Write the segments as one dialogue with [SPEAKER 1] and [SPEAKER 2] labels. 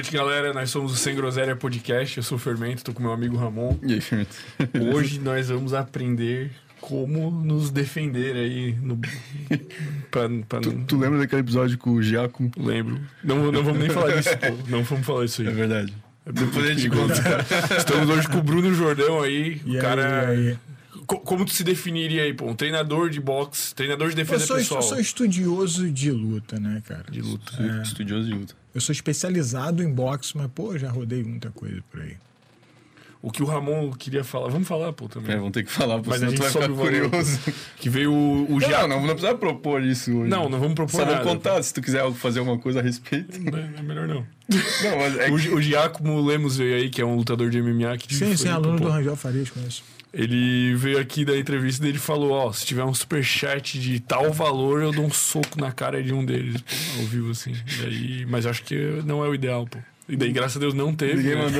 [SPEAKER 1] noite, galera. Nós somos o Sem Groselha Podcast. Eu sou o Fermento, tô com meu amigo Ramon.
[SPEAKER 2] E aí, Fermento?
[SPEAKER 1] Hoje nós vamos aprender como nos defender aí.
[SPEAKER 2] Tu lembra daquele episódio com o Giacomo?
[SPEAKER 1] Lembro. Não vamos nem falar disso, pô. Não vamos falar isso aí.
[SPEAKER 2] É verdade.
[SPEAKER 1] Depois a gente conta. Estamos hoje com o Bruno Jordão aí.
[SPEAKER 3] E
[SPEAKER 1] o cara...
[SPEAKER 3] aí?
[SPEAKER 1] Como tu se definiria aí, pô? Um treinador de boxe, treinador de defesa pessoal.
[SPEAKER 3] Eu sou estudioso de luta, né, cara?
[SPEAKER 1] De luta.
[SPEAKER 2] Estudioso de luta.
[SPEAKER 3] Eu sou especializado em boxe, mas, pô, já rodei muita coisa por aí.
[SPEAKER 1] O que o Ramon queria falar... Vamos falar, pô, também.
[SPEAKER 2] Vamos ter que falar,
[SPEAKER 1] mas
[SPEAKER 2] senão tu vai ficar curioso.
[SPEAKER 1] Que veio o Giacomo.
[SPEAKER 2] Não precisa propor isso hoje.
[SPEAKER 1] Não vamos propor
[SPEAKER 2] só
[SPEAKER 1] nada.
[SPEAKER 2] Só vou contar, se tu quiser fazer alguma coisa a respeito.
[SPEAKER 1] É melhor não.
[SPEAKER 2] Não, mas é
[SPEAKER 1] o Giacomo Lemos veio aí, que é um lutador de MMA. Que
[SPEAKER 3] sim, aluno do Rangel Farias, conheço.
[SPEAKER 1] Ele veio aqui da entrevista dele e falou, ó, se tiver um superchat de tal valor, eu dou um soco na cara de um deles, pô, ao vivo, assim. E aí, mas eu acho que não é o ideal, pô. E daí, graças a Deus, não teve.
[SPEAKER 2] Ninguém mandou.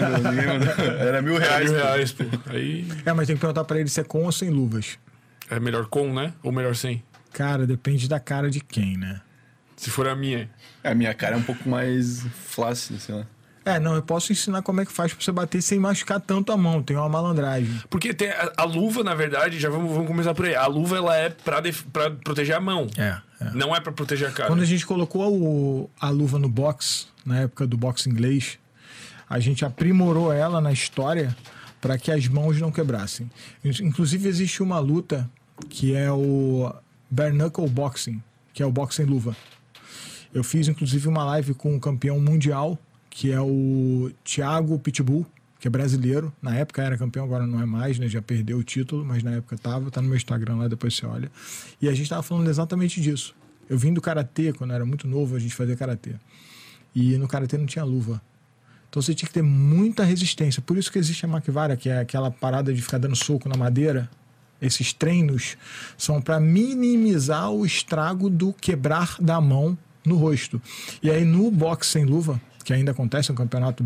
[SPEAKER 2] Era R$1.000.
[SPEAKER 1] Era R$1.000, pô. Aí...
[SPEAKER 3] mas tem que perguntar pra ele se é com ou sem luvas.
[SPEAKER 1] É melhor com, né? Ou melhor sem?
[SPEAKER 3] Cara, depende da cara de quem, né?
[SPEAKER 1] Se for a minha.
[SPEAKER 2] A minha cara é um pouco mais flácida, sei lá.
[SPEAKER 3] Não, eu posso ensinar como é que faz pra você bater sem machucar tanto a mão. Tem uma malandragem.
[SPEAKER 1] Porque tem a luva, na verdade, já vamos começar por aí. A luva, ela é pra proteger a mão. Não é pra proteger a cara.
[SPEAKER 3] Quando a gente colocou a luva no boxe, na época do boxe inglês, a gente aprimorou ela na história para que as mãos não quebrassem. Inclusive, existe uma luta que é o bare knuckle boxing, que é o boxe sem luva. Eu fiz, inclusive, uma live com o campeão mundial, que é o Thiago Pitbull, que é brasileiro. Na época era campeão, agora não é mais, né? Já perdeu o título, mas na época estava. Tá no meu Instagram lá, depois você olha. E a gente estava falando exatamente disso. Eu vim do karatê, quando eu era muito novo, a gente fazia karatê. E no karatê não tinha luva. Então você tinha que ter muita resistência. Por isso que existe a Makivara, que é aquela parada de ficar dando soco na madeira. Esses treinos são para minimizar o estrago do quebrar da mão no rosto. E aí no boxe sem luva, que ainda acontece no campeonato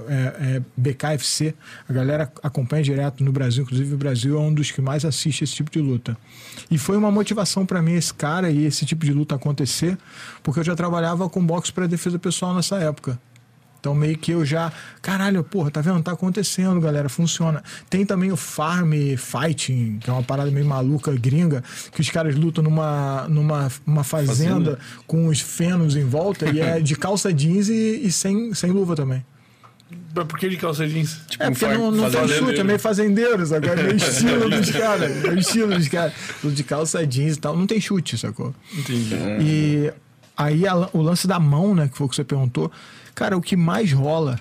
[SPEAKER 3] BKFC, a galera acompanha direto no Brasil, inclusive o Brasil é um dos que mais assiste esse tipo de luta. E foi uma motivação para mim esse cara e esse tipo de luta acontecer, porque eu já trabalhava com boxe para defesa pessoal nessa época. Então meio que eu já... Caralho, porra, tá vendo? Tá acontecendo, galera, funciona. Tem também o Farm Fighting, que é uma parada meio maluca, gringa, que os caras lutam numa fazenda com os fenos em volta e é de calça jeans e sem luva também.
[SPEAKER 1] Mas por que de calça jeans?
[SPEAKER 3] Tipo, porque não tem chute, é meio fazendeiros, agora é meio estilo dos caras. É o estilo dos caras. De calça jeans e tal, não tem chute, sacou?
[SPEAKER 1] Entendi.
[SPEAKER 3] E aí o lance da mão, né, que foi o que você perguntou, cara, o que mais rola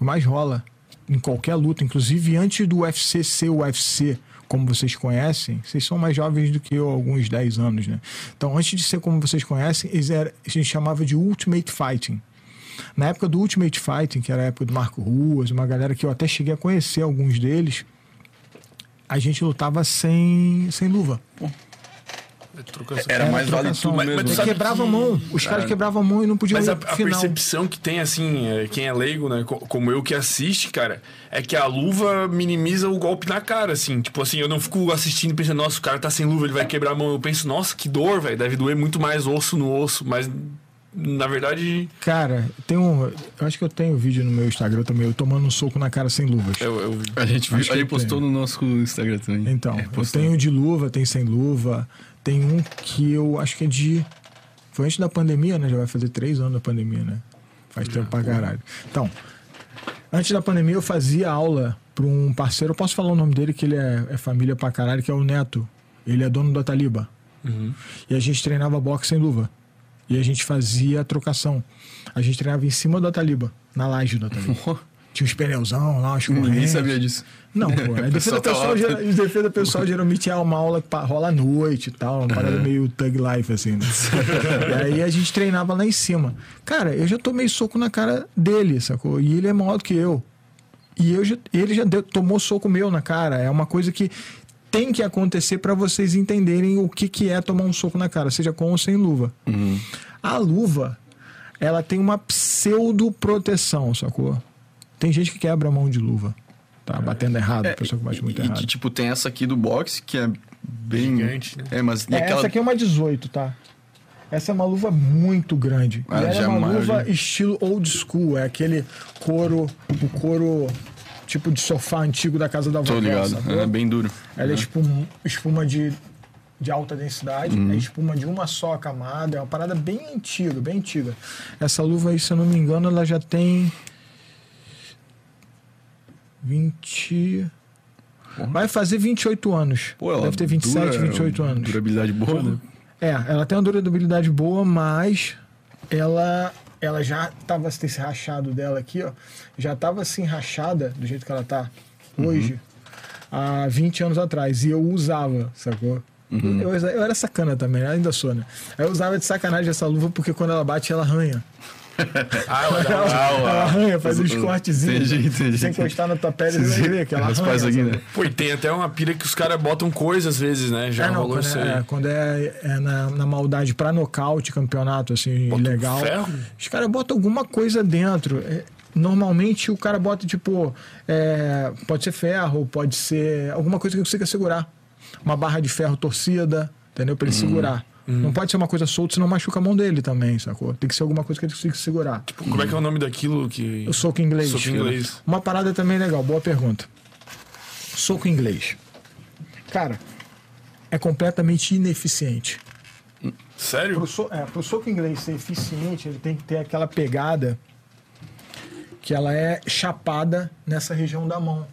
[SPEAKER 3] em qualquer luta, inclusive antes do UFC ser o UFC, como vocês conhecem, vocês são mais jovens do que eu, alguns 10 anos, né? Então, antes de ser como vocês conhecem, a gente chamava de Ultimate Fighting. Na época do Ultimate Fighting, que era a época do Marco Ruas, uma galera que eu até cheguei a conhecer alguns deles, a gente lutava sem luva.
[SPEAKER 2] Era mais vale tudo mesmo.
[SPEAKER 3] Mas quebrava a mão. Os caras quebravam a mão e não podiam ir
[SPEAKER 1] pro final. Mas a percepção que tem, assim, quem é leigo, né, como eu que assiste, cara, é que a luva minimiza o golpe na cara, assim. Tipo assim, eu não fico assistindo pensando, nossa, o cara tá sem luva, ele vai quebrar a mão. Eu penso, nossa, que dor, velho. Deve doer muito mais osso no osso, mas... Na verdade...
[SPEAKER 3] Cara, eu acho que eu tenho vídeo no meu Instagram também, eu tomando um soco na cara sem luvas.
[SPEAKER 2] A gente viu, a gente postou no nosso Instagram também.
[SPEAKER 3] Então, eu tenho de luva, tem sem luva. Tem um que eu acho que é de... Foi antes da pandemia, né? Já vai fazer 3 anos da pandemia, né? Faz tempo pra caralho. Então, antes da pandemia eu fazia aula pra um parceiro, eu posso falar o nome dele, que ele é família pra caralho, que é o Neto. Ele é dono da Taliba.
[SPEAKER 1] Uhum.
[SPEAKER 3] E a gente treinava boxe sem luva. E a gente fazia a trocação. A gente treinava em cima da Taliba, na laje da Taliba. Tinha uns pneuzão lá, umas correntes.
[SPEAKER 2] Ninguém sabia disso.
[SPEAKER 3] Não, pô. A defesa pessoal geralmente é uma aula que rola à noite e tal, uma parada meio thug life, assim, né? E aí a gente treinava lá em cima. Cara, eu já tomei soco na cara dele, sacou? E ele é maior do que eu. E ele já tomou soco meu na cara. É uma coisa que tem que acontecer para vocês entenderem o que é tomar um soco na cara, seja com ou sem luva.
[SPEAKER 2] Uhum.
[SPEAKER 3] A luva, ela tem uma pseudo-proteção, sacou? Tem gente que quebra a mão de luva. Tá batendo errado, a pessoa que bate muito errado.
[SPEAKER 2] E tipo, tem essa aqui do boxe, que é bem...
[SPEAKER 1] Gigante, né?
[SPEAKER 2] mas
[SPEAKER 3] essa aqui é uma 18, tá? Essa é uma luva muito grande. E ela é uma luva estilo old school. É aquele couro, o couro tipo de sofá antigo da casa da avó.
[SPEAKER 2] Tô ligado, é bem duro.
[SPEAKER 3] Ela é espuma de alta densidade, é espuma de uma só camada, é uma parada bem antiga, bem antiga. Essa luva aí, se eu não me engano, ela já tem 20... Vai fazer 28 anos.
[SPEAKER 2] Pô,
[SPEAKER 3] deve ter 27, 28 anos.
[SPEAKER 2] Durabilidade boa, né?
[SPEAKER 3] Ela tem uma durabilidade boa, mas ela já estava esse rachado dela aqui, ó, já estava assim rachada do jeito que ela tá hoje, há 20 anos atrás, e eu usava, sacou? Eu era sacana também, ainda sou, né? Eu usava de sacanagem essa luva porque quando ela bate, ela arranha. Ela arranha, faz uns cortezinhos.
[SPEAKER 2] Entendi.
[SPEAKER 3] Sem encostar na tua pele, você vai ver que ela arranha.
[SPEAKER 2] Aqui, né?
[SPEAKER 1] Pô, e tem até uma pira que os caras botam coisa às vezes, né? Já rolou isso aí.
[SPEAKER 3] Quando é na maldade pra nocaute, campeonato, assim,
[SPEAKER 1] bota
[SPEAKER 3] ilegal.
[SPEAKER 1] Ferro?
[SPEAKER 3] Os caras botam alguma coisa dentro. Normalmente o cara bota, tipo, pode ser ferro, pode ser alguma coisa que você quer segurar. Uma barra de ferro torcida, entendeu? Pra ele segurar. Não pode ser uma coisa solta, senão machuca a mão dele também, sacou? Tem que ser alguma coisa que ele consiga segurar.
[SPEAKER 1] Tipo, como é que é o nome daquilo que...
[SPEAKER 3] O soco inglês.
[SPEAKER 1] Soco inglês.
[SPEAKER 3] Uma parada também legal, boa pergunta. Soco inglês. Cara, é completamente ineficiente.
[SPEAKER 1] Sério?
[SPEAKER 3] Pro soco inglês ser eficiente, ele tem que ter aquela pegada que ela é chapada nessa região da mão.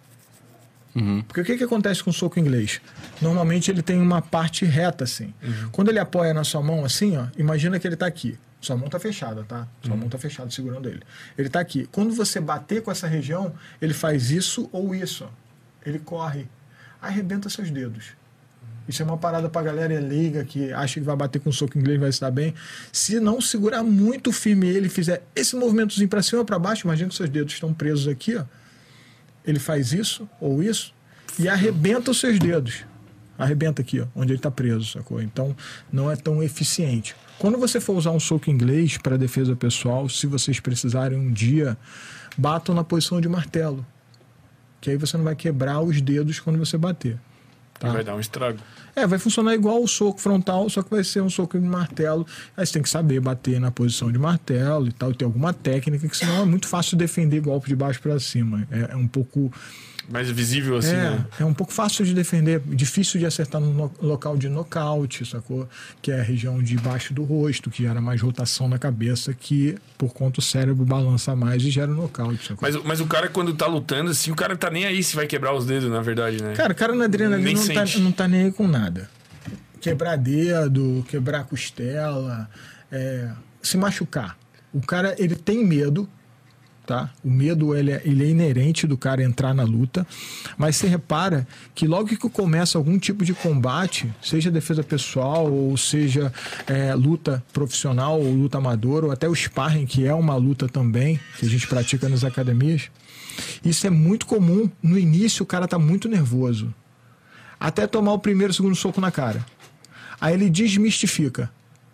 [SPEAKER 3] Porque o que acontece com o soco inglês? Normalmente ele tem uma parte reta assim. Quando ele apoia na sua mão assim, ó, imagina que ele tá aqui. Sua mão tá fechada, tá? Sua mão tá fechada segurando ele. Ele tá aqui. Quando você bater com essa região, ele faz isso ou isso. Ó. Ele corre. Arrebenta seus dedos. Isso é uma parada pra galera leiga que acha que vai bater com o soco inglês e vai se dar bem. Se não segurar muito firme ele fizer esse movimentozinho pra cima ou pra baixo, imagina que seus dedos estão presos aqui, ó. Ele faz isso ou isso e arrebenta os seus dedos. Arrebenta aqui, ó, onde ele está preso, sacou? Então, não é tão eficiente. Quando você for usar um soco inglês para defesa pessoal, se vocês precisarem um dia, batam na posição de martelo. Que aí você não vai quebrar os dedos quando você bater. Tá?
[SPEAKER 1] Vai dar um estrago.
[SPEAKER 3] Vai funcionar igual o soco frontal, só que vai ser um soco de martelo. Aí você tem que saber bater na posição de martelo e tal, e ter alguma técnica, que senão é muito fácil defender golpe de baixo para cima. É um pouco...
[SPEAKER 1] mais visível assim, né?
[SPEAKER 3] É um pouco fácil de defender, difícil de acertar no local de nocaute, sacou? Que é a região de baixo do rosto, que gera mais rotação na cabeça, que por conta o cérebro balança mais e gera nocaute, sacou?
[SPEAKER 1] Mas o cara, quando tá lutando, assim, o cara tá nem aí se vai quebrar os dedos, na verdade, né?
[SPEAKER 3] Cara, o cara na adrenalina não tá nem aí com nada. Quebrar dedo, quebrar costela, se machucar. O cara, ele tem medo, tá? O medo ele é inerente do cara entrar na luta, mas você repara que logo que começa algum tipo de combate, seja defesa pessoal ou seja luta profissional ou luta amadora ou até o sparring, que é uma luta também que a gente pratica nas academias, isso é muito comum. No início o cara tá muito nervoso até tomar o primeiro, segundo soco na cara, aí ele desmistifica.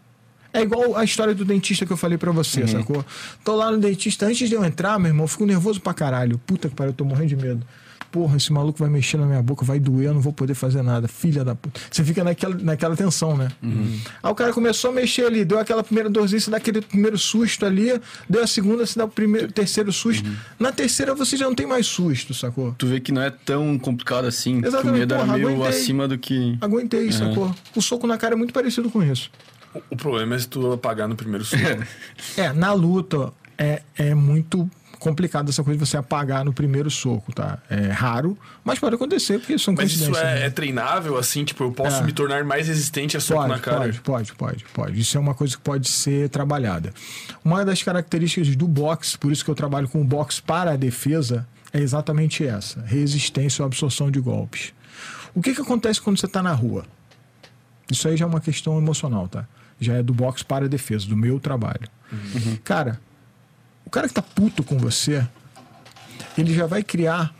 [SPEAKER 3] É igual a história do dentista que eu falei pra você, sacou? Tô lá no dentista, antes de eu entrar, meu irmão, eu fico nervoso pra caralho. Puta que pariu, eu tô morrendo de medo. Porra, esse maluco vai mexer na minha boca, vai doer, eu não vou poder fazer nada. Filha da puta. Você fica naquela tensão, né? Aí o cara começou a mexer ali, deu aquela primeira dorzinha, você dá aquele primeiro susto ali, deu a segunda, você dá o terceiro susto. Na terceira você já não tem mais susto, sacou?
[SPEAKER 2] Tu vê que não é tão complicado assim.
[SPEAKER 3] Exatamente.
[SPEAKER 2] Que o medo era meio
[SPEAKER 3] aguentei,
[SPEAKER 2] acima do que...
[SPEAKER 3] Aguentei, sacou? O soco na cara é muito parecido com isso.
[SPEAKER 1] O problema é se tu apagar no primeiro soco.
[SPEAKER 3] Na luta é muito complicado essa coisa de você apagar no primeiro soco, tá? É raro, mas pode acontecer, porque são coincidências.
[SPEAKER 1] Mas isso
[SPEAKER 3] né?
[SPEAKER 1] é treinável, assim? Tipo, eu posso me tornar mais resistente a soco na cara?
[SPEAKER 3] Pode. Isso é uma coisa que pode ser trabalhada. Uma das características do boxe, por isso que eu trabalho com o boxe para a defesa, é exatamente essa: resistência ou absorção de golpes. O que acontece quando você está na rua? Isso aí já é uma questão emocional, tá? Já é do boxe para a defesa, do meu trabalho. Cara, o cara que tá puto com você, ele já vai criar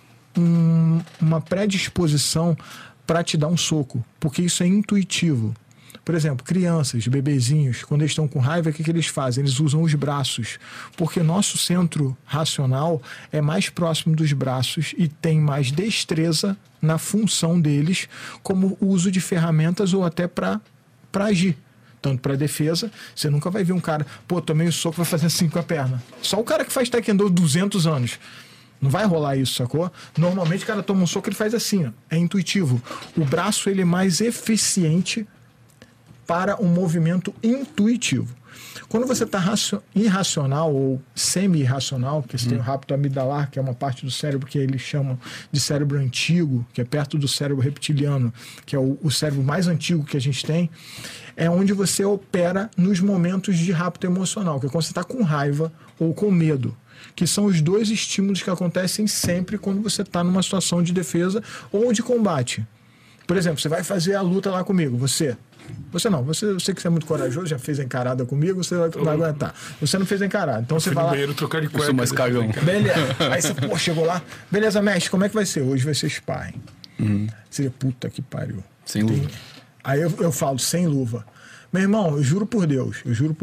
[SPEAKER 3] uma predisposição para te dar um soco, porque isso é intuitivo. Por exemplo, crianças, bebezinhos, quando eles estão com raiva, o que eles fazem? Eles usam os braços, porque nosso centro racional é mais próximo dos braços e tem mais destreza na função deles, como o uso de ferramentas ou até para agir. tanto para defesa. Você nunca vai ver um cara, pô, tomei um soco, vai fazer assim com a perna. Só o cara que faz taekwondo 200 anos. Não vai rolar isso, sacou? Normalmente o cara toma um soco, ele faz assim, ó. É intuitivo. O braço, ele é mais eficiente para um movimento intuitivo. Quando você está irracional ou semi-irracional, porque você tem o rapto amidalar, que é uma parte do cérebro que eles chamam de cérebro antigo, que é perto do cérebro reptiliano, que é o cérebro mais antigo que a gente tem, é onde você opera nos momentos de rapto emocional, que é quando você está com raiva ou com medo, que são os dois estímulos que acontecem sempre quando você está numa situação de defesa ou de combate. Por exemplo, você vai fazer a luta lá comigo, você não, você que é muito corajoso, já fez a encarada comigo, você vai aguentar. Você não fez a encarada, então você vai lá...
[SPEAKER 1] banheiro trocar de cueca.
[SPEAKER 2] Eu sou mais cagão.
[SPEAKER 3] Beleza, aí você, pô, chegou lá, beleza, mestre, como é que vai ser? Hoje vai ser sparring. Você, puta que pariu.
[SPEAKER 2] Sem luva.
[SPEAKER 3] Aí eu falo, sem luva. Meu irmão, eu juro por Deus,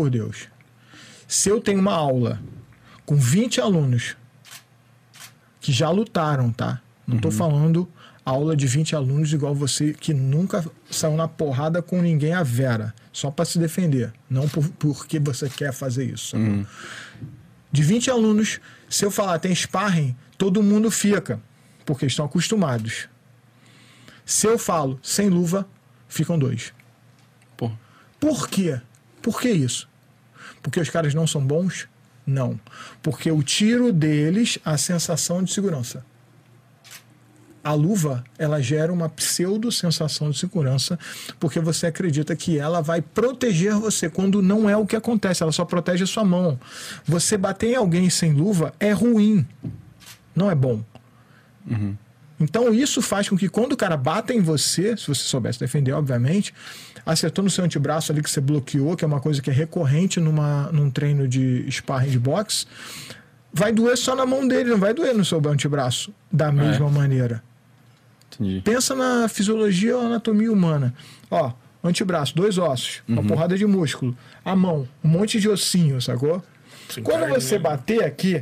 [SPEAKER 3] se eu tenho uma aula com 20 alunos que já lutaram, tá? Não tô falando aula de 20 alunos igual você, que nunca saiu na porrada com ninguém a vera, só para se defender, não porque você quer fazer isso. De 20 alunos, se eu falar tem sparring, todo mundo fica, porque estão acostumados. Se eu falo sem luva, ficam 2.
[SPEAKER 2] Pô.
[SPEAKER 3] Por quê? Por que isso? Porque os caras não são bons? Não. Porque o tiro deles, a sensação de segurança. A luva, ela gera uma pseudo-sensação de segurança, porque você acredita que ela vai proteger você, quando não é o que acontece, ela só protege a sua mão. Você bater em alguém sem luva é ruim, não é bom. Então isso faz com que quando o cara bata em você, se você soubesse defender, obviamente, acertou no seu antebraço ali que você bloqueou, que é uma coisa que é recorrente num treino de sparring de boxe, vai doer só na mão dele, não vai doer no seu antebraço da mesma maneira.
[SPEAKER 2] Entendi.
[SPEAKER 3] Pensa na fisiologia ou anatomia humana. Ó, antebraço, 2 ossos, uma porrada de músculo. A mão, um monte de ossinho, sacou?
[SPEAKER 1] Sem
[SPEAKER 3] Quando
[SPEAKER 1] carne,
[SPEAKER 3] você
[SPEAKER 1] né?
[SPEAKER 3] bater aqui,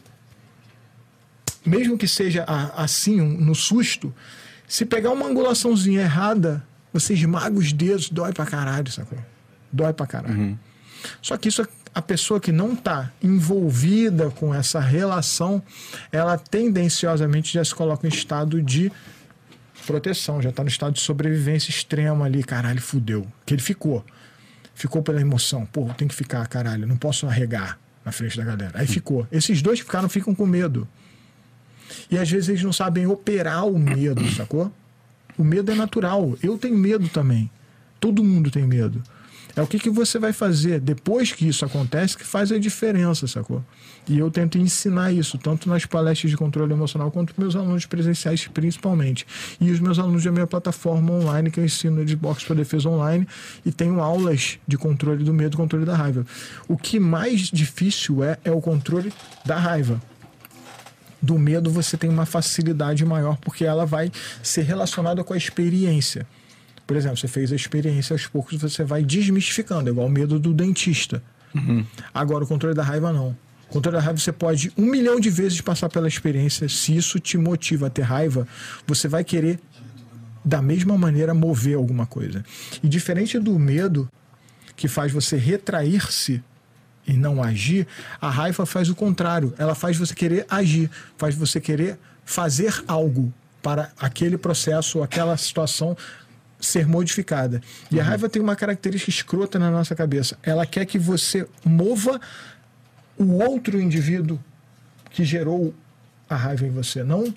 [SPEAKER 3] mesmo que seja assim, no susto, se pegar uma angulaçãozinha errada, você esmaga os dedos, dói pra caralho, sacou? Dói pra caralho. Só que isso, a pessoa que não está envolvida com essa relação, ela tendenciosamente já se coloca em estado de proteção, já está no estado de sobrevivência extrema ali, caralho, fudeu. Que ele ficou pela emoção, pô, tem que ficar, caralho, não posso arregar na frente da galera. Aí ficou. Esses dois que ficaram ficam com medo. E às vezes eles não sabem operar o medo, sacou? O medo é natural. Eu tenho medo também. Todo mundo tem medo. É o que você vai fazer depois que isso acontece que faz a diferença, sacou? E eu tento ensinar isso, tanto nas palestras de controle emocional quanto para meus alunos presenciais, principalmente. E os meus alunos da minha plataforma online, que eu ensino de boxe para defesa online, e tenho aulas de controle do medo e controle da raiva. O que mais difícil é o controle da raiva. Do medo você tem uma facilidade maior, porque ela vai ser relacionada com a experiência. Por exemplo, você fez a experiência, aos poucos você vai desmistificando, é igual o medo do dentista. Agora, o controle da raiva não. O controle da raiva você pode 1 milhão de vezes passar pela experiência. Se isso te motiva a ter raiva, você vai querer, da mesma maneira, mover alguma coisa. E diferente do medo, que faz você retrair-se e não agir, a raiva faz o contrário. Ela faz você querer agir, faz você querer fazer algo para aquele processo ou aquela situação ser modificada. E a raiva tem uma característica escrota na nossa cabeça. Ela quer que você mova o outro indivíduo que gerou a raiva em você. Não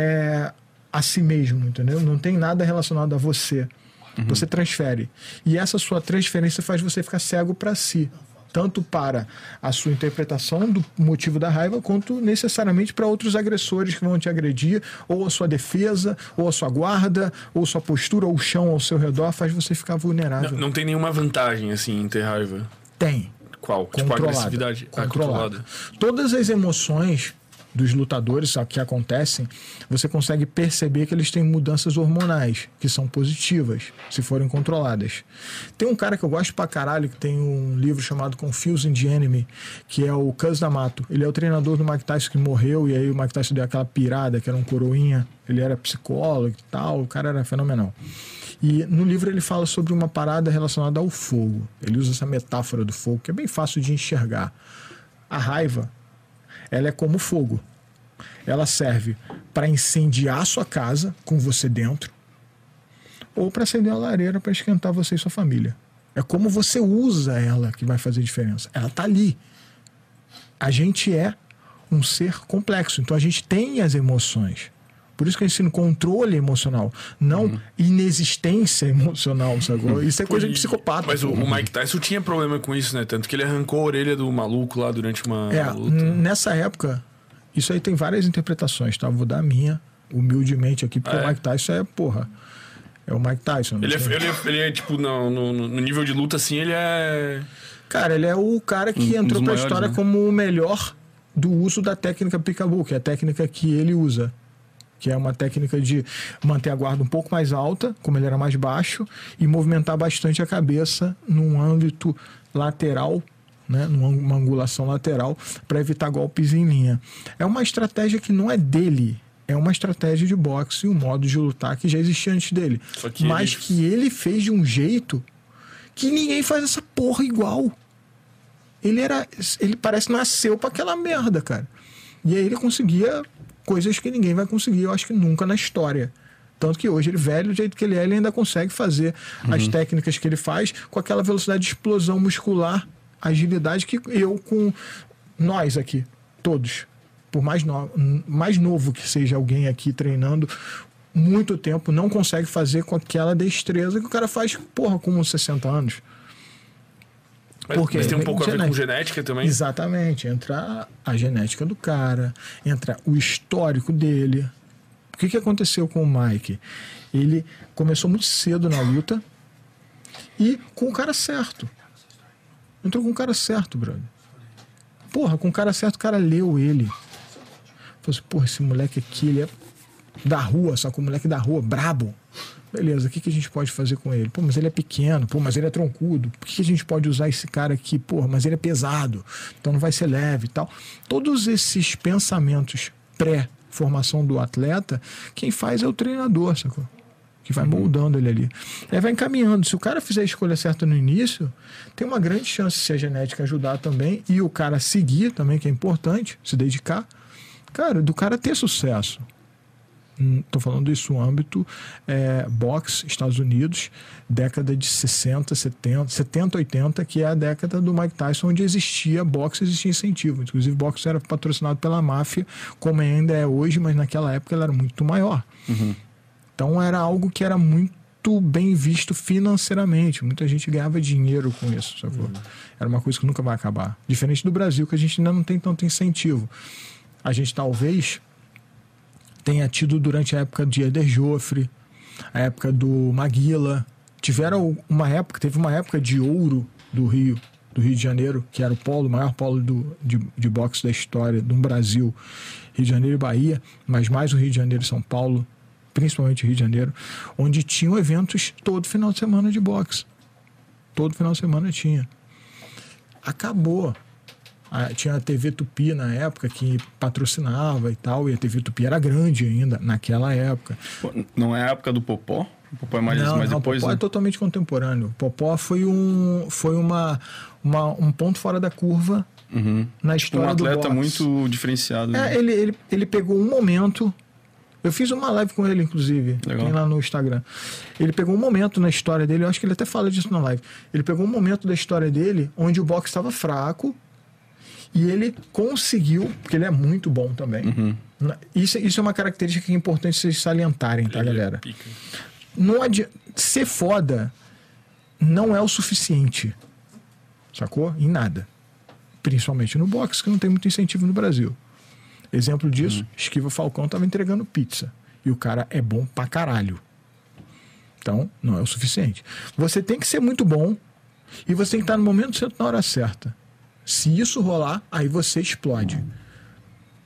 [SPEAKER 3] a si mesmo, entendeu? Não tem nada relacionado a você. Você transfere. E essa sua transferência faz você ficar cego para si. Tanto para a sua interpretação do motivo da raiva, quanto necessariamente para outros agressores que vão te agredir, ou a sua defesa, ou a sua guarda, ou sua postura, ou o chão ao seu redor, faz você ficar vulnerável.
[SPEAKER 1] Não tem nenhuma vantagem, assim, em ter raiva?
[SPEAKER 3] Tem.
[SPEAKER 1] Qual? Tipo, a agressividade?
[SPEAKER 3] Controlada. Todas as emoções, dos lutadores que acontecem, você consegue perceber que eles têm mudanças hormonais, que são positivas, se forem controladas. Tem um cara que eu gosto pra caralho, que tem um livro chamado Confusing the Enemy, que é o Cus D'Amato. Ele é o treinador do Mike Tyson que morreu, e aí o Mike Tyson deu aquela pirada, que era um coroinha. Ele era psicólogo e tal, o cara era fenomenal. E no livro ele fala sobre uma parada relacionada ao fogo. Ele usa essa metáfora do fogo, que é bem fácil de enxergar. A raiva, ela é como fogo. Ela serve para incendiar a sua casa com você dentro, ou para acender a lareira para esquentar você e sua família. É como você usa ela que vai fazer diferença. Ela tá ali. A gente é um ser complexo, então a gente tem as emoções. Por isso que eu ensino controle emocional, não inexistência emocional, sacou? Isso é coisa de psicopata.
[SPEAKER 1] Mas o Mike Tyson tinha problema com isso, né? Tanto que ele arrancou a orelha do maluco lá durante uma luta.
[SPEAKER 3] Nessa época, isso aí tem várias interpretações, tá? Vou dar a minha, humildemente aqui, porque o Mike Tyson é o Mike Tyson.
[SPEAKER 1] Ele é tipo, no nível de luta, assim, ele é...
[SPEAKER 3] Cara, ele é o cara que entrou pra história, né, como o melhor do uso da técnica Peekaboo, que é a técnica que ele usa. Que é uma técnica de manter a guarda um pouco mais alta, como ele era mais baixo, e movimentar bastante a cabeça num âmbito lateral, né, numa angulação lateral, para evitar golpes em linha. É uma estratégia que não é dele, é uma estratégia de boxe e um modo de lutar que já existia antes dele. Mas que ele fez de um jeito que ninguém faz essa porra igual. Ele parece nasceu para aquela merda, cara. E aí ele conseguia coisas que ninguém vai conseguir, eu acho que nunca na história. Tanto que hoje ele, velho, do jeito que ele é, ele ainda consegue fazer as técnicas que ele faz com aquela velocidade de explosão muscular, agilidade que nós aqui, todos, por mais novo que seja alguém aqui treinando muito tempo, não consegue fazer com aquela destreza que o cara faz, porra, com uns 60 anos.
[SPEAKER 1] Mas tem um pouco a ver com genética também?
[SPEAKER 3] Exatamente. Entra a genética do cara, entra o histórico dele. O que aconteceu com o Mike? Ele começou muito cedo na luta e com o cara certo. Entrou com o cara certo, brother. Porra, com o cara certo, o cara leu ele. Falou assim, porra, esse moleque aqui, ele é da rua, só que o moleque da rua, brabo. Beleza, o que a gente pode fazer com ele? Pô, mas ele é pequeno, pô, mas ele é troncudo. Por que a gente pode usar esse cara aqui? Pô, mas ele é pesado, então não vai ser leve e tal. Todos esses pensamentos pré-formação do atleta, quem faz é o treinador, sacou? Que vai moldando ele ali. Aí vai encaminhando. Se o cara fizer a escolha certa no início, tem uma grande chance, se a genética ajudar também, e o cara seguir também, que é importante, se dedicar, cara, do cara ter sucesso. Estou falando isso no âmbito boxe, Estados Unidos, década de 60, 70, 80, que é a década do Mike Tyson, onde existia boxe, existia incentivo. Inclusive, boxe era patrocinado pela máfia, como ainda é hoje, mas naquela época ela era muito maior. Então era algo que era muito bem visto financeiramente. Muita gente ganhava dinheiro com isso. Era uma coisa que nunca vai acabar. Diferente do Brasil, que a gente ainda não tem tanto incentivo. A gente talvez tenha tido durante a época de Eder Joffre, a época do Maguila. Teve uma época de ouro do Rio de Janeiro, que era o maior polo de boxe da história do Brasil, Rio de Janeiro e Bahia, mas mais o Rio de Janeiro e São Paulo, principalmente o Rio de Janeiro, onde tinham eventos todo final de semana de boxe. Todo final de semana tinha. Acabou. Tinha a TV Tupi na época que patrocinava e tal, e a TV Tupi era grande ainda naquela época.
[SPEAKER 2] Não é a época do Popó? O Popó é mais depois,
[SPEAKER 3] o Popó, né? É totalmente contemporâneo. O Popó foi um ponto fora da curva na história do boxe.
[SPEAKER 2] Um atleta muito diferenciado.
[SPEAKER 3] Ele pegou um momento. Eu fiz uma live com ele, inclusive. Legal. Tem lá no Instagram. Ele pegou um momento na história dele, eu acho que ele até fala disso na live. Ele pegou um momento da história dele onde o boxe estava fraco. E ele conseguiu, porque ele é muito bom também. Isso é uma característica que é importante vocês salientarem, tá, galera? Não adianta. Ser foda não é o suficiente. Sacou? Em nada. Principalmente no boxe, que não tem muito incentivo no Brasil. Exemplo disso, Esquiva Falcão tava entregando pizza. E o cara é bom pra caralho. Então, não é o suficiente. Você tem que ser muito bom e você tem que estar no momento certo, na hora certa. Se isso rolar, aí você explode.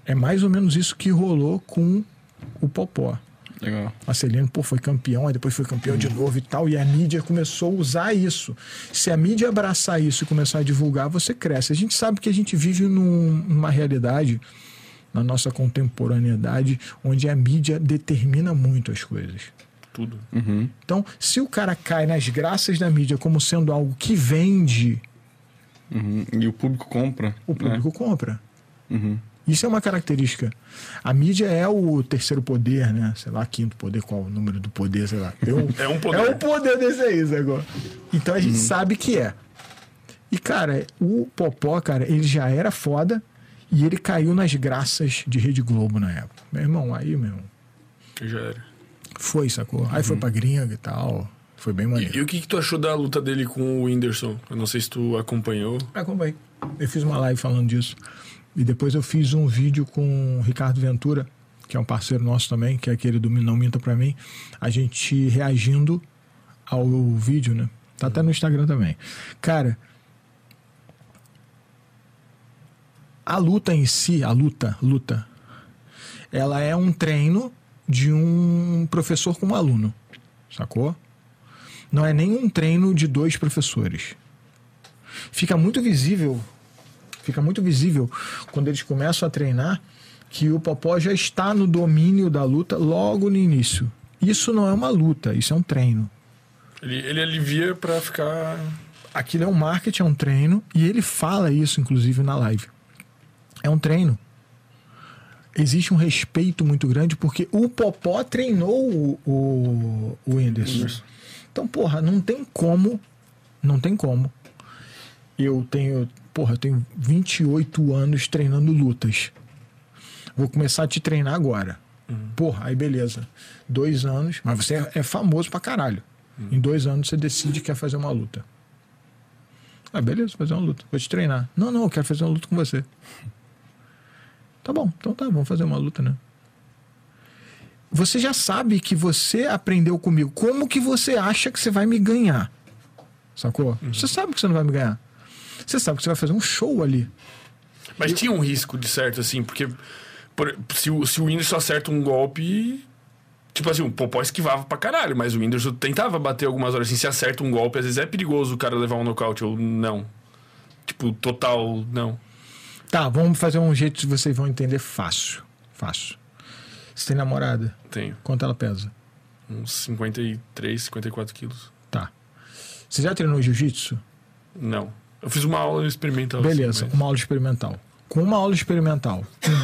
[SPEAKER 3] É mais ou menos isso que rolou com o Popó.
[SPEAKER 2] Legal.
[SPEAKER 3] A Celina, foi campeão, aí depois foi campeão de novo e tal, e a mídia começou a usar isso. Se a mídia abraçar isso e começar a divulgar, você cresce. A gente sabe que a gente vive numa realidade, na nossa contemporaneidade, onde a mídia determina muito as coisas.
[SPEAKER 1] Tudo.
[SPEAKER 3] Então, se o cara cai nas graças da mídia como sendo algo que vende,
[SPEAKER 2] E o público compra.
[SPEAKER 3] o público compra.
[SPEAKER 2] Uhum.
[SPEAKER 3] Isso é uma característica. A mídia é o terceiro poder, né? Sei lá, quinto poder, qual o número do poder, sei lá.
[SPEAKER 1] É um poder.
[SPEAKER 3] É o poder desse aí, agora. Então a gente sabe que é. E, cara, o Popó, cara, ele já era foda e ele caiu nas graças de Rede Globo na época. Meu irmão,
[SPEAKER 1] Já era.
[SPEAKER 3] foi, sacou? Aí foi pra gringa e tal. Foi bem maneiro.
[SPEAKER 1] E o que tu achou da luta dele com o Whindersson? Eu não sei se tu acompanhou.
[SPEAKER 3] Acompanhei. Eu fiz uma live falando disso. E depois eu fiz um vídeo com o Ricardo Ventura, que é um parceiro nosso também, que é aquele do Não Minta Pra Mim. A gente reagindo ao vídeo, né? Tá até no Instagram também. Cara, a luta em si, a luta, ela é um treino de um professor com um aluno, sacou? Não é nem um treino de 2 professores. Fica muito visível quando eles começam a treinar que o Popó já está no domínio da luta logo no início. Isso não é uma luta, isso é um treino.
[SPEAKER 1] Ele alivia pra ficar...
[SPEAKER 3] Aquilo é um marketing, é um treino, e ele fala isso, inclusive, na live. É um treino. Existe um respeito muito grande, porque o Popó treinou o Whindersson. Então, porra, não tem como. Eu tenho 28 anos treinando lutas. Vou começar a te treinar agora. Porra, aí beleza. 2 anos, mas você é famoso pra caralho. Em 2 anos você decide que quer fazer uma luta. Ah, beleza, fazer uma luta. Vou te treinar. Não, eu quero fazer uma luta com você. Tá bom, então tá, vamos fazer uma luta, né? Você já sabe que você aprendeu comigo. Como que você acha que você vai me ganhar? Sacou? Você sabe que você não vai me ganhar. Você sabe que você vai fazer um show ali.
[SPEAKER 1] Mas tinha um risco de certo, assim, porque se o Whindersson acerta um golpe... Tipo assim, o Popó esquivava pra caralho, mas o Whindersson tentava bater algumas horas assim. Se acerta um golpe, às vezes é perigoso o cara levar um nocaute ou não. Tipo, total, não.
[SPEAKER 3] Tá, vamos fazer um jeito que vocês vão entender fácil. Você tem namorada?
[SPEAKER 1] Tenho.
[SPEAKER 3] Quanto ela pesa?
[SPEAKER 1] Uns 53, 54 quilos.
[SPEAKER 3] Tá. Você já treinou jiu-jitsu?
[SPEAKER 1] Não. Eu fiz uma aula experimental.
[SPEAKER 3] Beleza,
[SPEAKER 1] assim,
[SPEAKER 3] uma aula experimental. Com uma aula experimental.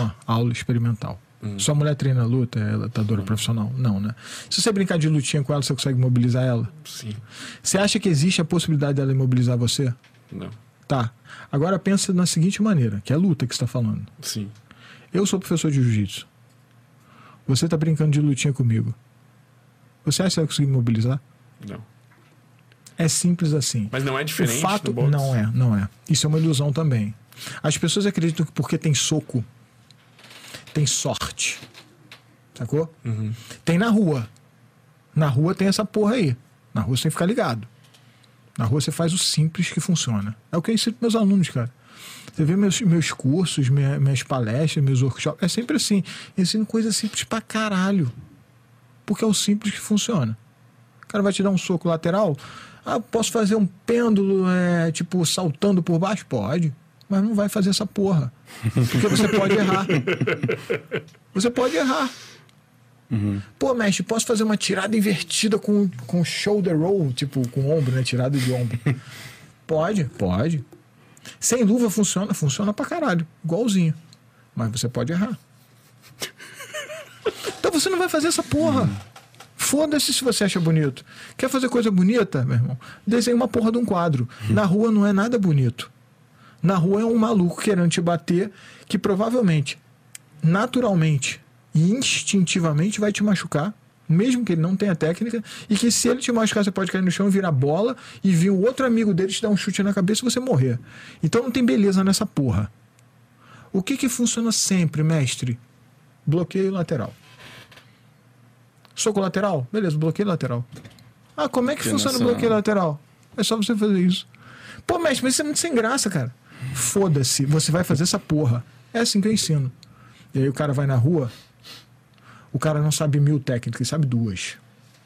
[SPEAKER 3] Sua mulher treina luta, é lutadora profissional? Não, né? Se você brincar de lutinha com ela, você consegue mobilizar ela?
[SPEAKER 1] Sim.
[SPEAKER 3] Você acha que existe a possibilidade dela imobilizar você?
[SPEAKER 1] Não.
[SPEAKER 3] Tá. Agora pensa na seguinte maneira, que é a luta que você está falando.
[SPEAKER 1] Sim.
[SPEAKER 3] Eu sou professor de jiu-jitsu. Você tá brincando de lutinha comigo. Você acha que você vai conseguir me mobilizar?
[SPEAKER 1] Não.
[SPEAKER 3] É simples assim.
[SPEAKER 1] Mas não é diferente
[SPEAKER 3] o fato
[SPEAKER 1] no boxe?
[SPEAKER 3] Não é. Isso é uma ilusão também. As pessoas acreditam que porque tem soco, tem sorte. Sacou? Tem na rua. Na rua tem essa porra aí. Na rua você tem que ficar ligado. Na rua você faz o simples que funciona. É o que eu ensino pros meus alunos, cara. Você vê meus cursos, minhas palestras, meus workshops. É sempre assim. Eu ensino coisa simples pra caralho. Porque é o simples que funciona. O cara vai te dar um soco lateral. Ah, posso fazer um pêndulo, tipo, saltando por baixo? Pode. Mas não vai fazer essa porra. Porque você pode errar. Você pode errar. Pô, mestre, posso fazer uma tirada invertida com shoulder roll, tipo, com ombro, né? Tirada de ombro. Pode. Sem luva funciona pra caralho. Igualzinho. Mas você pode errar. Então você não vai fazer essa porra. Foda-se se você acha bonito. Quer fazer coisa bonita, meu irmão? Desenha uma porra de um quadro. Na rua não é nada bonito. Na rua é um maluco querendo te bater que provavelmente, naturalmente e instintivamente vai te machucar, mesmo que ele não tenha técnica, e que se ele te machucar você pode cair no chão, virar bola e vir o outro amigo dele te dar um chute na cabeça e você morrer. Então não tem beleza nessa porra. O que funciona sempre, mestre? Bloqueio lateral. Soco lateral? Beleza, bloqueio lateral. Ah, como é que funciona o bloqueio lateral? É só você fazer isso. Pô, mestre, mas isso é muito sem graça, cara. Foda-se, você vai fazer essa porra. É assim que eu ensino. E aí o cara vai na rua, o cara não sabe 1000 técnicas, ele sabe 2.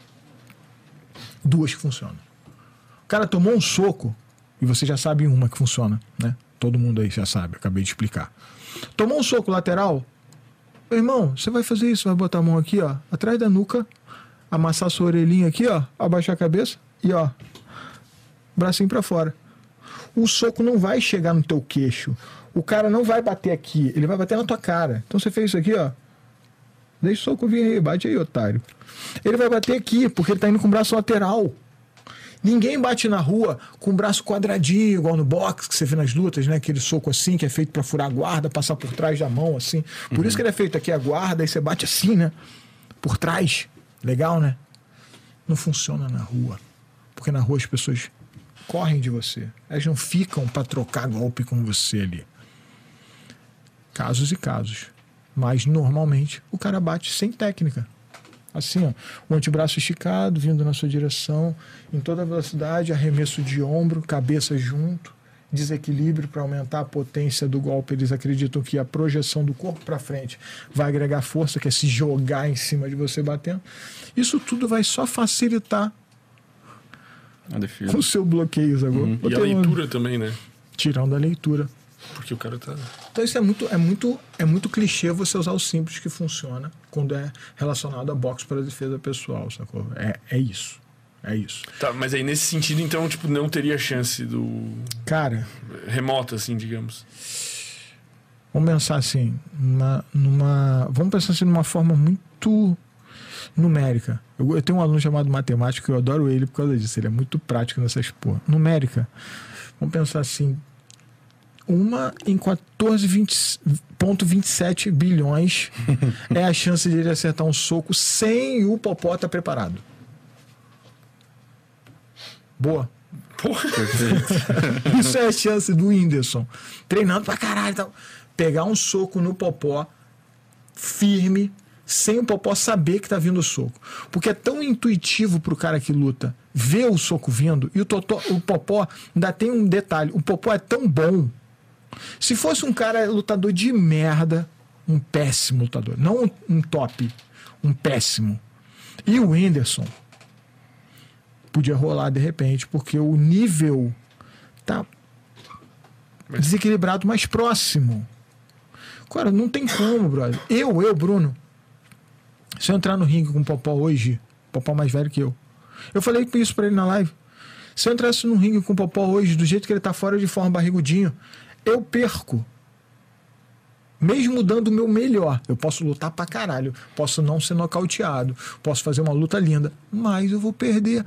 [SPEAKER 3] 2 que funcionam. O cara tomou um soco, e você já sabe uma que funciona, né? Todo mundo aí já sabe, acabei de explicar. Tomou um soco lateral, meu irmão, você vai fazer isso, vai botar a mão aqui, ó, atrás da nuca, amassar sua orelhinha aqui, ó, abaixar a cabeça e, ó, bracinho pra fora. O soco não vai chegar no teu queixo. O cara não vai bater aqui, ele vai bater na tua cara. Então você fez isso aqui, ó. Deixa o soco vir aí, bate aí, otário. Ele vai bater aqui, porque ele tá indo com o braço lateral. Ninguém bate na rua com o braço quadradinho, igual no boxe, que você vê nas lutas, né? Aquele soco assim, que é feito pra furar a guarda, passar por trás da mão, assim. Por isso que ele é feito aqui a guarda, aí você bate assim, né? Por trás. Legal, né? Não funciona na rua. Porque na rua as pessoas correm de você. Elas não ficam pra trocar golpe com você ali. Casos e casos. Mas, normalmente, o cara bate sem técnica. Assim, ó, o antebraço esticado, vindo na sua direção, em toda velocidade, arremesso de ombro, cabeça junto, desequilíbrio para aumentar a potência do golpe. Eles acreditam que a projeção do corpo para frente vai agregar força, que é se jogar em cima de você batendo. Isso tudo vai só facilitar
[SPEAKER 2] A defesa.
[SPEAKER 3] o seu bloqueio, Zagor.
[SPEAKER 1] E a leitura também, né?
[SPEAKER 3] Tirando a leitura.
[SPEAKER 1] Porque o cara tá...
[SPEAKER 3] Então isso é muito clichê você usar o simples que funciona quando é relacionado a boxe para defesa pessoal, sacou? É isso. É isso.
[SPEAKER 1] Tá, mas aí nesse sentido, então, tipo, não teria chance do...
[SPEAKER 3] Cara...
[SPEAKER 1] remota, assim, digamos.
[SPEAKER 3] Vamos pensar assim, vamos pensar assim numa forma muito numérica. Eu tenho um aluno chamado matemático que eu adoro ele por causa disso. Ele é muito prático nessas porra. Numérica. Vamos pensar assim, 1 em 14,27 bilhões é a chance de ele acertar um soco sem o popó estar preparado. Boa.
[SPEAKER 1] Porra.
[SPEAKER 3] Isso é a chance do Whindersson. Treinando pra caralho. Tal. Pegar um soco no popó firme, sem o popó saber que tá vindo o soco. Porque é tão intuitivo pro cara que luta ver o soco vindo, e o popó ainda tem um detalhe. O popó é tão bom. Se fosse um cara lutador de merda, um péssimo lutador, não um top, um péssimo. E o Whindersson podia rolar de repente, porque o nível tá desequilibrado mais próximo. Cara, não tem como, brother. Eu, Bruno, se eu entrar no ringue com o Popó hoje, Popó mais velho que eu falei isso pra ele na live. Se eu entrasse no ringue com o Popó hoje, do jeito que ele tá fora de forma, barrigudinho, eu perco. Mesmo dando o meu melhor. Eu posso lutar pra caralho, posso não ser nocauteado, posso fazer uma luta linda, mas eu vou perder.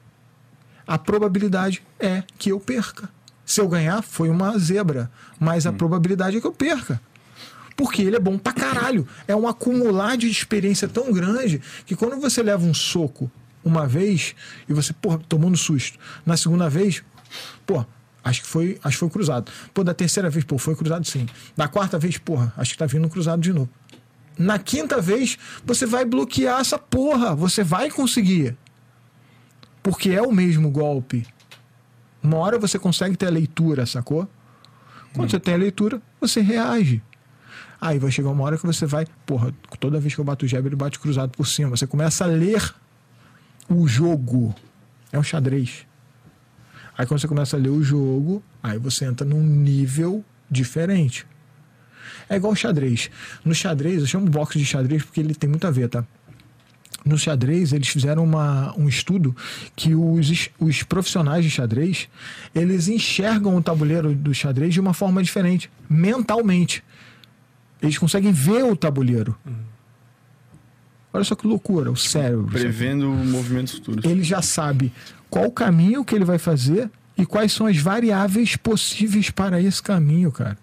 [SPEAKER 3] A probabilidade é que eu perca. Se eu ganhar, foi uma zebra, mas a probabilidade é que eu perca. Porque ele é bom pra caralho. É um acumular de experiência tão grande que quando você leva um soco uma vez e você, porra, tomou no susto. Na segunda vez, pô, acho que foi cruzado. Pô, da terceira vez, pô, foi cruzado sim. Da quarta vez, porra, acho que tá vindo cruzado de novo. Na quinta vez, você vai bloquear essa porra. Você vai conseguir. Porque é o mesmo golpe. Uma hora você consegue ter a leitura, sacou? Quando você tem a leitura, você reage. Aí vai chegar uma hora que você vai... Porra, toda vez que eu bato o jab, ele bate cruzado por cima. Você começa a ler o jogo. É um xadrez. Aí quando você começa a ler o jogo, aí você entra num nível diferente. É igual xadrez. No xadrez, eu chamo boxe de xadrez porque ele tem muito a ver, tá? No xadrez, eles fizeram um estudo que os profissionais de xadrez, eles enxergam o tabuleiro do xadrez de uma forma diferente, mentalmente. Eles conseguem ver o tabuleiro. Olha só que loucura, o cérebro.
[SPEAKER 2] Prevendo movimentos futuros.
[SPEAKER 3] Ele já sabe qual o caminho que ele vai fazer e quais são as variáveis possíveis para esse caminho, cara.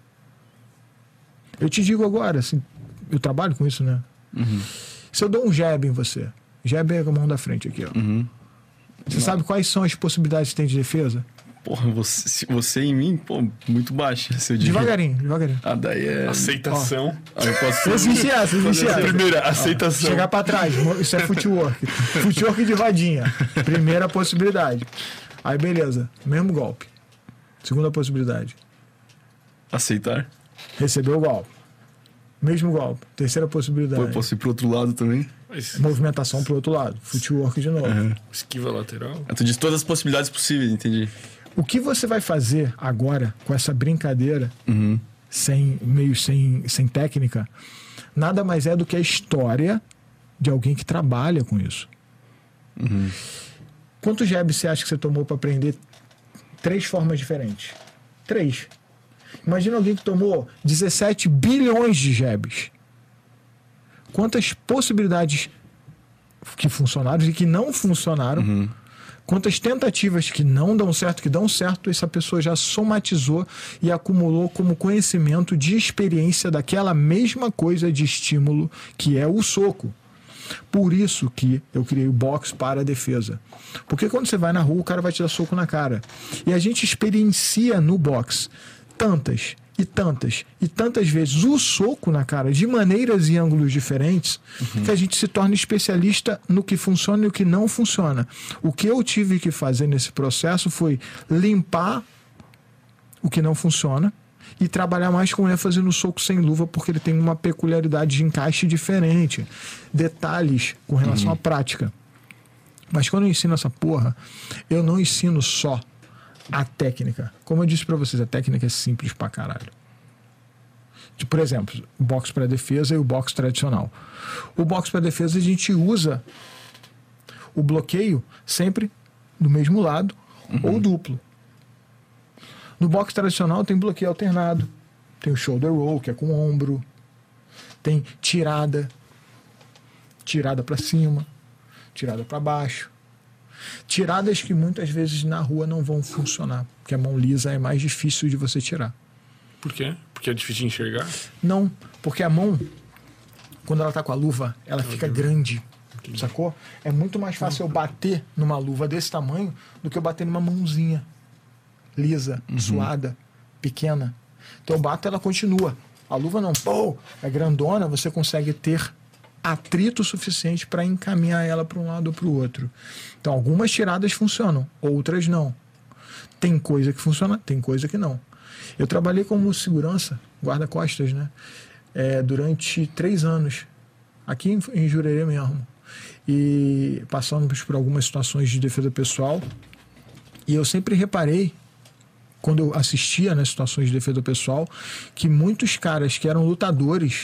[SPEAKER 3] Eu te digo agora, assim, eu trabalho com isso, né? Se eu dou um jab em você, jab é com a mão da frente aqui, ó. Você sabe quais são as possibilidades que tem de defesa?
[SPEAKER 2] Porra, você em mim, pô, muito baixa. Se eu digo.
[SPEAKER 3] Devagarinho.
[SPEAKER 2] Ah, daí é...
[SPEAKER 1] Aceitação.
[SPEAKER 2] Aí eu posso...
[SPEAKER 3] Existe essa.
[SPEAKER 1] Primeira, aceitação.
[SPEAKER 3] Chegar pra trás, isso é footwork. Footwork de vadinha. Primeira possibilidade. Aí, beleza. Mesmo golpe. Segunda possibilidade.
[SPEAKER 2] Aceitar.
[SPEAKER 3] Recebeu o golpe. Mesmo golpe. Terceira possibilidade.
[SPEAKER 2] Pô, posso ir pro outro lado também?
[SPEAKER 1] Mas
[SPEAKER 3] Movimentação pro outro lado. Footwork de novo.
[SPEAKER 1] esquiva lateral.
[SPEAKER 2] Tu diz todas as possibilidades possíveis, entendi.
[SPEAKER 3] O que você vai fazer agora com essa brincadeira sem técnica, nada mais é do que a história de alguém que trabalha com isso. Quantos jabs você acha que você tomou para aprender 3 formas diferentes? 3. Imagina alguém que tomou 17 bilhões de jabs. Quantas possibilidades que funcionaram e que não funcionaram, quantas tentativas que não dão certo, que dão certo, essa pessoa já somatizou e acumulou como conhecimento de experiência daquela mesma coisa de estímulo que é o soco. Por isso que eu criei o boxe para a defesa. Porque quando você vai na rua, o cara vai te dar soco na cara. E a gente experiencia no boxe tantas e tantas e tantas vezes o soco na cara de maneiras e ângulos diferentes que a gente se torna especialista no que funciona e o que não funciona. O que eu tive que fazer nesse processo foi limpar o que não funciona e trabalhar mais com ênfase no soco sem luva, porque ele tem uma peculiaridade de encaixe diferente, detalhes com relação à prática. Mas quando eu ensino essa porra, eu não ensino só a técnica. Como eu disse pra vocês, a técnica é simples pra caralho. Por exemplo, o boxe para defesa e o boxe tradicional. O boxe para defesa a gente usa o bloqueio sempre do mesmo lado ou duplo. No boxe tradicional tem bloqueio alternado, tem o shoulder roll, que é com o ombro, tem tirada para cima, tirada para baixo. Tiradas que muitas vezes na rua não vão funcionar, porque a mão lisa é mais difícil de você tirar.
[SPEAKER 1] Por quê? Porque é difícil de enxergar?
[SPEAKER 3] Não, porque a mão, quando ela tá com a luva, ela fica grande, sacou? É muito mais fácil eu bater numa luva desse tamanho do que eu bater numa mãozinha lisa, suada, pequena. Então eu bato, ela continua. A luva não, pô, é grandona, você consegue ter atrito suficiente para encaminhar ela para um lado ou para o outro. Então algumas tiradas funcionam, outras não. Tem coisa que funciona, tem coisa que não. Eu trabalhei como segurança, guarda-costas, né? Durante 3 anos, aqui em Jurerê mesmo. E passamos por algumas situações de defesa pessoal. E eu sempre reparei, quando eu assistia nas situações de defesa pessoal, que muitos caras que eram lutadores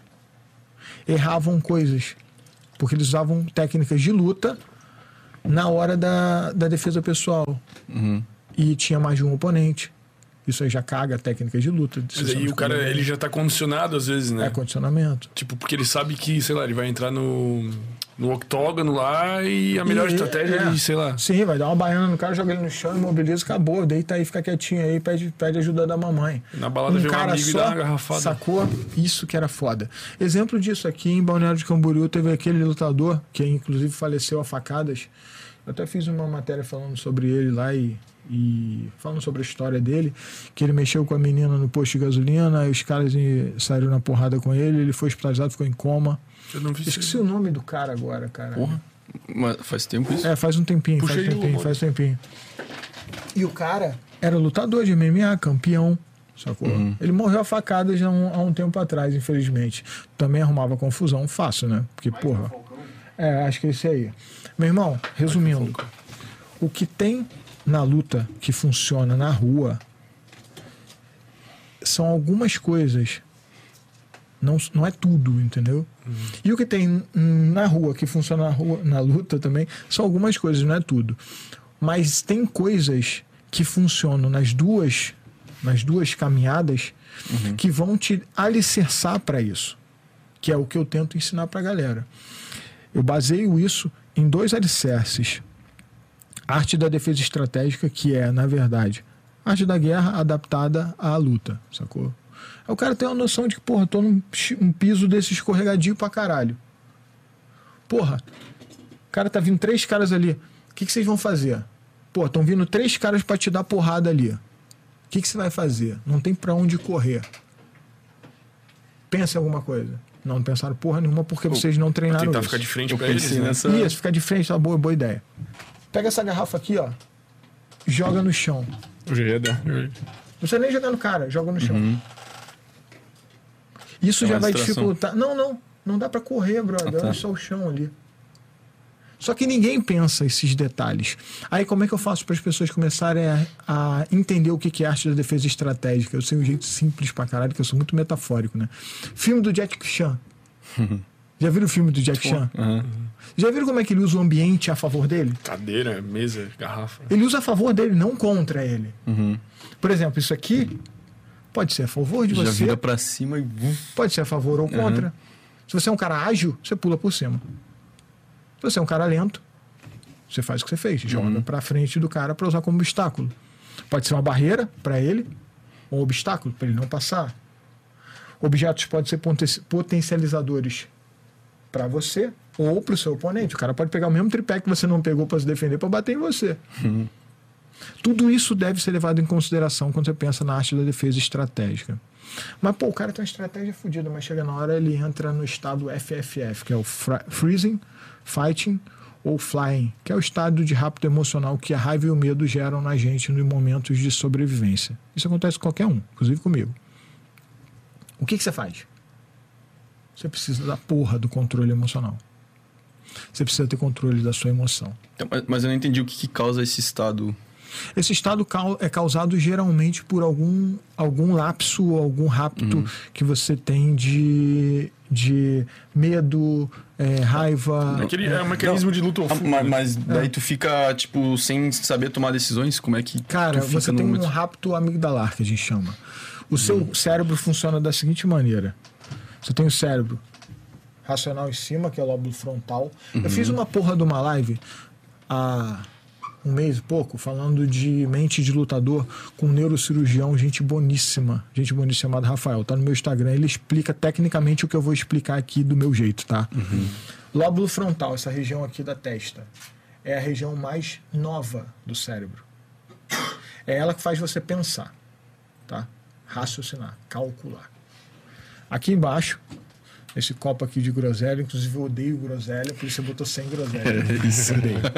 [SPEAKER 3] erravam coisas, porque eles usavam técnicas de luta na hora da defesa pessoal. E tinha mais de um oponente. Isso aí já caga a técnica de luta.
[SPEAKER 1] Mas aí o cara, ele já tá condicionado às vezes, né?
[SPEAKER 3] É condicionamento.
[SPEAKER 1] Tipo, porque ele sabe que, sei lá, ele vai entrar no octógono lá e a melhor estratégia é, sei lá.
[SPEAKER 3] Sim, vai dar uma baiana no cara, joga ele no chão, imobiliza, acabou. Deita aí, fica quietinho aí, pede ajuda da mamãe.
[SPEAKER 1] Na balada vê um amigo e dá uma garrafada.
[SPEAKER 3] Sacou? Isso que era foda. Exemplo disso aqui em Balneário de Camboriú, teve aquele lutador, que inclusive faleceu a facadas. Eu até fiz uma matéria falando sobre ele lá e falando sobre a história dele, que ele mexeu com a menina no posto de gasolina, aí os caras saíram na porrada com ele, ele foi hospitalizado, ficou em coma.
[SPEAKER 1] Eu não vi.
[SPEAKER 3] Esqueci o nome do cara agora, cara.
[SPEAKER 2] Porra, mas faz tempo isso?
[SPEAKER 3] Faz um tempinho, faz um tempinho. E o cara era lutador de MMA, campeão, sacou? Ele morreu a facadas há um tempo atrás, infelizmente. Também arrumava confusão, fácil, né? Porque, porra... acho que é esse aí. Meu irmão, resumindo, o que tem na luta que funciona na rua são algumas coisas, não é tudo, entendeu? E o que tem na rua que funciona na luta também são algumas coisas, não é tudo. Mas tem coisas que funcionam nas duas caminhadas que vão te alicerçar para isso, que é o que eu tento ensinar para a galera. Eu baseio isso em 2 alicerces. Arte da defesa estratégica, que é, na verdade, arte da guerra adaptada à luta, sacou? Aí o cara tem uma noção de que, porra, tô num piso desse escorregadio pra caralho. Porra, o cara tá vindo 3 caras ali. O que vocês vão fazer? Pô, estão vindo 3 caras pra te dar porrada ali. O que você vai fazer? Não tem pra onde correr. Pensa em alguma coisa. Não pensaram porra nenhuma porque vocês não treinaram
[SPEAKER 1] tentar
[SPEAKER 3] isso.
[SPEAKER 1] Ficar de frente pra eles, né?
[SPEAKER 3] Isso, ficar de frente, tá boa ideia. Pega essa garrafa aqui, ó. Joga no chão.
[SPEAKER 1] Eu já ia dar.
[SPEAKER 3] Não precisa nem jogar no cara, joga no chão. Isso já
[SPEAKER 2] uma
[SPEAKER 3] vai
[SPEAKER 2] distração.
[SPEAKER 3] dificultar. Não dá pra correr, brother. Olha só o chão ali. Só que ninguém pensa esses detalhes. Aí como é que eu faço para as pessoas começarem a entender o que é arte da defesa estratégica? Eu sei um jeito simples pra caralho, que eu sou muito metafórico, né? Filme do Jack Chan. Já viram o filme do Jack Chan? Já viram como é que ele usa o ambiente a favor dele?
[SPEAKER 1] Cadeira, mesa, garrafa.
[SPEAKER 3] Ele usa a favor dele, não contra ele. Por exemplo, isso aqui pode ser a favor de
[SPEAKER 2] Já
[SPEAKER 3] você,
[SPEAKER 2] vira pra cima e...
[SPEAKER 3] pode ser a favor ou contra. Se você é um cara ágil, você pula por cima. Se você é um cara lento, você faz o que você fez, joga pra frente do cara para usar como obstáculo. Pode ser uma barreira para ele, ou um obstáculo para ele não passar. Objetos podem ser potencializadores para você ou para o seu oponente. O cara pode pegar o mesmo tripé que você não pegou para se defender para bater em você. Tudo isso deve ser levado em consideração quando você pensa na arte da defesa estratégica. Mas, pô, o cara tem uma estratégia fodida, mas chega na hora ele entra no estado FFF, que é o Freezing, Fighting ou Flying, que é o estado de rápido emocional que a raiva e o medo geram na gente nos momentos de sobrevivência. Isso acontece com qualquer um, inclusive comigo. O que você faz? Você precisa da porra do controle emocional. Você precisa ter controle da sua emoção.
[SPEAKER 2] Então, mas eu não entendi o que causa esse estado.
[SPEAKER 3] Esse estado é causado geralmente por algum lapso, algum rapto que você tem de medo, raiva.
[SPEAKER 1] É um mecanismo de luta ou fuga.
[SPEAKER 2] Mas daí tu fica, tipo, sem saber tomar decisões? Como é que
[SPEAKER 3] Cara,
[SPEAKER 2] tu fica
[SPEAKER 3] você
[SPEAKER 2] no
[SPEAKER 3] tem um
[SPEAKER 2] momento?
[SPEAKER 3] rapto amigdalar, que a gente chama. O seu cérebro funciona da seguinte maneira. Você tem o cérebro racional em cima, que é o lóbulo frontal. Eu fiz uma porra de uma live há um mês e pouco, falando de mente de lutador com um neurocirurgião, gente boníssima chamada Rafael. Tá no meu Instagram, ele explica tecnicamente o que eu vou explicar aqui do meu jeito, tá? Lóbulo frontal, essa região aqui da testa, é a região mais nova do cérebro. É ela que faz você pensar, tá? Raciocinar, calcular. Aqui embaixo, esse copo aqui de groselha, inclusive eu odeio groselha, por isso eu botou sem groselha.
[SPEAKER 2] Isso.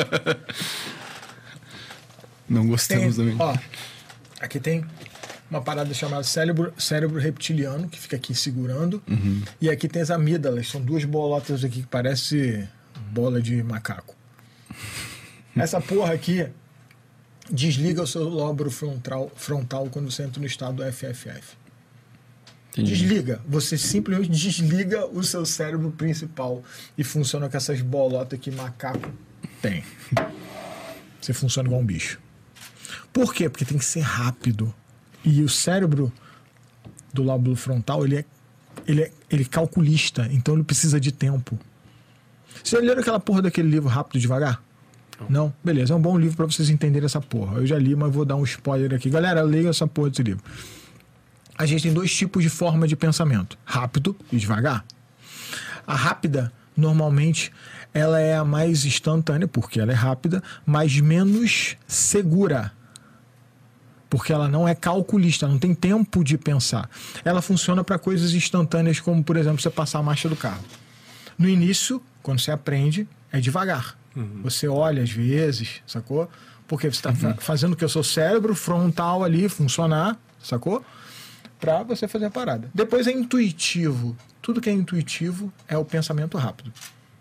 [SPEAKER 2] Não gostamos também.
[SPEAKER 3] Ó, aqui tem uma parada chamada cérebro reptiliano, que fica aqui segurando. E aqui tem as amígdalas, são duas bolotas aqui que parece bola de macaco. Essa porra aqui desliga o seu lóbulo frontal quando você entra no estado FFF.
[SPEAKER 2] Entendi.
[SPEAKER 3] Desliga. Você simplesmente desliga o seu cérebro principal e funciona com essas bolotas que macaco tem. Você funciona igual um bicho. Por quê? Porque tem que ser rápido. E o cérebro do lóbulo frontal, ele é calculista, então ele precisa de tempo. Você já leram aquela porra daquele livro Rápido e Devagar? Não? Beleza, é um bom livro para vocês entenderem essa porra. Eu já li, mas vou dar um spoiler aqui. Galera, leia essa porra desse livro. A gente tem dois tipos de forma de pensamento: rápido e devagar. A rápida, normalmente, ela é a mais instantânea, porque ela é rápida, mas menos segura. Porque ela não é calculista, não tem tempo de pensar. Ela funciona para coisas instantâneas, como, por exemplo, você passar a marcha do carro. No início, quando você aprende, é devagar. Você olha às vezes, sacou? Porque você está fazendo que o seu cérebro frontal ali funcionar, sacou? Para você fazer a parada. Depois é intuitivo. Tudo que é intuitivo é o pensamento rápido.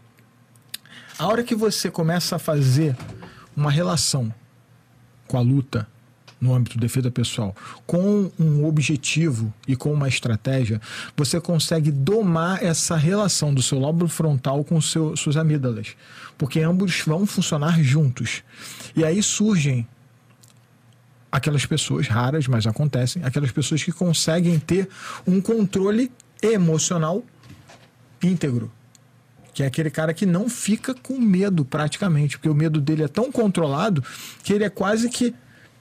[SPEAKER 3] A hora que você começa a fazer uma relação com a luta no âmbito de defesa pessoal, com um objetivo e com uma estratégia, você consegue domar essa relação do seu lóbulo frontal com suas amígdalas, porque ambos vão funcionar juntos. E aí surgem aquelas pessoas, raras, mas acontecem, aquelas pessoas que conseguem ter um controle emocional íntegro, que é aquele cara que não fica com medo praticamente, porque o medo dele é tão controlado que ele é quase que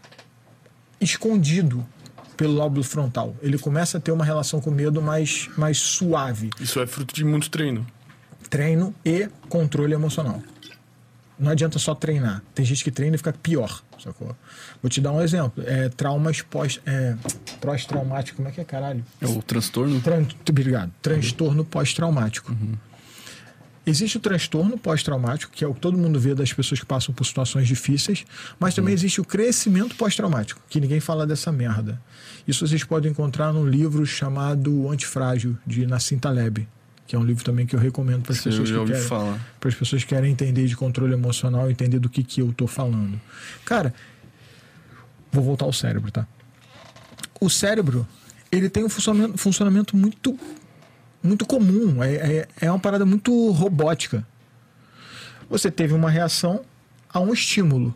[SPEAKER 3] escondido pelo lóbulo frontal. Ele começa a ter uma relação com o medo mais suave.
[SPEAKER 1] Isso é fruto de muito treino.
[SPEAKER 3] Treino e controle emocional. Não adianta só treinar. Tem gente que treina e fica pior, sacou? Vou te dar um exemplo. Traumas pós-traumático. Como é que é, caralho?
[SPEAKER 2] É o transtorno?
[SPEAKER 3] Obrigado. Transtorno pós-traumático. Existe o transtorno pós-traumático, que é o que todo mundo vê das pessoas que passam por situações difíceis, mas também existe o crescimento pós-traumático, que ninguém fala dessa merda. Isso vocês podem encontrar num livro chamado Antifrágil, de Nassim Taleb, que é um livro também que eu recomendo para as pessoas para as pessoas que querem entender de controle emocional, entender do que eu tô falando. Cara, vou voltar ao cérebro, tá? O cérebro, ele tem um funcionamento muito comum, é uma parada muito robótica. Você teve uma reação a um estímulo.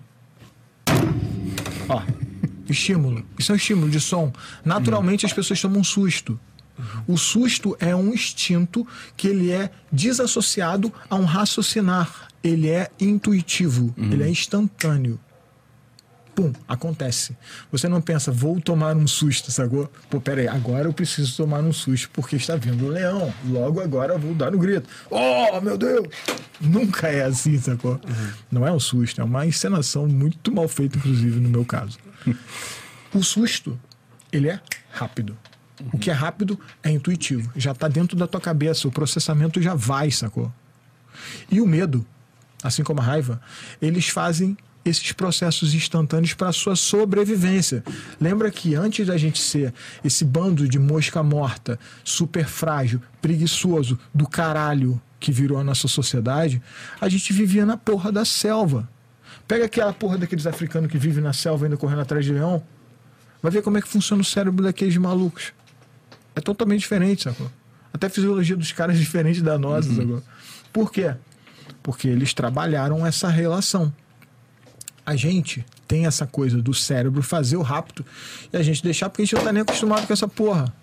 [SPEAKER 3] Ó, estímulo. Isso é um estímulo de som. Naturalmente as pessoas tomam um susto. O susto é um instinto que ele é desassociado a um raciocinar. Ele é intuitivo, ele é instantâneo. Pum, acontece. Você não pensa, vou tomar um susto, sacou? Pô, peraí, agora eu preciso tomar um susto porque está vindo o leão. Logo agora eu vou dar um grito. Oh, meu Deus! Nunca é assim, sacou? Não é um susto, é uma encenação muito mal feita, inclusive, no meu caso. O susto, ele é rápido. O que é rápido é intuitivo. Já está dentro da tua cabeça, o processamento já vai, sacou? E o medo, assim como a raiva, eles fazem esses processos instantâneos para a sua sobrevivência. Lembra que antes da gente ser esse bando de mosca morta, super frágil, preguiçoso, do caralho que virou a nossa sociedade, a gente vivia na porra da selva. Pega aquela porra daqueles africanos que vivem na selva ainda correndo atrás de leão, vai ver como é que funciona o cérebro daqueles malucos. É totalmente diferente, sacou? Até a fisiologia dos caras é diferente da nossa, sacou? Por quê? Porque eles trabalharam essa relação. A gente tem essa coisa do cérebro fazer o rápido e a gente deixar porque a gente não tá nem acostumado com essa porra.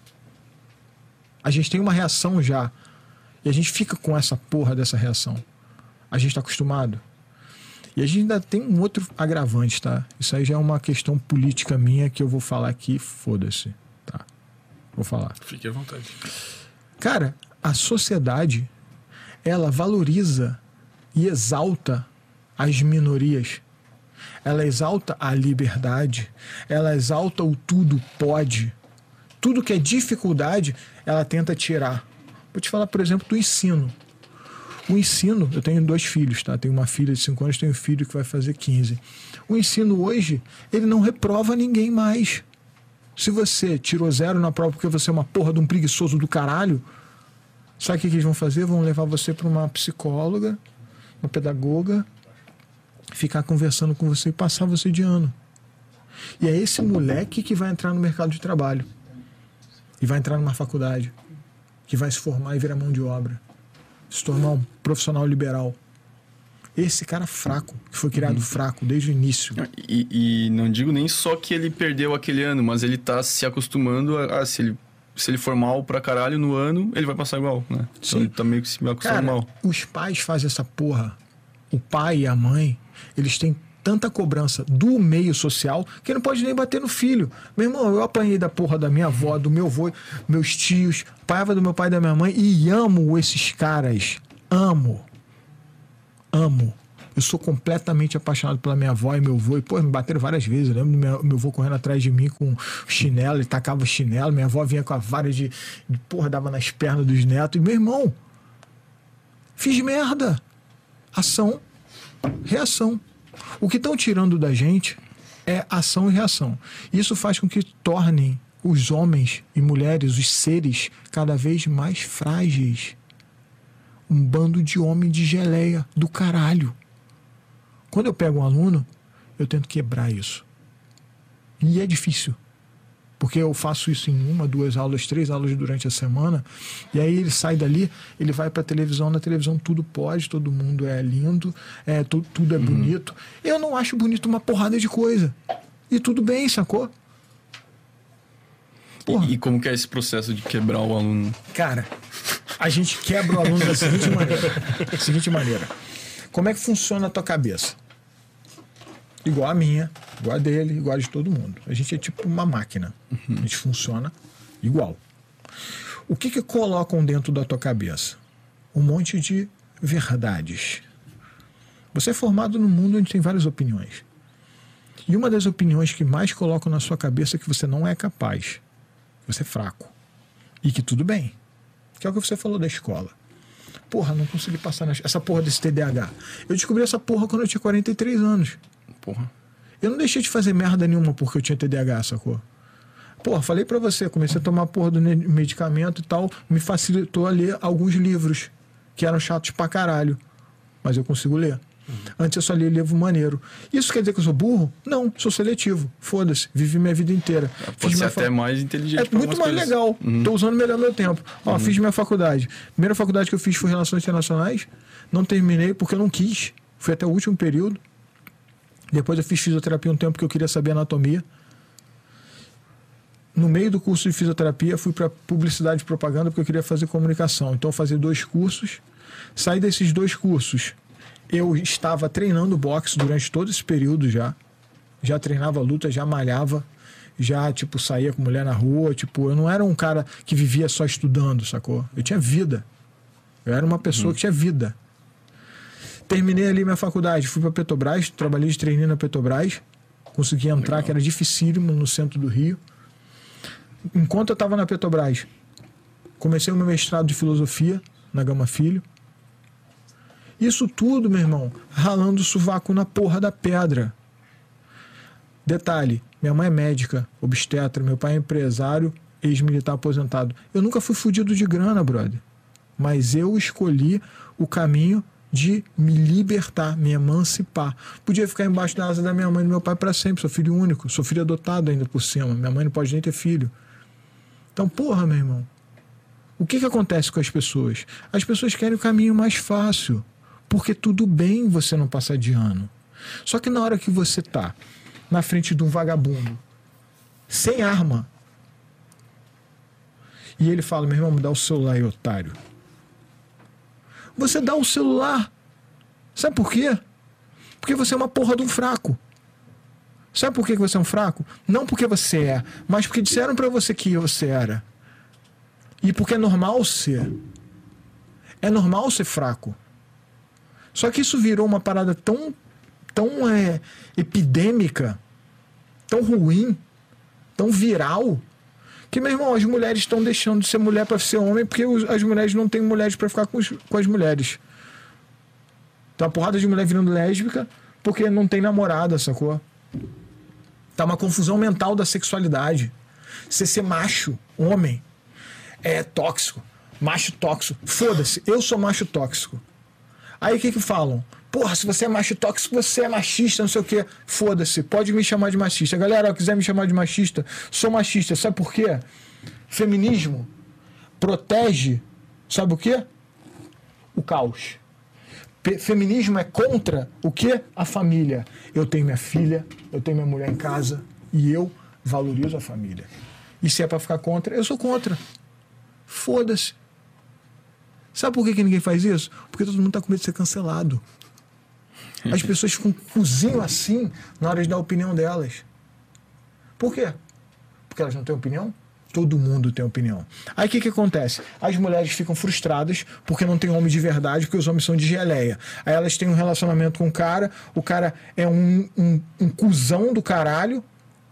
[SPEAKER 3] A gente tem uma reação já e a gente fica com essa porra dessa reação. A gente tá acostumado. E a gente ainda tem um outro agravante, tá? Isso aí já é uma questão política minha que eu vou falar aqui, foda-se, tá? Vou falar.
[SPEAKER 1] Fique à vontade.
[SPEAKER 3] Cara, a sociedade, ela valoriza e exalta as minorias. Ela exalta a liberdade, ela exalta o tudo pode. Tudo que é dificuldade, ela tenta tirar. Vou te falar, por exemplo, do ensino. O ensino, eu tenho 2 filhos, tá? Tenho uma filha de 5 anos, tenho um filho que vai fazer 15. O ensino hoje, ele não reprova ninguém mais. Se você tirou 0 na prova porque você é uma porra de um preguiçoso do caralho, sabe o que eles vão fazer? Vão levar você para uma psicóloga, uma pedagoga, ficar conversando com você e passar você de ano. E é esse moleque que vai entrar no mercado de trabalho e vai entrar numa faculdade, que vai se formar e virar mão de obra, se tornar um profissional liberal. Esse cara fraco, que foi criado fraco desde o início.
[SPEAKER 2] E não digo nem só que ele perdeu aquele ano, mas ele tá se acostumando a se ele for mal pra caralho no ano, ele vai passar igual, né? Então
[SPEAKER 3] Sim.
[SPEAKER 2] ele tá meio que se acostumando mal.
[SPEAKER 3] Os pais fazem essa porra. O pai e a mãe, eles têm tanta cobrança do meio social que não pode nem bater no filho. Meu irmão, eu apanhei da porra da minha avó, do meu avô, meus tios, apanhava do meu pai e da minha mãe e amo esses caras. Amo. Eu sou completamente apaixonado pela minha avó e meu avô. E, pô, me bateram várias vezes. Eu lembro do meu avô correndo atrás de mim com chinelo, ele tacava o chinelo. Minha avó vinha com a vara de porra, dava nas pernas dos netos. E, meu irmão, fiz merda. Ação, reação. O que estão tirando da gente é ação e reação. Isso faz com que tornem os homens e mulheres, os seres, cada vez mais frágeis. Um bando de homem de geleia do caralho. Quando eu pego um aluno, eu tento quebrar isso. E é difícil. Porque eu faço isso em 1, 2 aulas, 3 aulas durante a semana. E aí ele sai dali, ele vai pra televisão. Na televisão tudo pode, todo mundo é lindo, tudo é bonito. Eu não acho bonito uma porrada de coisa. E tudo bem, sacou?
[SPEAKER 2] E como que é esse processo de quebrar o aluno?
[SPEAKER 3] Cara, a gente quebra o aluno da seguinte maneira. Como é que funciona a tua cabeça? Igual a minha, igual a dele, igual a de todo mundo. A gente é tipo uma máquina. A gente funciona igual. O que colocam dentro da tua cabeça? Um monte de verdades. Você é formado num mundo onde tem várias opiniões. E uma das opiniões que mais colocam na sua cabeça é que você não é capaz. Que você é fraco. E que tudo bem. Que é o que você falou da escola. Porra, não consegui passar essa porra desse TDAH. Eu descobri essa porra quando eu tinha 43 anos.
[SPEAKER 2] Porra.
[SPEAKER 3] Eu não deixei de fazer merda nenhuma porque eu tinha TDAH, sacou? Porra, falei pra você, comecei a tomar porra do medicamento e tal, me facilitou a ler alguns livros que eram chatos pra caralho. Mas eu consigo ler. Antes eu só lia livro maneiro. Isso quer dizer que eu sou burro? Não, sou seletivo. Foda-se, vivi minha vida inteira.
[SPEAKER 2] Pode ser até mais inteligente.
[SPEAKER 3] É muito mais legal. Tô usando melhor meu tempo. Ó, fiz minha faculdade. Primeira faculdade que eu fiz foi Relações Internacionais. Não terminei porque eu não quis. Fui até o último período. Depois eu fiz fisioterapia um tempo porque eu queria saber anatomia. No meio do curso de fisioterapia, fui para publicidade e propaganda porque eu queria fazer comunicação. Então eu fazia 2 cursos. Saí desses 2 cursos. Eu estava treinando boxe durante todo esse período já. Já treinava luta, já malhava. Já, tipo, saía com mulher na rua. Tipo, eu não era um cara que vivia só estudando, sacou? Eu tinha vida. Eu era uma pessoa que tinha vida. Terminei ali minha faculdade. Fui para Petrobras. Trabalhei de treininho na Petrobras. Consegui entrar, legal, que era dificílimo no centro do Rio. Enquanto eu estava na Petrobras, comecei o meu mestrado de filosofia na Gama Filho. Isso tudo, meu irmão, ralando o sovaco na porra da pedra. Detalhe, minha mãe é médica, obstetra, meu pai é empresário, ex-militar aposentado. Eu nunca fui fudido de grana, brother. Mas eu escolhi o caminho de me libertar, me emancipar. Podia ficar embaixo da asa da minha mãe e do meu pai para sempre. Sou filho único, sou filho adotado ainda por cima. Minha mãe não pode nem ter filho. Então, porra, meu irmão, o que acontece com as pessoas? As pessoas querem o caminho mais fácil. Porque tudo bem você não passar de ano. Só que na hora que você tá na frente de um vagabundo, sem arma, e ele fala, meu irmão, me dá o celular aí, otário. Você dá o celular. Sabe por quê? Porque você é uma porra de um fraco. Sabe por que você é um fraco? Não porque você é, mas porque disseram pra você que você era. E porque é normal ser. É normal ser fraco. Só que isso virou uma parada tão epidêmica, tão ruim, tão viral, que, meu irmão, as mulheres estão deixando de ser mulher para ser homem porque as mulheres não têm mulheres para ficar com as mulheres. Tá uma porrada de mulher virando lésbica porque não tem namorada, sacou? Tá uma confusão mental da sexualidade. Você ser macho, homem, é tóxico. Macho tóxico. Foda-se, eu sou macho tóxico. Aí o que falam? Porra, se você é macho tóxico, você é machista, não sei o quê. Foda-se, pode me chamar de machista. Galera, se quiser me chamar de machista, sou machista. Sabe por quê? Feminismo protege, sabe o quê? O caos. Feminismo é contra o quê? A família. Eu tenho minha filha, eu tenho minha mulher em casa e eu valorizo a família. E se é pra ficar contra, eu sou contra. Foda-se. Sabe por que ninguém faz isso? Porque todo mundo tá com medo de ser cancelado. As pessoas ficam cozinho assim na hora de dar a opinião delas. Por quê? Porque elas não têm opinião? Todo mundo tem opinião. Aí o que acontece? As mulheres ficam frustradas porque não tem homem de verdade, porque os homens são de geleia. Aí elas têm um relacionamento com o cara é um cuzão do caralho,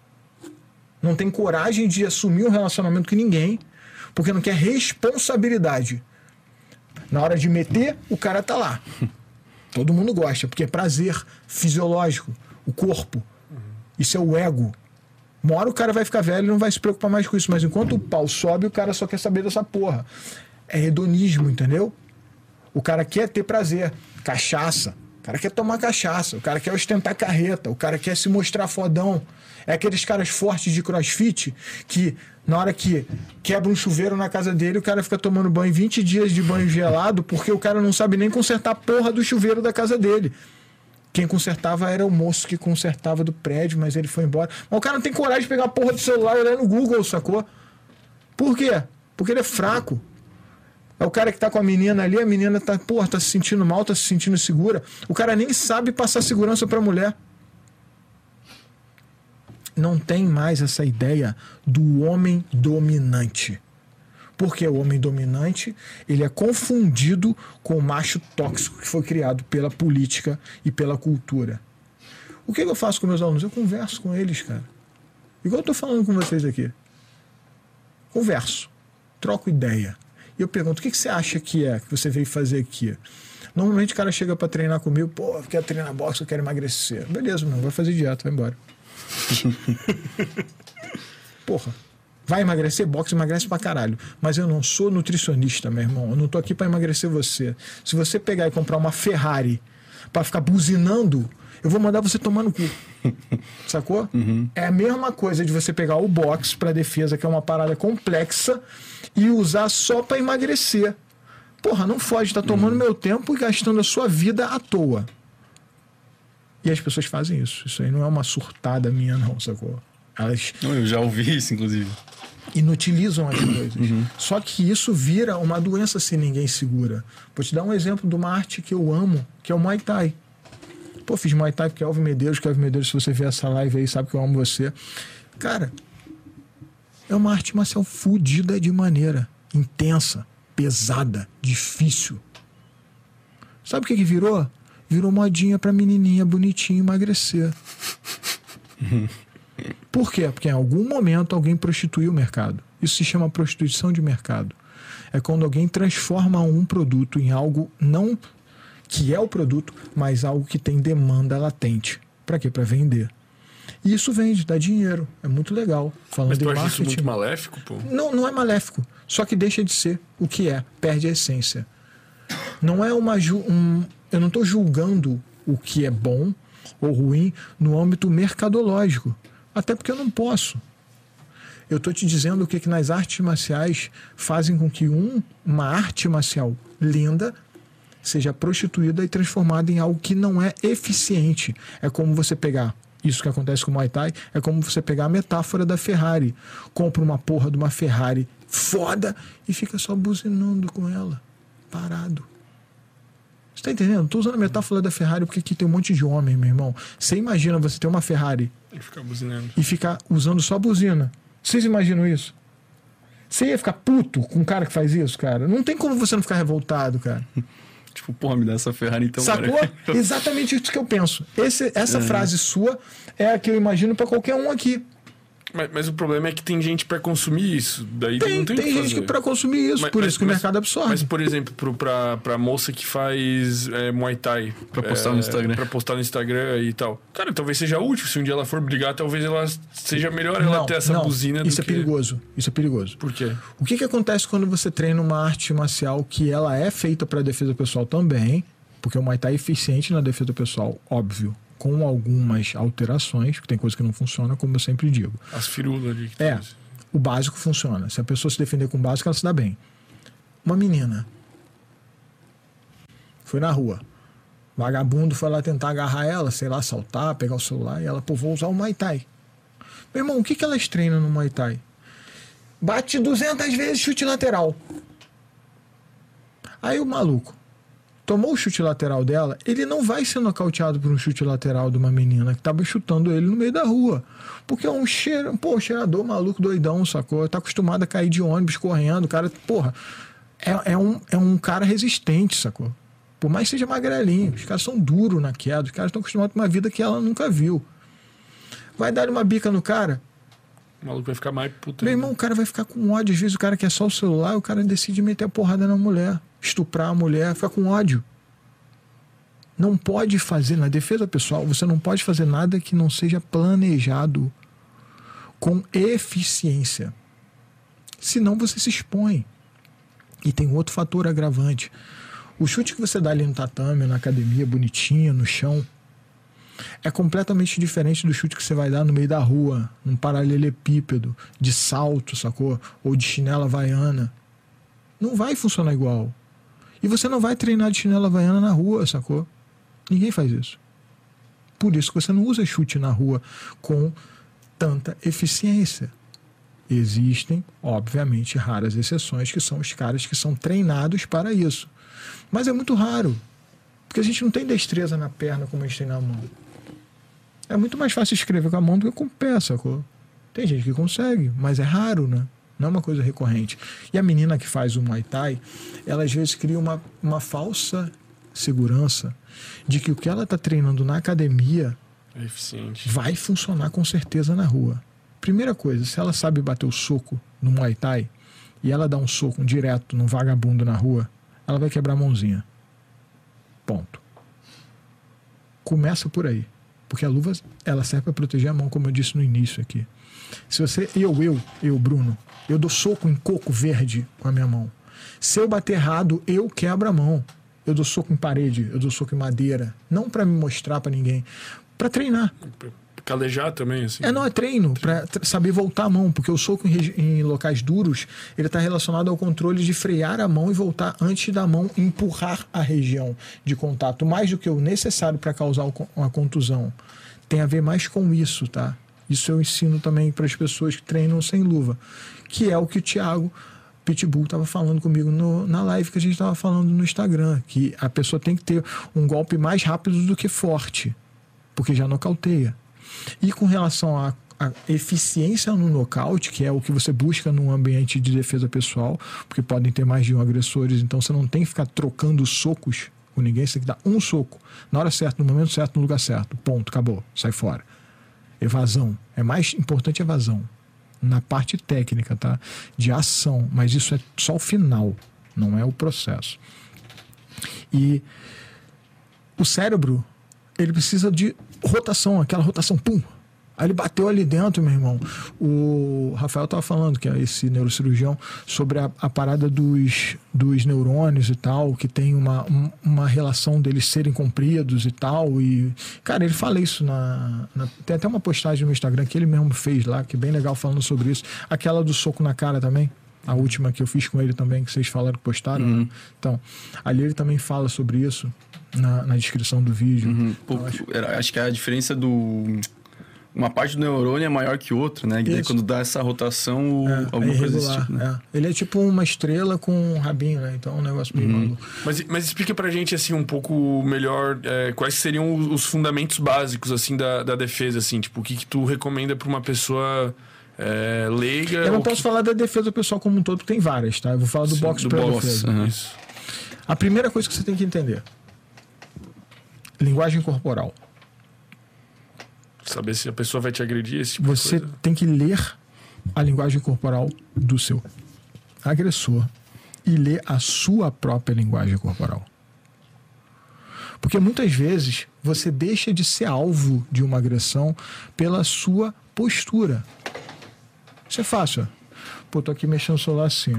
[SPEAKER 3] não tem coragem de assumir um relacionamento com ninguém, porque não quer responsabilidade. Na hora de meter, o cara tá lá. Todo mundo gosta, porque é prazer fisiológico, o corpo. Isso é o ego. Uma hora o cara vai ficar velho e não vai se preocupar mais com isso, mas enquanto o pau sobe, o cara só quer saber dessa porra. É hedonismo, entendeu? O cara quer ter prazer. Cachaça. O cara quer tomar cachaça. O cara quer ostentar carreta. O cara quer se mostrar fodão. É aqueles caras fortes de crossfit que, na hora que quebra um chuveiro na casa dele, o cara fica tomando banho 20 dias de banho gelado porque o cara não sabe nem consertar a porra do chuveiro da casa dele. Quem consertava era o moço que consertava do prédio, mas ele foi embora. Mas o cara não tem coragem de pegar a porra do celular e olhar no Google, sacou? Por quê? Porque ele é fraco. É o cara que tá com a menina ali, a menina tá, porra, tá se sentindo mal, tá se sentindo segura. O cara nem sabe passar segurança pra mulher. Não tem mais essa ideia do homem dominante. Porque o homem dominante, ele é confundido com o macho tóxico que foi criado pela política e pela cultura. O que eu faço com meus alunos? Eu converso com eles, cara. Igual eu tô falando com vocês aqui. Converso. Troco ideia. E eu pergunto, o que você acha que você veio fazer aqui? Normalmente o cara chega pra treinar comigo, pô, quero treinar boxe, eu quero emagrecer. Beleza, mano, vai fazer dieta, vai embora. Porra, vai emagrecer? Boxe emagrece pra caralho. Mas eu não sou nutricionista, meu irmão. Eu não tô aqui pra emagrecer você. Se você pegar e comprar uma Ferrari pra ficar buzinando, eu vou mandar você tomar no cu. Sacou? É a mesma coisa de você pegar o boxe pra defesa, que é uma parada complexa, e usar só pra emagrecer. Porra, não foge, tá tomando meu tempo e gastando a sua vida à toa. E as pessoas fazem isso. Isso aí não é uma surtada minha, não, sacou? Elas
[SPEAKER 2] Eu já ouvi isso, inclusive.
[SPEAKER 3] inutilizam as coisas. Só que isso vira uma doença se ninguém segura. Vou te dar um exemplo de uma arte que eu amo, que é o Muay Thai. Pô, fiz Muay Thai porque é Elvio Medeiros, se você ver essa live aí, sabe que eu amo você. Cara, é uma arte marcial fodida de maneira intensa, pesada, difícil. Sabe o que virou? Virou modinha pra menininha bonitinha emagrecer. Por quê? Porque em algum momento alguém prostituiu o mercado. Isso se chama prostituição de mercado. É quando alguém transforma um produto em algo não que é o produto, mas algo que tem demanda latente. Pra quê? Pra vender. E isso vende, dá dinheiro. É muito legal. Falando
[SPEAKER 1] Mas tu
[SPEAKER 3] de
[SPEAKER 1] acha isso
[SPEAKER 3] marketing,
[SPEAKER 1] muito maléfico, pô?
[SPEAKER 3] não é maléfico. Só que deixa de ser o que é. Perde a essência. Não é eu não estou julgando o que é bom ou ruim no âmbito mercadológico. Até porque eu não posso. Eu estou te dizendo o que nas artes marciais fazem com que uma arte marcial linda seja prostituída e transformada em algo que não é eficiente. É como você pegar isso que acontece com o Muay Thai, é como você pegar a metáfora da Ferrari. Compra uma porra de uma Ferrari foda e fica só buzinando com ela, parado. Você tá entendendo? Tô usando a metáfora da Ferrari porque aqui tem um monte de homem, meu irmão. Você imagina você ter uma Ferrari
[SPEAKER 1] E ficar buzinando.
[SPEAKER 3] e ficar usando só buzina. Vocês imaginam isso? Você ia ficar puto com um cara que faz isso, cara? Não tem como você não ficar revoltado, cara.
[SPEAKER 2] Tipo, porra, me dá essa Ferrari então.
[SPEAKER 3] Sacou?
[SPEAKER 2] Cara.
[SPEAKER 3] Exatamente isso que eu penso. Essa frase sua é a que eu imagino pra qualquer um aqui.
[SPEAKER 1] Mas o problema é que tem gente pra consumir isso. Daí
[SPEAKER 3] Tem
[SPEAKER 1] não tem o que
[SPEAKER 3] gente
[SPEAKER 1] fazer.
[SPEAKER 3] que pra consumir isso, por isso que o mercado absorve.
[SPEAKER 1] Mas, por exemplo, pra moça que faz Muay Thai.
[SPEAKER 2] Pra postar no Instagram.
[SPEAKER 1] Pra postar no Instagram e tal. Cara, talvez seja útil. Se um dia ela for brigar, talvez ela seja melhor ela ter essa buzina do
[SPEAKER 3] isso é
[SPEAKER 1] que...
[SPEAKER 3] perigoso. Isso é perigoso.
[SPEAKER 1] Por quê?
[SPEAKER 3] O que acontece quando você treina uma arte marcial que ela é feita para defesa pessoal também, porque o Muay Thai é eficiente na defesa pessoal, óbvio, com algumas alterações, que tem coisa que não funciona, como eu sempre digo.
[SPEAKER 1] As firulas ali. Que
[SPEAKER 3] É, o básico funciona. Se a pessoa se defender com o básico, ela se dá bem. Uma menina foi na rua. Vagabundo foi lá tentar agarrar ela, sei lá, assaltar, pegar o celular, e ela, pô, vou usar o Muay Thai. Meu irmão, o que elas treinam no Muay Thai? Bate 200 vezes chute lateral. Aí o maluco tomou o chute lateral dela, ele não vai ser nocauteado por um chute lateral de uma menina que tava chutando ele no meio da rua. Porque é um cheirador maluco doidão, sacou? Tá acostumado a cair de ônibus correndo, o cara, porra, é um cara resistente, sacou? Por mais que seja magrelinho, os caras são duros na queda, os caras estão acostumados com uma vida que ela nunca viu. Vai dar uma bica no cara?
[SPEAKER 1] O maluco vai ficar mais puto.
[SPEAKER 3] Meu irmão, o cara vai ficar com ódio. Às vezes o cara quer só o celular, o cara decide meter a porrada na mulher, estuprar a mulher, ficar com ódio. Não pode fazer, na defesa pessoal, você não pode fazer nada que não seja planejado com eficiência. Senão você se expõe. E tem outro fator agravante. O chute que você dá ali no tatame, na academia, bonitinho, no chão, é completamente diferente do chute que você vai dar no meio da rua, num paralelepípedo, de salto, sacou? Ou de chinela havaiana. Não vai funcionar igual. E você não vai treinar de chinela havaiana na rua, sacou? Ninguém faz isso. Por isso que você não usa chute na rua com tanta eficiência. Existem, obviamente, raras exceções, que são os caras que são treinados para isso. Mas é muito raro. Porque a gente não tem destreza na perna como a gente tem na mão. É muito mais fácil escrever com a mão do que com o pé, sacou? Tem gente que consegue, mas é raro, né? Não é uma coisa recorrente. E a menina que faz o Muay Thai, ela às vezes cria uma falsa segurança de que o que ela está treinando na academia
[SPEAKER 1] É eficiente.
[SPEAKER 3] vai funcionar com certeza na rua. Primeira coisa, se ela sabe bater o soco no Muay Thai, e ela dá um soco direto num vagabundo na rua, ela vai quebrar a mãozinha. Ponto. Começa por aí. Porque a luva, ela serve para proteger a mão, como eu disse no início aqui. Se você, eu, Bruno, eu dou soco em coco verde com a minha mão. Se eu bater errado, eu quebro a mão. Eu dou soco em parede, eu dou soco em madeira. Não para me mostrar para ninguém, para treinar.
[SPEAKER 1] Calejar também, assim.
[SPEAKER 3] Não, é treino, para saber voltar a mão, porque o soco em locais duros, ele está relacionado ao controle de frear a mão e voltar antes da mão empurrar a região de contato, mais do que o necessário para causar uma contusão. Tem a ver mais com isso, tá? Isso eu ensino também para as pessoas que treinam sem luva, que é o que o Thiago Pitbull estava falando comigo na live que a gente estava falando no Instagram, que a pessoa tem que ter um golpe mais rápido do que forte, porque já nocauteia. E com relação à eficiência no nocaute, que é o que você busca num ambiente de defesa pessoal, porque podem ter mais de um agressores, então você não tem que ficar trocando socos com ninguém, você tem que dar um soco na hora certa, no momento certo, no lugar certo. Ponto, acabou, sai fora. Evasão. É mais importante evasão. Na parte técnica, tá? De ação, mas isso é só o final, não é o processo. E o cérebro, ele precisa de rotação, aquela rotação, pum. Aí ele bateu ali dentro, meu irmão. O Rafael estava falando, que é esse neurocirurgião, sobre a parada dos neurônios e tal, que tem uma relação deles serem compridos e tal. E, cara, ele fala isso tem até uma postagem no Instagram que ele mesmo fez lá, que é bem legal falando sobre isso. Aquela do soco na cara também. A última que eu fiz com ele também, que vocês falaram que postaram. Né? Então, ali ele também fala sobre isso na descrição do vídeo. Então,
[SPEAKER 2] acho que a diferença uma parte do neurônio é maior que outra, né? Que daí quando dá essa rotação, alguma coisa desse tipo, né?
[SPEAKER 3] Ele é tipo uma estrela com um rabinho, né? Então é um negócio meio maluco.
[SPEAKER 1] Mas explica pra gente, assim, um pouco melhor quais seriam os fundamentos básicos, assim, da defesa, assim. Tipo, o que tu recomenda pra uma pessoa leiga?
[SPEAKER 3] Eu não posso falar da defesa pessoal como um todo, porque tem várias, tá? Eu vou falar do boxe pra defesa.
[SPEAKER 1] Isso.
[SPEAKER 3] A primeira coisa que você tem que entender: linguagem corporal.
[SPEAKER 1] Saber se a pessoa vai te agredir, esse tipo
[SPEAKER 3] Você
[SPEAKER 1] de coisa.
[SPEAKER 3] tem que ler a linguagem corporal do seu agressor e ler a sua própria linguagem corporal. Porque muitas vezes você deixa de ser alvo de uma agressão pela sua postura. Isso é fácil. Pô, tô aqui mexendo o celular assim.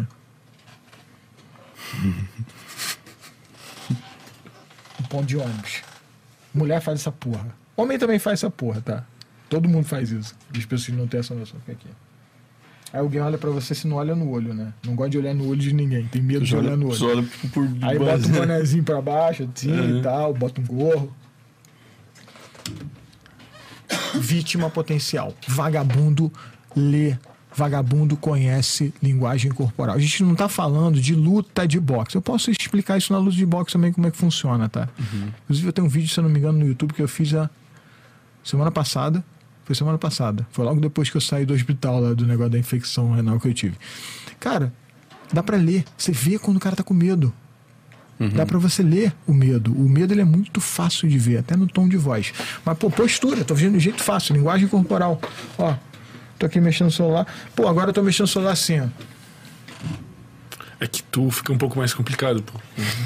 [SPEAKER 3] Um ponto de ônibus. Mulher faz essa porra. Homem também faz essa porra, tá? Todo mundo faz isso. As pessoas não têm essa noção. Fica aqui. Aí alguém olha pra você, se não olha no olho, né? Não gosta de olhar no olho de ninguém. Tem medo de olhar no olho.
[SPEAKER 2] Olha por
[SPEAKER 3] aí bota um bonezinho pra baixo, assim e tal. Bota um gorro. Vítima potencial. Vagabundo lê. Vagabundo conhece linguagem corporal. A gente não tá falando de luta de boxe. Eu posso explicar isso na luta de boxe também, como é que funciona, tá? Inclusive eu tenho um vídeo, se eu não me engano, no YouTube que eu fiz semana passada. Foi semana passada. Foi logo depois que eu saí do hospital lá, do negócio da infecção renal que eu tive. Cara, dá pra ler. Você vê quando o cara tá com medo. Dá pra você ler o medo. O medo, ele é muito fácil de ver, até no tom de voz. Mas, pô, postura. Tô vendo de jeito fácil. Linguagem corporal. Ó, tô aqui mexendo no celular. Pô, agora eu tô mexendo no celular assim, ó.
[SPEAKER 1] É que tu fica um pouco mais complicado, pô.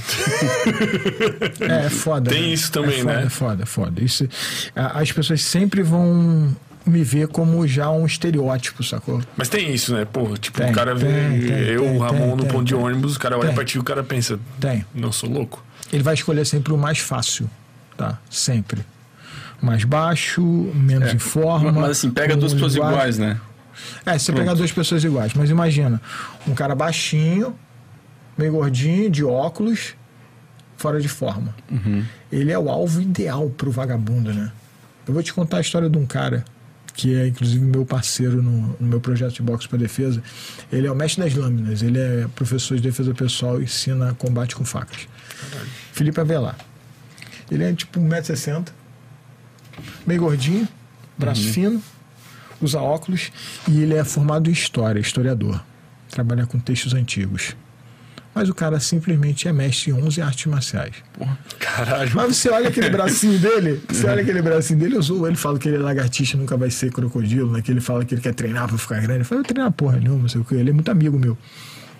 [SPEAKER 3] É foda.
[SPEAKER 1] Tem
[SPEAKER 3] né?
[SPEAKER 1] isso também,
[SPEAKER 3] foda,
[SPEAKER 1] né?
[SPEAKER 3] É foda. Isso, as pessoas sempre vão me ver como já um estereótipo, sacou?
[SPEAKER 1] Mas tem isso, né? Pô, tipo,
[SPEAKER 3] Tem,
[SPEAKER 1] o cara vê o Ramon no ponto de
[SPEAKER 3] tem.
[SPEAKER 1] ônibus, o cara olha pra ti e o cara pensa,
[SPEAKER 3] Tem.
[SPEAKER 1] não sou louco.
[SPEAKER 3] Ele vai escolher sempre o mais fácil, tá? Sempre. Mais baixo, menos em forma.
[SPEAKER 2] Mas assim, pega duas pessoas iguais, né?
[SPEAKER 3] Se você pegar duas pessoas iguais. Mas imagina, um cara baixinho, meio gordinho, de óculos, fora de forma. Ele é o alvo ideal pro vagabundo, né? Eu vou te contar a história de um cara que é inclusive meu parceiro no meu projeto de boxe para defesa. Ele é o mestre das lâminas, ele é professor de defesa pessoal e ensina combate com facas. Felipe Avelar. Ele é tipo 1,60m, meio gordinho, braço fino, usa óculos e ele é formado em história, historiador. Trabalha com textos antigos. Mas o cara simplesmente é mestre em 11 artes marciais.
[SPEAKER 1] Porra, caralho.
[SPEAKER 3] Mas você olha aquele bracinho dele, eu zoo, ele fala que ele é lagartixa, nunca vai ser crocodilo, né? Que ele fala que ele quer treinar pra ficar grande. Eu falo, eu treinar porra nenhuma, não sei o que. Ele é muito amigo meu.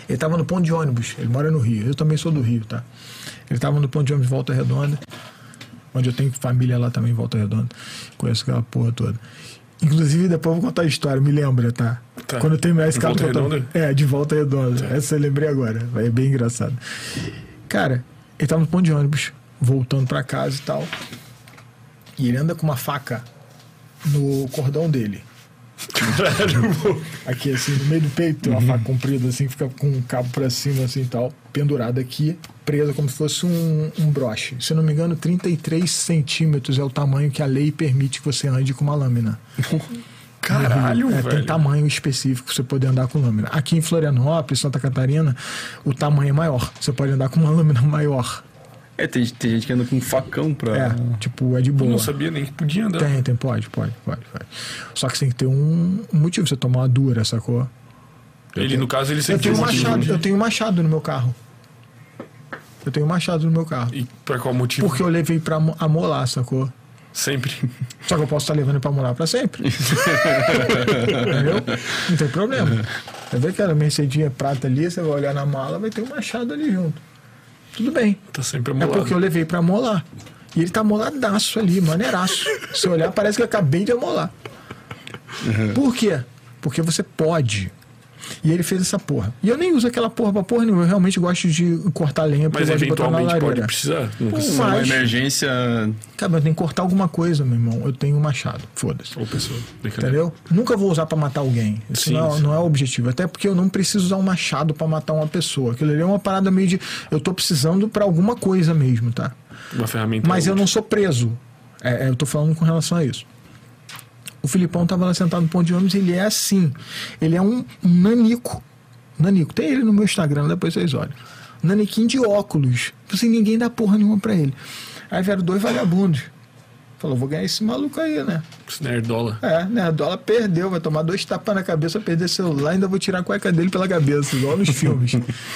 [SPEAKER 3] Ele tava no ponto de ônibus, ele mora no Rio, eu também sou do Rio, tá? Ele tava no ponto de ônibus Volta Redonda, onde eu tenho família lá também, Volta Redonda, conheço aquela porra toda. Inclusive, depois eu vou contar a história, me lembra, tá? Quando eu terminar esse carro...
[SPEAKER 1] Volta Redonda?
[SPEAKER 3] De Volta Redonda, essa eu lembrei agora, é bem engraçado. Cara, ele tava no ponto de ônibus, voltando pra casa e tal, e ele anda com uma faca no cordão dele.
[SPEAKER 1] Caralho,
[SPEAKER 3] Aqui assim, no meio do peito, tem uma faca comprida assim, fica com um cabo pra cima assim e tal, pendurada aqui, presa como se fosse um broche. Se eu não me engano, 33 centímetros é o tamanho que a lei permite que você ande com uma lâmina.
[SPEAKER 1] caralho, velho.
[SPEAKER 3] Tem tamanho específico pra você poder andar com lâmina. Aqui em Florianópolis, Santa Catarina, o tamanho é maior. Você pode andar com uma lâmina maior.
[SPEAKER 2] Tem gente que anda com um facão pra...
[SPEAKER 3] Tipo, é de boa.
[SPEAKER 1] Eu não sabia nem que podia andar.
[SPEAKER 3] Pode. Só que você tem que ter um motivo, você tomar uma dura, sacou?
[SPEAKER 1] Ele, no caso, ele
[SPEAKER 3] Eu
[SPEAKER 1] sempre
[SPEAKER 3] tenho,
[SPEAKER 1] fez
[SPEAKER 3] machado,
[SPEAKER 1] aquilo.
[SPEAKER 3] eu tenho machado no meu carro.
[SPEAKER 1] E pra qual motivo?
[SPEAKER 3] Porque eu levei pra amolar, sacou?
[SPEAKER 1] Sempre.
[SPEAKER 3] Só que eu posso estar levando pra amolar pra sempre. Entendeu? Não tem problema. Você vê aquela Mercedinha prata ali, você vai olhar na mala, vai ter um machado ali junto. Tudo bem.
[SPEAKER 1] Tá sempre
[SPEAKER 3] É
[SPEAKER 1] amolado.
[SPEAKER 3] porque eu levei pra amolar. E ele tá amoladaço ali, maneiraço. Se olhar, parece que eu acabei de amolar. Por quê? Porque você pode. E ele fez essa porra. E eu nem uso aquela porra pra porra nenhuma. Eu realmente gosto de cortar lenha, porque
[SPEAKER 1] Mas
[SPEAKER 3] eu gosto de botar na
[SPEAKER 1] eventualmente pode
[SPEAKER 3] lareira.
[SPEAKER 1] precisar. Nunca
[SPEAKER 3] Pô,
[SPEAKER 1] se
[SPEAKER 2] Se é uma
[SPEAKER 3] mas-
[SPEAKER 2] emergência...
[SPEAKER 3] Cara, eu tenho que cortar alguma coisa, meu irmão. Eu tenho um machado. Foda-se.
[SPEAKER 1] Ou pessoa. Brincadeira.
[SPEAKER 3] Entendeu? Nunca vou usar pra matar alguém. Isso
[SPEAKER 1] Sim,
[SPEAKER 3] não,
[SPEAKER 1] sim.
[SPEAKER 3] não é o objetivo. Até porque eu não preciso usar um machado pra matar uma pessoa. Aquilo ali é uma parada meio de... Eu tô precisando pra alguma coisa mesmo, tá?
[SPEAKER 1] Uma ferramenta.
[SPEAKER 3] Mas eu não sou preso. Eu tô falando com relação a isso. O Filipão tava lá sentado no ponto de ônibus e ele é assim. Ele é um nanico. Nanico. Tem ele no meu Instagram, depois vocês olham. Naniquinho de óculos. Assim, ninguém dá porra nenhuma pra ele. Aí vieram 2 vagabundos. Falou, vou ganhar esse maluco aí, né?
[SPEAKER 1] Esse nerdola.
[SPEAKER 3] Né? A dólar perdeu, vai tomar 2 tapas na cabeça, perder celular, ainda vou tirar a cueca dele pela cabeça, igual nos filmes.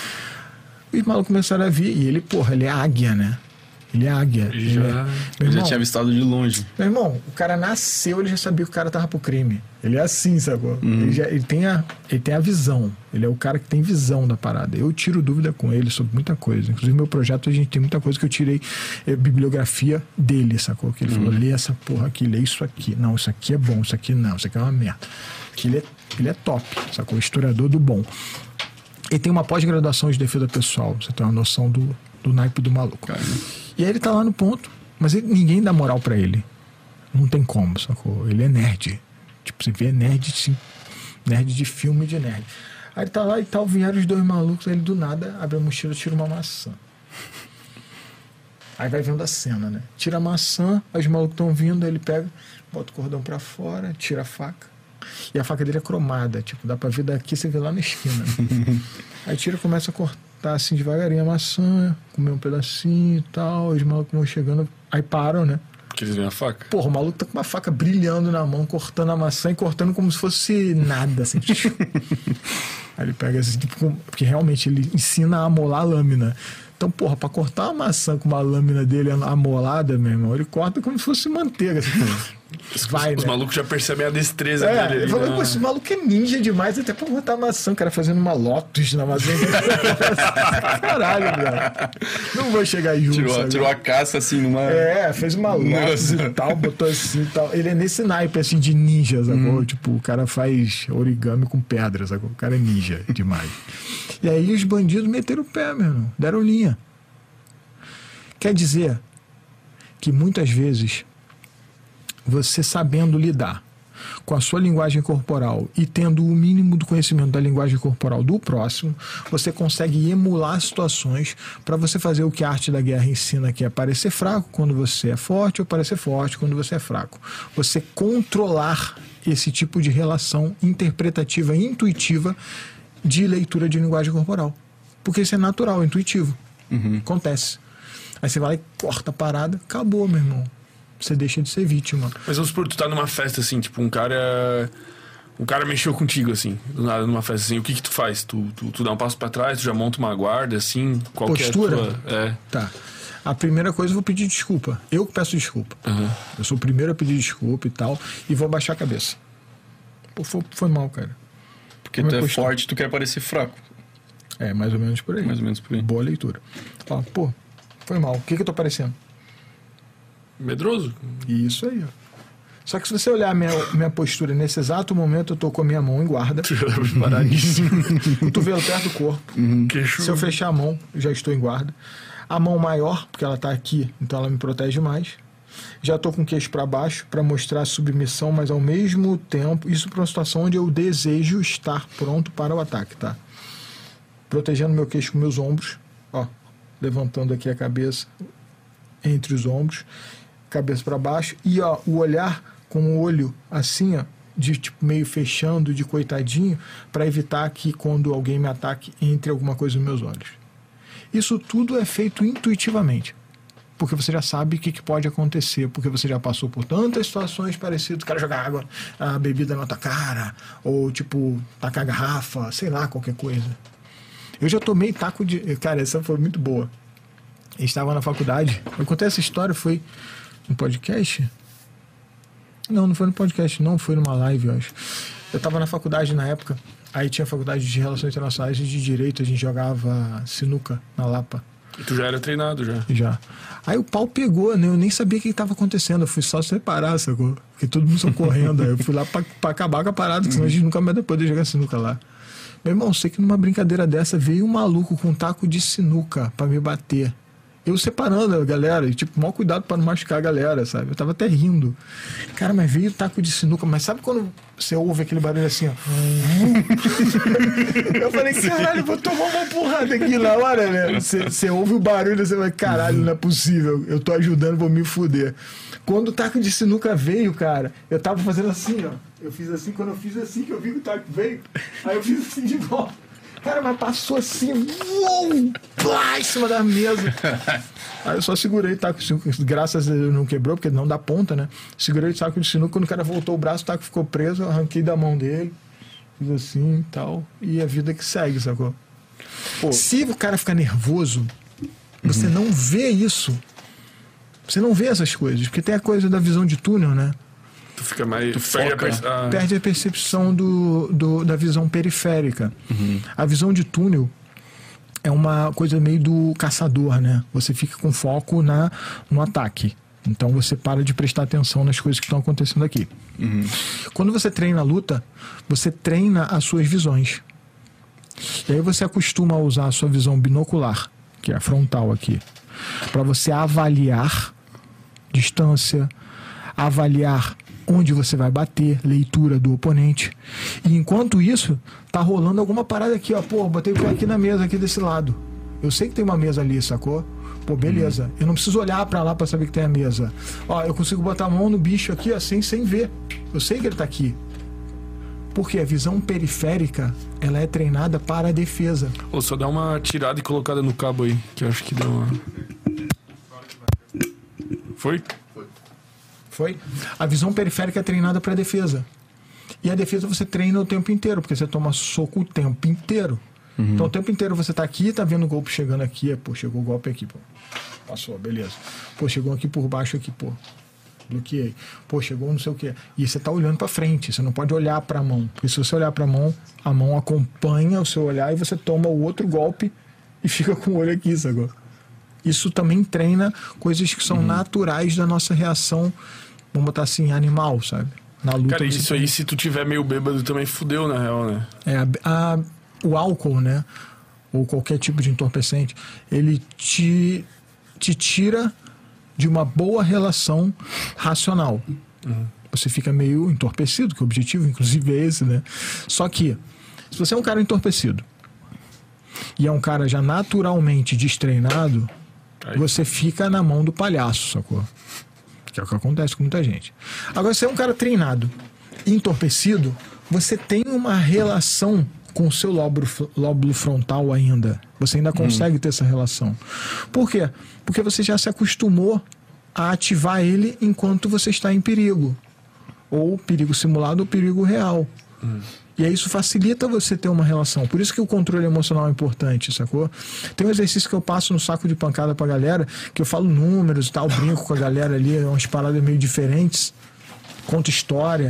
[SPEAKER 3] Os malucos começaram a vir, e ele, porra, ele é águia, né? Ele é águia.
[SPEAKER 1] E já-
[SPEAKER 3] Meu
[SPEAKER 2] Eu já
[SPEAKER 3] irmão,
[SPEAKER 2] tinha avistado de longe.
[SPEAKER 3] meu irmão, o cara nasceu, ele já sabia que o cara tava pro crime. Ele é assim, sacou? Ele tem a visão. Ele é o cara que tem visão da parada. Eu tiro dúvida com ele sobre muita coisa. Inclusive, meu projeto, a gente tem muita coisa que eu tirei bibliografia dele, sacou? Que ele falou, lê essa porra aqui, lê isso aqui. Não, isso aqui é bom, isso aqui não, isso aqui é uma merda. Que ele é top, sacou? Historiador do bom. Ele tem uma pós-graduação de defesa pessoal. Você tem uma noção do naipe do maluco. E aí ele tá lá no ponto, mas ninguém dá moral pra ele. Não tem como, sacou? Ele é nerd. Tipo, você vê nerd, sim. Nerd de filme de nerd. Aí ele tá lá e tal, vieram os 2 malucos, aí ele do nada abre a mochila e tira uma maçã. Aí vai vendo a cena, né? Tira a maçã, aí os malucos estão vindo, aí ele pega, bota o cordão pra fora, tira a faca. E a faca dele é cromada, tipo, dá pra ver daqui, você vê lá na esquina. Aí tira e começa a cortar assim devagarinho a maçã, comer um pedacinho e tal, os malucos vão chegando, aí param, né?
[SPEAKER 1] Que eles veem a faca.
[SPEAKER 3] Porra, o maluco tá com uma faca brilhando na mão, cortando a maçã e cortando como se fosse nada, assim. Aí ele pega assim, tipo, porque realmente ele ensina a amolar a lâmina. Então, porra, pra cortar uma maçã com uma lâmina dele amolada, meu irmão, ele corta como se fosse manteiga, assim. Vai,
[SPEAKER 1] Os
[SPEAKER 3] né?
[SPEAKER 1] malucos já percebem a destreza
[SPEAKER 3] É,
[SPEAKER 1] dele.
[SPEAKER 3] eu
[SPEAKER 1] Ali,
[SPEAKER 3] falei,
[SPEAKER 1] né?
[SPEAKER 3] pô, esse maluco é ninja demais, até pra cortar maçã, o cara fazendo uma Lotus na maçã. Caralho, velho. Não vou chegar aí junto, sabe?
[SPEAKER 2] Tirou a caça assim numa...
[SPEAKER 3] Fez uma Lotus e tal, botou assim e tal. Ele é nesse naipe, assim, de ninja, sacou? Tipo, o cara faz origami com pedra, sacou? O cara é ninja demais. E aí os bandidos meteram o pé, meu irmão. Deram linha. Quer dizer que muitas vezes você sabendo lidar com a sua linguagem corporal e tendo o mínimo do conhecimento da linguagem corporal do próximo, você consegue emular situações para você fazer o que a arte da guerra ensina, que é parecer fraco quando você é forte ou parecer forte quando você é fraco. Você controlar esse tipo de relação interpretativa, intuitiva de leitura de linguagem corporal. Porque isso é natural, é intuitivo. Acontece. Aí você vai lá e corta a parada, acabou, meu irmão. Você deixa de ser vítima.
[SPEAKER 1] Mas vamos supor, tu tá numa festa assim, tipo, um cara mexeu contigo, assim, do nada numa festa assim, o que tu faz? Tu dá um passo pra trás, tu já monta uma guarda, assim, qual
[SPEAKER 3] Postura?
[SPEAKER 1] que é a tua...
[SPEAKER 3] Tá. A primeira coisa eu vou pedir desculpa. Eu que peço desculpa. Eu sou o primeiro a pedir desculpa e tal, e vou baixar a cabeça. Pô, foi mal, cara.
[SPEAKER 2] Porque
[SPEAKER 3] Como
[SPEAKER 2] tu
[SPEAKER 3] é
[SPEAKER 2] é
[SPEAKER 3] postura?
[SPEAKER 2] forte, tu quer parecer fraco.
[SPEAKER 3] É, mais ou menos por aí.
[SPEAKER 2] Mais ou menos por aí.
[SPEAKER 3] Boa leitura. Ó, pô, foi mal. O que eu tô parecendo?
[SPEAKER 1] Medroso.
[SPEAKER 3] Isso aí, ó. Só que se você olhar a minha postura nesse exato momento, eu tô com a minha mão em guarda.
[SPEAKER 1] Paradíssimo.
[SPEAKER 3] Cotovelo perto do corpo.
[SPEAKER 1] Queixo.
[SPEAKER 3] Se eu fechar a mão, eu já estou em guarda. A mão maior, porque ela tá aqui, então ela me protege mais. Já tô com o queixo para baixo para mostrar a submissão, mas ao mesmo tempo, isso para uma situação onde eu desejo estar pronto para o ataque, tá? Protegendo meu queixo com meus ombros, ó, levantando aqui a cabeça entre os ombros, cabeça para baixo e ó, o olhar com o olho assim, ó, de tipo meio fechando, de coitadinho, para evitar que quando alguém me ataque entre alguma coisa nos meus olhos. Isso tudo é feito intuitivamente, porque você já sabe o que pode acontecer, porque você já passou por tantas situações parecidas, o cara jogar água, a bebida na tua cara, ou tipo, tacar a garrafa, sei lá, qualquer coisa. Eu já tomei taco de... Cara, essa foi muito boa. Eu estava na faculdade, eu contei essa história, foi no podcast? Não foi no podcast, não, foi numa live, eu acho. Eu estava na faculdade na época, aí tinha faculdade de Relações Internacionais e de Direito, a gente jogava sinuca na Lapa.
[SPEAKER 1] E tu já era treinado, já?
[SPEAKER 3] Já. Aí o pau pegou, né? Eu nem sabia o que estava acontecendo, eu fui só separar, sacou? Porque todo mundo saiu correndo, aí eu fui lá pra acabar com a parada, senão a gente nunca mais vai poder jogar sinuca lá. Meu irmão, sei que numa brincadeira dessa veio um maluco com um taco de sinuca pra me bater. Eu separando a galera, e tipo, maior cuidado pra não machucar a galera, sabe? Eu tava até rindo. Cara, mas veio o taco de sinuca, mas sabe quando você ouve aquele barulho assim, ó? Eu falei, caralho, vou tomar uma porrada aqui na hora, né? Você ouve o barulho, você vai, caralho, não é possível, eu tô ajudando, vou me fuder. Quando o taco de sinuca veio, cara, eu tava fazendo assim, ó. Eu fiz assim, quando eu fiz assim, que eu vi que o taco veio, aí eu fiz assim de volta. Cara, mas passou assim, uou, plá, em cima da mesa. Aí eu só segurei o taco de sinuca, graças a Deus não quebrou, porque não dá ponta, né? Segurei o taco de sinuca, quando o cara voltou o braço, o taco ficou preso, eu arranquei da mão dele, fiz assim e tal, e a vida que segue, sacou? Pô, se o cara ficar nervoso, você não vê isso. Você não vê essas coisas, porque tem a coisa da visão de túnel, né?
[SPEAKER 1] Tu fica mais...
[SPEAKER 2] Tu foca,
[SPEAKER 3] perde a percepção da visão periférica. A visão de túnel é uma coisa meio do caçador, né? Você fica com foco no ataque. Então você para de prestar atenção nas coisas que estão acontecendo aqui. Quando você treina a luta, você treina as suas visões. E aí você acostuma a usar a sua visão binocular, que é a frontal aqui, para você avaliar distância, avaliar onde você vai bater, leitura do oponente. E enquanto isso, tá rolando alguma parada aqui, ó. Pô, botei o pé aqui na mesa, aqui desse lado. Eu sei que tem uma mesa ali, sacou? Pô, beleza. Eu não preciso olhar pra lá pra saber que tem a mesa. Ó, eu consigo botar a mão no bicho aqui, assim, sem ver. Eu sei que ele tá aqui. Porque a visão periférica, ela é treinada para a defesa.
[SPEAKER 1] Ou só dá uma tirada e colocada no cabo aí, que eu acho que deu uma... Foi?
[SPEAKER 3] Foi? A visão periférica é treinada para a defesa. E a defesa você treina o tempo inteiro, porque você toma soco o tempo inteiro. Então o tempo inteiro você tá aqui, tá vendo o golpe chegando aqui, pô, chegou o golpe aqui, pô. Passou, beleza. Pô, chegou aqui por baixo aqui, pô. Bloqueei. Pô, chegou não sei o quê. E você tá olhando para frente, você não pode olhar para a mão. Porque se você olhar para a mão acompanha o seu olhar e você toma o outro golpe e fica com o olho aqui, sabe? Isso também treina coisas que são naturais da nossa reação, vamos botar assim, animal, sabe? Na luta.
[SPEAKER 1] Cara, isso aí, se tu tiver meio bêbado, também fudeu, na real, né?
[SPEAKER 3] O álcool, né? Ou qualquer tipo de entorpecente, ele te tira de uma boa relação racional. Você fica meio entorpecido, que o objetivo, inclusive, é esse, né? Só que, se você é um cara entorpecido e é um cara já naturalmente destreinado, você fica na mão do palhaço, sacou? Que é o que acontece com muita gente. Agora, se é um cara treinado e entorpecido, você tem uma relação com o seu lóbulo frontal ainda. Você ainda consegue ter essa relação. Por quê? Porque você já se acostumou a ativar ele enquanto você está em perigo. Ou perigo simulado ou perigo real. E aí isso facilita você ter uma relação. Por isso que o controle emocional é importante, sacou? Tem um exercício que eu passo no saco de pancada pra galera, que eu falo números e tal, brinco com a galera ali, umas paradas meio diferentes, conto história.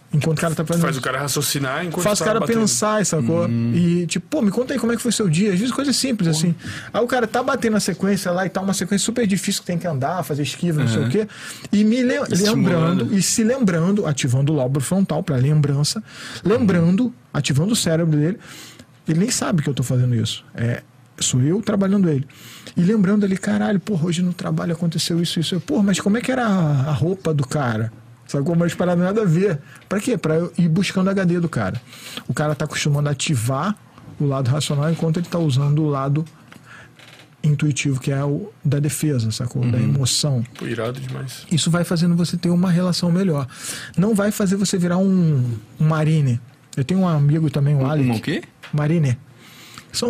[SPEAKER 3] Enquanto o cara tá fazendo...
[SPEAKER 1] Faz o cara raciocinar enquanto
[SPEAKER 3] Faz o cara
[SPEAKER 1] batendo.
[SPEAKER 3] pensar, sacou? E tipo, pô, me conta aí como é que foi seu dia. Às vezes coisa simples, assim. Aí o cara tá batendo a sequência lá e tá uma sequência super difícil que tem que andar, fazer esquiva, não sei o quê. E me lembrando, e se lembrando, ativando o lobo frontal pra lembrança, lembrando, ativando o cérebro dele. Ele nem sabe que eu tô fazendo isso. Sou eu trabalhando ele. E lembrando ali, caralho, porra, hoje no trabalho aconteceu isso. Porra, mas como é que era a roupa do cara? Sacou? Mas para nada a ver. Pra quê? Pra eu ir buscando o HD do cara. O cara tá acostumando a ativar o lado racional enquanto ele tá usando o lado intuitivo, que é o da defesa, sacou? Da emoção.
[SPEAKER 1] Pô, irado demais.
[SPEAKER 3] Isso vai fazendo você ter uma relação melhor. Não vai fazer você virar um marine. Eu tenho um amigo também, o Alec.
[SPEAKER 2] O quê?
[SPEAKER 3] Marine. São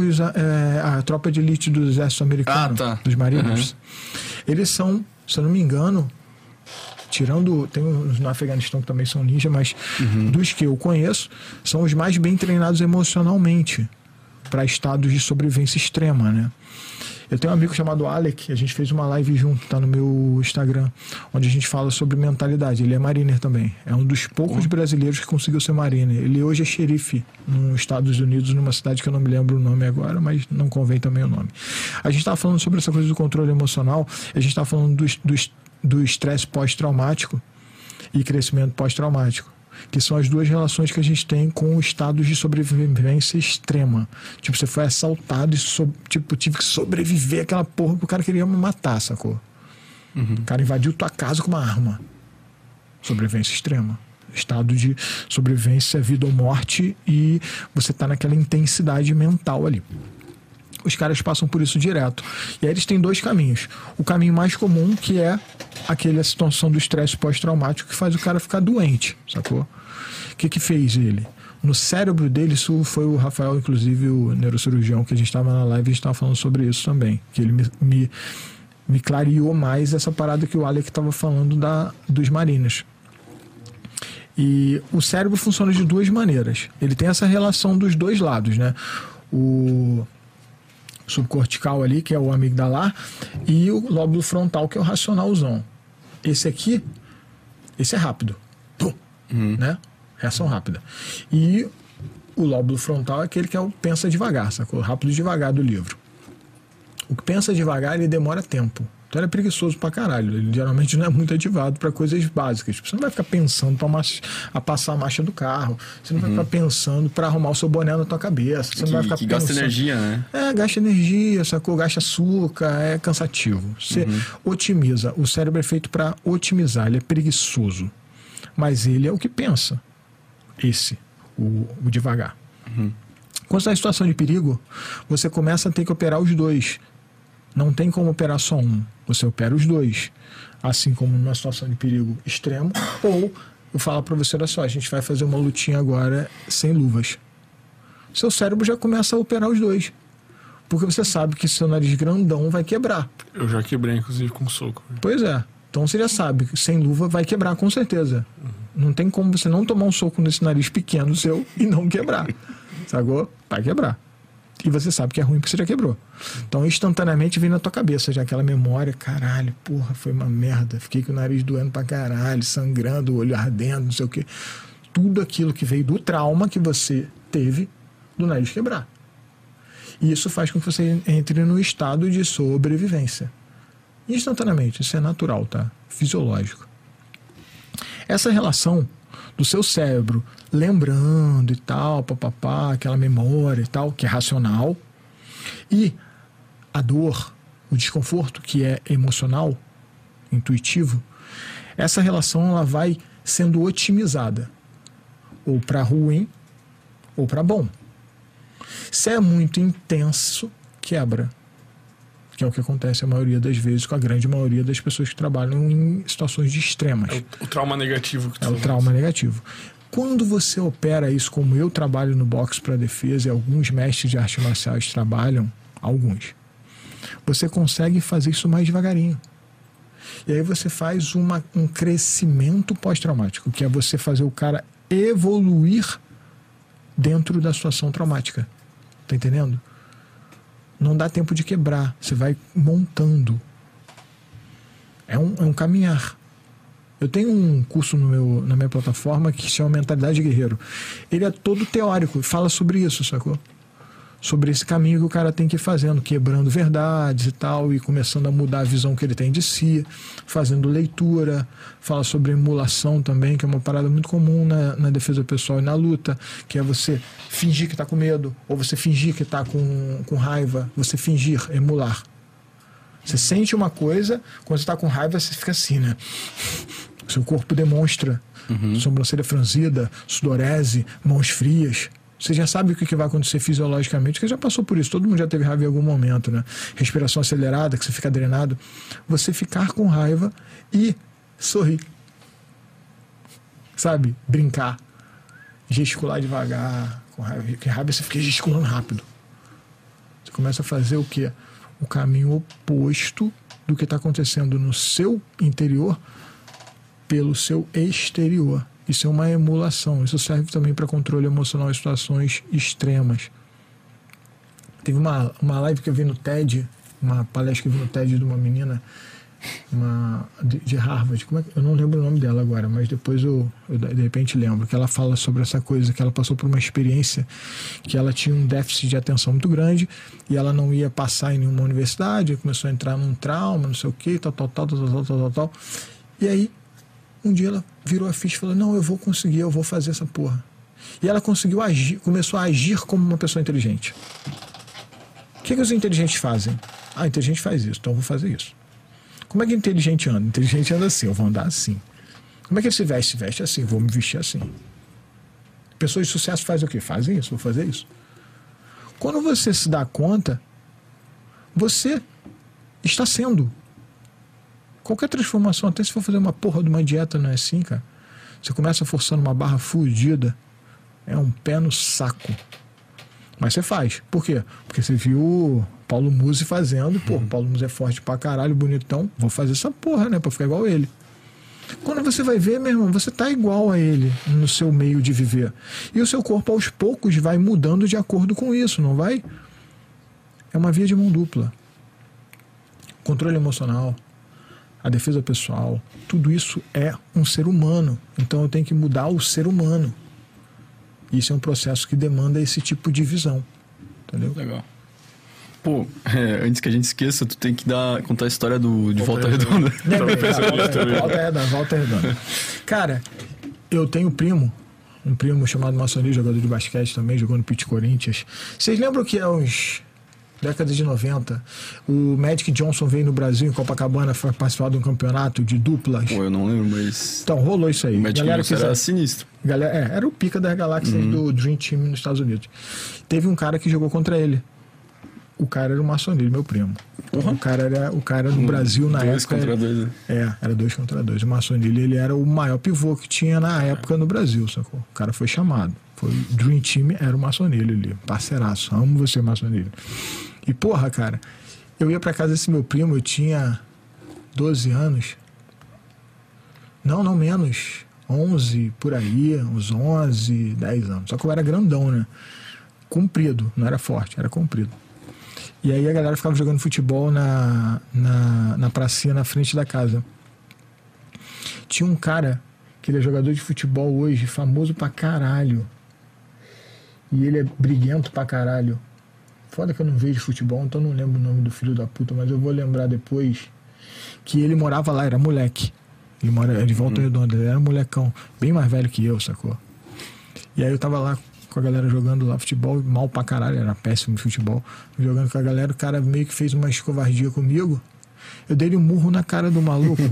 [SPEAKER 3] a tropa de elite do exército americano, dos marines. Eles são, se eu não me engano, tirando, tem uns no Afeganistão que também são ninja, mas dos que eu conheço, são os mais bem treinados emocionalmente para estados de sobrevivência extrema, né? Eu tenho um amigo chamado Alec, a gente fez uma live junto, tá no meu Instagram, onde a gente fala sobre mentalidade. Ele é mariner também. É um dos poucos brasileiros que conseguiu ser mariner. Ele hoje é xerife nos Estados Unidos, numa cidade que eu não me lembro o nome agora, mas não convém também o nome. A gente tava falando sobre essa coisa do controle emocional, a gente tava falando do estresse pós-traumático e crescimento pós-traumático, que são as duas relações que a gente tem com estados de sobrevivência extrema. Tipo, você foi assaltado e tive que sobreviver àquela porra que o cara queria me matar, sacou? O cara invadiu tua casa com uma arma. Sobrevivência extrema. Estado de sobrevivência, vida ou morte, e você tá naquela intensidade mental ali. Os caras passam por isso direto. E aí eles têm dois caminhos. O caminho mais comum, que é aquela situação do estresse pós-traumático que faz o cara ficar doente, sacou? O que fez ele? No cérebro dele, isso foi o Rafael, inclusive o neurocirurgião, que a gente estava na live e a gente estava falando sobre isso também. Que ele me clareou mais essa parada que o Alec estava falando dos marines. E o cérebro funciona de duas maneiras. Ele tem essa relação dos dois lados, né? O subcortical ali, que é o amigdalar, e o lóbulo frontal, que é o racionalzão. Esse aqui, esse é rápido. Pum, né? Reação rápida. E o lóbulo frontal é aquele que é o pensa devagar, sacou? Rápido e devagar do livro. O que pensa devagar, ele demora tempo. Então ele é preguiçoso pra caralho. Ele geralmente não é muito ativado pra coisas básicas. Tipo, você não vai ficar pensando a passar a marcha do carro. Você não vai ficar pensando pra arrumar o seu boné na tua cabeça. Você não vai ficar
[SPEAKER 2] que
[SPEAKER 3] pensando...
[SPEAKER 2] gasta energia, né?
[SPEAKER 3] Gasta energia, sacou? Gasta açúcar, é cansativo. Você otimiza. O cérebro é feito pra otimizar. Ele é preguiçoso. Mas ele é o que pensa. O devagar. Quando está em situação de perigo, você começa a ter que operar os dois. Não tem como operar só um. Você opera os dois. Assim como numa situação de perigo extremo. Ou eu falo para você, olha só, a gente vai fazer uma lutinha agora sem luvas. Seu cérebro já começa a operar os dois. Porque você sabe que seu nariz grandão vai quebrar.
[SPEAKER 1] Eu já quebrei, inclusive, com soco.
[SPEAKER 3] Pois é. Então você já sabe que sem luva vai quebrar com certeza. Não tem como você não tomar um soco nesse nariz pequeno seu e não quebrar. Sacou? Vai quebrar. E você sabe que é ruim porque você já quebrou. Então, instantaneamente vem na tua cabeça já aquela memória, caralho, porra, foi uma merda. Fiquei com o nariz doendo pra caralho, sangrando, o olho ardendo, não sei o quê. Tudo aquilo que veio do trauma que você teve do nariz quebrar. E isso faz com que você entre no estado de sobrevivência. Instantaneamente, isso é natural, tá? Fisiológico. Essa relação do seu cérebro lembrando e tal, papapá, aquela memória e tal, que é racional, e a dor, o desconforto, que é emocional, intuitivo, essa relação ela vai sendo otimizada, ou para ruim, ou para bom. Se é muito intenso, quebra. Que é o que acontece a maioria das vezes com a grande maioria das pessoas que trabalham em situações de extremas.
[SPEAKER 1] É o trauma negativo que tu
[SPEAKER 3] É o trauma negativo. Quando você opera isso, como eu trabalho no boxe para defesa e alguns mestres de artes marciais trabalham, alguns, você consegue fazer isso mais devagarinho. E aí você faz um crescimento pós-traumático, que é você fazer o cara evoluir dentro da situação traumática. Tá entendendo? Não dá tempo de quebrar. Você vai montando. É um caminhar. Eu tenho um curso na minha plataforma que se chama Mentalidade de Guerreiro. Ele é todo teórico, fala sobre isso, sacou? Sobre esse caminho que o cara tem que ir fazendo, quebrando verdades e tal, e começando a mudar a visão que ele tem de si, fazendo leitura, fala sobre emulação também, que é uma parada muito comum na defesa pessoal e na luta, que é você fingir que tá com medo, ou você fingir que tá com raiva, você fingir, emular. Você sente uma coisa, quando você tá com raiva, você fica assim, né? Seu corpo demonstra sobrancelha franzida, sudorese, mãos frias. Você já sabe o que vai acontecer fisiologicamente, porque já passou por isso. Todo mundo já teve raiva em algum momento, né? Respiração acelerada, que você fica drenado. Você ficar com raiva e sorrir. Sabe? Brincar. Gesticular devagar. Com raiva. Com raiva você fica gesticulando rápido. Você começa a fazer o quê? O caminho oposto do que está acontecendo no seu interior pelo seu exterior. Isso é uma emulação. Isso serve também para controle emocional em situações extremas. Teve uma live que eu vi no TED, uma palestra que eu vi no TED de uma menina de Harvard. Eu não lembro o nome dela agora, mas depois eu de repente lembro. Que ela fala sobre essa coisa, que ela passou por uma experiência que ela tinha um déficit de atenção muito grande e ela não ia passar em nenhuma universidade, começou a entrar num trauma, não sei o que, tal. E aí, um dia ela virou a ficha e falou, não, eu vou conseguir, eu vou fazer essa porra. E ela conseguiu agir, começou a agir como uma pessoa inteligente. O que os inteligentes fazem? Ah, inteligente faz isso, então eu vou fazer isso. Como é que inteligente anda? Inteligente anda assim, eu vou andar assim. Como é que ele se veste? Se veste assim, vou me vestir assim. Pessoas de sucesso fazem o quê? Fazem isso, vou fazer isso. Quando você se dá conta, você está sendo. Qualquer transformação, até se for fazer uma porra de uma dieta, não é assim, cara? Você começa forçando uma barra fudida, é um pé no saco. Mas você faz. Por quê? Porque você viu Paulo Musi fazendo, pô, Paulo Musi é forte pra caralho, bonitão, vou fazer essa porra, né, pra ficar igual a ele. Quando você vai ver, meu irmão, você tá igual a ele no seu meio de viver. E o seu corpo, aos poucos, vai mudando de acordo com isso, não vai? É uma via de mão dupla. Controle emocional, a defesa pessoal, tudo isso é um ser humano. Então eu tenho que mudar o ser humano. Isso é um processo que demanda esse tipo de visão. Entendeu?
[SPEAKER 2] Legal. Pô, antes que a gente esqueça, tu tem que contar a história de Volta Redonda.
[SPEAKER 3] Volta Redonda. Cara, eu tenho um primo chamado Maçoni, jogador de basquete também, jogou no Pit Corinthians. Vocês lembram que uns década de 90, o Magic Johnson veio no Brasil, em Copacabana, foi participar de um campeonato de duplas?
[SPEAKER 2] Pô, eu não lembro, mas...
[SPEAKER 3] Então, rolou isso aí.
[SPEAKER 2] O Magic Johnson era sinistro.
[SPEAKER 3] Era o pica das galáxias do Dream Team nos Estados Unidos. Teve um cara que jogou contra ele. O cara era o Maçoni, meu primo. O cara do Brasil na época...
[SPEAKER 2] 2 contra 2, né?
[SPEAKER 3] Era 2 contra 2. O Maçoni, ele era o maior pivô que tinha na época no Brasil, sacou? O cara foi chamado. Foi Dream Team, era o Maçoni ali. Parceiraço. Amo você, Maçoni. E porra, cara, eu ia pra casa desse meu primo, eu tinha 12 anos. Não menos. 11, por aí, uns 11, 10 anos. Só que eu era grandão, né? Comprido, não era forte, era comprido. E aí a galera ficava jogando futebol na pracinha na frente da casa. Tinha um cara, que ele é jogador de futebol hoje, famoso pra caralho. E ele é briguento pra caralho. Foda que eu não vejo futebol, então não lembro o nome do filho da puta, mas eu vou lembrar depois que ele morava lá, era moleque. Ele mora de Volta Redonda, ele era molecão, bem mais velho que eu, sacou? E aí eu tava lá com a galera jogando lá futebol, mal pra caralho, era péssimo de futebol, jogando com a galera, o cara meio que fez uma covardia comigo. Eu dei um murro na cara do maluco.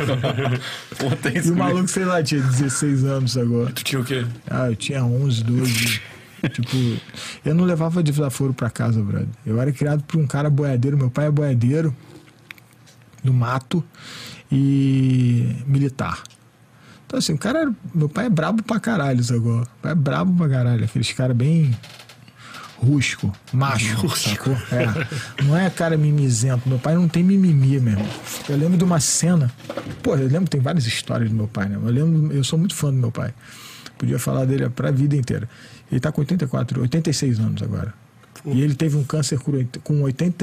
[SPEAKER 3] E o maluco, sei lá, tinha 16 anos agora.
[SPEAKER 1] Tu tinha o quê?
[SPEAKER 3] Eu tinha 11, 12. Tipo, eu não levava desaforo pra casa, brother. Eu era criado por um cara boiadeiro. Meu pai é boiadeiro do mato e militar. Então, assim, meu pai é brabo pra caralho, agora. Meu pai é brabo pra caralho. Aqueles caras bem rústico, macho, sacou? Não é cara mimizento. Meu pai não tem mimimi mesmo. Eu lembro de uma cena. Pô, eu lembro, tem várias histórias do meu pai, né? Eu sou muito fã do meu pai. Podia falar dele pra vida inteira. Ele tá com 86 anos agora. E ele teve um câncer com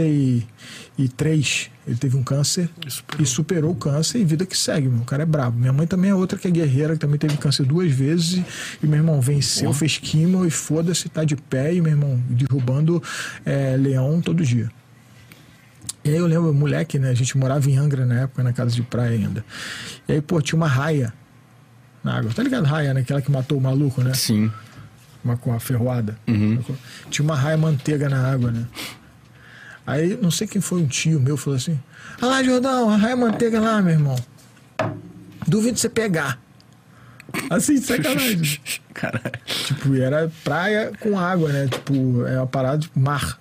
[SPEAKER 3] 83. Ele teve um câncer e superou o câncer e vida que segue, meu. O cara é brabo. Minha mãe também é outra que é guerreira, que também teve câncer 2 vezes. E meu irmão venceu, fez quimio e foda-se, tá de pé. E meu irmão derrubando leão todo dia. E aí eu lembro, moleque, né? A gente morava em Angra na época, na casa de praia ainda. E aí, pô, tinha uma raia na água. Tá ligado? Raia, né? Aquela que matou o maluco, né?
[SPEAKER 2] Sim.
[SPEAKER 3] Com a ferroada. Tinha uma raia manteiga na água, né? Aí, não sei quem foi, um tio meu, falou assim: ah lá, Jordão, a raia manteiga lá, meu irmão. Duvido você pegar. Assim, de sacanagem.
[SPEAKER 2] Caralho.
[SPEAKER 3] Tipo, era praia com água, né? Tipo, é uma parada de mar.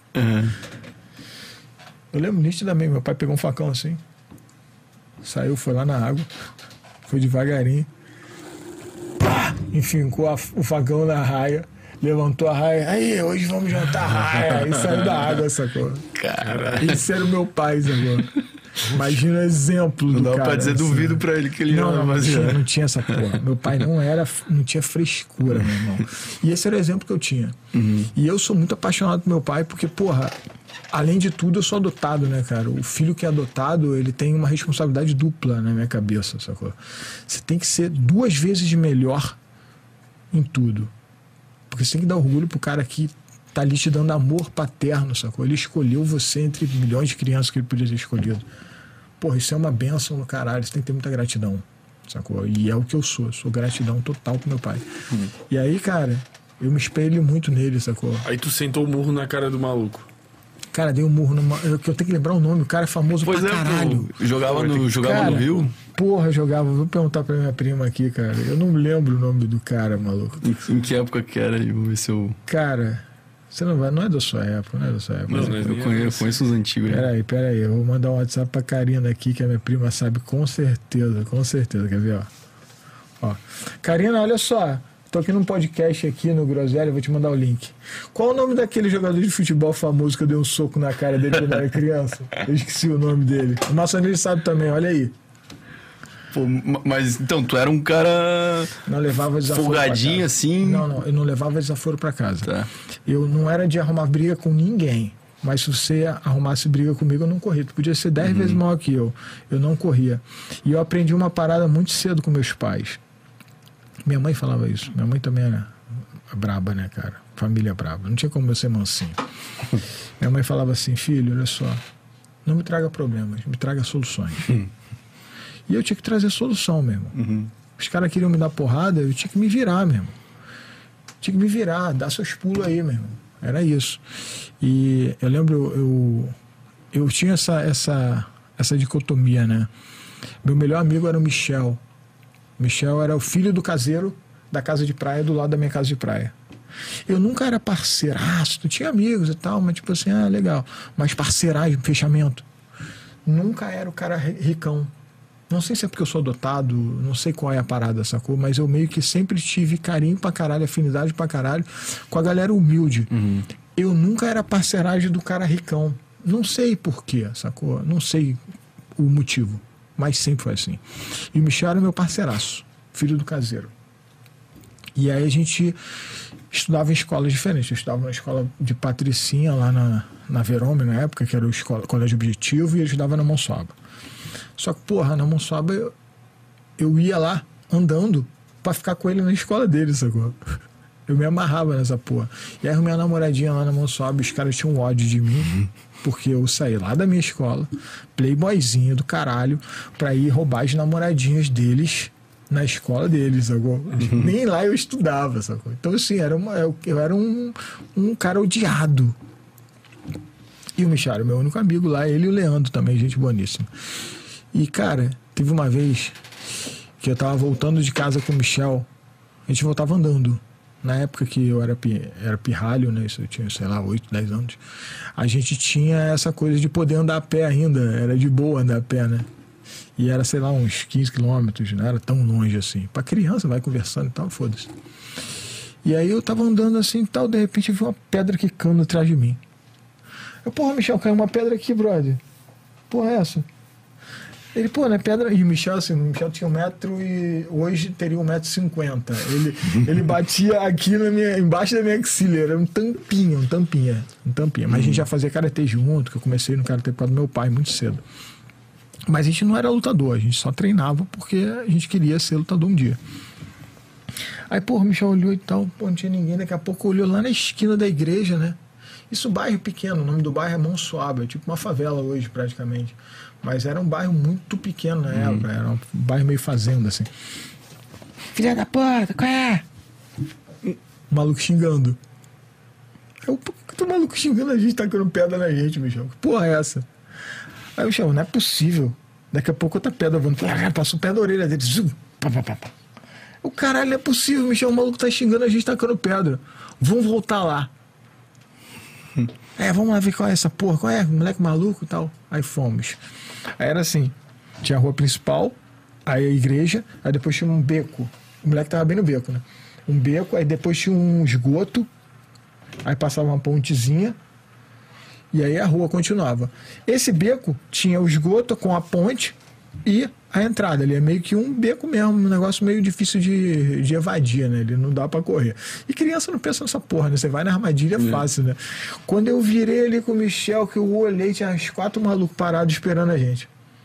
[SPEAKER 3] Eu lembro nitidamente, meu pai pegou um facão assim, saiu, foi lá na água, foi devagarinho, pá, enfincou o facão na raia, levantou a raia, aí, hoje vamos jantar raia, e saiu da água, sacou?
[SPEAKER 2] Caralho.
[SPEAKER 3] Esse era o meu pai, sacou? Imagina o exemplo do
[SPEAKER 2] Não dá
[SPEAKER 3] cara.
[SPEAKER 2] pra dizer
[SPEAKER 3] assim.
[SPEAKER 2] duvido pra ele que ele
[SPEAKER 3] não tinha essa porra. Meu pai não tinha frescura, meu irmão. E esse era o exemplo que eu tinha. E eu sou muito apaixonado por meu pai, porque, porra, além de tudo, eu sou adotado, né, cara? O filho que é adotado, ele tem uma responsabilidade dupla na minha cabeça, sacou? Você tem que ser 2 vezes melhor em tudo. Porque você tem que dar orgulho pro cara que tá ali te dando amor paterno, sacou? Ele escolheu você entre milhões de crianças que ele podia ter escolhido. Porra, isso é uma bênção no caralho. Você tem que ter muita gratidão, sacou? E é o que eu sou. Sou gratidão total pro meu pai. E aí, cara, eu me espelho muito nele, sacou?
[SPEAKER 1] Aí tu sentou o murro na cara do maluco.
[SPEAKER 3] Cara, dei um murro numa... Eu tenho que lembrar o nome. O cara é famoso pra caralho.
[SPEAKER 2] Jogava
[SPEAKER 3] Cara,
[SPEAKER 2] no Rio?
[SPEAKER 3] Porra, jogava. Vou perguntar pra minha prima aqui, cara. Eu não lembro o nome do cara, maluco.
[SPEAKER 2] Em que época que era? Vou ver se eu...
[SPEAKER 3] Cara, você não vai... Não é da sua época, não é da sua época.
[SPEAKER 1] Não,
[SPEAKER 2] Eu conheço os antigos. Né?
[SPEAKER 3] Peraí. Eu vou mandar um WhatsApp pra Karina aqui, que a minha prima sabe com certeza. Quer ver, ó? Karina, olha só. Tô aqui num podcast aqui no Groselha, vou te mandar o link. Qual o nome daquele jogador de futebol famoso que eu dei um soco na cara dele quando eu era criança? Eu esqueci o nome dele. O nosso amigo sabe também, olha aí.
[SPEAKER 2] Pô, mas então, tu era um cara...
[SPEAKER 3] Não levava desaforo
[SPEAKER 2] folgadinho
[SPEAKER 3] pra casa.
[SPEAKER 2] assim?
[SPEAKER 3] Não, eu não levava desaforo pra casa.
[SPEAKER 2] Tá.
[SPEAKER 3] Eu não era de arrumar briga com ninguém. Mas se você arrumasse briga comigo, eu não corria. Tu podia ser 10 vezes maior que eu. Eu não corria. E eu aprendi uma parada muito cedo com meus pais. Minha mãe falava isso. Minha mãe também era braba, né, cara? Família braba. Não tinha como eu ser mansinho. Minha mãe falava assim: filho, olha só, não me traga problemas, me traga soluções. E eu tinha que trazer solução mesmo. Os caras queriam me dar porrada, eu tinha que me virar mesmo. Tinha que me virar, dar seus pulos aí mesmo. Era isso. E eu lembro, eu tinha essa dicotomia, né? Meu melhor amigo era o Michel. Michel era o filho do caseiro da casa de praia, do lado da minha casa de praia. Eu nunca era parceiraço, tinha amigos e tal, mas tipo assim, legal. Mas parceiragem, fechamento. Nunca era o cara ricão. Não sei se é porque eu sou adotado, não sei qual é a parada, sacou? Mas eu meio que sempre tive carinho pra caralho, afinidade pra caralho com a galera humilde. Eu nunca era parceiragem do cara ricão. Não sei porquê, sacou? Não sei o motivo. Mas sempre foi assim. E o Michel era meu parceiraço, filho do caseiro. E aí a gente estudava em escolas diferentes. Eu estudava na escola de Patricinha, lá na Verome, na época, que era o colégio objetivo, e ele estudava na Monsoaba. Só que, porra, na Monsoaba eu ia lá andando pra ficar com ele na escola dele, sacou? Eu me amarrava nessa porra. E aí arrumei a namoradinha lá na Monsoaba, os caras tinham ódio de mim, porque eu saí lá da minha escola, playboyzinho do caralho, pra ir roubar as namoradinhas deles na escola deles, sacou? Nem lá eu estudava, sacou? Então, assim, eu era um cara odiado. E o Michel era meu único amigo lá, ele e o Leandro também, gente boníssima. E, cara, teve uma vez que eu tava voltando de casa com o Michel, a gente voltava andando. Na época que eu era pirralho, né? Isso eu tinha, sei lá, 8, 10 anos. A gente tinha essa coisa de poder andar a pé ainda. Era de boa andar a pé, né? E era, sei lá, uns 15 quilômetros, não era tão longe assim. Pra criança, vai conversando e tal, foda-se. E aí eu tava andando assim e tal, de repente vi uma pedra quicando atrás de mim. Eu, porra, Michel, caiu uma pedra aqui, brother. Porra, é essa? Ele, pô, né, pedra... E o Michel, assim, o Michel tinha 1 metro e hoje teria 1,50 m. Ele batia aqui embaixo da minha axila, era um tampinha. Mas a gente já fazia karatê junto, que eu comecei no karatê por causa do meu pai muito cedo. Mas a gente não era lutador, a gente só treinava porque a gente queria ser lutador um dia. Aí, pô, o Michel olhou e tal, pô, não tinha ninguém, daqui a pouco olhou lá na esquina da igreja, né? Isso bairro pequeno, o nome do bairro é Monsuaba, é tipo uma favela hoje praticamente. Mas era um bairro muito pequeno na época, era um bairro meio fazenda, assim. Filha da puta, qual é? O maluco xingando. Eu, por que tu maluco xingando a gente, tacando pedra na gente, Michel? Que porra é essa? Aí eu chamo, não é possível. Daqui a pouco outra pedra voando. Passou o pé da orelha dele. Zum, pá, pá, pá, pá. O caralho, não é possível, Michel. O maluco tá xingando a gente, tacando pedra. Vamos voltar lá. Vamos lá ver qual é essa porra. Qual é? Moleque maluco e tal. Aí fomos. Aí era assim: tinha a rua principal, aí a igreja, aí depois tinha um beco. O moleque tava bem no beco, né? Um beco, aí depois tinha um esgoto, aí passava uma pontezinha. E aí a rua continuava. Esse beco tinha o esgoto com a ponte e a entrada. Ele é meio que um beco mesmo, um negócio meio difícil de evadir, né? Ele não dá pra correr. E criança não pensa nessa porra, né? Você vai na armadilha fácil, né? Quando eu virei ali com o Michel, que eu olhei, tinha uns 4 malucos parados esperando a gente.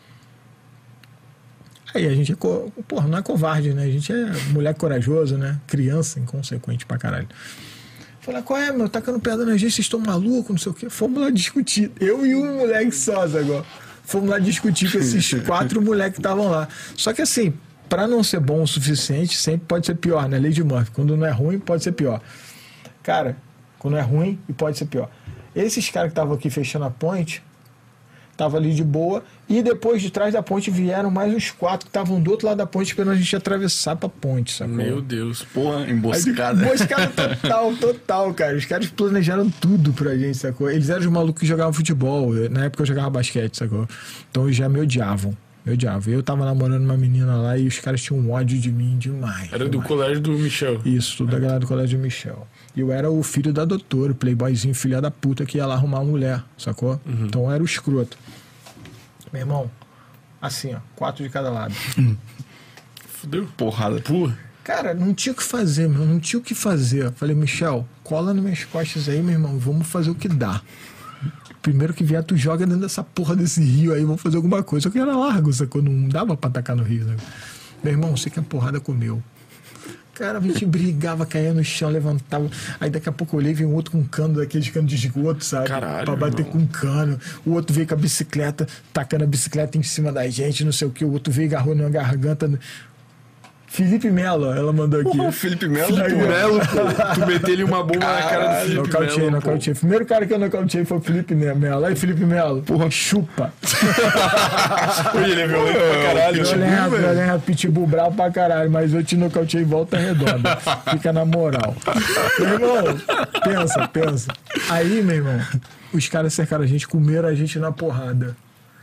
[SPEAKER 3] Aí a gente é, porra, não é covarde, né? A gente é moleque corajoso, né? Criança inconsequente pra caralho. Falei, qual é, meu? Tacando pedra na gente, vocês estão malucos, não sei o quê. Fomos lá discutir. Eu e um moleque só, agora. Fomos lá discutir com esses 4 moleques que estavam lá. Só que assim, pra não ser bom o suficiente, sempre pode ser pior, né? Lei de Murphy. Quando não é ruim, pode ser pior. Cara, quando é ruim, pode ser pior. Esses caras que estavam aqui fechando a ponte, estavam ali de boa, e depois de trás da ponte vieram mais uns 4 que estavam do outro lado da ponte esperando a gente atravessar pra ponte, sacou?
[SPEAKER 2] Meu Deus, porra, emboscada.
[SPEAKER 3] Emboscada total, cara. Os caras planejaram tudo pra gente, sacou? Eles eram os malucos que jogavam futebol. Na época eu jogava basquete, sacou? Então eles já me odiavam. Eu tava namorando uma menina lá e os caras tinham um ódio de mim demais.
[SPEAKER 1] Era do colégio do Michel.
[SPEAKER 3] Isso, tudo da galera do colégio do Michel. E eu era o filho da doutora, o playboyzinho, filha da puta, que ia lá arrumar uma mulher, sacou? Então eu era o escroto. Meu irmão, assim, ó, 4 de cada lado.
[SPEAKER 1] Fudeu.
[SPEAKER 2] Porrada.
[SPEAKER 1] Porra.
[SPEAKER 3] Cara, não tinha o que fazer, meu. Não tinha o que fazer. Eu falei, Michel, cola nas minhas costas aí, meu irmão. Vamos fazer o que dá. Primeiro que vier, tu joga dentro dessa porra desse rio aí, vamos fazer alguma coisa. Só que era largo, sacou? Não dava pra atacar no rio, né? Meu irmão, você que a porrada comeu. Cara, a gente brigava, caía no chão, levantava. Aí daqui a pouco eu olhei e veio um outro com um cano daqueles canos de esgoto, sabe?
[SPEAKER 1] Caralho,
[SPEAKER 3] pra bater
[SPEAKER 1] irmão.
[SPEAKER 3] com um cano. O outro veio com a bicicleta, tacando a bicicleta em cima da gente, não sei o que. O outro veio e agarrou na garganta. Felipe Melo, ela mandou aqui.
[SPEAKER 2] O Felipe Melo,
[SPEAKER 1] Felipe
[SPEAKER 2] pô.
[SPEAKER 1] Melo, pô. Tu meteu-lhe uma bomba na cara do Felipe Melo.
[SPEAKER 3] Nocauteei. O primeiro cara que eu nocauteei foi o Felipe Melo. Aí, Felipe Melo, porra, chupa.
[SPEAKER 1] Pô, ele é violento pra caralho.
[SPEAKER 3] Eu lembro, pitbull bravo pra caralho, mas eu te nocauteei em volta redonda. Fica na moral. Meu irmão, pensa. Aí, meu irmão, os caras cercaram a gente, comeram a gente na porrada.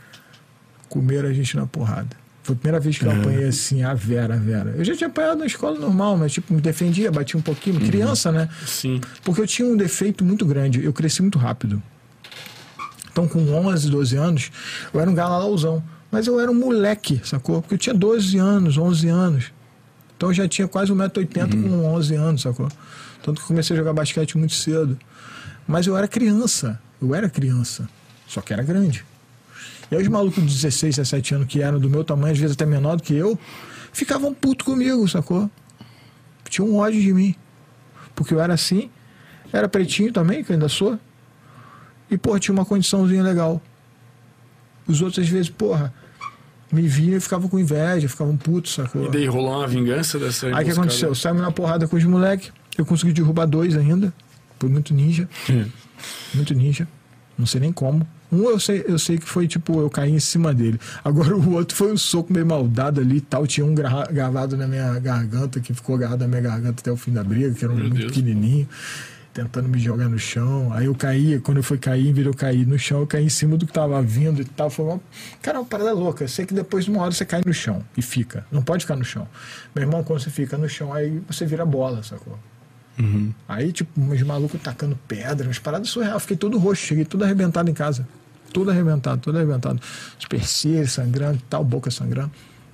[SPEAKER 3] Foi a primeira vez que eu apanhei assim, a Vera. Eu já tinha apanhado na escola normal, mas tipo, me defendia, batia um pouquinho. Criança, né?
[SPEAKER 1] Sim.
[SPEAKER 3] Porque eu tinha um defeito muito grande. Eu cresci muito rápido. Então, com 11, 12 anos, eu era um galalauzão. Mas eu era um moleque, sacou? Porque eu tinha 12 anos, 11 anos. Então, eu já tinha quase 1,80 m com 11 anos, sacou? Tanto que eu comecei a jogar basquete muito cedo. Mas eu era criança. Só que era grande. E aí os malucos de 16, 17 anos que eram do meu tamanho, às vezes até menor do que eu, ficavam putos comigo, sacou? Tinham um ódio de mim. Porque eu era assim, era pretinho também, que eu ainda sou. E, porra, tinha uma condiçãozinha legal. Os outros, às vezes, porra, me viam e ficavam com inveja, ficavam putos, sacou?
[SPEAKER 1] E daí rolou uma vingança dessa
[SPEAKER 3] Aí o que aconteceu? Saímos na porrada com os moleques, eu consegui derrubar 2 ainda. Foi muito ninja. Muito ninja. Não sei nem como. Um eu sei que foi tipo, eu caí em cima dele. Agora o outro foi um soco meio maldado ali e tal. Tinha um gravado na minha garganta, que ficou agarrado na minha garganta até o fim da briga, que era muito pequenininho, tentando me jogar no chão. Aí eu caí, quando eu fui cair, em vez de eu cair no chão, eu caí em cima do que tava vindo e tal. Foi uma parada louca. Eu sei que depois de uma hora você cai no chão e fica. Não pode ficar no chão. Meu irmão, quando você fica no chão, aí você vira bola, sacou?
[SPEAKER 2] Uhum.
[SPEAKER 3] Aí, tipo, uns malucos tacando pedra, umas paradas surreal. Fiquei todo roxo, cheguei todo arrebentado em casa. Todo arrebentado. Supercílio sangrando e tal, boca sangrando.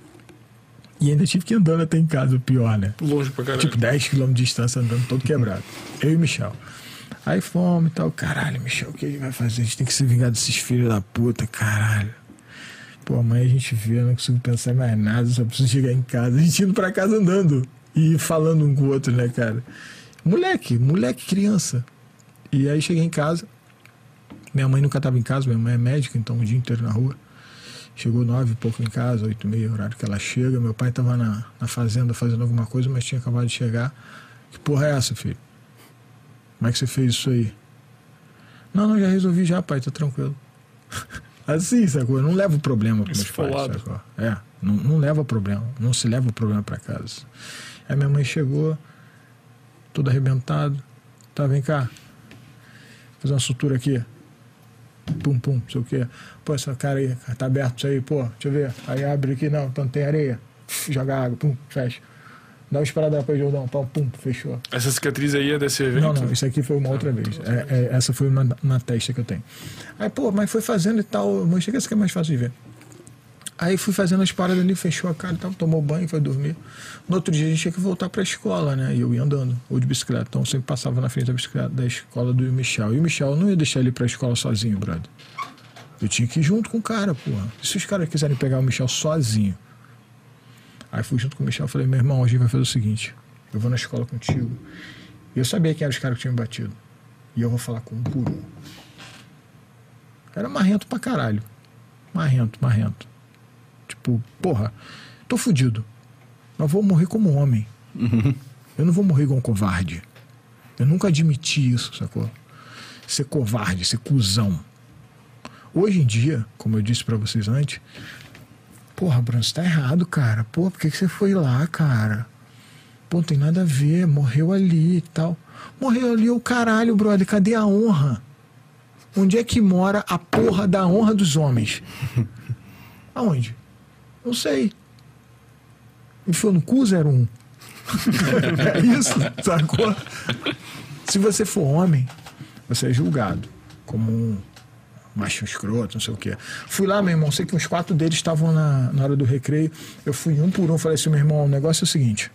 [SPEAKER 3] E ainda tive que ir andando até em casa, o pior, né?
[SPEAKER 1] Longe pra caralho.
[SPEAKER 3] Tipo, 10 km de distância andando todo quebrado. Eu e o Michel. Aí fomos e tal. Caralho, Michel, o que a gente vai fazer? A gente tem que se vingar desses filhos da puta, caralho. Pô, amanhã a gente vê, eu não consigo pensar em mais nada, só preciso chegar em casa. A gente indo pra casa andando e falando um com o outro, né, cara? Moleque, criança. E aí cheguei em casa. Minha mãe nunca estava em casa, minha mãe é médica, então o dia inteiro na rua. Chegou 9 e pouco em casa, 8h30, horário que ela chega. Meu pai estava na fazenda fazendo alguma coisa, mas tinha acabado de chegar. Que porra é essa, filho? Como é que você fez isso aí? Não, já resolvi já, pai, tá tranquilo. Assim, sacou? Eu não levo problema para meus pais, sacou? Não leva problema, não se leva o problema para casa. Aí minha mãe chegou, todo arrebentado. Tá, vem cá. Fazer uma sutura aqui. Pum, não sei o quê. Pô, essa cara aí, tá aberto isso aí, pô, deixa eu ver. Aí abre aqui, não, então tem areia. Joga água, pum, fecha. Dá uma esperada pra Jordão, pum, fechou.
[SPEAKER 1] Essa cicatriz aí é desse evento?
[SPEAKER 3] Não, isso aqui foi uma outra vez. Essa foi uma na testa que eu tenho. Aí, pô, mas foi fazendo e tal, eu mostrei que essa aqui é mais fácil de ver. Aí fui fazendo as paradas ali, fechou a cara e tal, tomou banho, foi dormir. No outro dia a gente tinha que voltar pra escola, né? E eu ia andando, ou de bicicleta. Então eu sempre passava na frente da bicicleta da escola do Michel. E o Michel não ia deixar ele ir pra escola sozinho, brother. Eu tinha que ir junto com o cara, porra. E se os caras quiserem pegar o Michel sozinho? Aí fui junto com o Michel e falei, meu irmão, a gente vai fazer o seguinte. Eu vou na escola contigo. E eu sabia quem eram os caras que tinham me batido. E eu vou falar com um por um. Era marrento pra caralho. Marrento. Tipo, porra, tô fudido. Mas vou morrer como homem. Eu não vou morrer igual um covarde. Eu nunca admiti isso, sacou? Ser covarde, ser cuzão. Hoje em dia, como eu disse pra vocês antes, porra, Bruno, você tá errado, cara. Pô, por que você foi lá, cara? Pô, não tem nada a ver, morreu ali e tal. Morreu ali o caralho, brother, cadê a honra? Onde é que mora a porra da honra dos homens? Aonde? Não sei. Enfiou no cu 01. É isso, sacou? Se você for homem, você é julgado como um macho escroto, não sei o quê. Fui lá, meu irmão, sei que uns 4 deles estavam na hora do recreio. Eu fui um por um, falei assim, meu irmão, o negócio é o seguinte.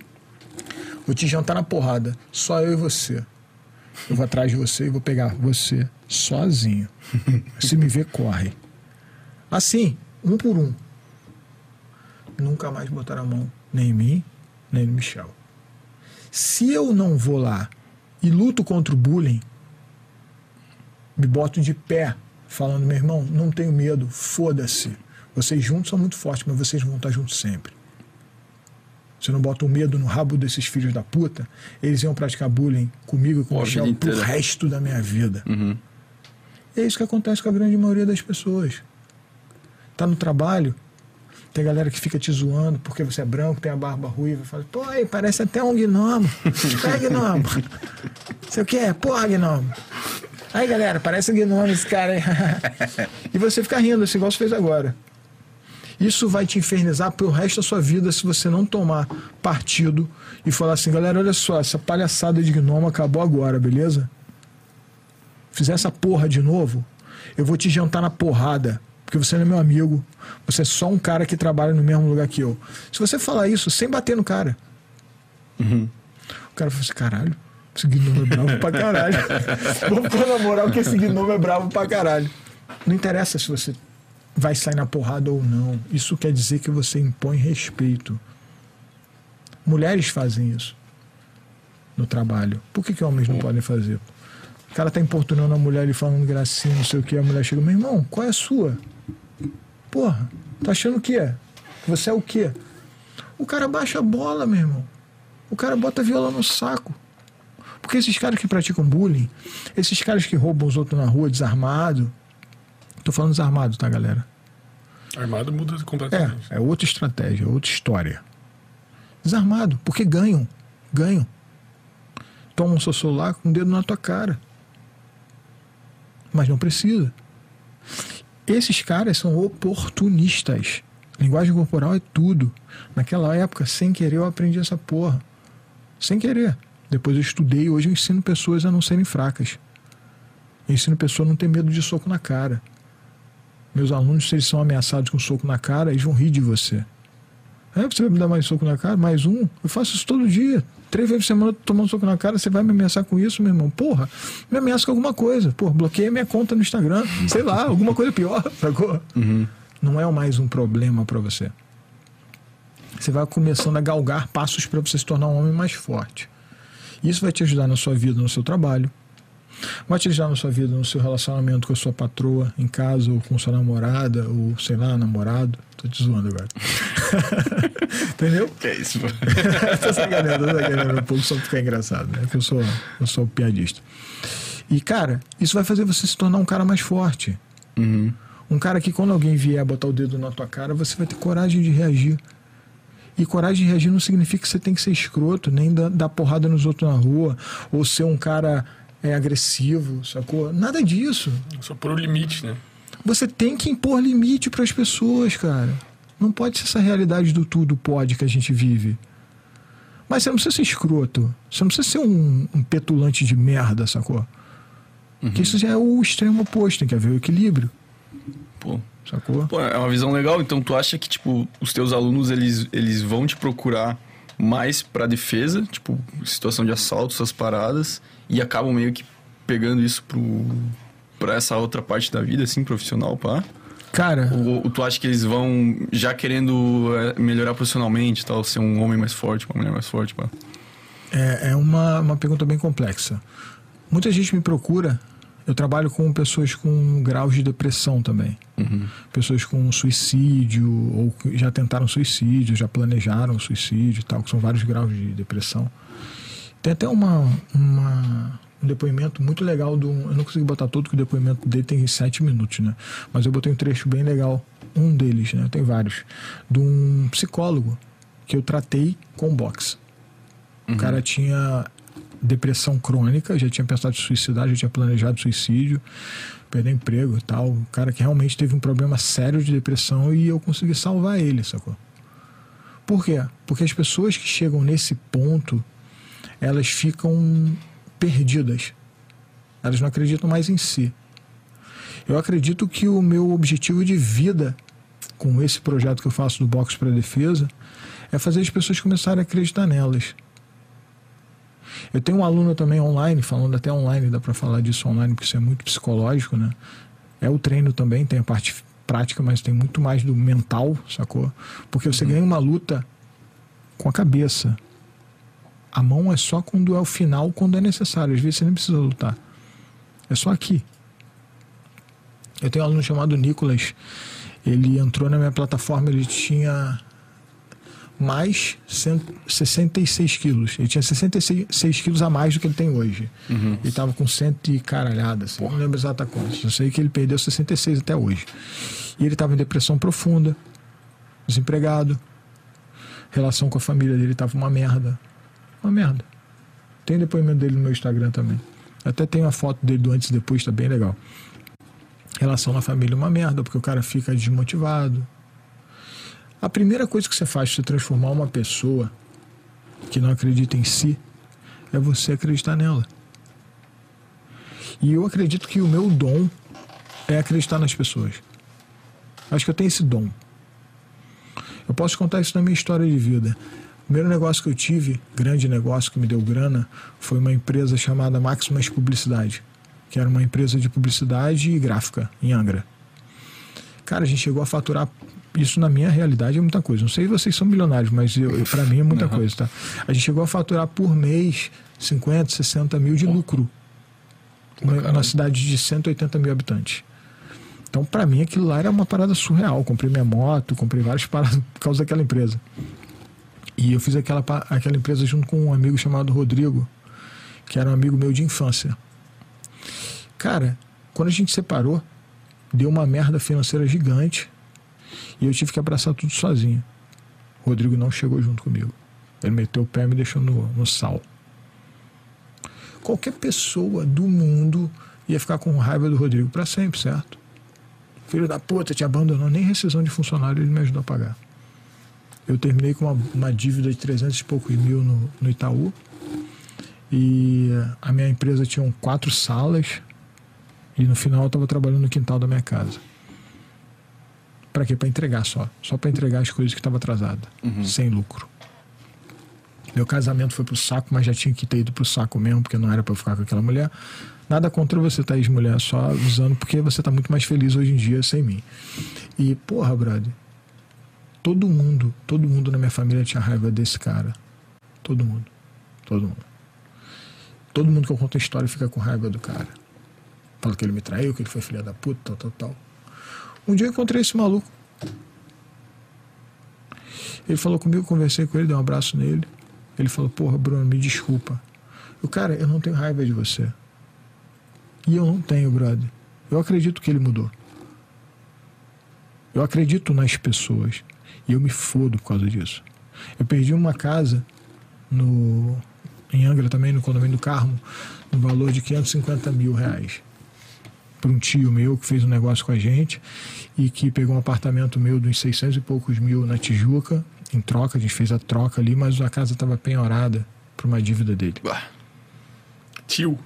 [SPEAKER 3] Vou te jantar na porrada, só eu e você. Eu vou atrás de você e vou pegar você sozinho. Se me ver, corre. Assim, um por um. Nunca mais botaram a mão, nem em mim, nem no Michel. Se eu não vou lá e luto contra o bullying, me boto de pé, falando, meu irmão, não tenho medo, foda-se. Vocês juntos são muito fortes, mas vocês vão estar juntos sempre. Se eu não boto o medo no rabo desses filhos da puta, eles iam praticar bullying comigo e com o Michel pro resto da minha vida. E é isso que acontece com a grande maioria das pessoas. Tá no trabalho, tem galera que fica te zoando porque você é branco, tem a barba ruiva, fala, pô, aí, parece até um gnomo. É gnomo. Você o quê? Porra, gnomo. Aí, galera, parece um gnomo esse cara aí. E você fica rindo, assim, igual você fez agora. Isso vai te infernizar pelo resto da sua vida se você não tomar partido e falar assim, galera, olha só, essa palhaçada de gnomo acabou agora, beleza? Fizer essa porra de novo, eu vou te jantar na porrada, porque você não é meu amigo, você é só um cara que trabalha no mesmo lugar que eu. Se você falar isso sem bater no cara, o cara fala assim, caralho, esse gnomo é bravo pra caralho. Vou pôr na moral que esse gnomo é bravo pra caralho. Não interessa se você vai sair na porrada ou não. Isso quer dizer que você impõe respeito. Mulheres fazem isso no trabalho. Por que homens não podem fazer? O cara tá importunando a mulher e falando gracinha, não sei o que, a mulher chega, meu irmão, qual é a sua? Porra, tá achando o quê? Você é o quê? O cara baixa a bola, meu irmão. O cara bota a viola no saco. Porque esses caras que praticam bullying, esses caras que roubam os outros na rua desarmado, tô falando desarmado, tá, galera?
[SPEAKER 1] Armado muda completamente.
[SPEAKER 3] É outra estratégia, outra história. Desarmado, porque ganham. Toma o seu celular com o dedo na tua cara. Mas não precisa. Esses caras são oportunistas. Linguagem corporal é tudo. Naquela época, sem querer, eu aprendi essa porra. Sem querer. Depois eu estudei e hoje eu ensino pessoas a não serem fracas. Eu ensino pessoas a não ter medo de soco na cara. Meus alunos, se eles são ameaçados com um soco na cara, eles vão rir de você. Você vai me dar mais soco na cara? Mais um? Eu faço isso todo dia. 3 vezes por semana tomando soco na cara, você vai me ameaçar com isso, meu irmão? Porra, me ameaça com alguma coisa. Porra, bloqueia minha conta no Instagram. Sei lá, alguma coisa pior, sacou? Não é mais um problema para você. Você vai começando a galgar passos para você se tornar um homem mais forte. Isso vai te ajudar na sua vida, no seu trabalho. Vai te ajudar na sua vida, no seu relacionamento com a sua patroa, em casa, ou com sua namorada, ou sei lá, namorado. Tô te zoando agora. Entendeu?
[SPEAKER 2] Que é isso, pô?
[SPEAKER 3] Tô sacaneando um pouco só pra ficar engraçado, né? Porque eu sou piadista. E, cara, isso vai fazer você se tornar um cara mais forte. Um cara que, quando alguém vier botar o dedo na tua cara, você vai ter coragem de reagir. E coragem de reagir não significa que você tem que ser escroto, nem dar porrada nos outros na rua, ou ser um cara agressivo, sacou? Nada disso.
[SPEAKER 1] Só por o limite, né?
[SPEAKER 3] Você tem que impor limite para as pessoas, cara. Não pode ser essa realidade do tudo pode que a gente vive. Mas você não precisa ser escroto. Você não precisa ser um petulante de merda, sacou? Porque isso já é o extremo oposto, tem que haver o equilíbrio.
[SPEAKER 2] Pô.
[SPEAKER 3] Sacou?
[SPEAKER 2] Pô, é uma visão legal. Então, tu acha que, tipo, os teus alunos, eles vão te procurar mais pra defesa, tipo, situação de assalto, essas paradas, e acabam meio que pegando isso pra essa outra parte da vida, assim, profissional, pá?
[SPEAKER 3] Cara...
[SPEAKER 2] Ou tu acha que eles vão já querendo melhorar profissionalmente, tal, ser um homem mais forte, uma mulher mais forte, pá?
[SPEAKER 3] É uma pergunta bem complexa. Muita gente me procura. Eu trabalho com pessoas com graus de depressão também. Pessoas com suicídio, ou que já tentaram suicídio, já planejaram suicídio e tal, que são vários graus de depressão. Tem até um depoimento muito legal eu não consegui botar todo, porque o depoimento dele tem 7 minutos, né? Mas eu botei um trecho bem legal, um deles, né? Tem vários, de um psicólogo que eu tratei com boxe. O cara tinha depressão crônica, já tinha pensado em suicidar, já tinha planejado suicídio, perder emprego e tal. O cara que realmente teve um problema sério de depressão, e eu consegui salvar ele, sacou? Por quê? Porque as pessoas que chegam nesse ponto, elas ficam perdidas. Elas não acreditam mais em si. Eu acredito que o meu objetivo de vida com esse projeto que eu faço do Boxe para Defesa é fazer as pessoas começarem a acreditar nelas. Eu tenho um aluno também online, falando até online, dá para falar disso online, porque isso é muito psicológico, né? É o treino também, tem a parte prática, mas tem muito mais do mental, sacou? Porque você ganha uma luta com a cabeça. A mão é só quando é o final, quando é necessário. Às vezes você nem precisa lutar. É só aqui. Eu tenho um aluno chamado Nicolas. Ele entrou na minha plataforma, ele tinha mais 66 quilos. Ele tinha 66 quilos a mais do que ele tem hoje. Ele estava com 100 e caralhada, assim. Não lembro exatamente quantos. Eu sei que ele perdeu 66 até hoje. E ele estava em depressão profunda, desempregado. Relação com a família dele estava uma merda. Uma merda. Tem depoimento dele no meu Instagram também. Até tem uma foto dele do antes e depois, tá bem legal. Relação na família uma merda, porque o cara fica desmotivado. A primeira coisa que você faz para você transformar uma pessoa que não acredita em si é você acreditar nela. E eu acredito que o meu dom é acreditar nas pessoas. Acho que eu tenho esse dom. Eu posso contar isso na minha história de vida. O primeiro negócio que eu tive, grande negócio que me deu grana, foi uma empresa chamada Maximus Publicidade, que era uma empresa de publicidade e gráfica em Angra. Cara, a gente chegou a faturar, isso na minha realidade é muita coisa. Não sei se vocês são milionários, mas pra mim é muita coisa, tá? A gente chegou a faturar por mês 50, 60 mil de lucro. Uma cidade de 180 mil habitantes. Então, pra mim, aquilo lá era uma parada surreal. Comprei minha moto, comprei várias paradas por causa daquela empresa. E eu fiz aquela empresa junto com um amigo chamado Rodrigo, que era um amigo meu de infância. Cara, quando a gente separou, deu uma merda financeira gigante e eu tive que abraçar tudo sozinho. O Rodrigo não chegou junto comigo. Ele meteu o pé e me deixou no sal. Qualquer pessoa do mundo ia ficar com raiva do Rodrigo para sempre, certo? Filho da puta, te abandonou. Nem rescisão de funcionário ele me ajudou a pagar. Eu terminei com uma dívida de 300 e poucos mil no Itaú. E a minha empresa tinha 4 salas. E no final eu estava trabalhando no quintal da minha casa. Pra quê? Pra entregar só. Só pra entregar as coisas que estavam atrasadas. Sem lucro. Meu casamento foi pro saco, mas já tinha que ter ido pro saco mesmo, porque não era pra eu ficar com aquela mulher. Nada contra você, Thaís, mulher, só usando porque você tá muito mais feliz hoje em dia sem mim. E, porra, brother, todo mundo na minha família tinha raiva desse cara. Todo mundo. Todo mundo que eu conto a história fica com raiva do cara. Fala que ele me traiu, que ele foi filha da puta, tal. Um dia eu encontrei esse maluco. Ele falou comigo, conversei com ele, dei um abraço nele. Ele falou, porra, Bruno, me desculpa. Cara, eu não tenho raiva de você. E eu não tenho, brother. Eu acredito que ele mudou. Eu acredito nas pessoas. E eu me fodo por causa disso. Eu perdi uma casa em Angra também, no condomínio do Carmo, no valor de R$550 mil. Por um tio meu que fez um negócio com a gente e que pegou um apartamento meu de uns 600 e poucos mil na Tijuca. Em troca, a gente fez a troca ali, mas a casa estava penhorada por uma dívida dele.
[SPEAKER 1] Tio.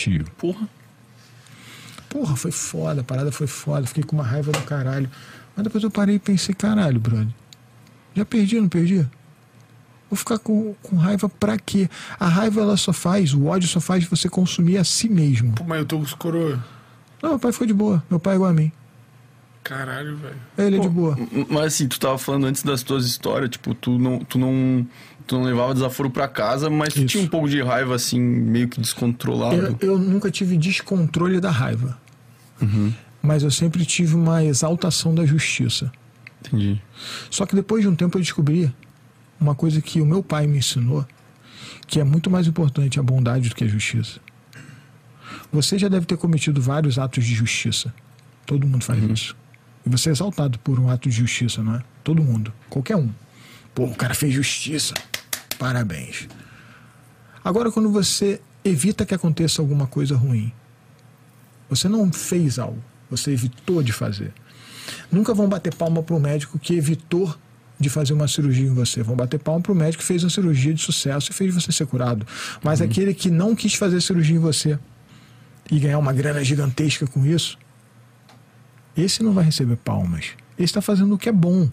[SPEAKER 3] Porra, foi foda, a parada foi foda. Fiquei com uma raiva do caralho. Mas depois eu parei e pensei, caralho, brother. Já perdi, não perdi? Vou ficar com raiva pra quê? A raiva, o ódio só faz você consumir a si mesmo.
[SPEAKER 1] Pô, mas eu tô com os coroa.
[SPEAKER 3] Não, meu pai ficou de boa. Meu pai é igual a mim.
[SPEAKER 1] Caralho, velho.
[SPEAKER 3] Ele é de boa.
[SPEAKER 2] Mas assim, tu tava falando antes das tuas histórias, tipo, tu não levava desaforo pra casa, mas tu tinha um pouco de raiva, assim, meio que descontrolado.
[SPEAKER 3] Eu nunca tive descontrole da raiva. Mas eu sempre tive uma exaltação da justiça.
[SPEAKER 2] Entendi.
[SPEAKER 3] Só que depois de um tempo eu descobri uma coisa que o meu pai me ensinou, que é muito mais importante a bondade do que a justiça. Você já deve ter cometido vários atos de justiça. Todo mundo faz isso. E você é exaltado por um ato de justiça, não é? Todo mundo. Qualquer um. Pô, o cara fez justiça. Parabéns. Agora, quando você evita que aconteça alguma coisa ruim, você não fez algo, você evitou de fazer. Nunca vão bater palma para o médico que evitou de fazer uma cirurgia em você. Vão bater palma para o médico que fez uma cirurgia de sucesso e fez você ser curado. Mas aquele que não quis fazer cirurgia em você e ganhar uma grana gigantesca com isso, esse não vai receber palmas. Esse está fazendo o que é bom.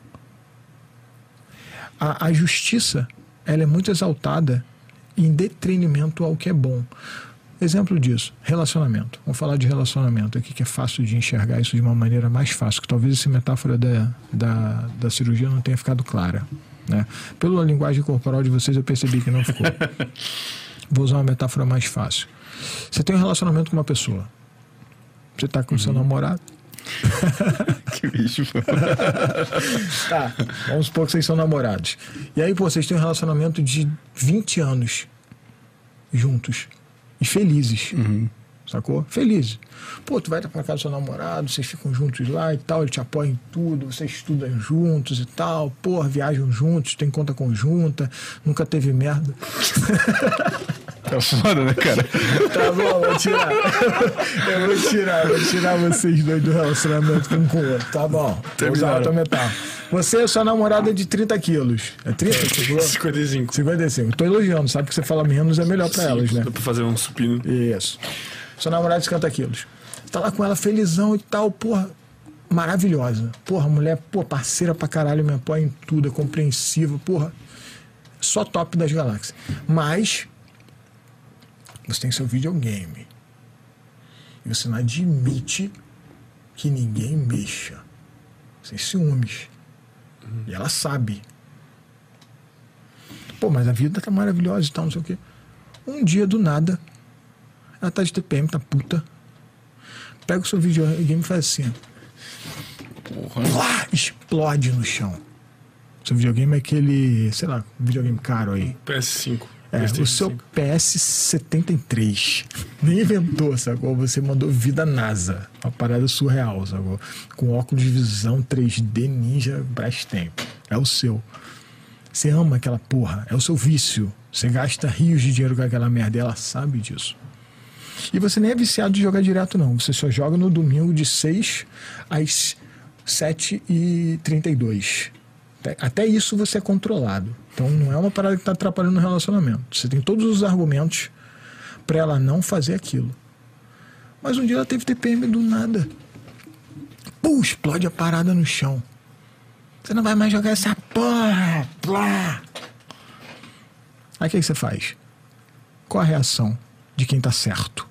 [SPEAKER 3] A justiça, ela é muito exaltada em detrimento ao que é bom. Exemplo disso, relacionamento. Vamos falar de relacionamento aqui, que é fácil de enxergar isso de uma maneira mais fácil, que talvez essa metáfora da cirurgia não tenha ficado clara, né? Pela linguagem corporal de vocês eu percebi que não ficou. Vou usar uma metáfora mais fácil. Você tem um relacionamento com uma pessoa. Você está com seu namorado.
[SPEAKER 2] Que bicho.
[SPEAKER 3] Tá, vamos supor que vocês são namorados. E aí, pô, vocês têm um relacionamento de 20 anos juntos. E felizes. Sacou? Felizes. Pô, tu vai pra casa do seu namorado, vocês ficam juntos lá e tal, ele te apoia em tudo, vocês estudam juntos e tal, porra, viajam juntos, tem conta conjunta, nunca teve merda.
[SPEAKER 2] É foda, né, cara?
[SPEAKER 3] Tá bom, vou tirar. Eu vou tirar vocês dois do relacionamento com o outro. Tá bom. Vou usar outra metáfora. Você é sua namorada de 30 quilos. É 30?
[SPEAKER 1] 55.
[SPEAKER 3] 55. Tô elogiando, sabe que você fala menos é melhor pra elas, né?
[SPEAKER 1] Dá pra fazer um supino.
[SPEAKER 3] Isso. Sua namorada de 50 quilos. Tá lá com ela felizão e tal, porra, maravilhosa. Porra, mulher, pô, parceira pra caralho, me apoia em tudo, é compreensiva, porra. Só top das galáxias. Mas você tem seu videogame. E você não admite que ninguém mexa. Sem ciúmes. E ela sabe. Pô, mas a vida tá maravilhosa e tal, não sei o quê. Um dia, do nada, ela tá de TPM, tá puta. Pega o seu videogame e faz assim.
[SPEAKER 2] Porra.
[SPEAKER 3] Plá, explode no chão. Seu videogame é aquele, sei lá, videogame caro aí.
[SPEAKER 1] PS5.
[SPEAKER 3] É, o seu PS73. Nem inventou, sacou? Você mandou vida NASA. Uma parada surreal, sacou? Com óculos de visão 3D Ninja Brastemp. É o seu. Você ama aquela porra. É o seu vício. Você gasta rios de dinheiro com aquela merda. E ela sabe disso. E você nem é viciado de jogar direto, não. Você só joga no domingo de 6 às 7h32. Até isso você é controlado. Então não é uma parada que está atrapalhando o relacionamento. Você tem todos os argumentos para ela não fazer aquilo. Mas um dia ela teve TPM do nada. Pum, explode a parada no chão. Você não vai mais jogar essa porra. Plá. Aí o que você faz? Qual a reação de quem tá certo?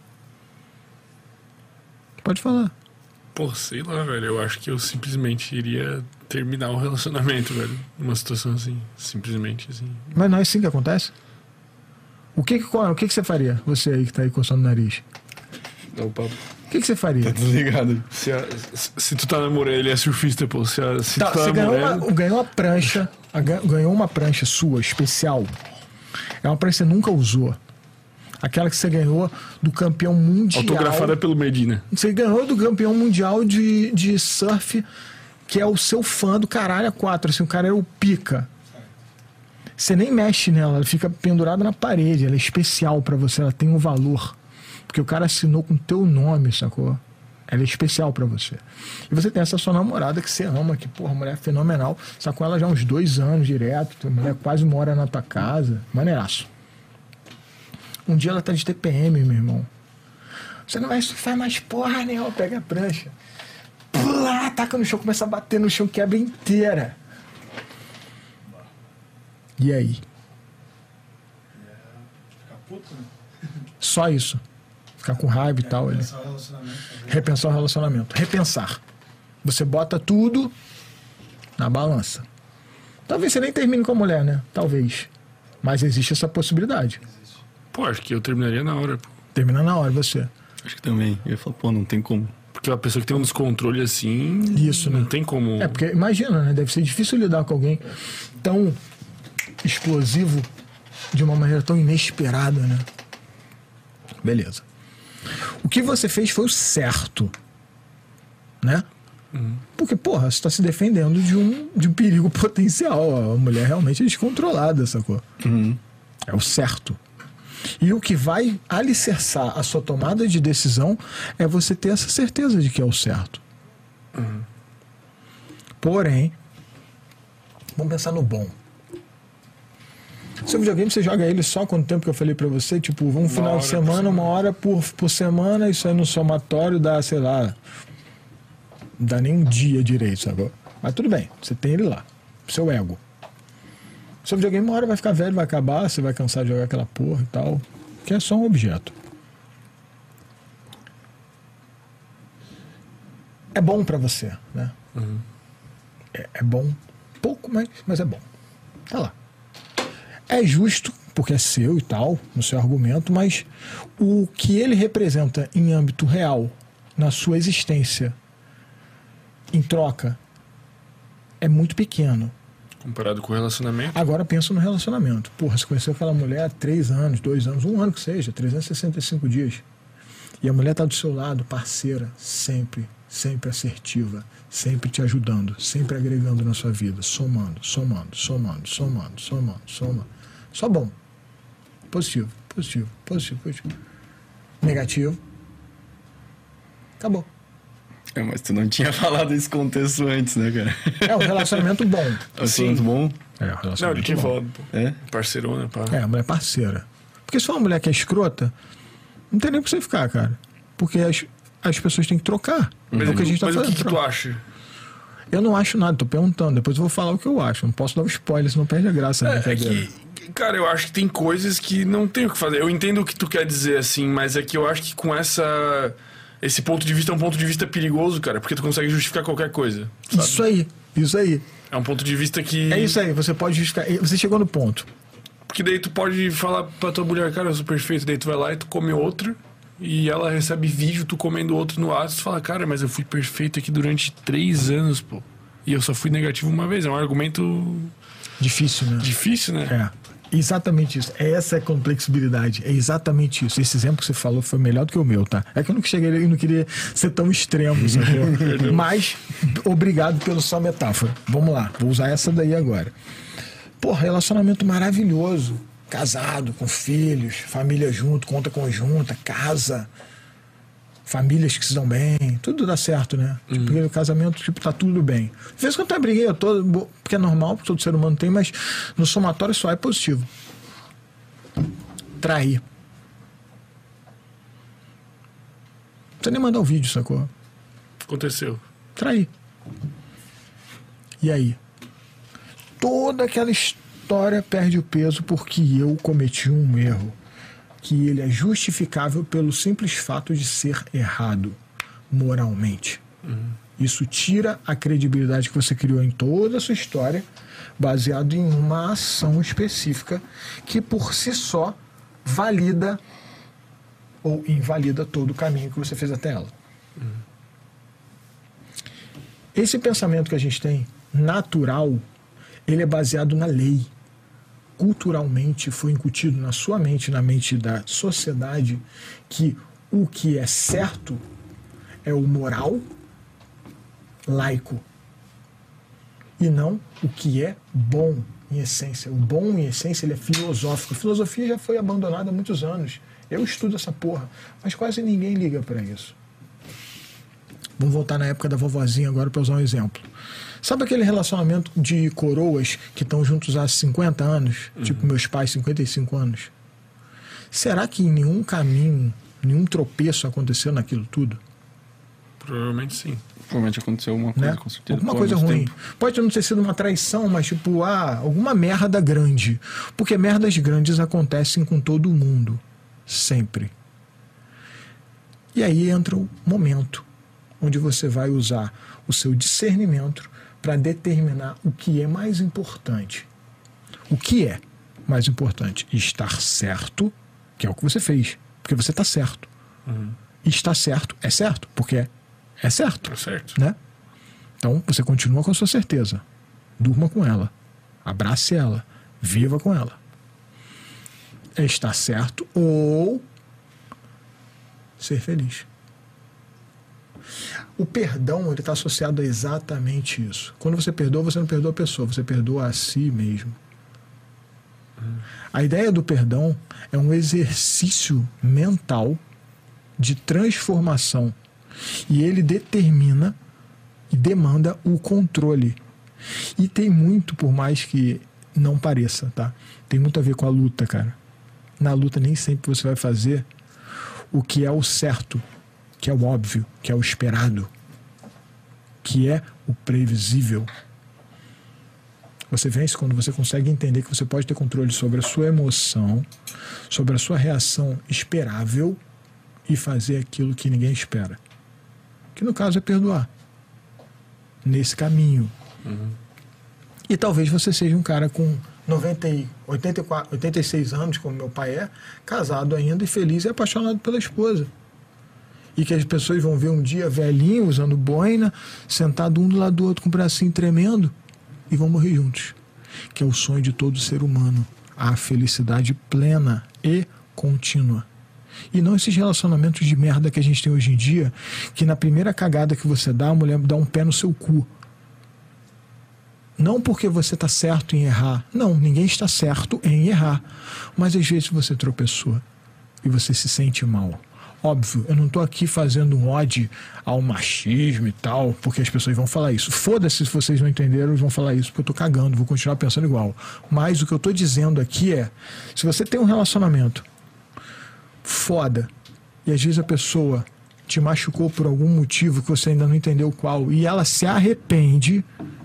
[SPEAKER 3] Pode falar.
[SPEAKER 1] Pô, sei lá, velho. Eu acho que eu simplesmente iria terminar o relacionamento, velho. Numa situação assim. Simplesmente assim.
[SPEAKER 3] Mas não é assim que acontece? O que você faria? Você aí que tá aí coçando o nariz.
[SPEAKER 1] Opa.
[SPEAKER 3] O que você faria?
[SPEAKER 2] Tá desligado.
[SPEAKER 1] Se tu tá namorando, ele é surfista, pô. Se
[SPEAKER 3] Tá,
[SPEAKER 1] tu tá
[SPEAKER 3] você
[SPEAKER 1] namorando...
[SPEAKER 3] ganhou uma prancha sua, especial. É uma prancha que você nunca usou. Aquela que você ganhou do campeão mundial.
[SPEAKER 1] Autografada pelo Medina.
[SPEAKER 3] Você ganhou do campeão mundial de surf, que é o seu fã do caralho a 4. Assim, o cara é o pica. Você nem mexe nela, ela fica pendurada na parede. Ela é especial pra você, ela tem um valor. Porque o cara assinou com o teu nome, sacou? Ela é especial pra você. E você tem essa sua namorada que você ama, que, porra, mulher fenomenal. Você tá com ela já há uns 2 anos direto. A mulher quase mora na tua casa. Maneiraço. Um dia ela tá de TPM, meu irmão. Você não vai surfar mais porra nenhuma. Pega a prancha. Pula, taca no chão, começa a bater no chão, quebra inteira. E aí?
[SPEAKER 4] Ficar puto, né?
[SPEAKER 3] Só isso. Ficar com raiva e tal.
[SPEAKER 4] Repensar o relacionamento.
[SPEAKER 3] Repensar o relacionamento. Repensar. Você bota tudo na balança. Talvez você nem termine com a mulher, né? Talvez. Mas existe essa possibilidade.
[SPEAKER 1] Pô, acho que eu terminaria na hora, pô.
[SPEAKER 3] Termina na hora você.
[SPEAKER 2] Acho que também. Eu ia falar, pô, não tem como.
[SPEAKER 1] Porque a pessoa que tem um descontrole assim...
[SPEAKER 3] Isso,
[SPEAKER 1] não
[SPEAKER 3] né?
[SPEAKER 1] tem como...
[SPEAKER 3] É, porque imagina, né? Deve ser difícil lidar com alguém tão explosivo de uma maneira tão inesperada, né? Beleza. O que você fez foi o certo, né? Porque, porra, você tá se defendendo de um perigo potencial. A mulher realmente é descontrolada, sacou? É o certo. E o que vai alicerçar a sua tomada de decisão é você ter essa certeza de que é o certo. Porém, vamos pensar no bom. Seu videogame, você joga ele só quanto tempo que eu falei pra você? Tipo, um final de semana, 1 hora por semana, isso aí no somatório dá, sei lá, não dá nem um dia direito, sabe? Mas tudo bem, você tem ele lá, seu ego. Seu videogame 1 hora vai ficar velho, vai acabar, você vai cansar de jogar aquela porra e tal, que é só um objeto. É bom pra você, né? É bom, pouco, mas é bom. Tá lá. É justo, porque é seu e tal, no seu argumento, mas o que ele representa em âmbito real, na sua existência, em troca, é muito pequeno.
[SPEAKER 1] Comparado com o relacionamento.
[SPEAKER 3] Agora pensa no relacionamento. Porra, você conheceu aquela mulher há 3 anos, 2 anos, 1 ano que seja, 365 dias. E a mulher tá do seu lado, parceira, sempre assertiva, sempre te ajudando, sempre agregando na sua vida, somando. Só bom. Positivo. Negativo. Acabou.
[SPEAKER 2] É, mas tu não tinha falado esse contexto antes, né, cara?
[SPEAKER 3] É um relacionamento bom.
[SPEAKER 2] Relacionamento bom?
[SPEAKER 3] É um
[SPEAKER 1] Não, ele
[SPEAKER 3] relacionamento
[SPEAKER 1] tinha
[SPEAKER 3] bom.
[SPEAKER 1] falado, pô.
[SPEAKER 2] É?
[SPEAKER 1] Parceirona, pá.
[SPEAKER 3] É, a mulher parceira. Porque se for uma mulher que é escrota, não tem nem pra você ficar, cara. Porque as pessoas têm que trocar.
[SPEAKER 1] Mas,
[SPEAKER 3] É o que a gente tá
[SPEAKER 1] mas o
[SPEAKER 3] fazendo.
[SPEAKER 1] que tu acha?
[SPEAKER 3] Eu não acho nada, tô perguntando. Depois eu vou falar o que eu acho. Não posso dar um spoiler, senão perde a graça.
[SPEAKER 1] É que, cara, eu acho que tem coisas que não tem o que fazer. Eu entendo o que tu quer dizer, assim, mas é que eu acho que com esse ponto de vista é um ponto de vista perigoso, cara, porque tu consegue justificar qualquer coisa. Sabe?
[SPEAKER 3] Isso aí.
[SPEAKER 1] É um ponto de vista que...
[SPEAKER 3] É isso aí, você pode justificar. Você chegou no ponto.
[SPEAKER 1] Porque daí tu pode falar pra tua mulher, cara, eu sou perfeito, daí tu vai lá e tu come outro, e ela recebe vídeo tu comendo outro no ar, tu fala, cara, mas eu fui perfeito aqui durante 3 anos, pô. E eu só fui negativo uma vez. É um argumento
[SPEAKER 3] Difícil, né?
[SPEAKER 1] difícil, né?
[SPEAKER 3] É. Exatamente isso. Essa é a complexibilidade. É exatamente isso. Esse exemplo que você falou foi melhor do que o meu, tá? É que eu não cheguei e não queria ser tão extremo, sacou? Mas, obrigado pela sua metáfora. Vamos lá, vou usar essa daí agora. Pô, relacionamento maravilhoso. Casado, com filhos, família junto, conta conjunta, casa, famílias que se dão bem, tudo dá certo, né? Tipo, porque o casamento, tipo, tá tudo bem. Às vezes quando eu briguei, porque é normal, porque todo ser humano tem, mas no somatório só é positivo. Trair. Não precisa nem mandar o vídeo, sacou?
[SPEAKER 1] Aconteceu.
[SPEAKER 3] Trair. E aí? Toda aquela história perde o peso porque eu cometi um erro. Que ele é justificável pelo simples fato de ser errado moralmente. Isso tira a credibilidade que você criou em toda a sua história, baseado em uma ação específica que por si só valida ou invalida todo o caminho que você fez até ela. Esse pensamento que a gente tem, natural, ele é baseado na lei. Culturalmente foi incutido na sua mente, na mente da sociedade, que o que é certo é o moral laico e não o que é bom em essência. O bom em essência ele é filosófico. A filosofia já foi abandonada há muitos anos. Eu estudo essa porra, mas quase ninguém liga para isso. Vamos voltar na época da vovozinha agora para usar um exemplo. Sabe aquele relacionamento de coroas que estão juntos há 50 anos? Tipo meus pais, 55 anos. Será que em nenhum caminho, nenhum tropeço aconteceu naquilo tudo?
[SPEAKER 1] Provavelmente sim.
[SPEAKER 2] Provavelmente aconteceu alguma coisa,
[SPEAKER 3] Né?
[SPEAKER 2] com certeza.
[SPEAKER 3] Alguma coisa ruim.
[SPEAKER 2] Tempo.
[SPEAKER 3] Pode não ter sido uma traição, mas tipo, alguma merda grande. Porque merdas grandes acontecem com todo mundo. Sempre. E aí entra o momento onde você vai usar o seu discernimento para determinar o que é mais importante. O que é mais importante? Estar certo, que é o que você fez. Porque você está certo. Estar certo é certo, porque é certo.
[SPEAKER 1] Tá certo.
[SPEAKER 3] Né? Então você continua com a sua certeza. Durma com ela. Abrace ela. Viva com ela. É estar certo ou ser feliz. O perdão ele está associado a exatamente isso. Quando você perdoa, você não perdoa a pessoa, você perdoa a si mesmo. A ideia do perdão é um exercício mental de transformação. E ele determina e demanda o controle. E tem muito, por mais que não pareça, tá? Tem muito a ver com a luta, cara. Na luta nem sempre você vai fazer o que é o certo, que é o óbvio, que é o esperado, que é o previsível. Você vence quando você consegue entender que você pode ter controle sobre a sua emoção, sobre a sua reação esperável e fazer aquilo que ninguém espera. Que no caso é perdoar. Nesse caminho. E talvez você seja um cara com 84, 86 anos, como meu pai é, casado ainda e feliz e apaixonado pela esposa. E que as pessoas vão ver um dia velhinho, usando boina, sentado um do lado do outro com o bracinho tremendo e vão morrer juntos. Que é o sonho de todo ser humano. A felicidade plena e contínua. E não esses relacionamentos de merda que a gente tem hoje em dia, que na primeira cagada que você dá, a mulher dá um pé no seu cu. Não porque você está certo em errar. Não, ninguém está certo em errar. Mas às vezes você tropeçou e você se sente mal. Óbvio, eu não estou aqui fazendo um ode ao machismo e tal, porque as pessoas vão falar isso. Foda-se se vocês não entenderam, eles vão falar isso, porque eu estou cagando, vou continuar pensando igual. Mas o que eu estou dizendo aqui é, se você tem um relacionamento foda, e às vezes a pessoa te machucou por algum motivo que você ainda não entendeu qual, e ela se arrepende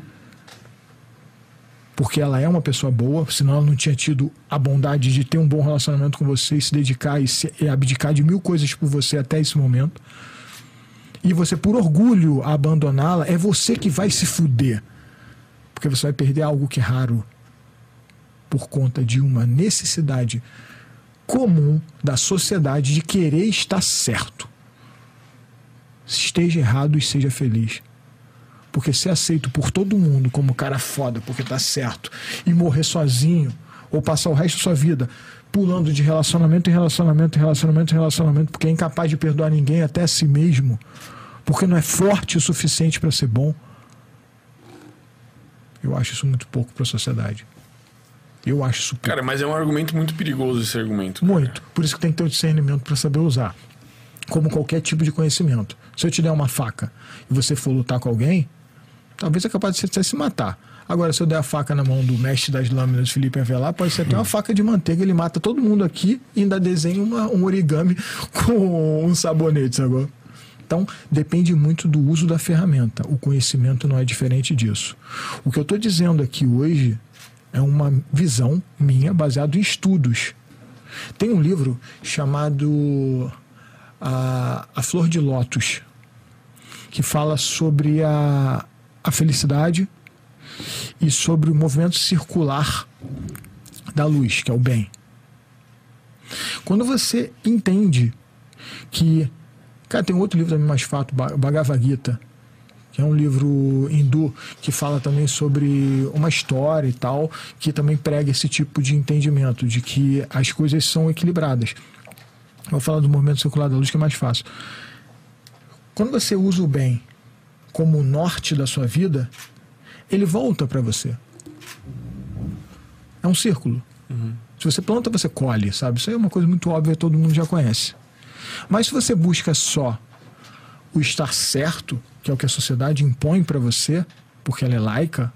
[SPEAKER 3] porque ela é uma pessoa boa, senão ela não tinha tido a bondade de ter um bom relacionamento com você e se dedicar e abdicar de 1000 coisas por você até esse momento, e você por orgulho abandoná-la, é você que vai se fuder, porque você vai perder algo que é raro por conta de uma necessidade comum da sociedade de querer estar certo. Esteja errado e seja feliz. Porque ser aceito por todo mundo como cara foda porque tá certo e morrer sozinho ou passar o resto da sua vida pulando de relacionamento em relacionamento, em relacionamento, em relacionamento, porque é incapaz de perdoar ninguém, até a si mesmo, porque não é forte o suficiente para ser bom, eu acho isso muito pouco para a sociedade. Eu acho isso pouco.
[SPEAKER 1] Cara, mas é um argumento muito perigoso esse argumento. Cara.
[SPEAKER 3] Muito. Por isso que tem que ter o discernimento para saber usar. Como qualquer tipo de conhecimento. Se eu te der uma faca e você for lutar com alguém, talvez é capaz de você se matar. Agora, se eu der a faca na mão do mestre das lâminas, Felipe Avelar, pode ser até uma faca de manteiga, ele mata todo mundo aqui e ainda desenha um origami com um sabonete agora. Então, depende muito do uso da ferramenta. O conhecimento não é diferente disso. O que eu estou dizendo aqui hoje é uma visão minha baseada em estudos. Tem um livro chamado A Flor de Lótus, que fala sobre a felicidade e sobre o movimento circular da luz, que é o bem. Quando você entende que... Cara, tem outro livro também mais fato, Bhagavad Gita, que é um livro hindu que fala também sobre uma história e tal, que também prega esse tipo de entendimento, de que as coisas são equilibradas. Vou falar do movimento circular da luz, que é mais fácil. Quando você usa o bem como o norte da sua vida, ele volta para você. É um círculo. Se você planta, você colhe, sabe? Isso aí é uma coisa muito óbvia, todo mundo já conhece. Mas se você busca só o estar certo, que é o que a sociedade impõe para você, porque ela é laica,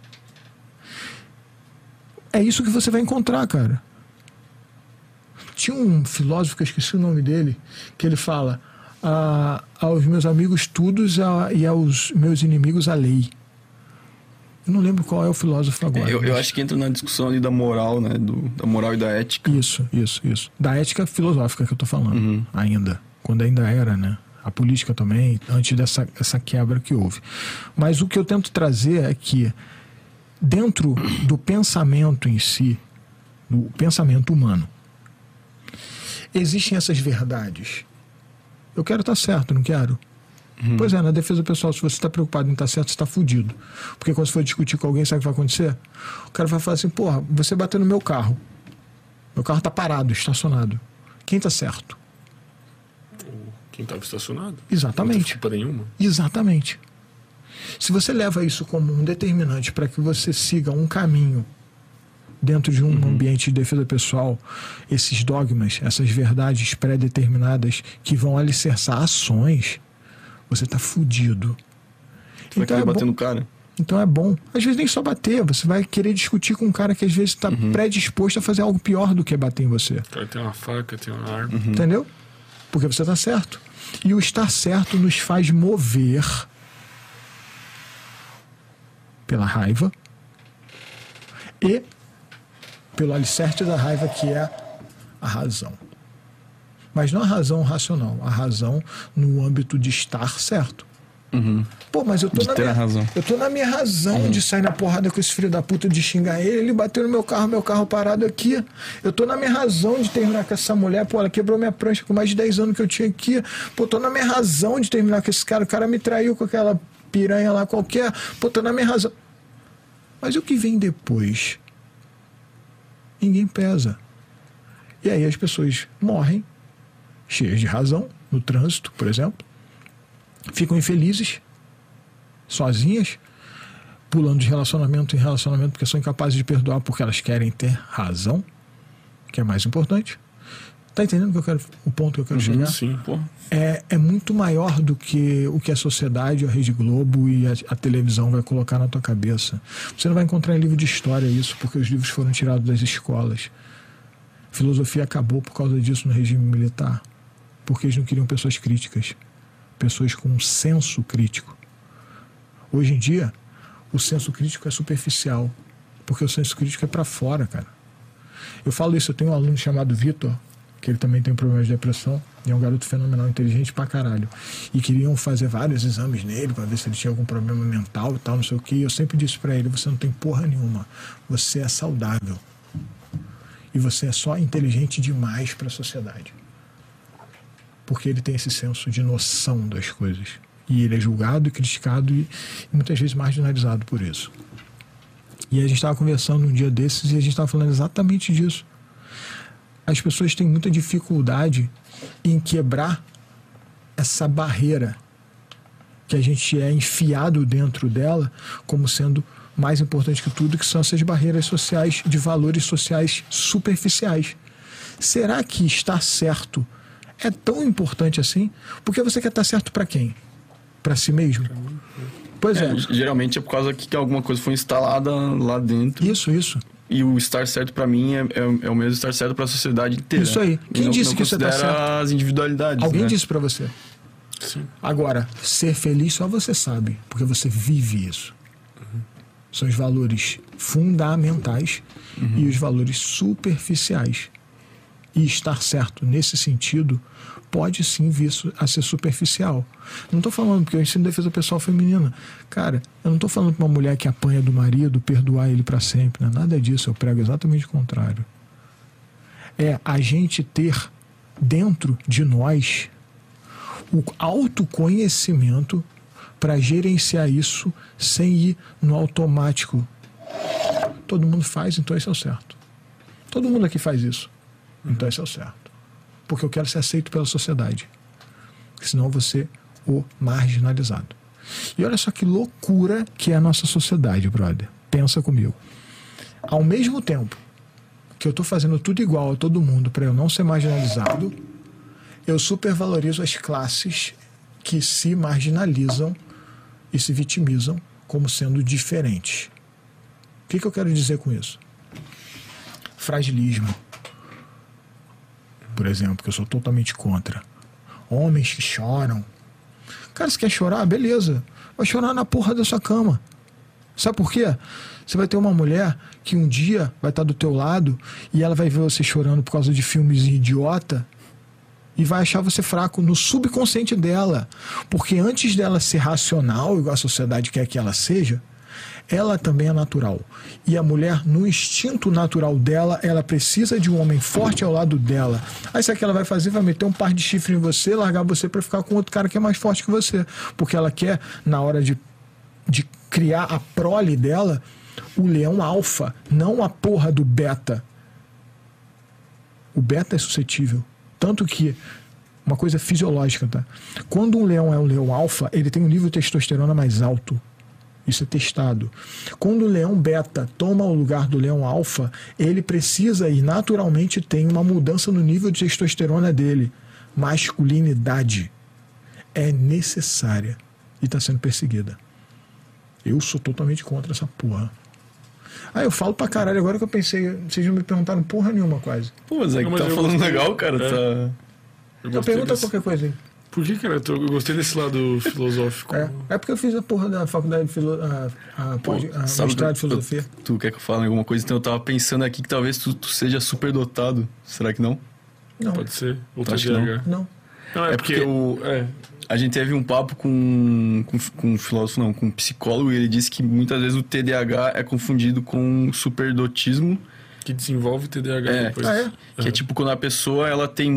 [SPEAKER 3] é isso que você vai encontrar, cara. Tinha um filósofo, que eu esqueci o nome dele, que ele fala: aos meus amigos estudos e aos meus inimigos a lei. Eu não lembro qual é o filósofo agora.
[SPEAKER 2] Eu acho que entra na discussão ali da moral, né? Da moral e da ética.
[SPEAKER 3] Isso. Da ética filosófica que eu tô falando, ainda. Quando ainda era, né? A política também, antes dessa quebra que houve. Mas o que eu tento trazer é que, dentro do pensamento em si, do pensamento humano, existem essas verdades. Eu quero estar certo, não quero? Pois é, na defesa pessoal, se você está preocupado em estar certo, você está fudido. Porque quando você for discutir com alguém, sabe o que vai acontecer? O cara vai falar assim: porra, você bateu no meu carro. Meu carro está parado, estacionado. Quem está certo?
[SPEAKER 1] Quem estava estacionado?
[SPEAKER 3] Exatamente.
[SPEAKER 1] Não tem culpa nenhuma.
[SPEAKER 3] Exatamente. Se você leva isso como um determinante para que você siga um caminho dentro de um ambiente de defesa pessoal, esses dogmas, essas verdades pré-determinadas que vão alicerçar ações, você está fudido.
[SPEAKER 2] Você vai querer bater no cara?
[SPEAKER 3] Então é bom. Às vezes nem só bater, você vai querer discutir com um cara que às vezes está predisposto a fazer algo pior do que bater em você.
[SPEAKER 1] O cara tem uma faca, tem uma arma.
[SPEAKER 3] Entendeu? Porque você está certo. E o estar certo nos faz mover pela raiva e pelo alicerce da raiva, que é a razão. Mas não a razão racional, a razão no âmbito de estar certo. Pô, mas eu tô na minha razão de sair na porrada com esse filho da puta, de xingar ele bateu no meu carro parado aqui. Eu tô na minha razão de terminar com essa mulher. Pô, ela quebrou minha prancha com mais de 10 anos que eu tinha aqui. Pô, tô na minha razão de terminar com esse cara. O cara me traiu com aquela piranha lá qualquer. Pô, tô na minha razão. Mas o que vem depois? Ninguém pesa. E aí as pessoas morrem cheias de razão, no trânsito, por exemplo, ficam infelizes, sozinhas, pulando de relacionamento em relacionamento porque são incapazes de perdoar porque elas querem ter razão, que é mais importante. Tá entendendo o ponto que eu quero chegar?
[SPEAKER 1] Sim, pô.
[SPEAKER 3] É muito maior do que o que a sociedade, a Rede Globo e a televisão vai colocar na tua cabeça. Você não vai encontrar em livro de história isso, porque os livros foram tirados das escolas. Filosofia acabou por causa disso no regime militar, porque eles não queriam pessoas críticas, pessoas com um senso crítico. Hoje em dia, o senso crítico é superficial, porque o senso crítico é para fora, cara. Eu falo isso, eu tenho um aluno chamado Vitor, que ele também tem problemas de depressão, e é um garoto fenomenal, inteligente pra caralho. E queriam fazer vários exames nele para ver se ele tinha algum problema mental e tal, não sei o que. E eu sempre disse para ele: você não tem porra nenhuma, você é saudável. E você é só inteligente demais para a sociedade. Porque ele tem esse senso de noção das coisas. E ele é julgado e criticado e muitas vezes marginalizado por isso. E a gente estava conversando um dia desses e a gente estava falando exatamente disso. As pessoas têm muita dificuldade em quebrar essa barreira que a gente é enfiado dentro dela como sendo mais importante que tudo, que são essas barreiras sociais, de valores sociais superficiais. Será que estar certo é tão importante assim? Porque você quer estar certo para quem? Para si mesmo? Pois é.
[SPEAKER 2] Geralmente é por causa que alguma coisa foi instalada lá dentro.
[SPEAKER 3] Isso.
[SPEAKER 2] E o estar certo para mim é o mesmo estar certo para a sociedade inteira.
[SPEAKER 3] Isso aí. Quem disse que você está certo?
[SPEAKER 2] As individualidades.
[SPEAKER 3] Alguém
[SPEAKER 2] né?
[SPEAKER 3] disse para você?
[SPEAKER 1] Sim.
[SPEAKER 3] Agora, ser feliz só você sabe, porque você vive isso. São os valores fundamentais e os valores superficiais. E estar certo nesse sentido pode sim vir a ser superficial. Não estou falando porque eu ensino defesa pessoal feminina. Cara, eu não estou falando para uma mulher que apanha do marido perdoar ele para sempre. Não é nada disso, eu prego exatamente o contrário. É a gente ter dentro de nós o autoconhecimento para gerenciar isso sem ir no automático. Todo mundo faz, então esse é o certo. Todo mundo aqui faz isso, então esse é o certo. Porque eu quero ser aceito pela sociedade. Senão eu vou ser o marginalizado. E olha só que loucura que é a nossa sociedade, brother. Pensa comigo. Ao mesmo tempo que eu estou fazendo tudo igual a todo mundo para eu não ser marginalizado, eu supervalorizo as classes que se marginalizam e se vitimizam como sendo diferentes. O que eu quero dizer com isso? Fragilismo, por exemplo, que eu sou totalmente contra. Homens que choram. Cara, se quer chorar, beleza. Vai chorar na porra da sua cama. Sabe por quê? Você vai ter uma mulher que um dia vai estar do teu lado e ela vai ver você chorando por causa de filmes idiota e vai achar você fraco no subconsciente dela. Porque antes dela ser racional, igual a sociedade quer que ela seja, ela também é natural. E a mulher, no instinto natural dela, ela precisa de um homem forte ao lado dela. Aí sabe o que ela vai fazer? Vai meter um par de chifre em você, largar você pra ficar com outro cara que é mais forte que você. Porque ela quer, na hora de criar a prole dela, o leão alfa, não a porra do beta. O beta é suscetível. Tanto que, uma coisa fisiológica, tá? Quando um leão é um leão alfa, ele tem um nível de testosterona mais alto. Isso é testado. Quando o leão beta toma o lugar do leão alfa, ele precisa e naturalmente tem uma mudança no nível de testosterona dele. Masculinidade é necessária e está sendo perseguida. Eu sou totalmente contra essa porra. Eu falo pra caralho agora que eu pensei, vocês não me perguntaram porra nenhuma quase.
[SPEAKER 2] Pô, Zé, que tá falando legal, cara. Tá...
[SPEAKER 3] Então pergunta qualquer coisa aí.
[SPEAKER 1] Por que, cara? Eu gostei desse lado filosófico.
[SPEAKER 3] É porque eu fiz a porra da faculdade de mestrado de filosofia.
[SPEAKER 2] Tu quer que eu fale alguma coisa? Então eu tava pensando aqui que talvez tu seja super dotado. Será que não?
[SPEAKER 3] Não.
[SPEAKER 1] Pode ser. Ou
[SPEAKER 3] TDAH. Não.
[SPEAKER 1] Não, é porque
[SPEAKER 2] a gente teve um papo com um filósofo, não, com um psicólogo, e ele disse que muitas vezes o TDAH é confundido com superdotismo.
[SPEAKER 1] Que desenvolve TDAH depois.
[SPEAKER 2] Que é tipo quando a pessoa ela tem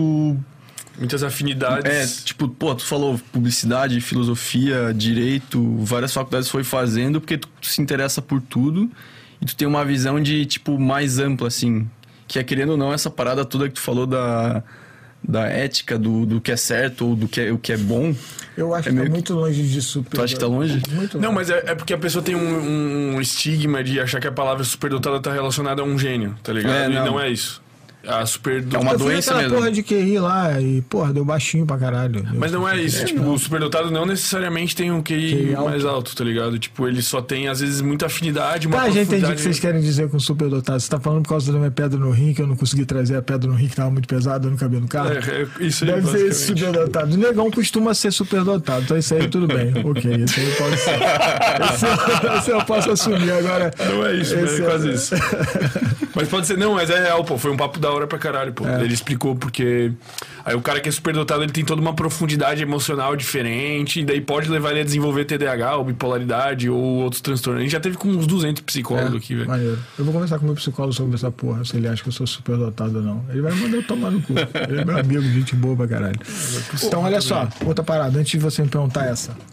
[SPEAKER 2] muitas
[SPEAKER 1] afinidades.
[SPEAKER 2] Tipo, pô, tu falou publicidade, filosofia, direito, várias faculdades foi fazendo porque tu se interessa por tudo e tu tem uma visão de, tipo, mais ampla, assim. Que é, querendo ou não, essa parada toda que tu falou da ética, do que é certo ou do que o que é bom.
[SPEAKER 3] Eu acho que tá muito longe disso.
[SPEAKER 2] Tu acha que tá longe?
[SPEAKER 3] Muito longe.
[SPEAKER 1] Não, mas é porque a pessoa tem um estigma de achar que a palavra superdotada tá relacionada a um gênio, tá ligado? E não é isso. A superdotada.
[SPEAKER 2] É uma doença mesmo.
[SPEAKER 3] Porra de QI lá e, porra, deu baixinho pra caralho.
[SPEAKER 1] Mas não é isso. Tipo, o superdotado não necessariamente tem um QI mais alto, tá ligado? Tipo, ele só tem, às vezes, muita afinidade, uma
[SPEAKER 3] já entendi o que vocês querem dizer com superdotado. Você tá falando por causa da minha pedra no rim, que eu não consegui trazer a pedra no rim, que tava muito pesada, não cabia no carro?
[SPEAKER 1] Isso aí,
[SPEAKER 3] deve ser esse superdotado. O negão costuma ser superdotado, então isso aí tudo bem. Ok, isso aí pode ser. Esse eu posso assumir agora.
[SPEAKER 1] Não é isso, é quase isso. Mas pode ser, não, mas é real, pô. Foi um papo da hora pra caralho, pô. Ele explicou porque aí o cara que é superdotado, ele tem toda uma profundidade emocional diferente, e daí pode levar ele a desenvolver TDAH ou bipolaridade ou outros transtornos. A gente já teve com uns 200 psicólogos aqui, velho.
[SPEAKER 3] Maneiro. Eu vou conversar com o meu psicólogo sobre essa porra, se ele acha que eu sou superdotado ou não. Ele vai mandar eu tomar no cu. Ele é meu amigo, gente boa pra caralho. Então, olha só, outra parada, antes de você me perguntar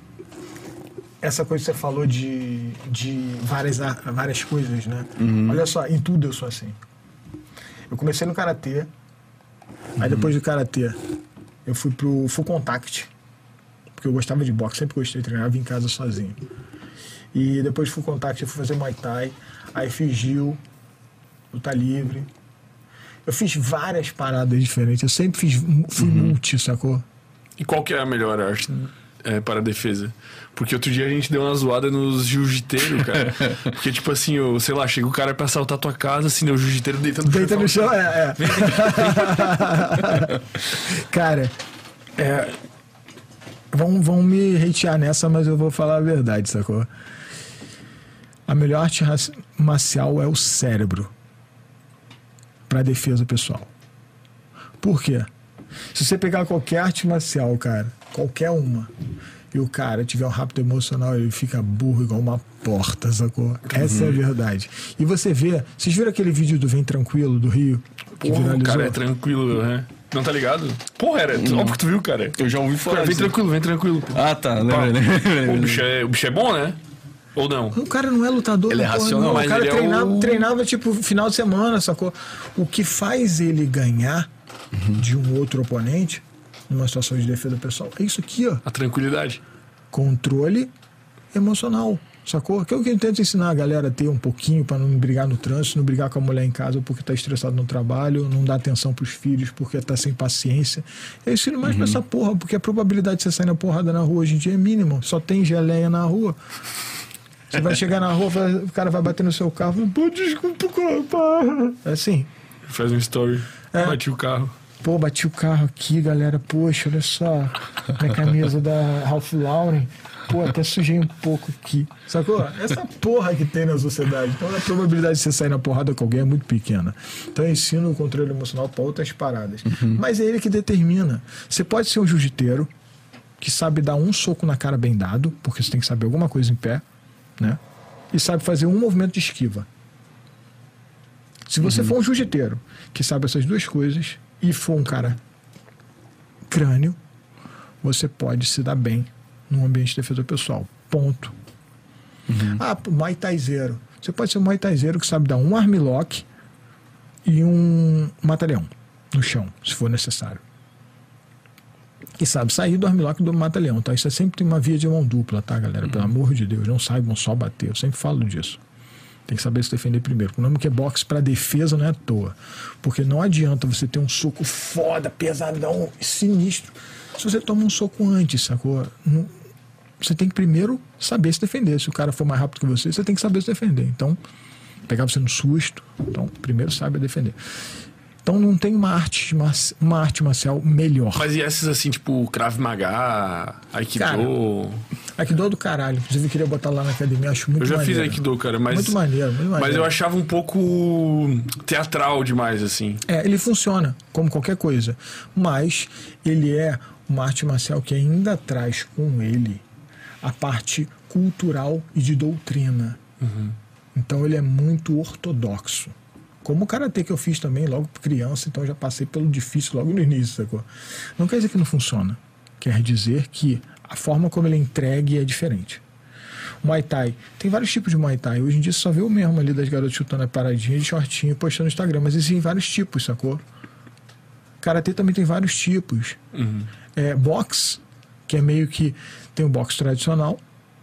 [SPEAKER 3] essa coisa que você falou de várias coisas, né? Olha só, em tudo eu sou assim. Eu comecei no karatê, aí depois do karatê eu fui pro Full Contact, porque eu gostava de boxe, sempre gostei de treinar, vim em casa sozinho. E depois do Full Contact eu fui fazer Muay Thai, aí fiz Jiu, luta livre. Eu fiz várias paradas diferentes, eu sempre fui multi, sacou?
[SPEAKER 1] E qual que é a melhor arte para a defesa? Porque outro dia a gente deu uma zoada nos jiu-jiteiros, cara. Porque, tipo assim, sei lá, chega o cara pra assaltar tua casa, assim, o jiu-jiteiro deita no chão.
[SPEAKER 3] Cara, vão me hatear nessa, mas eu vou falar a verdade, sacou? A melhor arte marcial é o cérebro para defesa pessoal. Por quê? Se você pegar qualquer arte marcial, cara, qualquer uma, e o cara tiver um rápido emocional, ele fica burro igual uma porta, sacou? Essa é a verdade. E você vê, vocês viram aquele vídeo do Vem Tranquilo, do Rio? Que
[SPEAKER 1] Porra, o
[SPEAKER 3] viralizou?
[SPEAKER 1] cara é tranquilo, né? Não tá ligado? Porra, óbvio que tu viu, cara.
[SPEAKER 2] Eu já ouvi falar
[SPEAKER 1] Cara, vem
[SPEAKER 2] disso.
[SPEAKER 1] tranquilo, vem tranquilo.
[SPEAKER 2] Ah, tá. Lembra.
[SPEAKER 1] O bicho é bom, né? Ou não?
[SPEAKER 3] O cara não é lutador.
[SPEAKER 2] Ele é
[SPEAKER 3] porra,
[SPEAKER 2] racional,
[SPEAKER 3] não.
[SPEAKER 1] mas
[SPEAKER 3] O cara
[SPEAKER 1] ele
[SPEAKER 3] treinava, tipo, final de semana, sacou? O que faz ele ganhar de um outro oponente numa situação de defesa pessoal é isso aqui, ó.
[SPEAKER 1] A tranquilidade.
[SPEAKER 3] Controle emocional, sacou? Que é o que eu tento ensinar a galera a ter um pouquinho pra não brigar no trânsito, não brigar com a mulher em casa porque tá estressado no trabalho, não dar atenção pros filhos porque tá sem paciência. Eu ensino mais pra essa porra, porque a probabilidade de você sair na porrada na rua hoje em dia é mínima. Só tem geleia na rua. Você vai chegar na rua, o cara vai bater no seu carro, fala, pô, desculpa, cara. É assim.
[SPEAKER 1] Faz um story. Bati o carro.
[SPEAKER 3] Pô, bati o carro aqui, galera. Poxa, olha só. Minha camisa da Ralph Lauren. Pô, até sujei um pouco aqui. Sacou? Essa porra que tem na sociedade. Então a probabilidade de você sair na porrada com alguém é muito pequena. Então eu ensino o controle emocional para outras paradas. Mas é ele que determina. Você pode ser um jiu-jiteiro que sabe dar um soco na cara bem dado, porque você tem que saber alguma coisa em pé, né? E sabe fazer um movimento de esquiva. Se você for um jiu-jiteiro que sabe essas duas coisas e for um cara crânio, você pode se dar bem num ambiente de defesa pessoal. Ponto. Muay Thaizeiro. Você pode ser um Muay Thaizeiro que sabe dar um armlock e um mata-leão no chão, se for necessário. E sabe sair do armlock e do mata-leão, tá? Isso é sempre uma via de mão dupla, tá, galera? Pelo amor de Deus, não saibam só bater. Eu sempre falo disso. Tem que saber se defender primeiro. O nome que é boxe para defesa não é à toa. Porque não adianta você ter um soco foda, pesadão, sinistro, se você toma um soco antes, sacou? Você tem que primeiro saber se defender. Se o cara for mais rápido que você, você tem que saber se defender. Então, pegar você no susto. Então, primeiro sabe defender. Então, não tem uma arte marcial melhor.
[SPEAKER 1] Mas e essas assim, tipo, Krav Maga, Aikido?
[SPEAKER 3] Cara, Aikido é do caralho. Inclusive, eu queria botar lá na academia. Acho muito
[SPEAKER 1] eu já
[SPEAKER 3] maneiro.
[SPEAKER 1] fiz Aikido, cara, mas...
[SPEAKER 3] Muito maneiro, muito maneiro.
[SPEAKER 1] Mas eu achava um pouco teatral demais, assim.
[SPEAKER 3] Ele funciona como qualquer coisa. Mas ele é uma arte marcial que ainda traz com ele a parte cultural e de doutrina. Então, ele é muito ortodoxo. Como o karatê que eu fiz também logo criança, então eu já passei pelo difícil logo no início, sacou? Não quer dizer que não funciona. Quer dizer que a forma como ele é entregue é diferente. Muay Thai. Tem vários tipos de Muay Thai. Hoje em dia você só vê o mesmo ali das garotas chutando a paradinha de shortinho e postando no Instagram. Mas existem vários tipos, sacou? Karatê também tem vários tipos. Boxe, que é meio que... Tem o boxe tradicional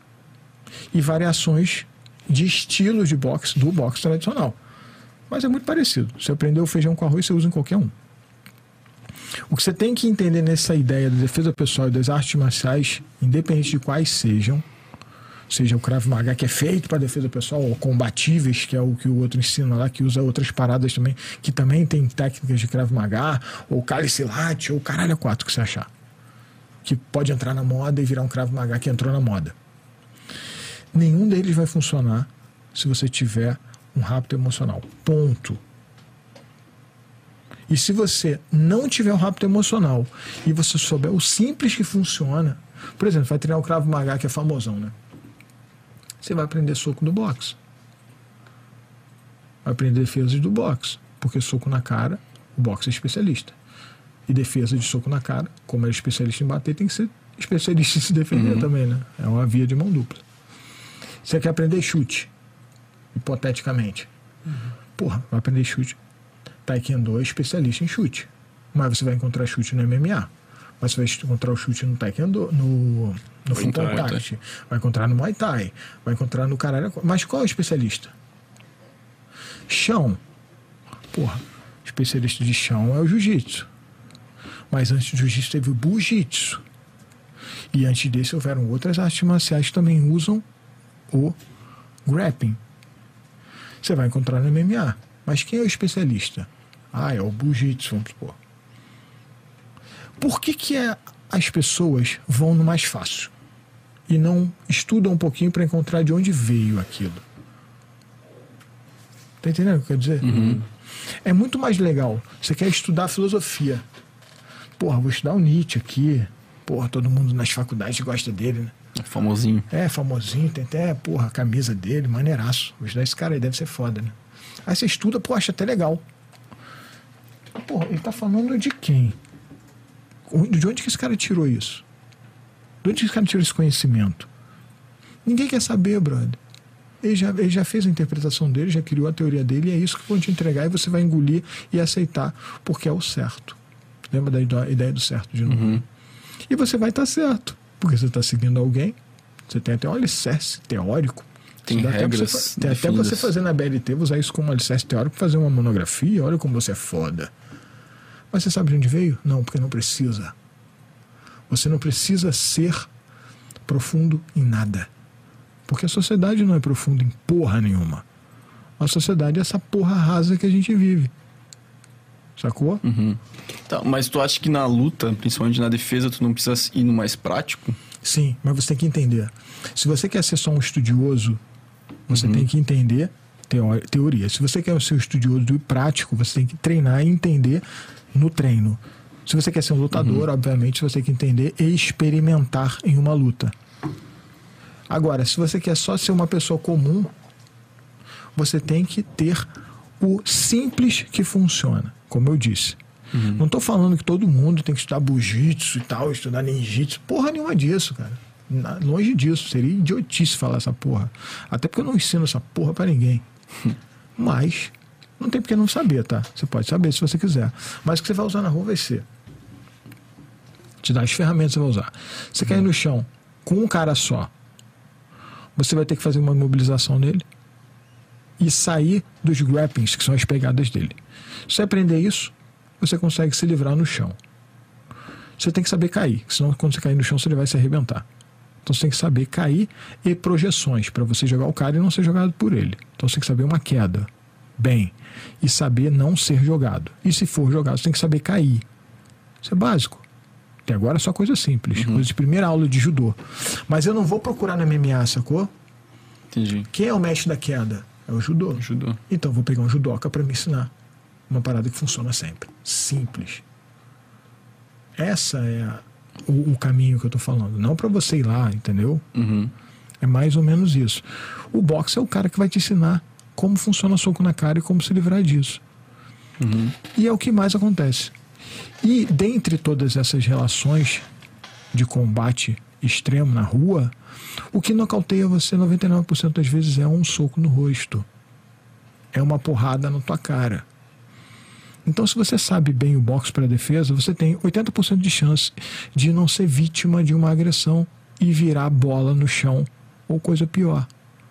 [SPEAKER 3] e variações de estilos de boxe do boxe tradicional. Mas é muito parecido. Você aprendeu o feijão com arroz, você usa em qualquer um. O que você tem que entender nessa ideia da defesa pessoal e das artes marciais, independente de quais sejam, seja o Krav Maga, que é feito para defesa pessoal, ou combatíveis, que é o que o outro ensina lá, que usa outras paradas também, que também tem técnicas de Krav Maga, ou Kalisilat, ou caralho a quatro que você achar. Que pode entrar na moda e virar um Krav Maga que entrou na moda. Nenhum deles vai funcionar se você tiver um rapto emocional. Ponto. E se você não tiver um rapto emocional e você souber o simples que funciona, por exemplo, vai treinar o Krav Maga, que é famosão, né? Você vai aprender soco do boxe. Vai aprender defesas do boxe. Porque soco na cara, o boxe é especialista. E defesa de soco na cara, como é especialista em bater, tem que ser especialista em se defender também, né? É uma via de mão dupla. Você quer aprender chute, hipoteticamente. Porra, vai aprender chute. Taekwondo é especialista em chute. Mas você vai encontrar chute no MMA. Mas você vai encontrar o chute no Taekwondo, no Full Contact. Vai encontrar no Muay Thai. Vai encontrar no caralho. Mas qual é o especialista? Chão. Porra, especialista de chão é o Jiu-Jitsu. Mas antes do Jiu-Jitsu teve o Bujitsu. E antes desse houveram outras artes marciais que também usam o grappling. Você vai encontrar no MMA. Mas quem é o especialista? É o Bujitsu, vamos supor. Por que as pessoas vão no mais fácil e não estudam um pouquinho para encontrar de onde veio aquilo. Tá entendendo o que eu quero dizer? É muito mais legal. Você quer estudar filosofia. Porra, vou estudar o Nietzsche aqui. Porra, todo mundo nas faculdades gosta dele, né?
[SPEAKER 2] É famosinho.
[SPEAKER 3] É, famosinho, tem até, porra, a camisa dele, maneiraço. Vou estudar esse cara aí, deve ser foda, né? Aí você estuda, pô, acha até legal. Porra, ele tá falando de quem? De onde que esse cara tirou isso? De onde que esse cara tirou esse conhecimento? Ninguém quer saber, brother. Ele já fez a interpretação dele, já criou a teoria dele, e é isso que vão te entregar e você vai engolir e aceitar, porque é o certo. Lembra da ideia do certo de novo? E você vai estar certo, porque você está seguindo alguém, você tem até um alicerce teórico.
[SPEAKER 2] Tem regras
[SPEAKER 3] Tem até você fazer na BLT, usar isso como alicerce teórico, fazer uma monografia, olha como você é foda. Mas você sabe de onde veio? Não, porque não precisa. Você não precisa ser profundo em nada. Porque a sociedade não é profunda em porra nenhuma. A sociedade é essa porra rasa que a gente vive. Sacou?
[SPEAKER 2] Tá, mas tu acha que na luta, principalmente na defesa, tu não precisa ir no mais prático?
[SPEAKER 3] Sim, mas você tem que entender. Se você quer ser só um estudioso, você tem que entender teoria. Se você quer ser um estudioso e prático, você tem que treinar e entender no treino. Se você quer ser um lutador, obviamente, você tem que entender e experimentar em uma luta. Agora, se você quer só ser uma pessoa comum, você tem que ter o simples que funciona, como eu disse. Não estou falando que todo mundo tem que estudar bujitsu e tal, estudar ninjitsu. Porra nenhuma disso, cara. Longe disso. Seria idiotice falar essa porra. Até porque eu não ensino essa porra pra ninguém. Mas não tem porque não saber, tá? Você pode saber se você quiser. Mas o que você vai usar na rua vai ser. Te dar as ferramentas que você vai usar. Você quer ir no chão com um cara só. Você vai ter que fazer uma imobilização nele e sair dos grappings, que são as pegadas dele. Se você aprender isso, você consegue se livrar no chão. Você tem que saber cair, senão quando você cair no chão, você vai se arrebentar. Então você tem que saber cair e projeções, para você jogar o cara e não ser jogado por ele. Então você tem que saber uma queda, bem, e saber não ser jogado. E se for jogado, você tem que saber cair. Isso é básico. Até agora é só coisa simples, coisa de primeira aula de judô. Mas eu não vou procurar na MMA, sacou?
[SPEAKER 2] Entendi.
[SPEAKER 3] Quem é o mestre da queda? É o judô.
[SPEAKER 2] Judô.
[SPEAKER 3] Então eu vou pegar um judoca para me ensinar uma parada que funciona sempre. Simples. Essa é o caminho que eu tô falando. Não para você ir lá, entendeu? É mais ou menos isso. O boxe é o cara que vai te ensinar como funciona soco na cara e como se livrar disso. E é o que mais acontece. E dentre todas essas relações de combate extremo na rua, o que nocauteia você 99% das vezes é um soco no rosto. É uma porrada na tua cara. Então, se você sabe bem o boxe para defesa, você tem 80% de chance de não ser vítima de uma agressão e virar bola no chão ou coisa pior.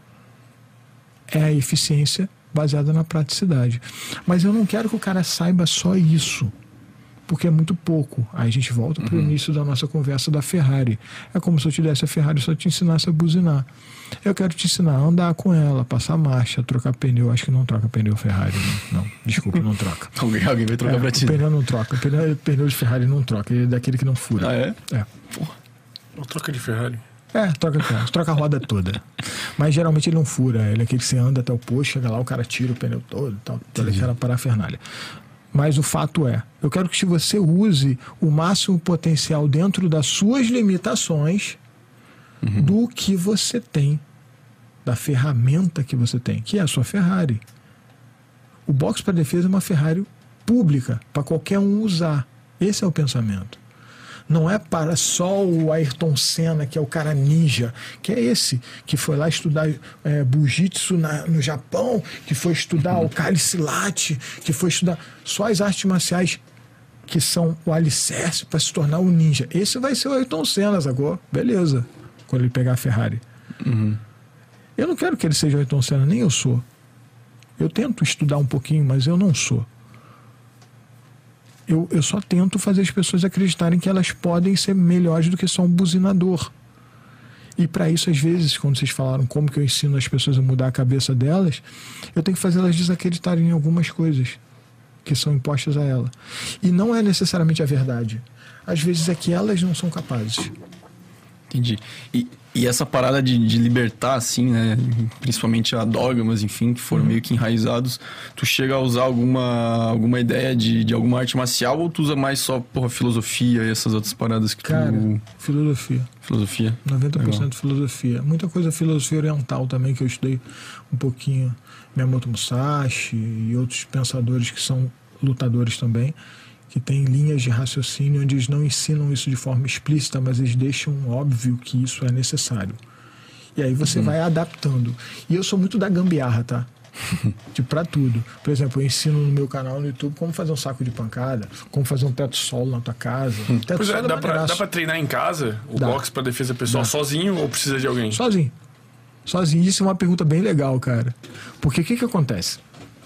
[SPEAKER 3] É a eficiência baseada na praticidade. Mas eu não quero que o cara saiba só isso, porque é muito pouco. Aí a gente volta para o início da nossa conversa da Ferrari. É como se eu te desse a Ferrari e só te ensinasse a buzinar. Eu quero te ensinar a andar com ela, passar marcha, trocar pneu. Acho que não troca pneu Ferrari, não. Desculpa, não troca.
[SPEAKER 2] Alguém vai trocar pra ti.
[SPEAKER 3] O pneu não troca. Pneu de Ferrari não troca. Ele é daquele que não fura.
[SPEAKER 2] Ah, é?
[SPEAKER 3] É.
[SPEAKER 1] Não troca de Ferrari.
[SPEAKER 3] Troca a roda toda. Mas geralmente ele não fura. Ele é aquele que você anda até o posto, chega lá, o cara tira o pneu todo, toda aquela parafernália. Mas o fato é, eu quero que você use o máximo potencial dentro das suas limitações do que você tem, da ferramenta que você tem, que é a sua Ferrari. O boxe para defesa é uma Ferrari pública, para qualquer um usar. Esse é o pensamento. Não é para só o Ayrton Senna, que é o cara ninja, que é esse, que foi lá estudar Bujitsu no Japão, que foi estudar o Kali-Silat, que foi estudar só as artes marciais que são o alicerce para se tornar um ninja. Esse vai ser o Ayrton Senna, sacou? Beleza, quando ele pegar a Ferrari. Eu não quero que ele seja o Ayrton Senna, nem eu sou. Eu tento estudar um pouquinho, mas eu não sou. Eu só tento fazer as pessoas acreditarem que elas podem ser melhores do que só um buzinador. E para isso, às vezes, quando vocês falaram como que eu ensino as pessoas a mudar a cabeça delas, eu tenho que fazer elas desacreditarem em algumas coisas. que são impostas a ela. E não é necessariamente a verdade. Às vezes é que elas não são capazes.
[SPEAKER 2] Entendi. E essa parada de libertar, assim, né? Principalmente a dogmas, enfim, que foram meio que enraizados. Tu chega a usar alguma ideia de alguma arte marcial ou tu usa mais só, filosofia e essas outras paradas que
[SPEAKER 3] Cara,
[SPEAKER 2] tu...
[SPEAKER 3] filosofia.
[SPEAKER 2] Filosofia?
[SPEAKER 3] 90%
[SPEAKER 2] Legal.
[SPEAKER 3] filosofia. Muita coisa filosofia oriental também, que eu estudei um pouquinho. Miyamoto Musashi e outros pensadores que são lutadores também, que têm linhas de raciocínio onde eles não ensinam isso de forma explícita, mas eles deixam óbvio que isso é necessário. E aí você vai adaptando. E eu sou muito da gambiarra, tá? Tipo, pra tudo. Por exemplo, eu ensino no meu canal no YouTube como fazer um saco de pancada, como fazer um teto solo na tua casa. Teto
[SPEAKER 1] Pois é,
[SPEAKER 3] solo
[SPEAKER 1] dá pra
[SPEAKER 3] maneiraço.
[SPEAKER 1] treinar em casa o
[SPEAKER 3] Dá.
[SPEAKER 1] boxe pra defesa pessoal sozinho ou precisa de alguém?
[SPEAKER 3] Sozinho. Isso é uma pergunta bem legal, cara. Porque o que acontece?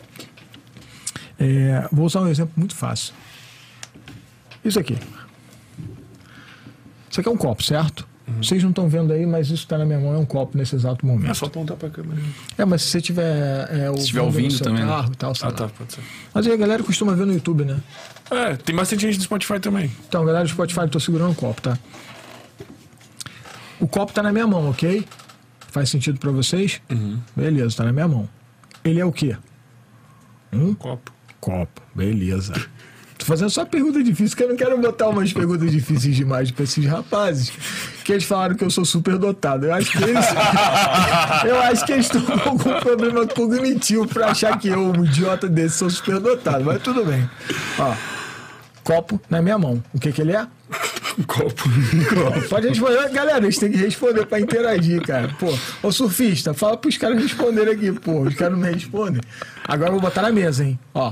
[SPEAKER 3] Vou usar um exemplo muito fácil. Isso aqui. Isso aqui é um copo, certo? Vocês não estão vendo aí, mas isso está na minha mão, é um copo nesse exato
[SPEAKER 1] É
[SPEAKER 3] momento.
[SPEAKER 1] só apontar pra câmera.
[SPEAKER 3] Mas se você tiver
[SPEAKER 2] Se estiver ouvindo
[SPEAKER 3] no seu
[SPEAKER 2] também, né?
[SPEAKER 3] carro e tal, sei lá.
[SPEAKER 1] Tá, pode ser.
[SPEAKER 3] Mas aí a galera costuma ver no YouTube, né?
[SPEAKER 1] Tem bastante gente no Spotify também.
[SPEAKER 3] Então, galera do Spotify, eu tô segurando o copo, tá? O copo tá na minha mão, ok? Faz sentido pra vocês? Beleza, tá na minha mão. Ele é o quê?
[SPEAKER 1] Copo.
[SPEAKER 3] Copo, beleza. Tô fazendo só pergunta difícil, que eu não quero botar umas perguntas difíceis demais pra esses rapazes, que eles falaram que eu sou super dotado. Eu acho que eles estão com algum problema cognitivo pra achar que eu, um idiota desse, sou super dotado, mas tudo bem. Ó, copo na minha mão. O que ele é?
[SPEAKER 1] Copo.
[SPEAKER 3] Pode responder. Galera, eles têm que responder pra interagir, cara. Pô, ô surfista, fala pros caras responderem aqui, pô. Os caras não me respondem. Agora eu vou botar na mesa, hein? Ó.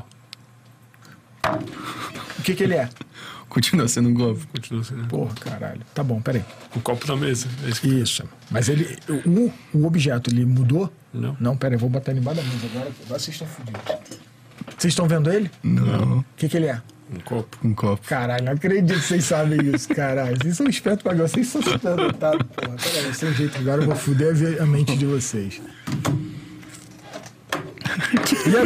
[SPEAKER 3] O que ele é?
[SPEAKER 2] Continua sendo um copo.
[SPEAKER 1] Continua sendo.
[SPEAKER 3] Porra, caralho. Tá bom, peraí.
[SPEAKER 1] O copo na mesa. É isso que...
[SPEAKER 3] Isso. Mas ele. O objeto, ele mudou?
[SPEAKER 1] Não.
[SPEAKER 3] Não, peraí, vou botar ele embaixo da mesa agora. Agora vocês estão fodidos. Vocês estão vendo ele?
[SPEAKER 2] Não.
[SPEAKER 3] O que ele é?
[SPEAKER 1] Um copo.
[SPEAKER 2] Um copo.
[SPEAKER 3] Caralho, não acredito que vocês sabem isso, caralho. Vocês são espertos pra agora, vocês são super dotados, porra. Peraí, sem jeito, agora eu vou foder a mente de vocês. E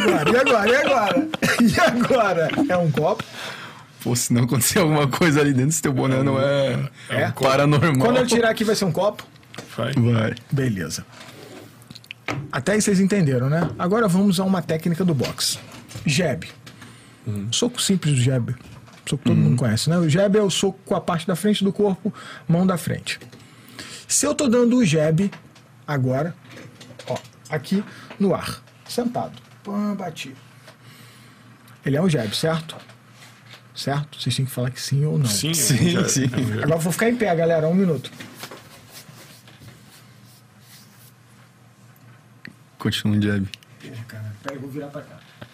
[SPEAKER 3] agora? É um copo?
[SPEAKER 2] Pô, se não acontecer alguma coisa ali dentro, esse teu boné não é paranormal.
[SPEAKER 3] Quando eu tirar aqui vai ser um copo?
[SPEAKER 1] Vai.
[SPEAKER 2] Vai.
[SPEAKER 3] Beleza. Até aí vocês entenderam, né? Agora vamos a uma técnica do boxe. Jab. Soco simples do jab. Soco que todo mundo conhece, né? O jab é o soco com a parte da frente do corpo, mão da frente. Se eu tô dando o jab agora, ó, aqui no ar, sentado. Pã, bati. Ele é um jab, certo? Certo? Vocês têm que falar que sim ou não.
[SPEAKER 1] Sim.
[SPEAKER 2] Sim.
[SPEAKER 3] Agora eu vou ficar em pé, galera, 1 minuto.
[SPEAKER 2] Continua um jab.
[SPEAKER 3] Porra, cara. Peraí, eu vou virar pra cá.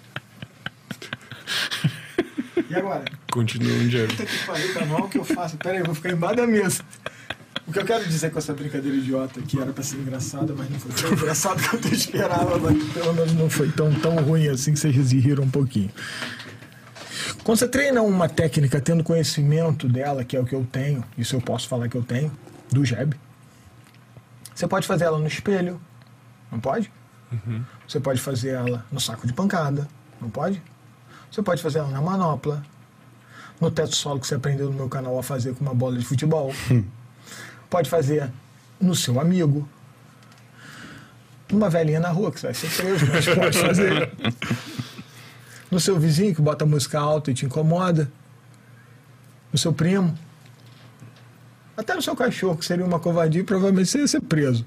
[SPEAKER 3] E agora?
[SPEAKER 1] Continua um jab.
[SPEAKER 3] Puta que pariu, tá mal, o que eu faço? Peraí, eu vou ficar embaixo da mesa. O que eu quero dizer com essa brincadeira idiota, que era pra ser engraçada, mas não foi tão engraçado quanto eu esperava, mas pelo menos não foi tão ruim assim que vocês riram um pouquinho. Quando você treina uma técnica tendo conhecimento dela, que é o que eu tenho, isso eu posso falar que eu tenho, do jab, você pode fazer ela no espelho, não pode? Você pode fazer ela no saco de pancada, não pode? Você pode fazer ela na manopla, no teto solo que você aprendeu no meu canal a fazer com uma bola de futebol. Pode fazer no seu amigo, numa velhinha na rua que você vai ser preso, mas pode fazer. No seu vizinho que bota música alta e te incomoda. No seu primo. Até no seu cachorro, que seria uma covardia e provavelmente você ia ser preso.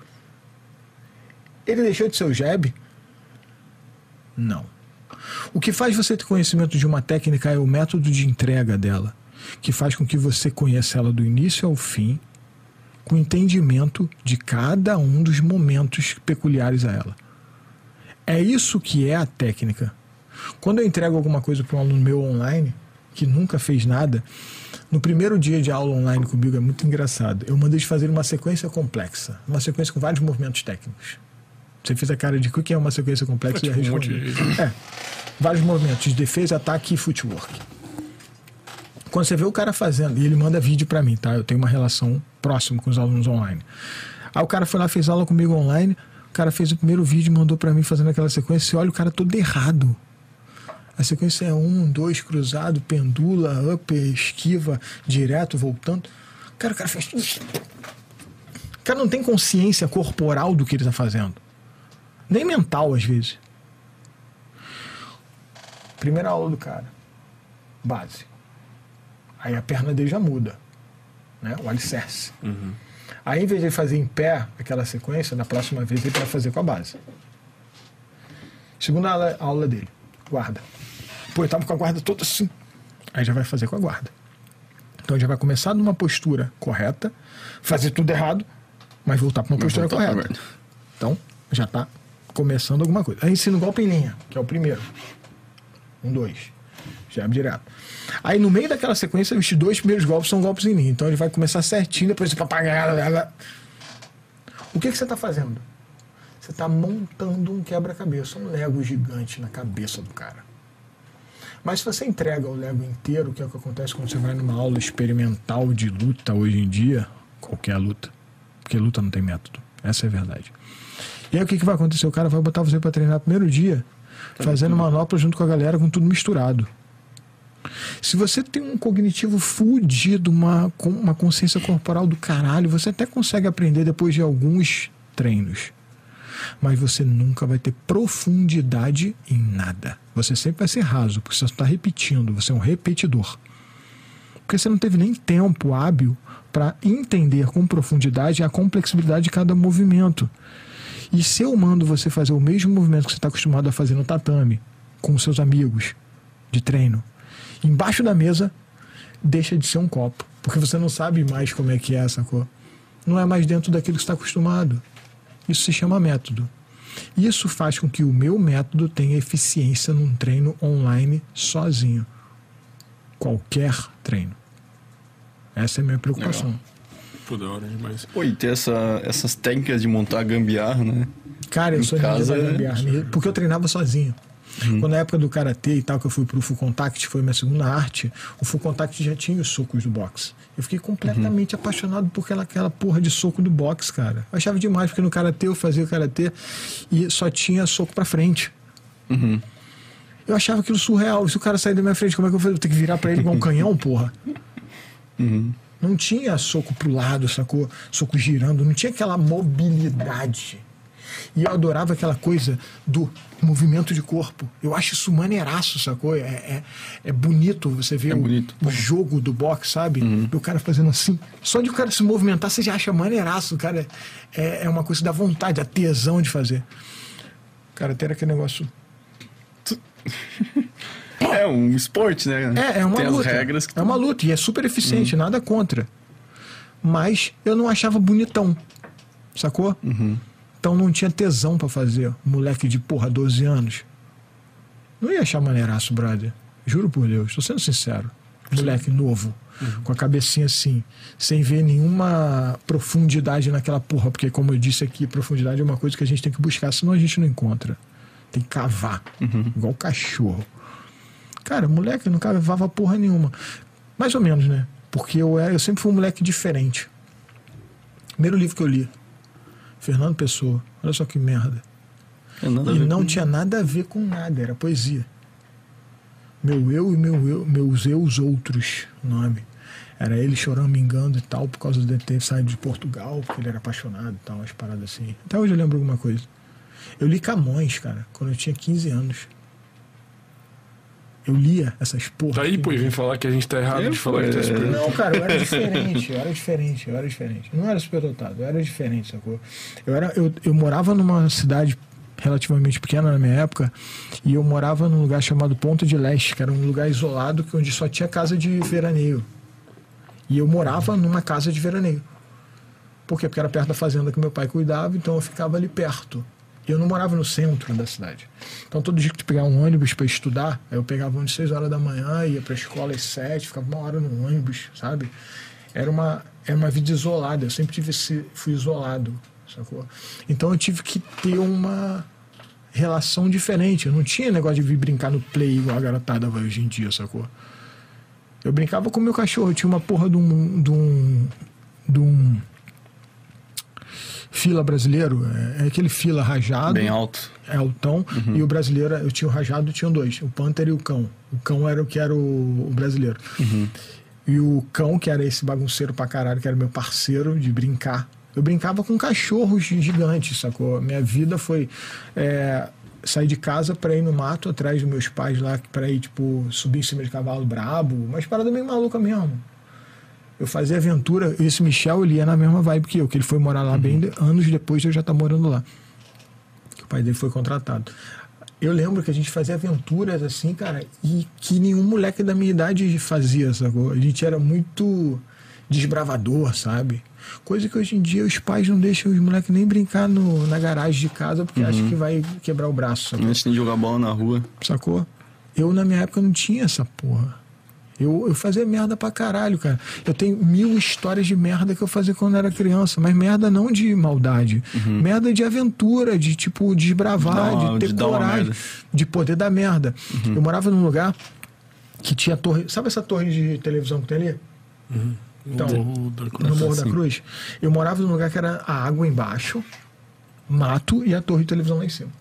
[SPEAKER 3] Ele deixou de ser o jab? Não. O que faz você ter conhecimento de uma técnica é o método de entrega dela, que faz com que você conheça ela do início ao fim, com entendimento de cada um dos momentos peculiares a ela. É isso que é a técnica. Quando eu entrego alguma coisa para um aluno meu online, que nunca fez nada, no primeiro dia de aula online comigo, é muito engraçado, eu mandei eles fazerem uma sequência complexa, uma sequência com vários movimentos técnicos. Você fez a cara de o que é uma sequência complexa?
[SPEAKER 1] Tipo,
[SPEAKER 3] e
[SPEAKER 1] um monte de...
[SPEAKER 3] vários movimentos de defesa, ataque e footwork. Quando você vê o cara fazendo, e ele manda vídeo pra mim, tá? Eu tenho uma relação próxima com os alunos online. Aí o cara foi lá, fez aula comigo online, o cara fez o primeiro vídeo, mandou pra mim fazendo aquela sequência, e olha o cara todo errado. A sequência é 1, 2, cruzado, pendula, up, esquiva, direto, voltando. Cara, o cara faz tudo. O cara não tem consciência corporal do que ele tá fazendo. Nem mental, às vezes. Primeira aula do cara. Base. Aí a perna dele já muda. Né? O alicerce. Aí, em vez de ele fazer em pé aquela sequência, na próxima vez ele vai fazer com a base. Segunda aula dele. Guarda. Pô, eu tava com a guarda toda assim. Aí já vai fazer com a guarda. Então já vai começar numa postura correta, fazer tudo errado, mas voltar para uma postura correta. Então, já tá começando alguma coisa. Aí ensina o golpe em linha, que é o primeiro. 1, 2. Já abre direto. Aí no meio daquela sequência, os 2 primeiros golpes são golpes em linha. Então ele vai começar certinho, depois você papagaio. O que você tá fazendo? Você tá montando um quebra-cabeça, um Lego gigante na cabeça do cara. Mas se você entrega o Lego inteiro, que é o que acontece quando você vai numa aula experimental de luta hoje em dia, qualquer luta, porque luta não tem método, essa é a verdade. E aí o que vai acontecer? O cara vai botar você para treinar no primeiro dia, fazendo manopla junto com a galera, com tudo misturado. Se você tem um cognitivo fudido, uma consciência corporal do caralho, você até consegue aprender depois de alguns treinos. Mas você nunca vai ter profundidade em nada. Você sempre vai ser raso, porque você está repetindo, você é um repetidor. Porque você não teve nem tempo hábil para entender com profundidade a complexibilidade de cada movimento. E se eu mando você fazer o mesmo movimento que você está acostumado a fazer no tatame, com os seus amigos de treino, embaixo da mesa, deixa de ser um copo. Porque você não sabe mais como é que é essa cor. Não é mais dentro daquilo que você está acostumado. Isso se chama método. Isso faz com que o meu método tenha eficiência num treino online sozinho. Qualquer treino. Essa é a minha preocupação.
[SPEAKER 2] Legal.
[SPEAKER 1] Pô, da hora demais.
[SPEAKER 2] Pô, e ter essas técnicas de montar gambiarra, né?
[SPEAKER 3] Cara, eu sou ninja da gambiarra, porque eu treinava sozinho. Quando na época do karatê e tal, que eu fui pro Full Contact, foi minha segunda arte, o Full Contact já tinha os socos do boxe. Eu fiquei completamente apaixonado por aquela porra de soco do boxe, cara. Eu achava demais, porque no karatê eu fazia karatê e só tinha soco pra frente. Eu achava aquilo surreal. Se o cara sair da minha frente, como é que eu vou ter que virar pra ele igual um canhão, porra? Não tinha soco pro lado, sacou? Soco girando, não tinha aquela mobilidade. E eu adorava aquela coisa do movimento de corpo. Eu acho isso maneiraço, sacou? É bonito você ver o jogo do boxe, sabe? O cara fazendo assim. Só de o cara se movimentar, você já acha maneiraço. O cara é uma coisa da vontade, a tesão de fazer. Cara, ter aquele negócio...
[SPEAKER 2] É um esporte, né?
[SPEAKER 3] É uma
[SPEAKER 2] tem
[SPEAKER 3] luta.
[SPEAKER 2] As regras que...
[SPEAKER 3] É uma luta e é super eficiente, nada contra. Mas eu não achava bonitão, sacou? Então não tinha tesão pra fazer. Moleque de 12 anos. Não ia achar maneiraço, brother. Juro por Deus, tô sendo sincero. Moleque novo, com a cabecinha assim, sem ver nenhuma profundidade naquela porra. Porque, como eu disse aqui, profundidade é uma coisa que a gente tem que buscar, senão a gente não encontra. Tem que cavar, igual cachorro. Cara, moleque não cavava porra nenhuma. Mais ou menos, né? Porque eu sempre fui um moleque diferente. Primeiro livro que eu li, Fernando Pessoa. Olha só que merda. E não tinha nada a ver com nada, era poesia. Meu eu e meus eus outros, o nome. Era ele choramingando e tal, por causa de ter saído de Portugal, porque ele era apaixonado e tal, umas paradas assim. Até hoje eu lembro alguma coisa. Eu li Camões, cara, quando eu tinha 15 anos. Eu lia essas porra.
[SPEAKER 1] Daí, pô, vem falar que a gente tá errado de falar que tá super...
[SPEAKER 3] Não, cara, eu era diferente. Não era superdotado, eu era diferente, sacou? Eu morava numa cidade relativamente pequena na minha época, e eu morava num lugar chamado Ponta de Leste, que era um lugar isolado, onde só tinha casa de veraneio. E eu morava numa casa de veraneio. Por quê? Porque era perto da fazenda que meu pai cuidava, então eu ficava ali perto. Eu não morava no centro da cidade. Então, todo dia que tu pegar um ônibus para estudar, eu pegava ônibus 6 horas da manhã, ia pra escola às 7, ficava 1 hora no ônibus, sabe? Era uma vida isolada. Eu sempre fui isolado, sacou? Então, eu tive que ter uma relação diferente. Eu não tinha negócio de vir brincar no play igual a garotada vai hoje em dia, sacou? Eu brincava com o meu cachorro. Eu tinha uma porra de um fila brasileiro, é aquele fila rajado.
[SPEAKER 2] Bem alto.
[SPEAKER 3] É altão. E o brasileiro, eu tinha o rajado, tinha dois, o Panther e o Cão. O Cão era o que era o brasileiro. E o Cão, que era esse bagunceiro pra caralho, que era meu parceiro de brincar. Eu brincava com cachorros gigantes, sacou? Minha vida foi sair de casa pra ir no mato atrás dos meus pais lá, pra ir, tipo, subir em cima de cavalo brabo. Mas parada bem maluca mesmo. Eu fazia aventura. Esse Michel, ele ia na mesma vibe que eu, que ele foi morar lá bem anos depois de eu já estar morando lá. O pai dele foi contratado. Eu lembro que a gente fazia aventuras assim, cara, e que nenhum moleque da minha idade fazia, sacou? A gente era muito desbravador, sabe? Coisa que hoje em dia os pais não deixam os moleques nem brincar na garagem de casa porque acham que vai quebrar o braço, sacou?
[SPEAKER 2] Antes de jogar bola na rua.
[SPEAKER 3] Sacou? Eu, na minha época, não tinha essa porra. Eu fazia merda pra caralho, cara. Eu tenho 1000 histórias de merda que eu fazia quando era criança, mas merda não de maldade. Merda de aventura, de tipo, desbravar, de ter coragem, de poder dar merda. Eu morava num lugar que tinha torre. Sabe essa torre de televisão que tem ali? Então, no Morro da Cruz. Eu morava num lugar que era a água embaixo, mato e a torre de televisão lá em cima.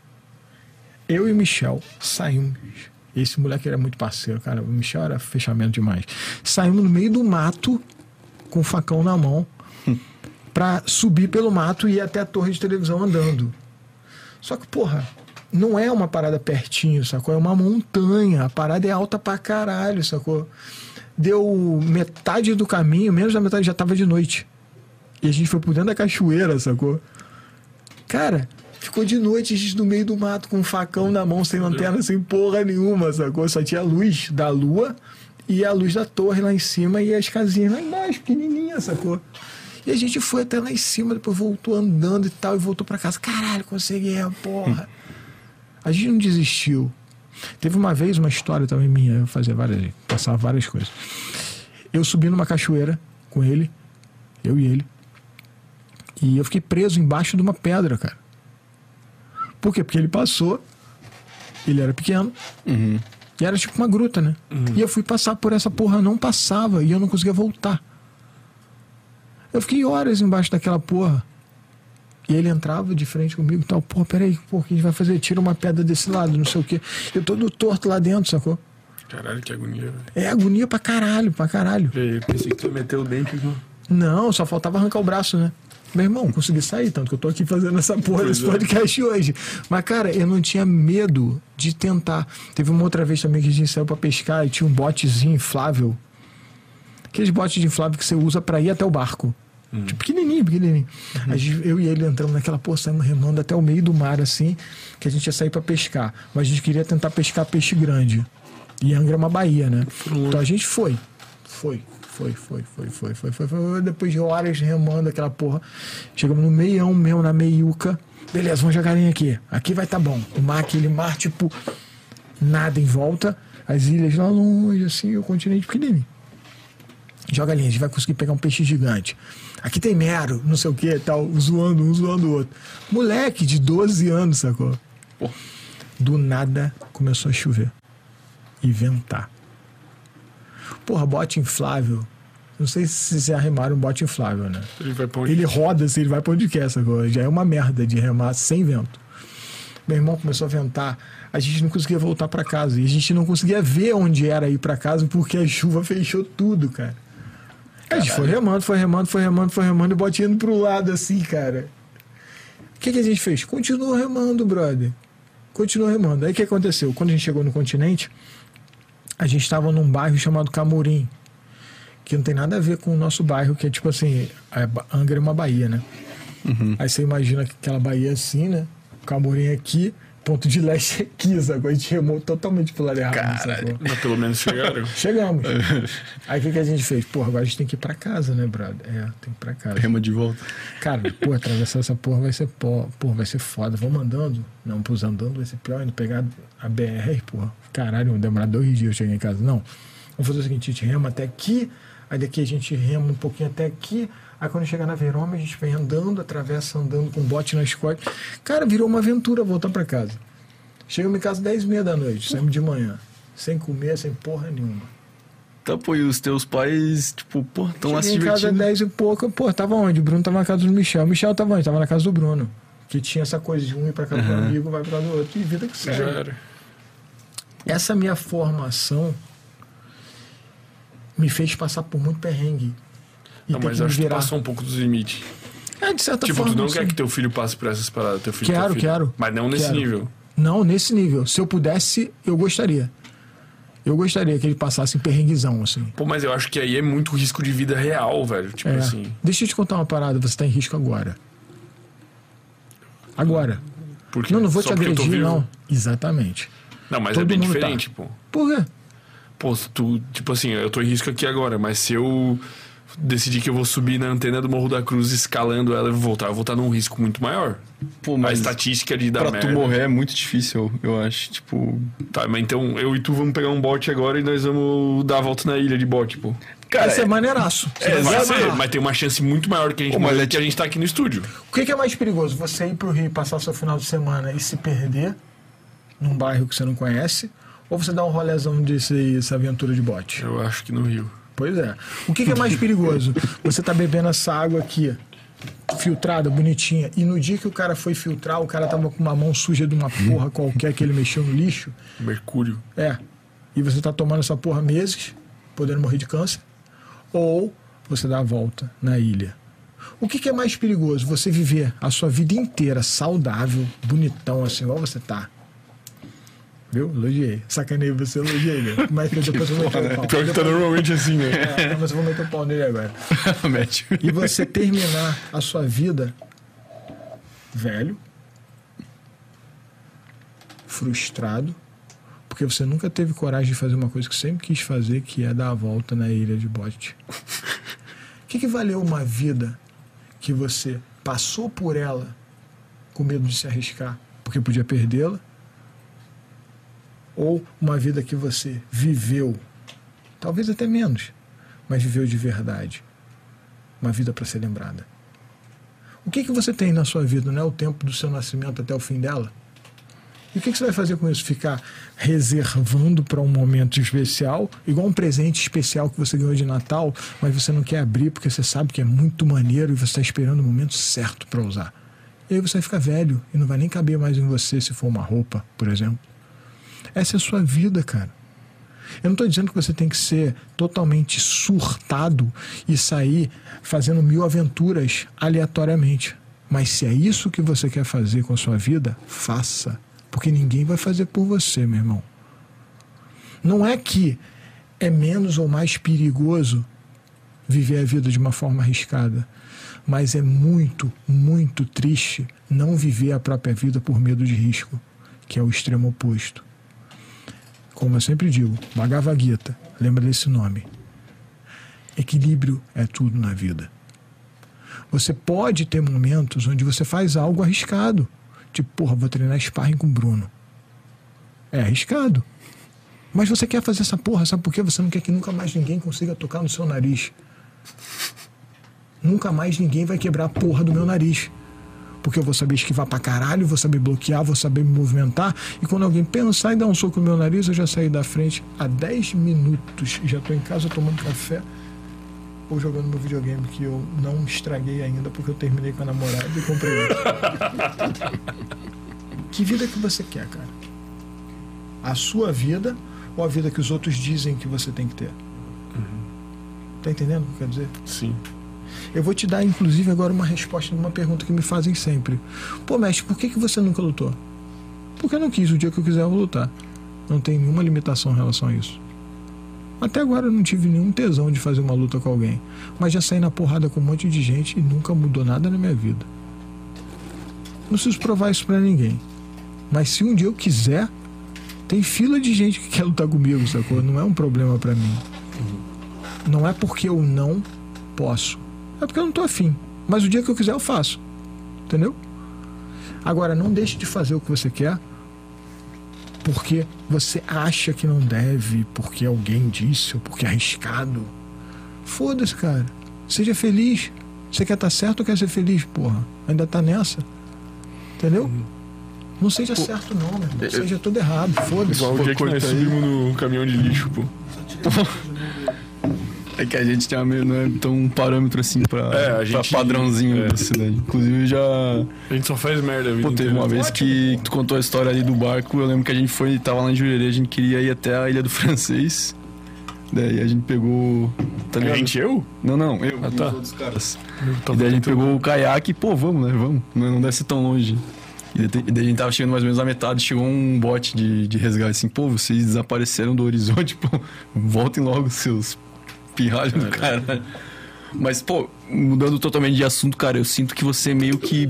[SPEAKER 3] Eu e o Michel saímos. Esse moleque era muito parceiro, cara. O Michel era fechamento demais. Saímos no meio do mato, com o facão na mão, pra subir pelo mato e ir até a torre de televisão andando. Só que, porra, não é uma parada pertinho, sacou? É uma montanha. A parada é alta pra caralho, sacou? Deu metade do caminho, menos da metade já tava de noite. E a gente foi por dentro da cachoeira, sacou? Cara, ficou de noite, a gente no meio do mato, com um facão na mão, sem lanterna, sem porra nenhuma, sacou? Só tinha a luz da lua e a luz da torre lá em cima e as casinhas lá embaixo, pequenininhas, sacou? E a gente foi até lá em cima, depois voltou andando e tal, e voltou pra casa. Caralho, consegui, porra. A gente não desistiu. Teve uma vez uma história também minha, eu fazia passava várias coisas. Eu subi numa cachoeira com ele, eu e ele, e eu fiquei preso embaixo de uma pedra, cara. Por quê? Porque ele passou, ele era pequeno, e era tipo uma gruta, né? E eu fui passar por essa porra, não passava, e eu não conseguia voltar. Eu fiquei horas embaixo daquela porra. E ele entrava de frente comigo e tal. Pô, peraí, o que a gente vai fazer? Tira uma pedra desse lado, não sei o quê. Eu todo torto lá dentro, sacou?
[SPEAKER 1] Caralho, que agonia, velho.
[SPEAKER 3] É agonia pra caralho, pra caralho.
[SPEAKER 1] Eu pensei que tu ia meter o dente, não.
[SPEAKER 3] Não, só faltava arrancar o braço, né? Meu irmão, consegui sair, tanto que eu tô aqui fazendo essa porra desse podcast hoje. Mas, cara, eu não tinha medo de tentar. Teve uma outra vez também que a gente saiu pra pescar e tinha um botezinho inflável. Aqueles botes de inflável que você usa pra ir até o barco. Tipo, pequenininho. Eu e ele entramos naquela porra, saímos remando até o meio do mar, assim, que a gente ia sair pra pescar. Mas a gente queria tentar pescar peixe grande. E Angra é uma baía, né? Então a gente foi. Foi. Depois de horas remando aquela porra, chegamos no meião mesmo, na meiuca. Beleza, vamos jogar linha aqui. Aqui vai tá bom. O mar, aquele mar, tipo, nada em volta. As ilhas lá longe, assim, o continente pequenininho. Joga a linha, a gente vai conseguir pegar um peixe gigante. Aqui tem mero, não sei o que, tal, zoando um, zoando o outro. Moleque de 12 anos, sacou? Pô. Do nada começou a chover. E ventar. Porra, bote inflável. Não sei se vocês arremaram um bote inflável, né? Ele roda assim, ele vai pra onde quer, sacou? Já é uma merda de remar sem vento. Meu irmão começou a ventar. A gente não conseguia voltar pra casa. E a gente não conseguia ver onde era ir pra casa porque a chuva fechou tudo, cara. A gente foi remando e bote indo pro lado assim, cara. O que a gente fez? Continuou remando, brother. Continuou remando. Aí o que aconteceu? Quando a gente chegou no continente, a gente estava num bairro chamado Camorim, que não tem nada a ver com o nosso bairro, que é tipo assim, Angra é uma baía, né? Aí você imagina aquela baía assim, né? Camorim aqui, ponto de leste aqui, sabe? A gente remou totalmente pro lado errado.
[SPEAKER 1] Caralho, mas pelo menos chegaram.
[SPEAKER 3] Chegamos. Aí o que a gente fez? Porra, agora a gente tem que ir pra casa, né, brother? Tem que ir pra casa.
[SPEAKER 2] Rema de volta.
[SPEAKER 3] Cara, porra, atravessar essa porra vai ser vai ser foda. Vamos andando? Não, pros andando vai ser pior ainda. Pegar a BR, porra. Caralho, demorar 2 dias eu chegar em casa. Não. Vamos fazer o seguinte, a gente rema até aqui, aí daqui a gente rema um pouquinho até aqui. Aí quando chegar na Verôme, a gente vem andando, atravessa andando com bote nas costas. Cara, virou uma aventura voltar pra casa. Chegamos em casa 10h30 da noite, saímos de manhã. Sem comer, sem porra nenhuma.
[SPEAKER 2] Tá, pô, e os teus pais, tipo, pô, estão lá se
[SPEAKER 3] Cheguei em casa
[SPEAKER 2] divertindo.
[SPEAKER 3] 10 e pouco, pô, tava onde? O Bruno tava na casa do Michel. O Michel tava onde? Tava na casa do Bruno. Que tinha essa coisa de um ir pra casa do amigo, vai pra casa do outro. E vida que
[SPEAKER 1] Já
[SPEAKER 3] segue.
[SPEAKER 1] era.
[SPEAKER 3] Essa minha formação me fez passar por muito perrengue. E
[SPEAKER 1] Não,
[SPEAKER 3] ter
[SPEAKER 1] mas
[SPEAKER 3] que
[SPEAKER 1] eu
[SPEAKER 3] me
[SPEAKER 1] acho que tu
[SPEAKER 3] virar.
[SPEAKER 1] passou um pouco dos limites.
[SPEAKER 3] É, de certa
[SPEAKER 1] Tipo,
[SPEAKER 3] forma.
[SPEAKER 1] tu não
[SPEAKER 3] assim.
[SPEAKER 1] quer que teu filho passe por essas paradas, teu filho.
[SPEAKER 3] Quero,
[SPEAKER 1] teu filho.
[SPEAKER 3] quero.
[SPEAKER 1] Mas não nesse
[SPEAKER 3] Quero.
[SPEAKER 1] nível.
[SPEAKER 3] Não, nesse nível. Se eu pudesse, eu gostaria. Eu gostaria que ele passasse em perrenguezão, assim.
[SPEAKER 1] Pô, mas eu acho que aí é muito risco de vida real, velho. Tipo
[SPEAKER 3] É.
[SPEAKER 1] assim.
[SPEAKER 3] Deixa eu te contar uma parada, você tá em risco agora. Agora.
[SPEAKER 1] Porque,
[SPEAKER 3] Não vou
[SPEAKER 1] só
[SPEAKER 3] te
[SPEAKER 1] porque eu tô
[SPEAKER 3] agredir,
[SPEAKER 1] vivo?
[SPEAKER 3] não. Exatamente.
[SPEAKER 1] Não, mas
[SPEAKER 3] Todo
[SPEAKER 1] é bem
[SPEAKER 3] mundo
[SPEAKER 1] diferente,
[SPEAKER 3] tá.
[SPEAKER 1] pô.
[SPEAKER 3] Por quê?
[SPEAKER 1] Pô, se tu, tipo assim, eu tô em risco aqui agora, mas se eu decidir que eu vou subir na antena do Morro da Cruz escalando ela e vou estar num risco muito maior.
[SPEAKER 2] Pô,
[SPEAKER 1] A
[SPEAKER 2] mas
[SPEAKER 1] estatística de dar
[SPEAKER 2] pra
[SPEAKER 1] merda.
[SPEAKER 2] tu morrer é muito difícil, eu acho. Tipo,
[SPEAKER 1] Tá, mas então eu e tu vamos pegar um bote agora e nós vamos dar a volta na ilha de bote, pô.
[SPEAKER 2] cara,
[SPEAKER 3] Vai ser maneiraço. Você
[SPEAKER 1] Vai
[SPEAKER 3] vai
[SPEAKER 1] ser,
[SPEAKER 3] amarrar.
[SPEAKER 1] mas tem uma chance muito maior que a gente
[SPEAKER 2] Pô, mas
[SPEAKER 1] morrer
[SPEAKER 2] é
[SPEAKER 1] que a gente tá aqui no estúdio.
[SPEAKER 3] O que é mais perigoso? Você ir pro Rio e passar seu final de semana e se perder num bairro que você não conhece? Ou você dar um rolezão dessa aventura de bote?
[SPEAKER 1] Eu acho que no Rio.
[SPEAKER 3] Pois é. O que é mais perigoso? Você tá bebendo essa água aqui, filtrada, bonitinha, e no dia que o cara foi filtrar, o cara tava com uma mão suja de uma porra qualquer que ele mexeu no lixo.
[SPEAKER 1] Mercúrio.
[SPEAKER 3] É. E você tá tomando essa porra meses, podendo morrer de câncer. Ou você dá a volta na ilha. O que é mais perigoso? Você viver a sua vida inteira saudável, bonitão, assim, igual você tá. Viu? Elogiei. Sacanei você, elogiei, né? Mas depois eu vou meter o pau.
[SPEAKER 1] Pior que tá normalmente assim, né?
[SPEAKER 3] É, mas eu vou meter o pau nele agora.
[SPEAKER 2] mete.
[SPEAKER 3] E você terminar a sua vida velho, frustrado, porque você nunca teve coragem de fazer uma coisa que sempre quis fazer, que é dar a volta na ilha de bote. O que valeu uma vida que você passou por ela com medo de se arriscar, porque podia perdê-la? Ou uma vida que você viveu, talvez até menos, mas viveu de verdade? Uma vida para ser lembrada. O que você tem na sua vida? Não é o tempo do seu nascimento até o fim dela? E o que você vai fazer com isso? Ficar reservando para um momento especial, igual um presente especial que você ganhou de Natal, mas você não quer abrir porque você sabe que é muito maneiro e você está esperando o momento certo para usar. E aí você vai ficar velho e não vai nem caber mais em você se for uma roupa, por exemplo. Essa é a sua vida, cara. Eu não estou dizendo que você tem que ser totalmente surtado e sair fazendo 1000 aventuras aleatoriamente. Mas se é isso que você quer fazer com a sua vida, faça. Porque ninguém vai fazer por você, meu irmão. Não é que é menos ou mais perigoso viver a vida de uma forma arriscada. Mas é muito, muito triste não viver a própria vida por medo de risco, que é o extremo oposto. Como eu sempre digo, Bhagavad Gita, lembra desse nome. Equilíbrio é tudo na vida. Você pode ter momentos onde você faz algo arriscado. Tipo, porra, vou treinar sparring com o Bruno. É arriscado. Mas você quer fazer essa porra, sabe por quê? Você não quer que nunca mais ninguém consiga tocar no seu nariz. Nunca mais ninguém vai quebrar a porra do meu nariz. Porque eu vou saber esquivar pra caralho, vou saber bloquear, vou saber me movimentar. E quando alguém pensar em dar um soco no meu nariz, eu já saí da frente há 10 minutos. E já tô em casa tomando café ou jogando meu videogame, que eu não estraguei ainda porque eu terminei com a namorada e comprei outro. Que vida que você quer, cara? A sua vida ou a vida que os outros dizem que você tem que ter? Tá entendendo o que eu quero dizer?
[SPEAKER 1] Sim.
[SPEAKER 3] Eu vou te dar, inclusive, agora uma resposta de uma pergunta que me fazem sempre. Pô, mestre, por que você nunca lutou? Porque eu não quis. O dia que eu quiser, eu vou lutar. Não tem nenhuma limitação em relação a isso. Até agora eu não tive nenhum tesão de fazer uma luta com alguém. Mas já saí na porrada com um monte de gente e nunca mudou nada na minha vida. Não preciso provar isso pra ninguém. Mas se um dia eu quiser, tem fila de gente que quer lutar comigo, sacou? Não é um problema pra mim. Não é porque eu não posso. É porque eu não tô afim. Mas o dia que eu quiser, eu faço. Entendeu? Agora, não deixe de fazer o que você quer porque você acha que não deve, porque alguém disse, ou porque é arriscado. Foda-se, cara. Seja feliz. Você quer estar certo ou quer ser feliz, porra? Ainda tá nessa. Entendeu? Não seja certo não, meu irmão. Seja tudo errado. Foda-se.
[SPEAKER 1] Igual o dia que nós subimos no caminhão de lixo, pô.
[SPEAKER 2] É que a gente tem não é tão um parâmetro assim pra padrãozinho da cidade. Inclusive, já...
[SPEAKER 1] A gente só faz merda a vida
[SPEAKER 2] teve uma vez que tu contou a história ali do barco. Eu lembro que a gente tava lá em Jurerê, a gente queria ir até a Ilha do Francês. Daí a gente pegou... Tá ligado?
[SPEAKER 1] A gente, eu?
[SPEAKER 2] Não, eu e
[SPEAKER 1] tá.
[SPEAKER 2] os outros caras. E daí a gente pegou o caiaque e, pô, vamos, né? Vamos. Não deve ser tão longe. E daí a gente tava chegando mais ou menos na metade, chegou um bote de resgate assim, pô, vocês desapareceram do horizonte, pô, voltem logo, seus pirralhos do caralho. Mas, pô, mudando totalmente de assunto, cara, eu sinto que você meio que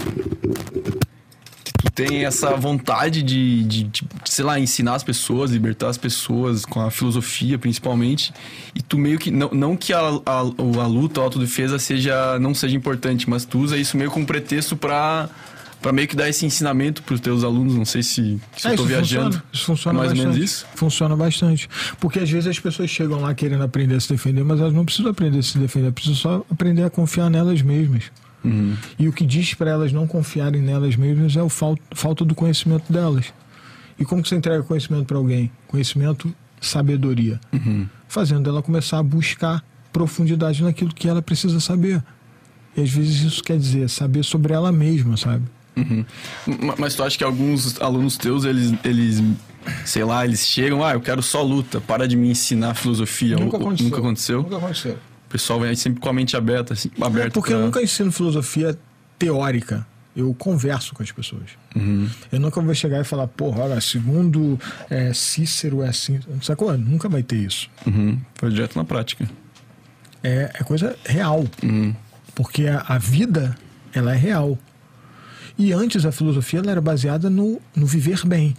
[SPEAKER 2] tu tem essa vontade de, sei lá, ensinar as pessoas, libertar as pessoas com a filosofia, principalmente, e tu meio que, não que a luta, a autodefesa não seja importante, mas tu usa isso meio como pretexto pra meio que dar esse ensinamento pros teus alunos. Não sei se eu tô viajando.
[SPEAKER 3] Isso funciona
[SPEAKER 2] mais
[SPEAKER 3] bastante.
[SPEAKER 2] ou menos isso?
[SPEAKER 3] Funciona bastante. Porque às vezes as pessoas chegam lá querendo aprender a se defender, mas elas não precisam aprender a se defender, precisam só aprender a confiar nelas mesmas.
[SPEAKER 2] Uhum.
[SPEAKER 3] E o que diz para elas não confiarem nelas mesmas é a falta do conhecimento delas. E como que você entrega conhecimento para alguém? Conhecimento, sabedoria.
[SPEAKER 2] Uhum.
[SPEAKER 3] Fazendo ela começar a buscar profundidade naquilo que ela precisa saber. E às vezes isso quer dizer saber sobre ela mesma, sabe?
[SPEAKER 2] Uhum. Mas tu acha que alguns alunos teus, eles sei lá, eles chegam, eu quero só luta, para de me ensinar filosofia?
[SPEAKER 3] Nunca aconteceu.
[SPEAKER 2] Nunca aconteceu? O pessoal vem sempre com a mente aberta, assim,
[SPEAKER 3] porque eu nunca ensino filosofia teórica. Eu converso com as pessoas.
[SPEAKER 2] Uhum.
[SPEAKER 3] Eu nunca vou chegar e falar, porra, olha, segundo Cícero é assim. Sacou? Nunca vai ter isso.
[SPEAKER 2] Uhum. Foi direto na prática.
[SPEAKER 3] É coisa real.
[SPEAKER 2] Uhum.
[SPEAKER 3] Porque a vida, ela é real. E antes a filosofia ela era baseada no viver bem.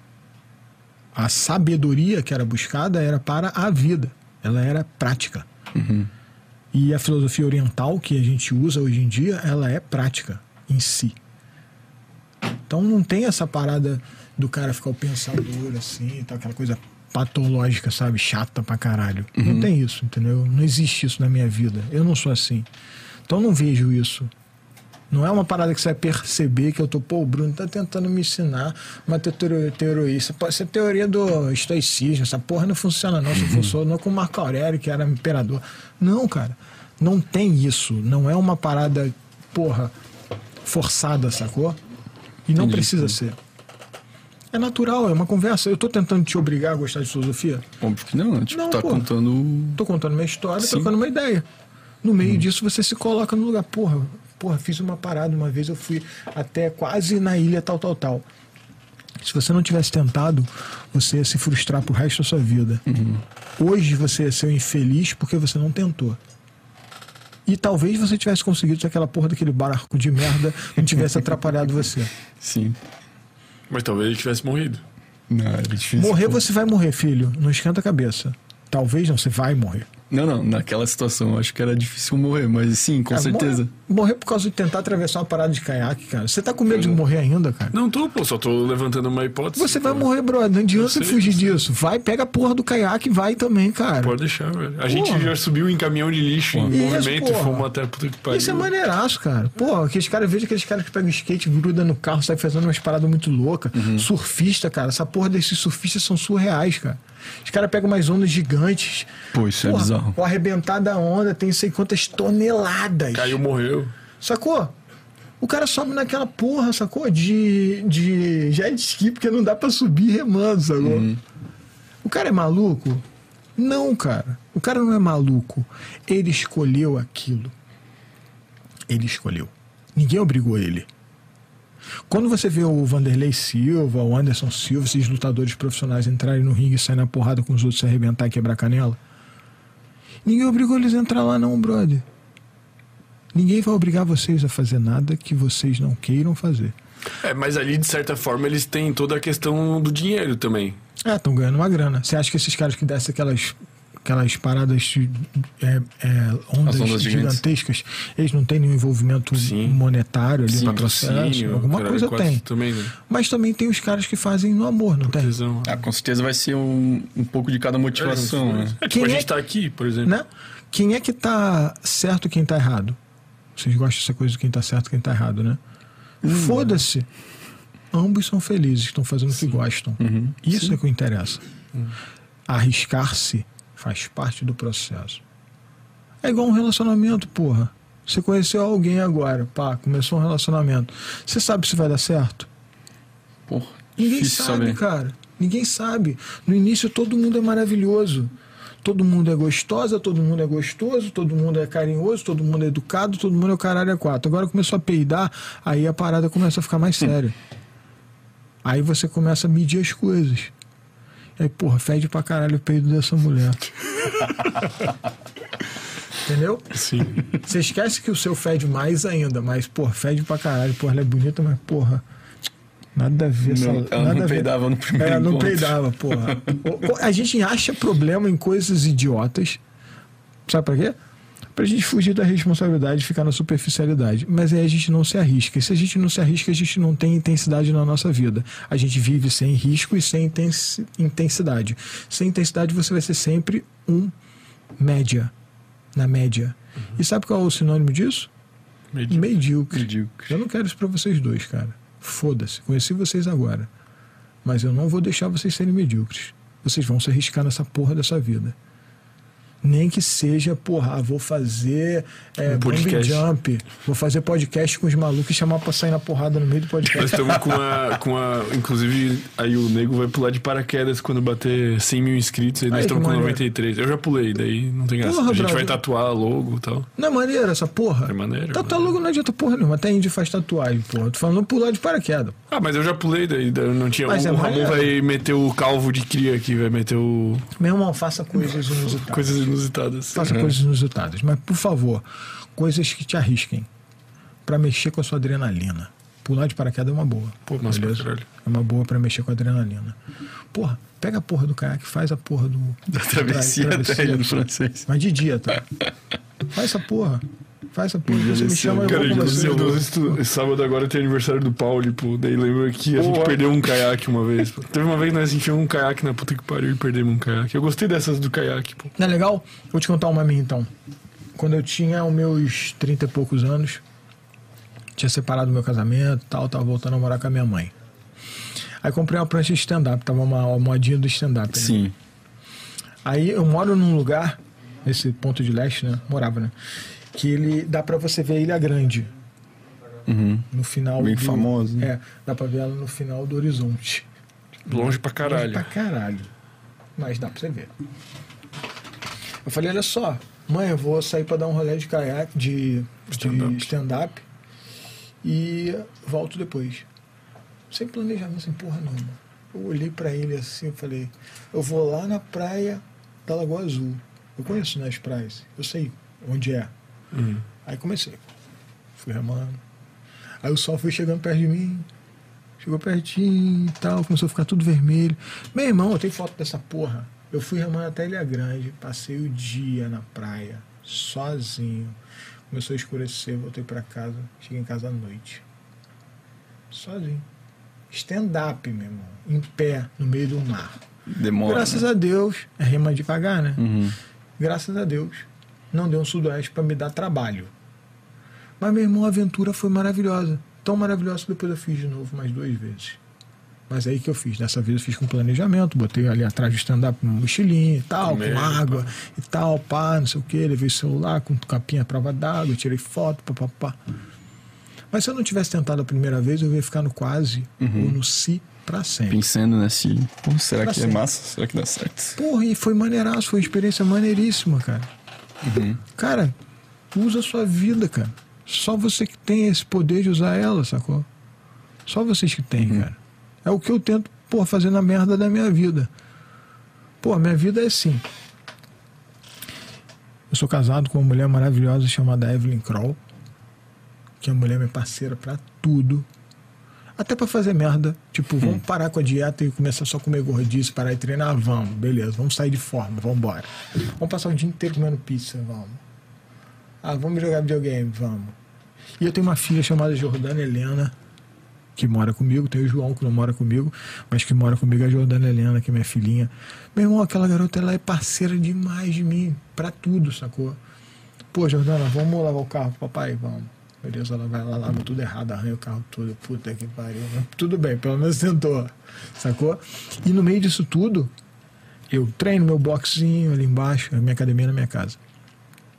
[SPEAKER 3] A sabedoria que era buscada era para a vida. Ela era prática.
[SPEAKER 2] Uhum.
[SPEAKER 3] E a filosofia oriental que a gente usa hoje em dia, ela é prática em si. Então não tem essa parada do cara ficar o pensador assim, tá, aquela coisa patológica, sabe? Chata pra caralho.
[SPEAKER 2] Uhum.
[SPEAKER 3] Não tem isso, entendeu? Não existe isso na minha vida. Eu não sou assim. Então não vejo isso. Não é uma parada que você vai perceber que eu tô, o Bruno tá tentando me ensinar uma teoria. Isso pode ser teoria do estoicismo. Essa porra não funciona não. Isso funcionou com o Marco Aurélio, que era imperador. Não, cara. Não tem isso. Não é uma parada, forçada, sacou? E não precisa ser. É natural, é uma conversa. Eu tô tentando te obrigar a gostar de filosofia?
[SPEAKER 2] Óbvio que não. Tipo,
[SPEAKER 3] não,
[SPEAKER 2] tá contando...
[SPEAKER 3] Tô contando minha história,
[SPEAKER 2] Sim.
[SPEAKER 3] trocando uma ideia. No meio disso, você se coloca no lugar. Porra, fiz uma parada. Uma vez eu fui até quase na ilha tal. Se você não tivesse tentado, você ia se frustrar pro resto da sua vida.
[SPEAKER 2] Uhum.
[SPEAKER 3] Hoje você ia ser um infeliz porque você não tentou. E talvez você tivesse conseguido se aquela porra daquele barco de merda não tivesse atrapalhado você.
[SPEAKER 2] Sim.
[SPEAKER 1] Mas talvez ele tivesse morrido.
[SPEAKER 2] Não, é difícil.
[SPEAKER 3] Morrer, você vai morrer, filho. Não esquenta a cabeça. Talvez não, você vai morrer.
[SPEAKER 2] Não, naquela situação eu acho que era difícil morrer, mas sim, com certeza.
[SPEAKER 3] Morrer por causa de tentar atravessar uma parada de caiaque, cara. Você tá com medo de morrer ainda, cara?
[SPEAKER 1] Não tô, só tô levantando uma hipótese.
[SPEAKER 3] Você vai morrer, brother. Não adianta você fugir disso. Vai, pega a porra do caiaque e vai também, cara.
[SPEAKER 1] Pode deixar, velho. A gente já subiu em caminhão de lixo, em movimento, e fomos até puta que pariu.
[SPEAKER 3] Isso é maneiraço, cara. Veja aqueles caras que pegam o skate, gruda no carro, sai fazendo umas paradas muito loucas. Surfista, cara. Essa porra desses surfistas são surreais, cara. Os caras pegam umas ondas gigantes.
[SPEAKER 2] Pô, isso é bizarro.
[SPEAKER 3] O arrebentar da onda tem sei quantas toneladas.
[SPEAKER 1] Caiu, morreu.
[SPEAKER 3] Sacou? O cara sobe naquela porra, sacou? De jet ski, porque não dá pra subir remando, sacou? O cara é maluco? Não, cara. O cara não é maluco. Ele escolheu aquilo. Ele escolheu. Ninguém obrigou ele. Quando você vê o Vanderlei Silva, o Anderson Silva, esses lutadores profissionais entrarem no ringue e saírem na porrada com os outros, se arrebentar e quebrar canela, ninguém obrigou eles a entrar lá não, brother. Ninguém vai obrigar vocês a fazer nada que vocês não queiram fazer.
[SPEAKER 1] Mas ali, de certa forma, eles têm toda a questão do dinheiro também.
[SPEAKER 3] Estão ganhando uma grana. Você acha que esses caras que descem aquelas paradas de ondas gigantescas, eles não têm nenhum envolvimento monetário ali no processo? Alguma coisa tem.
[SPEAKER 1] Também, né?
[SPEAKER 3] Mas também tem os caras que fazem no amor, não tem?
[SPEAKER 2] Com certeza vai ser um pouco de cada motivação, né?
[SPEAKER 1] Tipo, a gente tá aqui, por exemplo.
[SPEAKER 3] Né? Quem é que tá certo e quem tá errado? Vocês gostam dessa coisa de quem tá certo e quem tá errado, né? Foda-se. Ambos são felizes, estão fazendo o que gostam. Isso é que interessa. Arriscar-se faz parte do processo. É igual um relacionamento, porra. Você conheceu alguém agora, pá, começou um relacionamento. Você sabe se vai dar certo?
[SPEAKER 2] Porra,
[SPEAKER 3] Ninguém
[SPEAKER 2] difícil
[SPEAKER 3] sabe,
[SPEAKER 2] saber.
[SPEAKER 3] cara. Ninguém sabe. No início todo mundo é maravilhoso. Todo mundo é gostosa, todo mundo é gostoso, todo mundo é carinhoso, todo mundo é educado, todo mundo é o caralho é quatro. Agora começou a peidar, aí a parada começa a ficar mais séria. Aí você começa a medir as coisas. Aí, porra, fede pra caralho o peido dessa mulher. Entendeu?
[SPEAKER 1] Sim.
[SPEAKER 3] Você esquece que o seu fede mais ainda, mas, porra, fede pra caralho. Porra, ela é bonita, mas, porra, nada a ver.
[SPEAKER 2] Ela
[SPEAKER 3] nada
[SPEAKER 2] não
[SPEAKER 3] a ver.
[SPEAKER 2] peidava no primeiro
[SPEAKER 3] Ela não
[SPEAKER 2] encontro.
[SPEAKER 3] peidava, porra. A gente acha problema em coisas idiotas. Sabe pra quê? Pra gente fugir da responsabilidade e ficar na superficialidade. Mas aí a gente não se arrisca. E se a gente não se arrisca, a gente não tem intensidade na nossa vida. A gente vive sem risco e sem intensidade. Sem intensidade você vai ser sempre um média. Na média. E sabe qual é o sinônimo disso? Medíocre. Eu não quero isso pra vocês dois, cara. Foda-se. Conheci vocês agora. Mas eu não vou deixar vocês serem medíocres. Vocês vão se arriscar nessa porra dessa vida. Nem que seja, porra, vou fazer bungee jump, vou fazer podcast com os malucos e chamar pra sair na porrada no meio do
[SPEAKER 1] Nós
[SPEAKER 3] podcast.
[SPEAKER 1] estamos com a. Inclusive, aí o nego vai pular de paraquedas quando bater 100 mil inscritos. Aí nós
[SPEAKER 3] Aí,
[SPEAKER 1] estamos
[SPEAKER 3] que
[SPEAKER 1] com
[SPEAKER 3] maneiro.
[SPEAKER 1] 93. Eu já pulei, daí não tem graça.
[SPEAKER 3] Porra,
[SPEAKER 1] A gente
[SPEAKER 3] brother.
[SPEAKER 1] vai tatuar logo e tal.
[SPEAKER 3] Não é maneiro essa porra?
[SPEAKER 1] É maneiro.
[SPEAKER 3] Tatuar logo não adianta porra nenhuma. Até índio faz tatuagem, porra. Tô falando pular de paraquedas.
[SPEAKER 1] Ah, mas eu já pulei, daí não tinha.
[SPEAKER 3] Mas
[SPEAKER 1] O
[SPEAKER 3] é
[SPEAKER 1] Ramon
[SPEAKER 3] maneiro.
[SPEAKER 1] vai meter o calvo de cria aqui, vai meter o.
[SPEAKER 3] Meu irmão, faça coisas inusitadas.
[SPEAKER 1] Coisas inusitadas.
[SPEAKER 3] Faça coisas inusitadas. Mas, por favor, coisas que te arrisquem. Pra mexer com a sua adrenalina. Pular de paraquedas é uma boa.
[SPEAKER 1] Pô, massa pra
[SPEAKER 3] beleza?
[SPEAKER 1] caralho.
[SPEAKER 3] É uma boa pra mexer com a adrenalina. Porra, pega a porra do caiaque, faz a porra do...
[SPEAKER 2] Da travessia até Ilha do Francês.
[SPEAKER 3] Mas de dia, tá? Faz essa porra. Faz essa porra. Você me chama, eu
[SPEAKER 1] Cara,
[SPEAKER 3] vou com você.
[SPEAKER 1] inclusive, sábado agora tem aniversário do Pauli, pô. Daí lembra que a gente perdeu um caiaque uma vez, pô. Teve uma vez que nós enfiamos um caiaque na puta que pariu e perdemos um caiaque. Eu gostei dessas do caiaque, pô.
[SPEAKER 3] Não é legal? Vou te contar uma minha, então. Quando eu tinha os meus 30 e poucos anos, tinha separado do meu casamento e tal, tava voltando a morar com a minha mãe. Aí comprei uma prancha de stand-up, tava uma modinha do stand-up. Né?
[SPEAKER 2] Sim.
[SPEAKER 3] Aí eu moro num lugar, nesse ponto de leste, né? Morava, né? Que ele dá pra você ver a Ilha Grande. No final
[SPEAKER 2] Bem
[SPEAKER 3] do...
[SPEAKER 2] famoso, né?
[SPEAKER 3] É, dá pra ver ela no final do horizonte.
[SPEAKER 1] Longe pra caralho.
[SPEAKER 3] Pra caralho. Mas dá pra você ver. Eu falei, olha só, mãe, eu vou sair pra dar um rolê de caiaque, de stand-up e volto depois. Sem planejamento, sem porra nenhuma. Eu olhei pra ele assim, eu falei, eu vou lá na praia da Lagoa Azul. Eu conheço, né, as praias, eu sei onde é. Aí comecei. Fui remando. Aí o sol foi chegando perto de mim. Chegou pertinho e tal, começou a ficar tudo vermelho. Meu irmão, eu tenho foto dessa porra. Eu fui remando até Ilha Grande, passei o dia na praia, sozinho. Começou a escurecer, voltei pra casa, cheguei em casa à noite. Sozinho. Stand-up, meu irmão. Em pé, no meio do mar.
[SPEAKER 2] Demora.
[SPEAKER 3] Graças a Deus, é rima devagar, né? Graças a Deus, não deu um sudoeste pra me dar trabalho. Mas, meu irmão, a aventura foi maravilhosa. Tão maravilhosa que depois eu fiz de novo mais 2 vezes. Mas aí que eu fiz. Dessa vez eu fiz com planejamento. Botei ali atrás do stand-up uma mochilinha e tal, com água e tal, pá, não sei o que. Levei o celular com capinha à prova d'água, tirei foto, papapá. Mas se eu não tivesse tentado a primeira vez, eu ia ficar no quase ou no si pra sempre.
[SPEAKER 2] Pensando nesse... Pô, será
[SPEAKER 3] Pra
[SPEAKER 2] que é
[SPEAKER 3] sempre.
[SPEAKER 2] massa? Será que dá certo?
[SPEAKER 3] Porra, e foi maneiraço, foi uma experiência maneiríssima, cara. Cara, usa a sua vida, cara. Só você que tem esse poder de usar ela, sacou? Só vocês que têm, cara. É o que eu tento, porra, fazer na merda da minha vida. Pô, minha vida é assim. Eu sou casado com uma mulher maravilhosa chamada Evelyn Kroll, que é uma mulher minha parceira pra tudo. Até pra fazer merda. Tipo, vamos parar com a dieta e começar só a comer gordice, parar e treinar? Vamos, beleza. Vamos sair de forma, vamos embora. Vamos passar o dia inteiro comendo pizza, vamos. Ah, vamos jogar videogame, vamos. E eu tenho uma filha chamada Jordana Helena, que mora comigo. Tem o João, que não mora comigo, mas que mora comigo é a Jordana Helena, que é minha filhinha. Meu irmão, aquela garota, ela é parceira demais de mim, pra tudo, sacou? Pô, Jordana, vamos lavar o carro, papai? Vamos. Beleza, ela vai lá, lava tudo errado, arranha o carro todo, puta que pariu. Tudo bem, pelo menos tentou, sacou? E no meio disso tudo, eu treino meu boxinho ali embaixo, a minha academia na minha casa.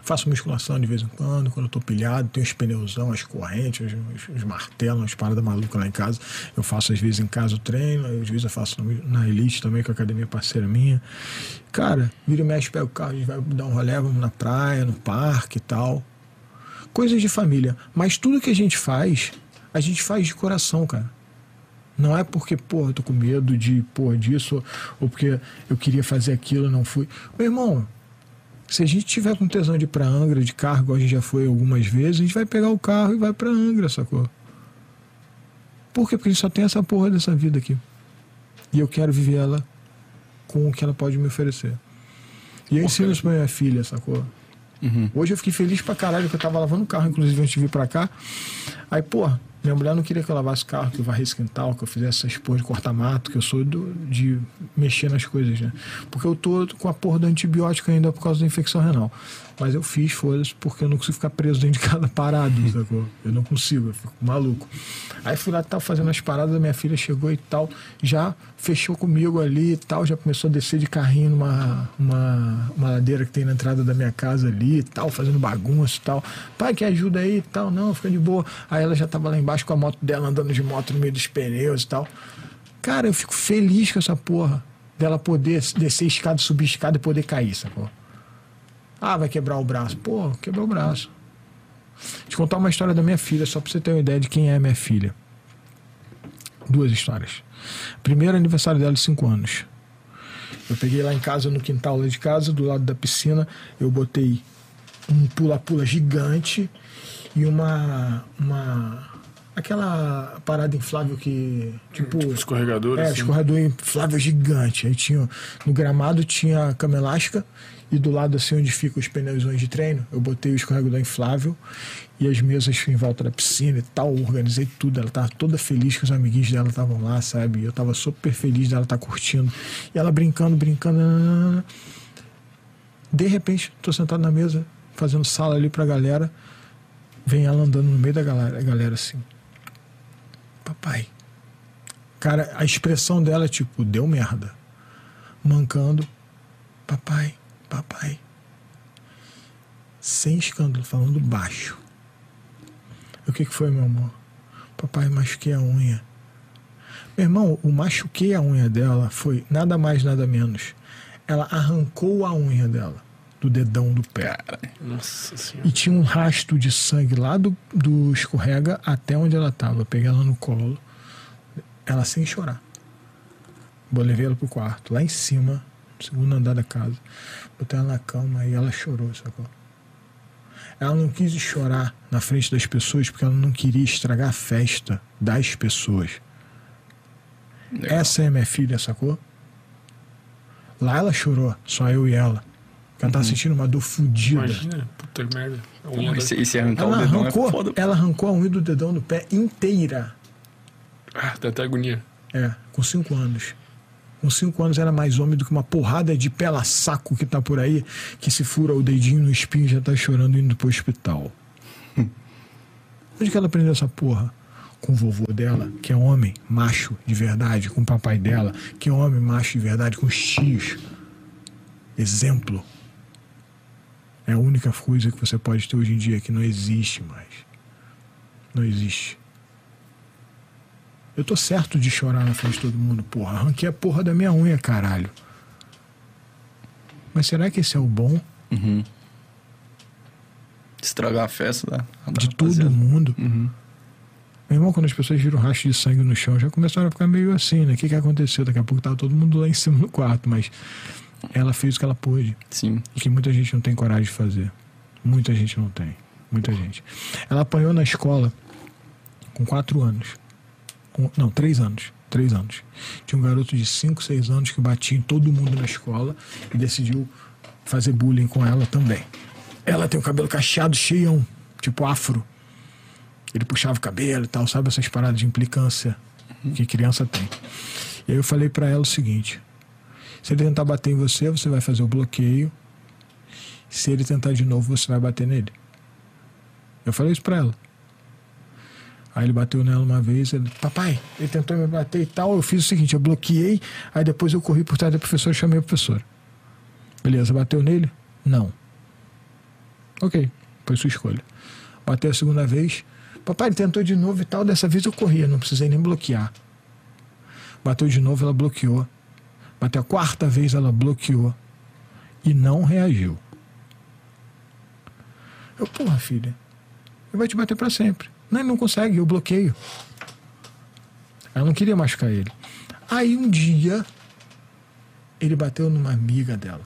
[SPEAKER 3] Faço musculação de vez em quando eu tô pilhado, tenho os pneuzão, as correntes, os martelos, umas paradas malucas lá em casa. Eu faço às vezes em casa o treino, às vezes eu faço na Elite também, com a academia parceira minha. Cara, vira e mexe, pega o carro, a gente vai dar um rolê, vamos na praia, no parque e tal. Coisas de família. Mas tudo que a gente faz de coração, cara. Não é porque, porra, eu tô com medo de, porra, disso, ou porque eu queria fazer aquilo, não fui. Meu irmão, se a gente tiver com tesão de ir pra Angra de carro, igual a gente já foi algumas vezes, a gente vai pegar o carro e vai pra Angra, sacou? Por quê? Porque a gente só tem essa porra dessa vida aqui. E eu quero viver ela com o que ela pode me oferecer. E eu ensino isso pra minha filha, sacou?
[SPEAKER 2] Uhum.
[SPEAKER 3] Hoje eu fiquei feliz pra caralho que eu tava lavando o carro, inclusive antes de vir pra cá. Aí, porra, minha mulher não queria que eu lavasse o carro, que eu varresse quintal, que eu fizesse essas porra de cortar mato, que eu sou de mexer nas coisas, né? Porque eu tô com a porra do antibiótico ainda por causa da infecção renal. Mas eu fiz, foda-se, porque eu não consigo ficar preso dentro de casa parado, sacou? Eu não consigo, eu fico maluco. Aí fui lá e tal, fazendo as paradas, a minha filha chegou e tal, já fechou comigo ali e tal, já começou a descer de carrinho numa ladeira que tem na entrada da minha casa ali e tal, fazendo bagunça e tal. Pai, que ajuda aí e tal, não, fica de boa. Aí ela já tava lá embaixo com a moto dela, andando de moto no meio dos pneus e tal. Cara, eu fico feliz com essa porra, dela poder descer escada, subir escada e poder cair, sacou? Ah, vai quebrar o braço. Pô, quebrou o braço. Deixa eu contar uma história da minha filha, só pra você ter uma ideia de quem é a minha filha. 2 histórias. Primeiro, aniversário dela de 5 anos. Eu peguei lá em casa, no quintal lá de casa, do lado da piscina, eu botei um pula-pula gigante e aquela parada inflável que, tipo
[SPEAKER 1] Escorregador, assim.
[SPEAKER 3] escorregador inflável gigante. Aí tinha, no gramado tinha a cama elástica e do lado assim onde ficam os pneuzões de treino, eu botei o escorregador inflável e as mesas em volta da piscina e tal, organizei tudo. Ela tava toda feliz que os amiguinhos dela estavam lá, sabe? Eu tava super feliz dela estar curtindo. E ela brincando. De repente, tô sentado na mesa, fazendo sala ali pra galera. Vem ela andando no meio da galera assim. Papai. Cara, a expressão dela é tipo, deu merda. Mancando. Papai. Sem escândalo, falando baixo. O que foi, meu amor? Papai, machuquei a unha. Meu irmão, o machuquei a unha dela foi nada mais, nada menos. Ela arrancou a unha dela do dedão do pé.
[SPEAKER 1] Nossa Senhora.
[SPEAKER 3] E tinha um rastro de sangue lá do escorrega até onde ela estava. Peguei ela no colo, ela sem chorar. Levei ela pro quarto, lá em cima, no segundo andar da casa. Botei ela na cama e ela chorou, sacou? Ela não quis chorar na frente das pessoas porque ela não queria estragar a festa das pessoas. Legal. Essa é minha filha, sacou? Lá ela chorou, só eu e ela. Ela tava sentindo uma dor fodida.
[SPEAKER 1] Imagina, puta merda.
[SPEAKER 2] E se arrancar o dedão é foda.
[SPEAKER 3] Ela arrancou a unha do dedão do pé inteira.
[SPEAKER 1] Ah, dá até agonia.
[SPEAKER 3] Com 5 anos. Com 5 anos era mais homem do que uma porrada de pela-saco que tá por aí, que se fura o dedinho no espinho e já tá chorando indo pro hospital. Onde que ela aprendeu essa porra? Com o vovô dela, que é homem, macho de verdade, com o papai dela, que é homem, macho de verdade, com os tios. Exemplo. É a única coisa que você pode ter hoje em dia que não existe mais. Não existe. Eu tô certo de chorar na frente de todo mundo, porra. Arranquei a porra da minha unha, caralho. Mas será que esse é o bom?
[SPEAKER 2] Uhum. Estragar a festa
[SPEAKER 3] de todo mundo.
[SPEAKER 2] Uhum.
[SPEAKER 3] Meu irmão, quando as pessoas viram rastro de sangue no chão, já começaram a ficar meio assim, né? O que aconteceu? Daqui a pouco tava todo mundo lá em cima no quarto, mas ela fez o que ela pôde.
[SPEAKER 2] Sim.
[SPEAKER 3] E que muita gente não tem coragem de fazer. Muita gente não tem. Muita gente. Ela apanhou na escola com 4 anos. Não, 3 anos. 3 anos. Tinha um garoto de 5, 6 anos que batia em todo mundo na escola e decidiu fazer bullying com ela também. Ela tem o cabelo cacheado, cheião, tipo afro. Ele puxava o cabelo e tal, sabe essas paradas de implicância que criança tem. E aí eu falei pra ela o seguinte: se ele tentar bater em você, você vai fazer o bloqueio. Se ele tentar de novo, você vai bater nele. Eu falei isso pra ela. Aí ele bateu nela uma vez, papai, ele tentou me bater e tal. Eu fiz o seguinte, eu bloqueei, aí depois eu corri por trás da professora e chamei a professora. Beleza, bateu nele? Não. Ok, foi sua escolha. Bateu a segunda vez. Papai, ele tentou de novo e tal. Dessa vez eu corria, não precisei nem bloquear. Bateu de novo, ela bloqueou. Bateu a quarta vez, ela bloqueou. E não reagiu. Eu, porra, filha, ele vai te bater pra sempre. Não, ele não consegue, eu bloqueio. Ela não queria machucar ele. Aí um dia, ele bateu numa amiga dela.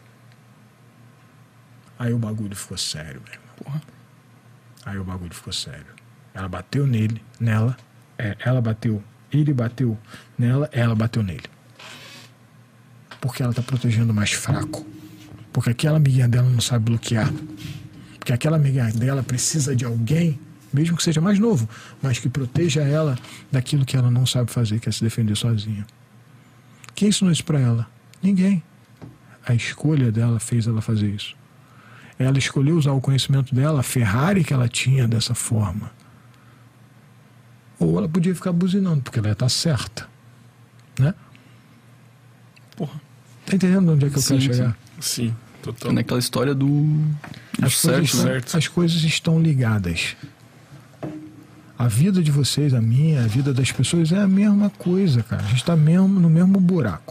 [SPEAKER 3] Aí o bagulho ficou sério, meu irmão. Porra. Aí o bagulho ficou sério. Ela bateu nela. Ela bateu. Ele bateu nela, ela bateu nele. Porque ela tá protegendo o mais fraco. Porque aquela amiguinha dela não sabe bloquear. Porque aquela amiguinha dela precisa de alguém, mesmo que seja mais novo, mas que proteja ela daquilo que ela não sabe fazer, que é se defender sozinha. Quem ensinou isso pra ela? Ninguém. A escolha dela fez ela fazer isso. Ela escolheu usar o conhecimento dela, a Ferrari que ela tinha dessa forma. Ou ela podia ficar buzinando, porque ela ia estar certa. Né?
[SPEAKER 2] Porra.
[SPEAKER 3] Tá entendendo onde é que eu quero chegar?
[SPEAKER 1] Sim, total.
[SPEAKER 2] É naquela história do certo.
[SPEAKER 3] As coisas estão ligadas. A vida de vocês, a minha, a vida das pessoas é a mesma coisa, cara. A gente está no mesmo buraco.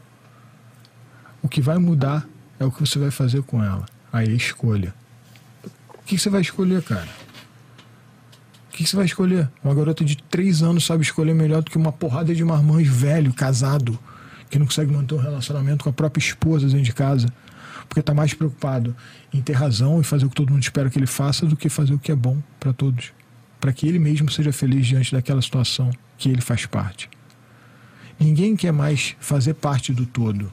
[SPEAKER 3] O que vai mudar é o que você vai fazer com ela. Aí é escolha. O que você vai escolher, cara? O que você vai escolher? Uma garota de 3 anos sabe escolher melhor do que uma porrada de marmãs velho, casado, que não consegue manter um relacionamento com a própria esposa dentro de casa. Porque está mais preocupado em ter razão e fazer o que todo mundo espera que ele faça do que fazer o que é bom para todos. Para que ele mesmo seja feliz diante daquela situação que ele faz parte. Ninguém quer mais fazer parte do todo.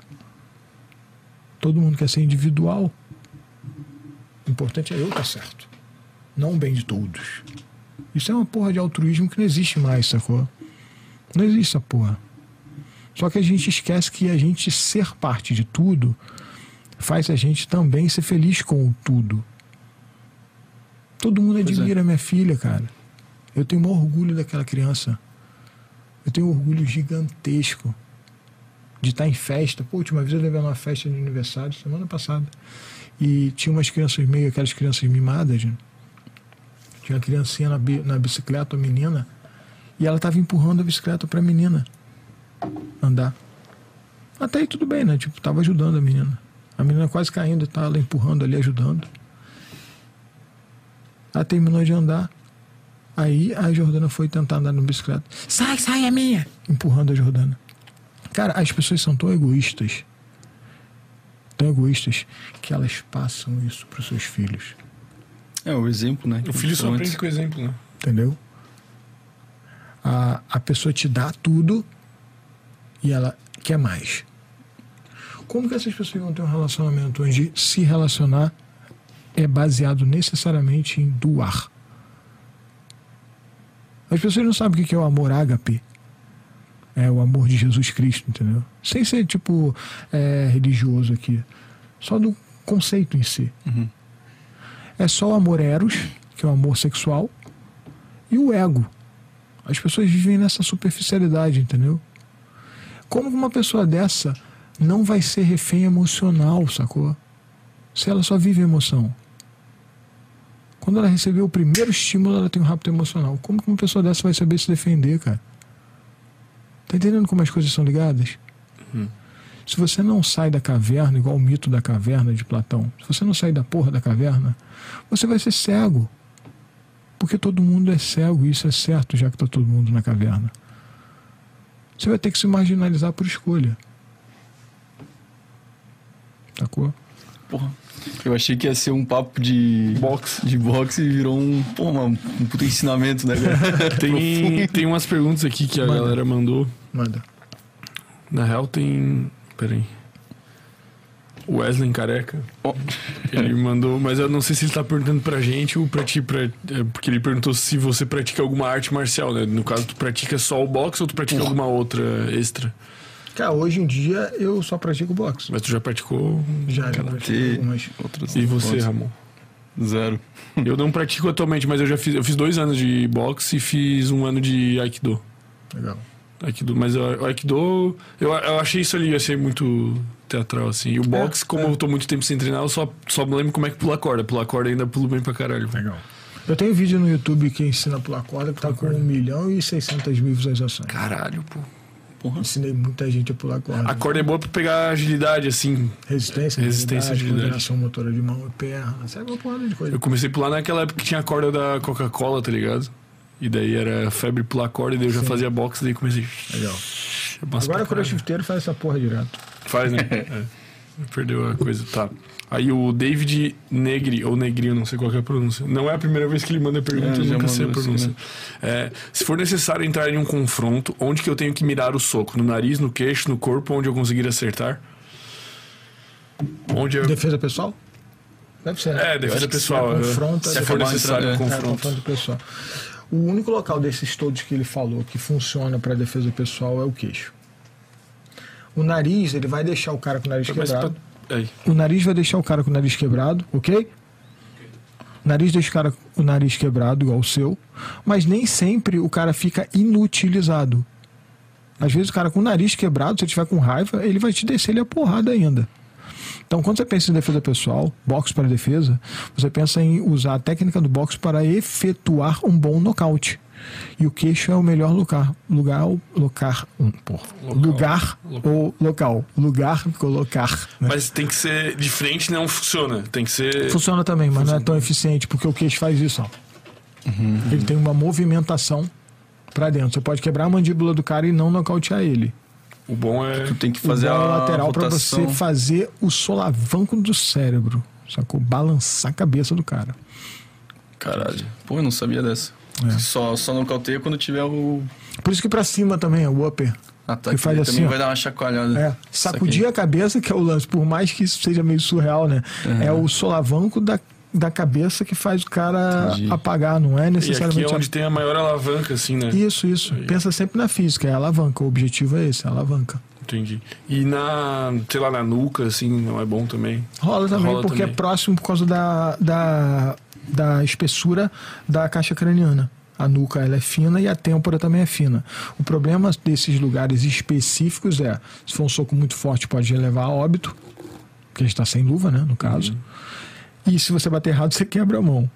[SPEAKER 3] Todo mundo quer ser individual. O importante é eu estar certo. Não o bem de todos. Isso é uma porra de altruísmo que não existe mais, sacou? Não existe essa porra. Só que a gente esquece que a gente ser parte de tudo faz a gente também ser feliz com o tudo. Todo mundo admira minha filha, cara. Eu tenho um orgulho daquela criança. Eu tenho um orgulho gigantesco de estar em festa. Pô, a última vez eu levei ela numa festa de aniversário, semana passada. E tinha umas crianças meio, aquelas crianças mimadas, né? Tinha uma criancinha na bicicleta, a menina, e ela estava empurrando a bicicleta para a menina andar. Até aí tudo bem, né? Tipo, tava ajudando a menina. A menina quase caindo e tá ela empurrando ali, ajudando. Ela terminou de andar. Aí a Jordana foi tentar andar na bicicleta. Sai, é minha! Empurrando a Jordana. Cara, as pessoas são tão egoístas, que elas passam isso pros seus filhos.
[SPEAKER 2] É o exemplo, né?
[SPEAKER 1] O filho só aprende com o exemplo, né?
[SPEAKER 3] Entendeu? A pessoa te dá tudo e ela quer mais. Como que essas pessoas vão ter um relacionamento onde se relacionar é baseado necessariamente em doar? As pessoas não sabem o que é o amor ágape. É o amor de Jesus Cristo, entendeu? Sem ser, tipo, religioso aqui. Só do conceito em si.
[SPEAKER 2] Uhum.
[SPEAKER 3] É só o amor eros, que é o amor sexual, e o ego. As pessoas vivem nessa superficialidade, entendeu? Como uma pessoa dessa não vai ser refém emocional, sacou? Se ela só vive emoção. Quando ela receber o primeiro estímulo, ela tem um rapto emocional. Como que uma pessoa dessa vai saber se defender, cara? Tá entendendo como as coisas são ligadas? Se você não sai da caverna, igual o mito da caverna de Platão, se você não sair da porra da caverna, você vai ser cego. Porque todo mundo é cego, e isso é certo, já que tá todo mundo na caverna. Você vai ter que se marginalizar por escolha. Sacou?
[SPEAKER 2] Porra. Eu achei que ia ser um papo de boxe e virou um puta ensinamento, né, cara?
[SPEAKER 1] Tem umas perguntas aqui que a galera mandou.
[SPEAKER 3] Manda.
[SPEAKER 1] Na real tem... Peraí. O Wesley Careca. Ele mandou, mas eu não sei se ele tá perguntando pra gente ou pra ti, porque ele perguntou se você pratica alguma arte marcial, né? No caso, tu pratica só o boxe ou tu pratica alguma outra extra?
[SPEAKER 3] Cara, hoje em dia eu só pratico boxe.
[SPEAKER 1] Mas tu já praticou?
[SPEAKER 3] Já pratiquei algumas outras.
[SPEAKER 1] E você, Ramon?
[SPEAKER 2] 0.
[SPEAKER 1] Eu não pratico atualmente, mas eu fiz 2 anos de boxe e fiz 1 ano de Aikido.
[SPEAKER 3] Legal.
[SPEAKER 1] Aikido, mas o Aikido, eu achei isso ali, eu achei muito teatral, assim. E o boxe, como eu tô muito tempo sem treinar, eu só me lembro como é que pula corda. Pular corda ainda pulo bem pra caralho.
[SPEAKER 3] Legal. Eu tenho vídeo no YouTube que ensina a pular corda, que tá com 1.600.000 visualizações.
[SPEAKER 1] Caralho, pô.
[SPEAKER 2] Porra.
[SPEAKER 3] Ensinei muita gente a pular corda.
[SPEAKER 1] A corda é boa pra pegar agilidade, assim.
[SPEAKER 3] Resistência,
[SPEAKER 1] agilidade.
[SPEAKER 3] coordenação motora de mão e perna. Sabe uma porrada de coisa.
[SPEAKER 1] Eu comecei a pular naquela época que tinha a corda da Coca-Cola, tá ligado? E daí era febre pular corda, e daí eu já fazia boxe, daí comecei...
[SPEAKER 3] Legal.
[SPEAKER 1] Massa
[SPEAKER 3] Agora
[SPEAKER 1] pra
[SPEAKER 3] o crossfiteiro faz essa porra direto.
[SPEAKER 1] Faz, né? Perdeu a coisa, tá. Aí o David Negri, ou Negrinho, não sei qual que é a pronúncia. Não é a primeira vez que ele manda pergunta, eu
[SPEAKER 2] já
[SPEAKER 1] nunca sei a
[SPEAKER 2] mandou
[SPEAKER 1] pronúncia.
[SPEAKER 2] assim,
[SPEAKER 1] Se for necessário entrar em um confronto, onde que eu tenho que mirar o soco? No nariz, no queixo, no corpo, onde eu conseguir acertar? Onde eu...
[SPEAKER 3] Defesa pessoal? Deve ser, né?
[SPEAKER 1] defesa pessoal.
[SPEAKER 3] Confronta,
[SPEAKER 1] Se for necessário, um
[SPEAKER 3] confronto
[SPEAKER 1] confronto.
[SPEAKER 3] pessoal. O único local desses todos que ele falou que funciona para defesa pessoal é o queixo. O nariz, ele vai deixar o cara com o nariz quebrado. O nariz vai deixar o cara com o nariz quebrado, ok? O nariz deixa o nariz quebrado, igual o seu, mas nem sempre o cara fica inutilizado. Às vezes o cara com o nariz quebrado, se ele estiver com raiva, ele vai te descer ele a porrada ainda. Então, quando você pensa em defesa pessoal, boxe para defesa, você pensa em usar a técnica do boxe para efetuar um bom nocaute. E o queixo é o melhor lugar colocar. Né?
[SPEAKER 1] Mas tem que ser de frente, não funciona. Tem que ser...
[SPEAKER 3] Funciona também, mas não é tão eficiente, porque o queixo faz isso. Ó. Ele tem uma movimentação para dentro. Você pode quebrar a mandíbula do cara e não nocautear ele.
[SPEAKER 1] O bom é...
[SPEAKER 2] Tu tem que fazer a
[SPEAKER 3] lateral para
[SPEAKER 2] rotação.
[SPEAKER 3] você fazer o solavanco do cérebro. Sacou? Balançar a cabeça do cara.
[SPEAKER 2] Caralho. Pô, eu não sabia dessa. Só nocauteia quando tiver o...
[SPEAKER 3] Por isso que pra cima também é o upper.
[SPEAKER 2] Tá,
[SPEAKER 3] que faz assim,
[SPEAKER 2] também
[SPEAKER 3] ó.
[SPEAKER 2] vai dar uma chacoalhada.
[SPEAKER 3] Sacudir a cabeça, que é o lance. Por mais que isso seja meio surreal, né? É o solavanco da cabeça que faz o cara apagar. Não é necessariamente...
[SPEAKER 1] E aqui é onde tem a maior alavanca, assim, né?
[SPEAKER 3] Isso. Pensa sempre na física. É a alavanca. O objetivo é esse, a alavanca.
[SPEAKER 1] Entendi. E na nuca, assim, não é bom também?
[SPEAKER 3] Rola também, porque é próximo por causa da espessura da caixa craniana. A nuca ela é fina e a têmpora também é fina. O problema desses lugares específicos se for um soco muito forte, pode levar a óbito, porque a gente está sem luva, né, no caso. E se você bater errado, você quebra a mão.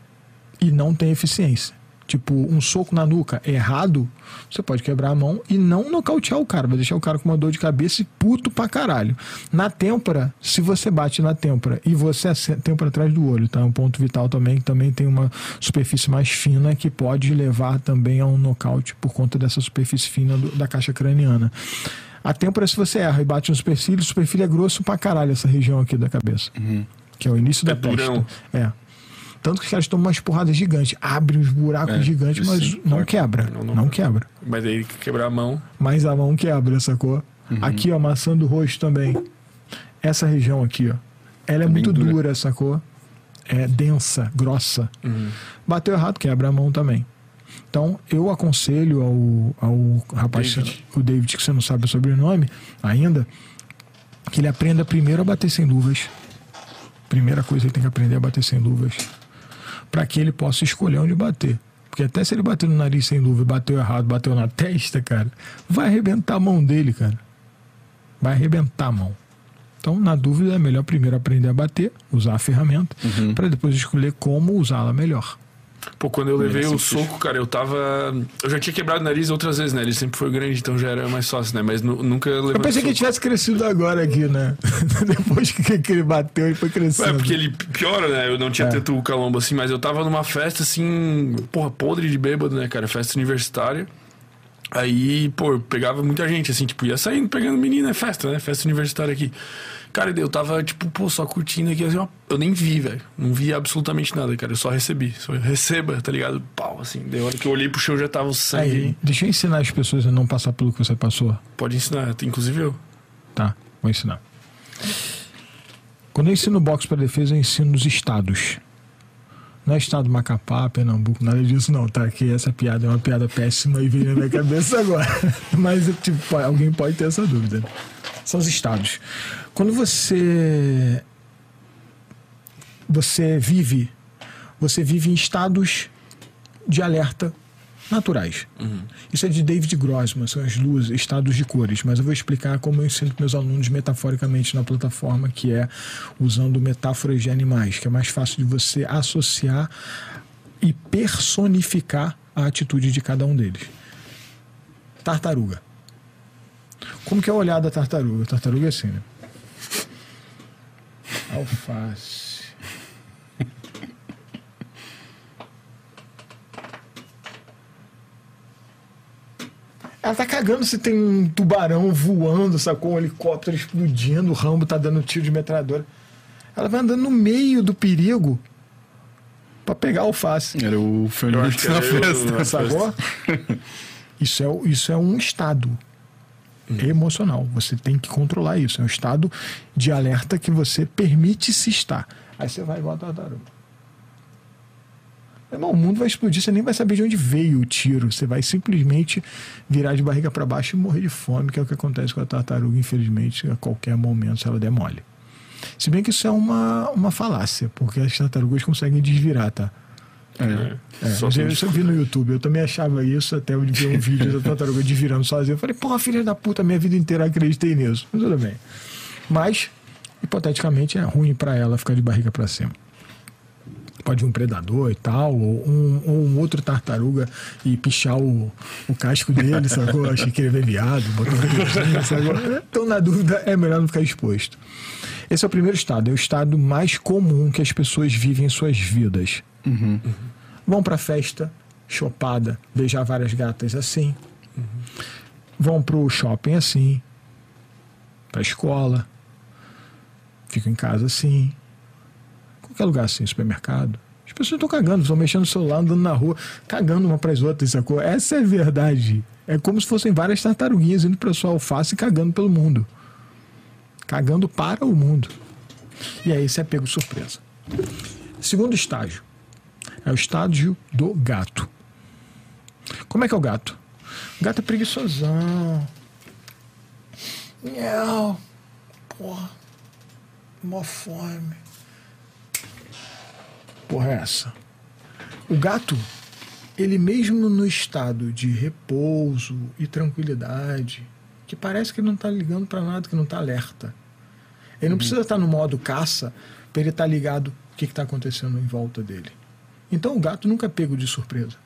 [SPEAKER 3] E não tem eficiência. Tipo, um soco na nuca errado, você pode quebrar a mão e não nocautear o cara. Vai deixar o cara com uma dor de cabeça e puto pra caralho. Na têmpora, se você bate na têmpora e você têmpora atrás do olho, tá? É um ponto vital também, que também tem uma superfície mais fina que pode levar também a um nocaute por conta dessa superfície fina da caixa craniana. A têmpora, se você erra e bate no supercílio, o supercílio é grosso pra caralho, essa região aqui da cabeça. Que é o início da testa.
[SPEAKER 1] Durão.
[SPEAKER 3] Tanto que os caras tomam umas porradas gigantes. Abre uns buracos gigantes, mas não quebra. Não quebra.
[SPEAKER 1] Mas aí quebrar a mão.
[SPEAKER 3] Mas a mão quebra, sacou? Aqui, ó, maçã do rosto também. Essa região aqui, ó. Ela é muito dura, sacou? É densa, grossa. Bateu errado, quebra a mão também. Então, eu aconselho ao rapaz, o David, que você não sabe o sobrenome ainda, que ele aprenda primeiro a bater sem luvas. Primeira coisa, ele tem que aprender a bater sem luvas. Para que ele possa escolher onde bater. Porque até se ele bater no nariz sem luva e bateu errado, bateu na testa, cara, vai arrebentar a mão dele, cara. Vai arrebentar a mão. Então, na dúvida, é melhor primeiro aprender a bater, usar a ferramenta, para depois escolher como usá-la melhor.
[SPEAKER 1] Pô, quando eu levei o soco, cara, eu já tinha quebrado o nariz outras vezes, né? Ele sempre foi grande, então já era mais fácil, né? Mas nunca levei.
[SPEAKER 3] Eu pensei que ele tivesse crescido agora aqui, né? Depois que ele bateu, ele foi crescendo.
[SPEAKER 1] Porque ele piora, né? Eu não tinha tanto calombo assim, mas eu tava numa festa assim, porra, podre de bêbado, né, cara? Festa universitária. Aí, pô, eu pegava muita gente, assim, tipo, ia saindo pegando menina, festa, né? Festa universitária aqui. Cara, eu tava, tipo, pô, só curtindo aqui, assim, ó, eu nem vi, velho. Não vi absolutamente nada, cara. Eu só recebi. Só receba, tá ligado? Pau, assim. Daí a hora que eu olhei pro chão já tava o sangue.
[SPEAKER 3] Aí, deixa eu ensinar as pessoas a não passar pelo que você passou.
[SPEAKER 1] Pode ensinar, inclusive eu.
[SPEAKER 3] Tá, vou ensinar. Quando eu ensino boxe para defesa, eu ensino nos estados. Não é estado Macapá, Pernambuco, nada disso não, tá? Que essa piada é uma piada péssima e veio na minha cabeça agora. Mas, tipo, alguém pode ter essa dúvida. São os estados. Quando você vive em estados de alerta naturais. Isso é de David Grossman, são as luzes, estados de cores. Mas eu vou explicar como eu ensino para meus alunos metaforicamente na plataforma, que é usando metáforas de animais, que é mais fácil de você associar e personificar a atitude de cada um deles. Tartaruga. Como que é o olhar da tartaruga? A tartaruga é assim, né? Alface. Ela tá cagando se tem um tubarão voando, sacou? Um helicóptero explodindo, o Rambo tá dando tiro de metralhadora. Ela vai andando no meio do perigo pra pegar a alface.
[SPEAKER 2] Era o Fernandes na festa.
[SPEAKER 3] Sacou? Isso é um estado emocional. Você tem que controlar isso. É um estado de alerta que você permite se estar. Aí você vai igual a tartaruga. Irmão, o mundo vai explodir, você nem vai saber de onde veio o tiro. Você vai simplesmente virar de barriga para baixo e morrer de fome, que é o que acontece com a tartaruga, infelizmente, a qualquer momento, se ela der mole. Se bem que isso é uma falácia, porque as tartarugas conseguem desvirar, tá? Isso eu vi no YouTube, eu também achava isso, até eu vi um vídeo da tartaruga desvirando sozinha. Eu falei, porra, filha da puta, minha vida inteira acreditei nisso. Mas tudo bem. Mas, hipoteticamente, é ruim para ela ficar de barriga para cima. Pode vir um predador e tal, ou um outro tartaruga e pichar o casco dele, sacou? Achei que ele ia ver viado, botou um dedinho, sacou? Então, na dúvida, é melhor não ficar exposto. Esse é o primeiro estado, é o estado mais comum que as pessoas vivem em suas vidas. Vão pra festa, chopada, beijar várias gatas assim. Vão pro shopping assim, pra escola, ficam em casa assim. Qualquer lugar assim, supermercado. As pessoas estão cagando, estão mexendo no celular, andando na rua, cagando uma para as outras, sacou? Essa é a verdade. É como se fossem várias tartaruguinhas indo para sua alface e cagando pelo mundo. Cagando para o mundo. E aí você é pego de surpresa. Segundo estágio. É o estágio do gato. Como é que é o gato? O gato é preguiçosão. Miau. Porra. Mó fome. Porra, é essa? O gato, ele mesmo no estado de repouso e tranquilidade, que parece que ele não tá ligando para nada, que não tá alerta. Ele não precisa estar no modo caça para ele estar ligado o que tá acontecendo em volta dele. Então o gato nunca é pego de surpresa.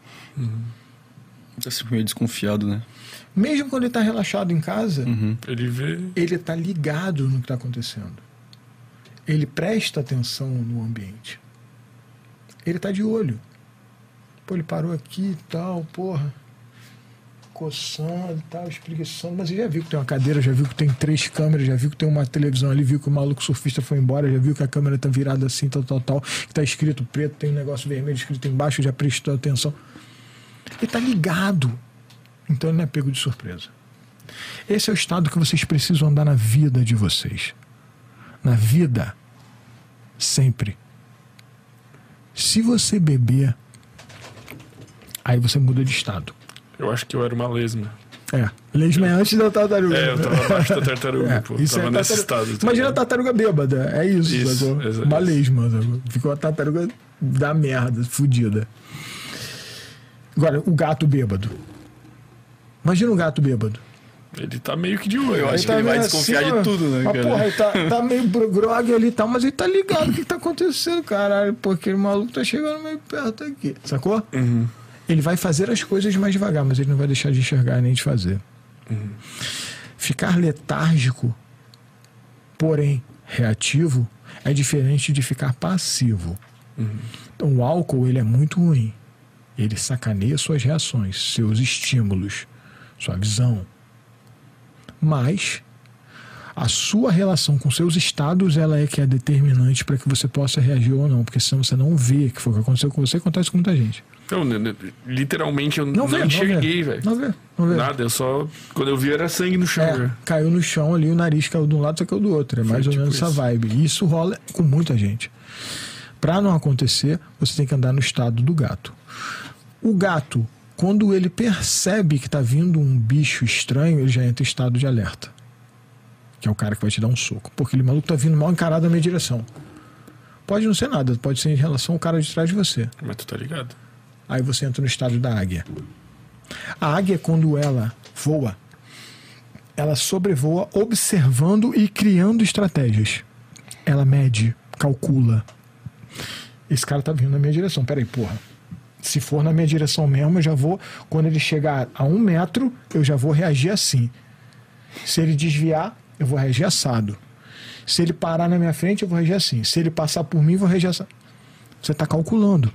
[SPEAKER 2] Tá sempre meio desconfiado, né?
[SPEAKER 3] Mesmo quando ele tá relaxado em casa,
[SPEAKER 1] Ele vê.
[SPEAKER 3] ele tá ligado no que tá acontecendo. Ele presta atenção no ambiente. Ele tá de olho. Pô, ele parou aqui e tal, porra. Coçando e tal, espreguiçando. Mas ele já viu que tem uma cadeira, já viu que tem 3 câmeras, já viu que tem uma televisão ali, viu que o maluco surfista foi embora, já viu que a câmera tá virada assim, tal. Que tá escrito preto, tem um negócio vermelho escrito embaixo, já prestou atenção. Ele tá ligado. Então ele não é pego de surpresa. Esse é o estado que vocês precisam andar na vida de vocês. Na vida. Sempre. Se você beber, aí você muda de estado.
[SPEAKER 1] Eu acho que eu era uma lesma.
[SPEAKER 3] Lesma é antes da tartaruga.
[SPEAKER 1] Eu tava abaixo da tartaruga, pô.
[SPEAKER 3] Isso
[SPEAKER 1] Tava
[SPEAKER 3] é
[SPEAKER 1] nesse estado.
[SPEAKER 3] Imagina a tartaruga bêbada. É isso.
[SPEAKER 1] Isso,
[SPEAKER 3] uma lesma. Sacou? Ficou a tartaruga da merda, fodida. Agora, o gato bêbado. Imagina um gato bêbado.
[SPEAKER 1] Ele tá meio que de olho.
[SPEAKER 2] Eu acho que ele vai desconfiar de tudo, né,
[SPEAKER 3] mas,
[SPEAKER 2] cara?
[SPEAKER 3] porra, ele tá meio grog ali e tal, mas ele tá ligado o que tá acontecendo, caralho. Porque o maluco tá chegando meio perto aqui. Sacou? Ele vai fazer as coisas mais devagar, mas ele não vai deixar de enxergar nem de fazer. Ficar letárgico, porém reativo, é diferente de ficar passivo. Então o álcool, ele é muito ruim. Ele sacaneia suas reações, seus estímulos, sua visão. Mas a sua relação com seus estados, ela é que é determinante para que você possa reagir ou não, porque senão você não vê que foi o que aconteceu com você, acontece com muita gente.
[SPEAKER 1] Não, literalmente eu não enxerguei, velho.
[SPEAKER 3] Não vê.
[SPEAKER 1] Nada, eu só... Quando eu vi era sangue no chão, velho.
[SPEAKER 3] Caiu no chão ali, o nariz caiu de um lado, só caiu do outro. É mais ou menos essa vibe. E isso rola com muita gente. Para não acontecer, você tem que andar no estado do gato. O gato, quando ele percebe que está vindo um bicho estranho, ele já entra em estado de alerta. Que é o cara que vai te dar um soco. Porque aquele maluco está vindo mal encarado na minha direção. Pode não ser nada, pode ser em relação ao cara de trás de você.
[SPEAKER 1] Mas tu tá ligado.
[SPEAKER 3] Aí você entra no estado da águia. A águia, quando ela voa, ela sobrevoa observando e criando estratégias. Ela mede, calcula. Esse cara tá vindo na minha direção. Peraí, porra. Se for na minha direção mesmo, eu já vou... Quando ele chegar a 1 metro, eu já vou reagir assim. Se ele desviar, eu vou reagir assado. Se ele parar na minha frente, eu vou reagir assim. Se ele passar por mim, eu vou reagir assado. Você tá calculando.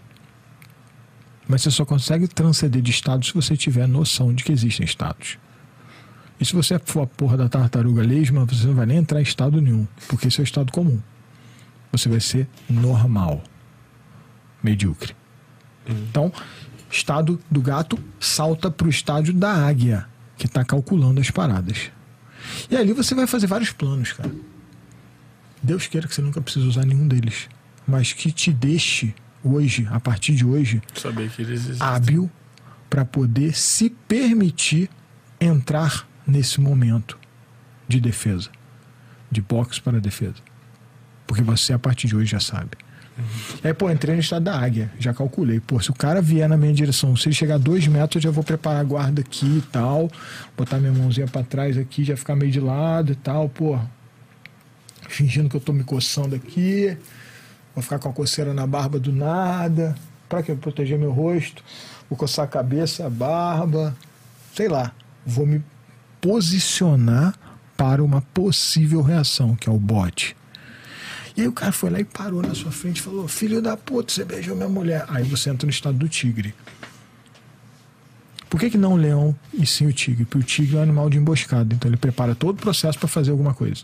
[SPEAKER 3] Mas você só consegue transcender de estado se você tiver noção de que existem estados. E se você for a porra da tartaruga lesma, você não vai nem entrar em estado nenhum, porque esse é o estado comum. Você vai ser normal. Medíocre. Então, estado do gato salta para o estádio da águia, que está calculando as paradas. E ali você vai fazer vários planos, cara. Deus queira que você nunca precise usar nenhum deles. Mas que te deixe hoje, a partir de hoje,
[SPEAKER 1] saber que eles existem,
[SPEAKER 3] hábil para poder se permitir entrar nesse momento de defesa, de boxe para defesa, porque você a partir de hoje já sabe. Aí, pô, entrei no estado da águia, já calculei, pô, se o cara vier na minha direção, se ele chegar a 2 metros, eu já vou preparar a guarda aqui e tal, botar minha mãozinha para trás aqui, já ficar meio de lado e tal, pô, fingindo que eu tô me coçando aqui, vou ficar com a coceira na barba do nada, para que eu proteger meu rosto, vou coçar a cabeça, a barba, sei lá, vou me posicionar para uma possível reação, que é o bote. E aí o cara foi lá e parou na sua frente e falou: filho da puta, você beijou minha mulher. Aí você entra no estado do tigre. Por que não o leão e sim o tigre? Porque o tigre é um animal de emboscada, então ele prepara todo o processo para fazer alguma coisa.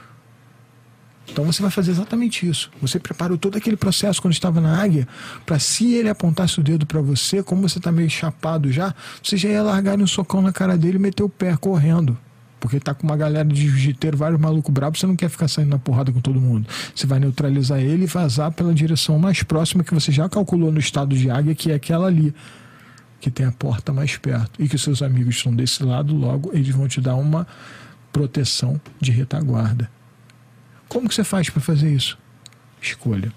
[SPEAKER 3] Então você vai fazer exatamente isso. Você preparou todo aquele processo quando estava na águia, para se ele apontasse o dedo para você, como você está meio chapado já, você já ia largar um socão na cara dele e meter o pé correndo. Porque tá com uma galera de jiu-jiteiro, vários malucos bravos, você não quer ficar saindo na porrada com todo mundo. Você vai neutralizar ele e vazar pela direção mais próxima que você já calculou no estado de águia, que é aquela ali, que tem a porta mais perto. E que seus amigos estão desse lado, logo eles vão te dar uma proteção de retaguarda. Como que você faz para fazer isso? Escolha.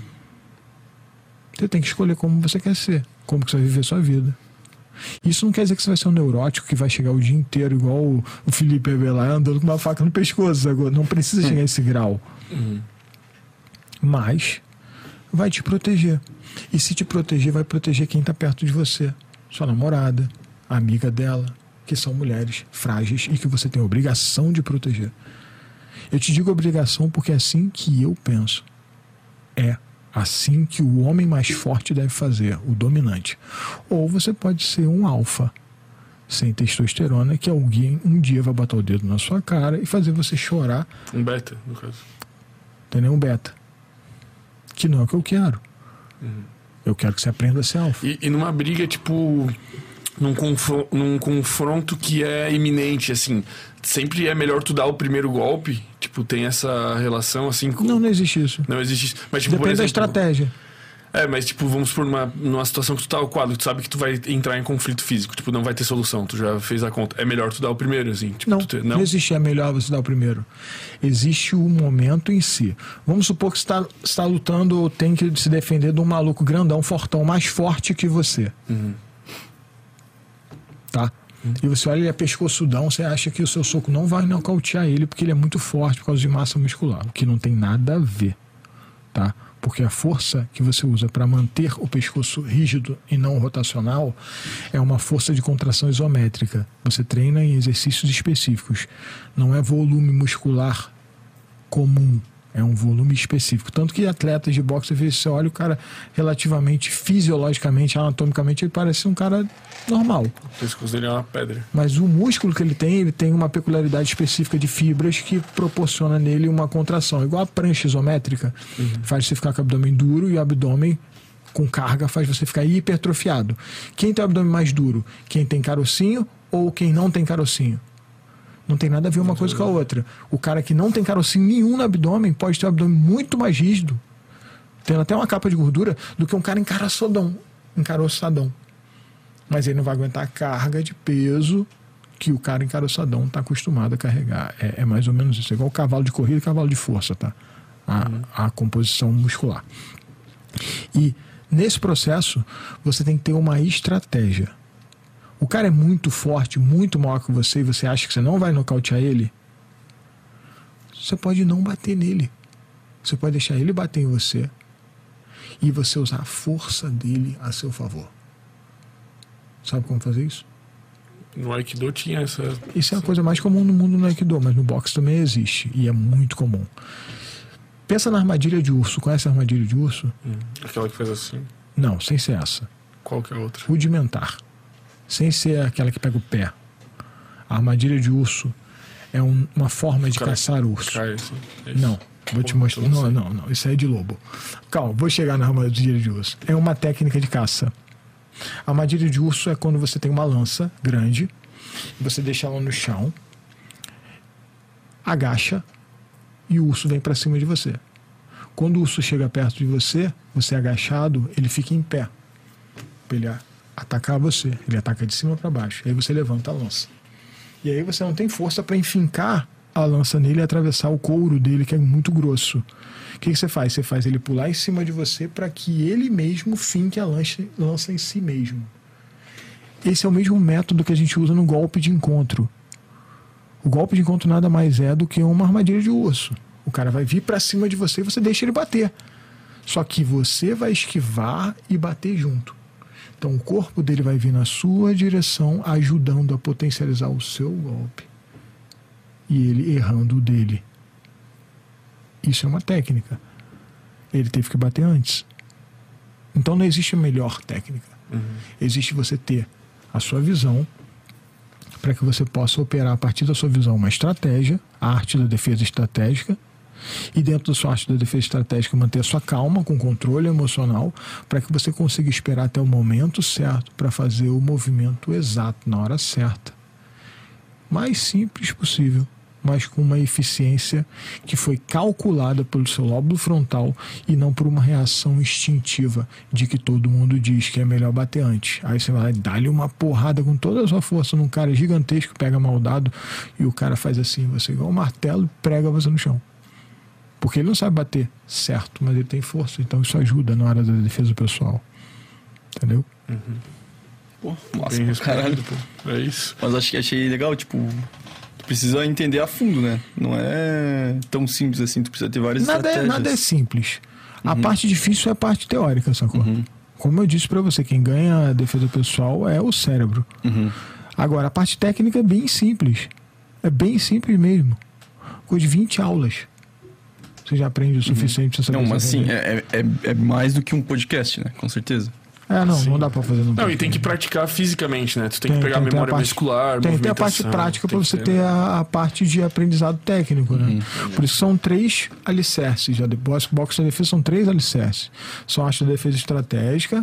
[SPEAKER 3] Você tem que escolher como você quer ser, como que você vai viver a sua vida. Isso não quer dizer que você vai ser um neurótico que vai chegar o dia inteiro igual o Felipe Avelar andando com uma faca no pescoço agora. Não precisa chegar a esse grau. Mas vai te proteger. E se te proteger, vai proteger quem está perto de você. Sua namorada, a amiga dela, que são mulheres frágeis e que você tem a obrigação de proteger. Eu te digo obrigação porque é assim que eu penso. É assim que o homem mais forte deve fazer, o dominante. Ou você pode ser um alfa, sem testosterona, que alguém um dia vai botar o dedo na sua cara e fazer você chorar.
[SPEAKER 1] Um beta, no caso.
[SPEAKER 3] Entendeu? Um beta. Que não é o que eu quero. Eu quero que você aprenda a ser alfa.
[SPEAKER 1] E numa briga, tipo, num confronto que é iminente, assim, sempre é melhor tu dar o primeiro golpe? Tipo, tem essa relação, assim... Com...
[SPEAKER 3] Não existe isso.
[SPEAKER 1] Não existe isso. Mas, tipo,
[SPEAKER 3] depende
[SPEAKER 1] por exemplo,
[SPEAKER 3] da estratégia.
[SPEAKER 1] Mas, tipo, vamos por numa situação que tu tá ao quadro, tu sabe que tu vai entrar em conflito físico, tipo, não vai ter solução, tu já fez a conta. É melhor tu dar o primeiro, assim? Tipo,
[SPEAKER 3] não existe é melhor você dar o primeiro. Existe o momento em si. Vamos supor que você está lutando ou tem que se defender de um maluco grandão, fortão, mais forte que você. Tá? E você olha, ele é pescoçudão, você acha que o seu soco não vai nocautear ele porque ele é muito forte por causa de massa muscular, o que não tem nada a ver, tá? Porque a força que você usa para manter o pescoço rígido e não rotacional é uma força de contração isométrica. Você treina em exercícios específicos, não é volume muscular comum, é um volume específico. Tanto que atletas de boxe, às vezes você olha o cara relativamente, fisiologicamente, anatomicamente, ele parece um cara normal.
[SPEAKER 1] O pescoço dele é uma pedra.
[SPEAKER 3] Mas o músculo que ele tem uma peculiaridade específica de fibras que proporciona nele uma contração. Igual a prancha isométrica, faz você ficar com o abdômen duro, e o abdômen com carga faz você ficar hipertrofiado. Quem tem o abdômen mais duro? Quem tem carocinho ou quem não tem carocinho? Não tem nada a ver uma coisa com a outra. O cara que não tem carocinho nenhum no abdômen pode ter o abdômen muito mais rígido, tendo até uma capa de gordura, do que um cara encaroçadão. Mas ele não vai aguentar a carga de peso que o cara encaroçadão está acostumado a carregar. É mais ou menos isso. É igual cavalo de corrida e cavalo de força, tá? A composição muscular. E nesse processo, você tem que ter uma estratégia. o cara é muito forte, muito maior que você, e você acha que você não vai nocautear ele, você pode não bater nele. Você pode deixar ele bater em você e você usar a força dele a seu favor. Sabe como fazer isso?
[SPEAKER 1] No Aikido tinha essa...
[SPEAKER 3] Isso é a coisa mais comum no mundo no Aikido, mas no boxe também existe e é muito comum. Pensa na armadilha de urso. Conhece a armadilha de urso?
[SPEAKER 1] Aquela que faz assim.
[SPEAKER 3] Não, sem ser essa.
[SPEAKER 1] Qual que é a outra?
[SPEAKER 3] Rudimentar. Sem ser aquela que pega o pé. A armadilha de urso é uma forma de caçar urso.
[SPEAKER 1] Cai, assim. É isso.
[SPEAKER 3] Não, vou te mostrar. Não. Isso aí é de lobo. Calma, vou chegar na armadilha de urso. É uma técnica de caça. A armadilha de urso é quando você tem uma lança grande, você deixa ela no chão, agacha e o urso vem para cima de você. Quando o urso chega perto de você, você agachado, ele fica em pé para ele atacar você. Ele ataca de cima para baixo. Aí você levanta a lança. E aí você não tem força para enfincar a lança nele e atravessar o couro dele, que é muito grosso. O que você faz? Você faz ele pular em cima de você para que ele mesmo finque a lança em si mesmo. Esse é o mesmo método que a gente usa no golpe de encontro. O golpe de encontro nada mais é do que uma armadilha de urso. O cara vai vir para cima de você e você deixa ele bater. Só que você vai esquivar e bater junto. Então o corpo dele vai vir na sua direção, ajudando a potencializar o seu golpe. E ele errando o dele. Isso é uma técnica. Ele teve que bater antes. Então não existe a melhor técnica. Existe você ter a sua visão para que você possa operar a partir da sua visão uma estratégia, a arte da defesa estratégica, e dentro da sua arte da defesa estratégica manter a sua calma com controle emocional para que você consiga esperar até o momento certo para fazer o movimento exato na hora certa. Mais simples possível, mas com uma eficiência que foi calculada pelo seu lóbulo frontal e não por uma reação instintiva de que todo mundo diz que é melhor bater antes. Aí você vai dar-lhe uma porrada com toda a sua força num cara gigantesco, pega mal dado e o cara faz assim, você igual um martelo e prega você no chão. Porque ele não sabe bater certo, mas ele tem força, então isso ajuda na hora da defesa pessoal. Entendeu?
[SPEAKER 2] Pô, massa
[SPEAKER 1] Bem
[SPEAKER 2] pra
[SPEAKER 1] respondido,
[SPEAKER 2] caralho.
[SPEAKER 1] pô. É isso.
[SPEAKER 2] Mas achei legal, tipo, tu precisa entender a fundo, né? Não é tão simples assim, tu precisa ter várias estratégias.
[SPEAKER 3] Nada é simples. A parte difícil é a parte teórica, sacou? Como eu disse pra você, quem ganha a defesa pessoal é o cérebro. Agora, a parte técnica é bem simples. É bem simples mesmo. Coisa de 20 aulas. Você já aprende o suficiente pra saber.
[SPEAKER 2] Não, mas sim,
[SPEAKER 3] aprender.
[SPEAKER 2] é mais do que um podcast, né? Com certeza.
[SPEAKER 3] Não dá pra fazer no
[SPEAKER 1] Não, e tem que praticar fisicamente, né? Tu tem que pegar a
[SPEAKER 3] tem
[SPEAKER 1] memória
[SPEAKER 3] a parte-
[SPEAKER 1] muscular,
[SPEAKER 3] Tem que ter a parte
[SPEAKER 1] movimentação,
[SPEAKER 3] prática
[SPEAKER 1] tem
[SPEAKER 3] para
[SPEAKER 1] que
[SPEAKER 3] você ter a parte de aprendizado técnico, né? Por isso são 3 alicerces. Boxe da defesa são 3 alicerces. São a arte da defesa estratégica,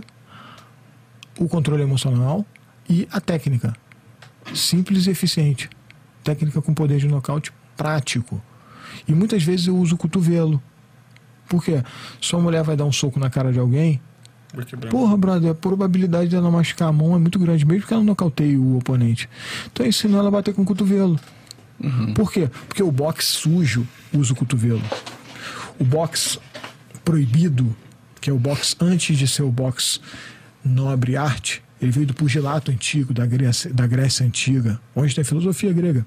[SPEAKER 3] o controle emocional e a técnica. Simples e eficiente. Técnica com poder de nocaute prático. E muitas vezes eu uso o cotovelo. Por quê? Sua mulher vai dar um soco na cara de alguém.
[SPEAKER 1] Vai quebrar.
[SPEAKER 3] Porra, brother, a probabilidade dela machucar a mão é muito grande, mesmo que ela nocauteie o oponente. Então eu ensino ela a bater com o cotovelo. Por quê? Porque o boxe sujo usa o cotovelo. O boxe proibido, que é o boxe antes de ser o boxe nobre arte, ele veio do pugilato antigo, da Grécia antiga, onde tem filosofia grega.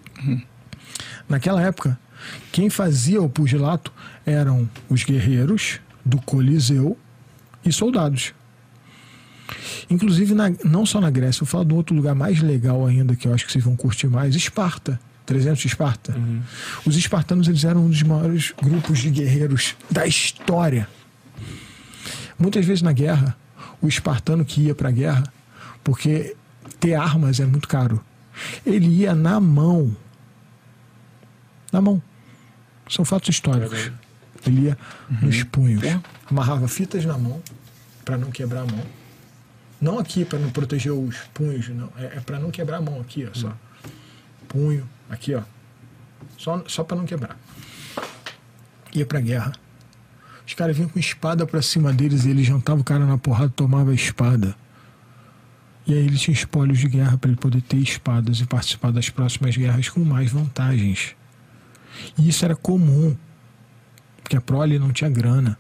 [SPEAKER 3] Naquela época, quem fazia o pugilato eram os guerreiros do Coliseu e soldados. Inclusive, não só na Grécia, eu falo de um outro lugar mais legal ainda, que eu acho que vocês vão curtir mais, Esparta. 300 de Esparta. Os espartanos, eles eram um dos maiores grupos de guerreiros da história. Muitas vezes na guerra, o espartano que ia para a guerra, porque ter armas é muito caro, ele ia na mão. Na mão. São fatos históricos. Ele ia nos punhos. Amarrava fitas na mão para não quebrar a mão. Não aqui para não proteger os punhos, não. É para não quebrar a mão aqui, ó, só. Punho, aqui, ó. Só para não quebrar. Ia pra guerra. Os caras vinham com espada pra cima deles e ele jantava o cara na porrada, tomava a espada. E aí ele tinha espólios de guerra para ele poder ter espadas e participar das próximas guerras com mais vantagens. E isso era comum, porque a prole não tinha grana.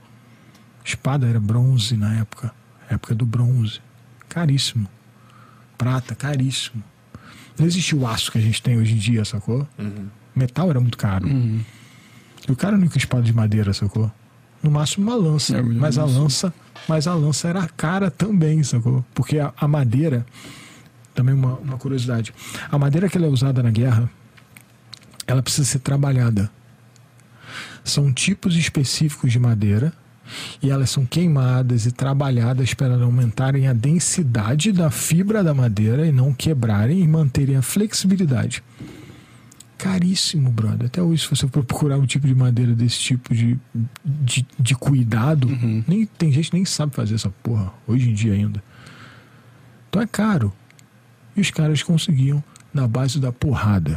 [SPEAKER 3] Espada era bronze na época do bronze. Caríssimo. prata, caríssimo. Não existia o aço que a gente tem hoje em dia, sacou? Metal era muito caro. E o cara não ia com espada de madeira, sacou? No máximo uma lança. Mas a lança era cara também, sacou? Porque a madeira, também uma curiosidade, a madeira que ela é usada na guerra, ela precisa ser trabalhada. São tipos específicos de madeira e elas são queimadas e trabalhadas para aumentarem a densidade da fibra da madeira e não quebrarem e manterem a flexibilidade. Caríssimo, brother. Até hoje, se você for procurar um tipo de madeira desse tipo de cuidado, tem gente que nem sabe fazer essa porra, hoje em dia ainda. Então é caro. E os caras conseguiam na base da porrada.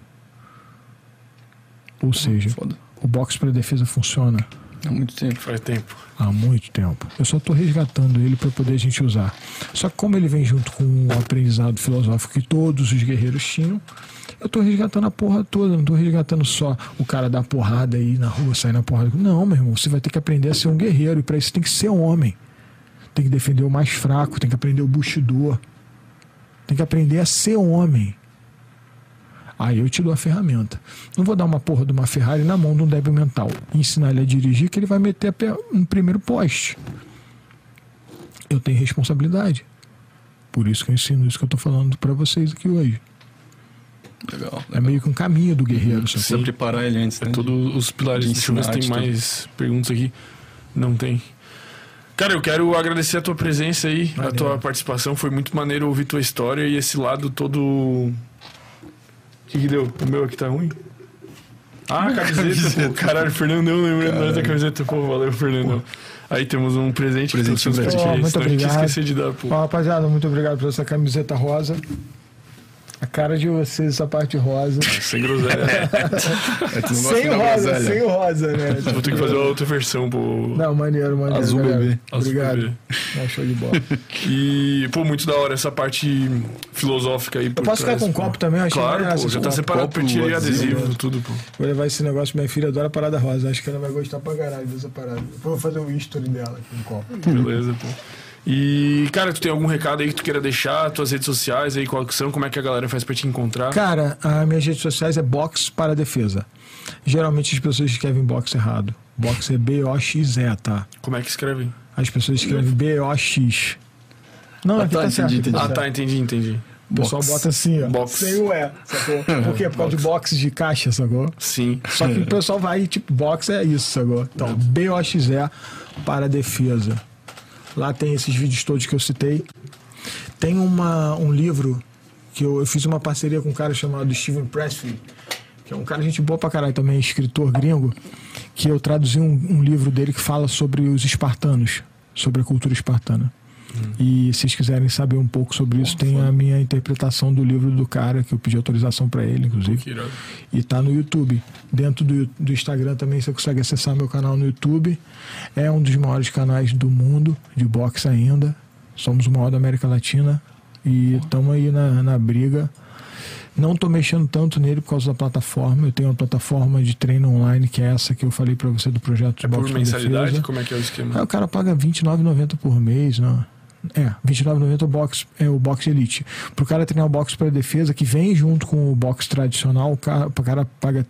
[SPEAKER 3] Ou seja, o boxe para defesa funciona
[SPEAKER 2] Há muito tempo.
[SPEAKER 1] Faz tempo.
[SPEAKER 3] há muito tempo. Eu só estou resgatando ele para poder a gente usar. Só que como ele vem junto com o aprendizado filosófico que todos os guerreiros tinham, eu estou resgatando a porra toda. Não estou resgatando só o cara dar porrada aí na rua, sair na porrada. Não, meu irmão, você vai ter que aprender a ser um guerreiro. E para isso tem que ser homem. Tem que defender o mais fraco, tem que aprender o Bushido. Tem que aprender a ser homem. Aí eu te dou a ferramenta. Não vou dar uma porra de uma Ferrari na mão de um débil mental e ensinar ele a dirigir que ele vai meter no primeiro poste. Eu tenho responsabilidade. Por isso que eu ensino isso que eu tô falando para vocês aqui hoje.
[SPEAKER 2] Legal.
[SPEAKER 3] É meio que um caminho do guerreiro. Só
[SPEAKER 2] Precisa preparar ele antes, né?
[SPEAKER 1] Todos os pilares.
[SPEAKER 2] de
[SPEAKER 1] Deixa eu ver se tem
[SPEAKER 2] ensinar, de
[SPEAKER 1] mais perguntas aqui. Não tem. Cara, eu quero agradecer a tua presença aí, a tua participação. Foi muito maneiro ouvir tua história e esse lado todo... O que deu? O meu aqui tá ruim? Ah, camiseta, pô. Caralho, Fernandão lembrando nós da camiseta. Pô, valeu, Fernandão. Aí temos um presente.
[SPEAKER 2] Presentinho
[SPEAKER 1] que
[SPEAKER 2] pra
[SPEAKER 1] eu
[SPEAKER 2] ti.
[SPEAKER 1] trouxe pra ti,
[SPEAKER 3] Muito
[SPEAKER 1] senão a gente
[SPEAKER 3] obrigado.
[SPEAKER 1] esquecer de dar, pô.
[SPEAKER 3] Ó, rapaziada, muito obrigado por essa camiseta rosa. A cara de vocês, essa parte rosa.
[SPEAKER 1] Sem groselha.
[SPEAKER 2] Tu não gosta
[SPEAKER 3] Sem
[SPEAKER 2] da
[SPEAKER 3] rosa,
[SPEAKER 2] groselha?
[SPEAKER 3] sem rosa, né?
[SPEAKER 1] Vou ter que fazer uma outra versão, pô.
[SPEAKER 3] Não, maneiro.
[SPEAKER 2] Azul
[SPEAKER 3] galera.
[SPEAKER 2] bebê.
[SPEAKER 1] Azul
[SPEAKER 3] Obrigado.
[SPEAKER 1] bebê.
[SPEAKER 3] Não, show de bola.
[SPEAKER 1] E, pô, muito da hora essa parte filosófica aí.
[SPEAKER 3] Eu posso ficar com um copo também? Eu achei
[SPEAKER 1] Claro,
[SPEAKER 3] maneiro
[SPEAKER 1] pô,
[SPEAKER 3] essa
[SPEAKER 1] já tá
[SPEAKER 3] copo.
[SPEAKER 1] separado pra tirar
[SPEAKER 2] adesivo,
[SPEAKER 1] adesivo, tudo, pô.
[SPEAKER 3] Vou levar esse negócio. Minha filha adora parada rosa. Acho que ela vai gostar pra caralho dessa parada. Depois eu vou fazer o history dela aqui no copo.
[SPEAKER 1] Beleza, pô. E, cara, tu tem algum recado aí que tu queira deixar? Tuas redes sociais aí, qual que são? Como é que a galera faz pra te encontrar?
[SPEAKER 3] Cara, as minhas redes sociais é box para defesa. Geralmente as pessoas escrevem box errado. Box é B-O-X-E, tá?
[SPEAKER 1] Como é que escreve?
[SPEAKER 3] As pessoas escrevem B-O-X. Não, aqui
[SPEAKER 2] tá,
[SPEAKER 3] tá certo.
[SPEAKER 2] entendi,
[SPEAKER 3] aqui tá
[SPEAKER 1] Ah,
[SPEAKER 3] certo.
[SPEAKER 1] tá, entendi.
[SPEAKER 3] O pessoal
[SPEAKER 2] Box.
[SPEAKER 3] bota assim, ó.
[SPEAKER 1] Box.
[SPEAKER 3] Sem o E, sacou? Por quê? Por causa de box de caixa, sacou?
[SPEAKER 1] Sim.
[SPEAKER 3] Só que o pessoal vai, tipo, box é isso, sacou? Então, B-O-X-E para defesa. Lá tem esses vídeos todos que eu citei. Tem um livro que eu fiz uma parceria com um cara chamado Steven Pressfield, que é um cara gente boa pra caralho também, escritor gringo, que eu traduzi um livro dele que fala sobre os espartanos, sobre a cultura espartana. E se vocês quiserem saber um pouco sobre isso, tem a minha interpretação do livro do cara, que eu pedi autorização pra ele, inclusive.
[SPEAKER 1] Que irado.
[SPEAKER 3] E tá no YouTube. Dentro do Instagram também você consegue acessar meu canal no YouTube. É um dos maiores canais do mundo de boxe ainda. Somos o maior da América Latina. E estamos aí na briga. Não tô mexendo tanto nele por causa da plataforma. Eu tenho uma plataforma de treino online, que é essa que eu falei pra você do projeto de
[SPEAKER 1] É por
[SPEAKER 3] boxe pra
[SPEAKER 1] mensalidade?
[SPEAKER 3] defesa.
[SPEAKER 1] Como é que é o
[SPEAKER 3] Aí
[SPEAKER 1] esquema?
[SPEAKER 3] o cara paga R$29,90 por mês, né? R$29,90 é o boxe elite. Pro cara treinar o boxe para defesa, que vem junto com o boxe tradicional, o cara paga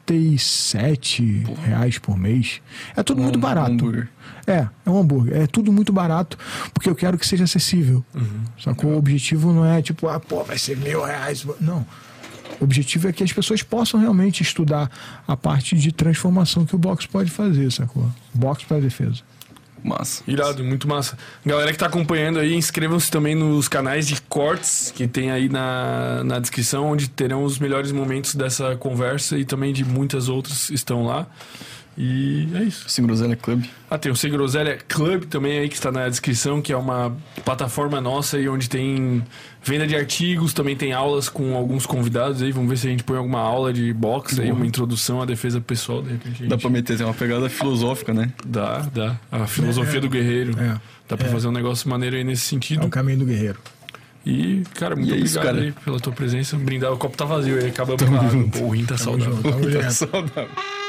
[SPEAKER 3] R$37 por mês. É tudo muito barato.
[SPEAKER 2] hambúrguer.
[SPEAKER 3] É um hambúrguer. É tudo muito barato, porque eu quero que seja acessível. Sacou? O objetivo não é tipo, vai ser R$1.000. Não. O objetivo é que as pessoas possam realmente estudar a parte de transformação que o boxe pode fazer, sacou? Boxe para defesa.
[SPEAKER 2] Massa.
[SPEAKER 1] Irado, muito massa. Galera que tá acompanhando aí, inscrevam-se também nos canais de cortes que tem aí na descrição, onde terão os melhores momentos dessa conversa e também de muitas outras estão lá. E é isso.
[SPEAKER 2] Sem Groselha Club.
[SPEAKER 1] Tem o Sem Groselha Club também aí que está na descrição, que é uma plataforma nossa aí onde tem venda de artigos, também tem aulas com alguns convidados aí. Vamos ver se a gente põe alguma aula de boxe aí, uma introdução à defesa pessoal. De repente a gente...
[SPEAKER 2] Dá pra meter, tem uma pegada filosófica, né?
[SPEAKER 1] Dá. A filosofia do guerreiro. Dá pra fazer um negócio maneiro aí nesse sentido.
[SPEAKER 3] É o caminho do guerreiro.
[SPEAKER 1] E, cara, muito
[SPEAKER 2] E é
[SPEAKER 1] obrigado
[SPEAKER 2] isso, cara.
[SPEAKER 1] aí pela tua presença. Brindar, o copo tá vazio aí, acabamos com a água. Pô, o rim tá saudável.
[SPEAKER 3] Tamo junto.
[SPEAKER 2] Saudável.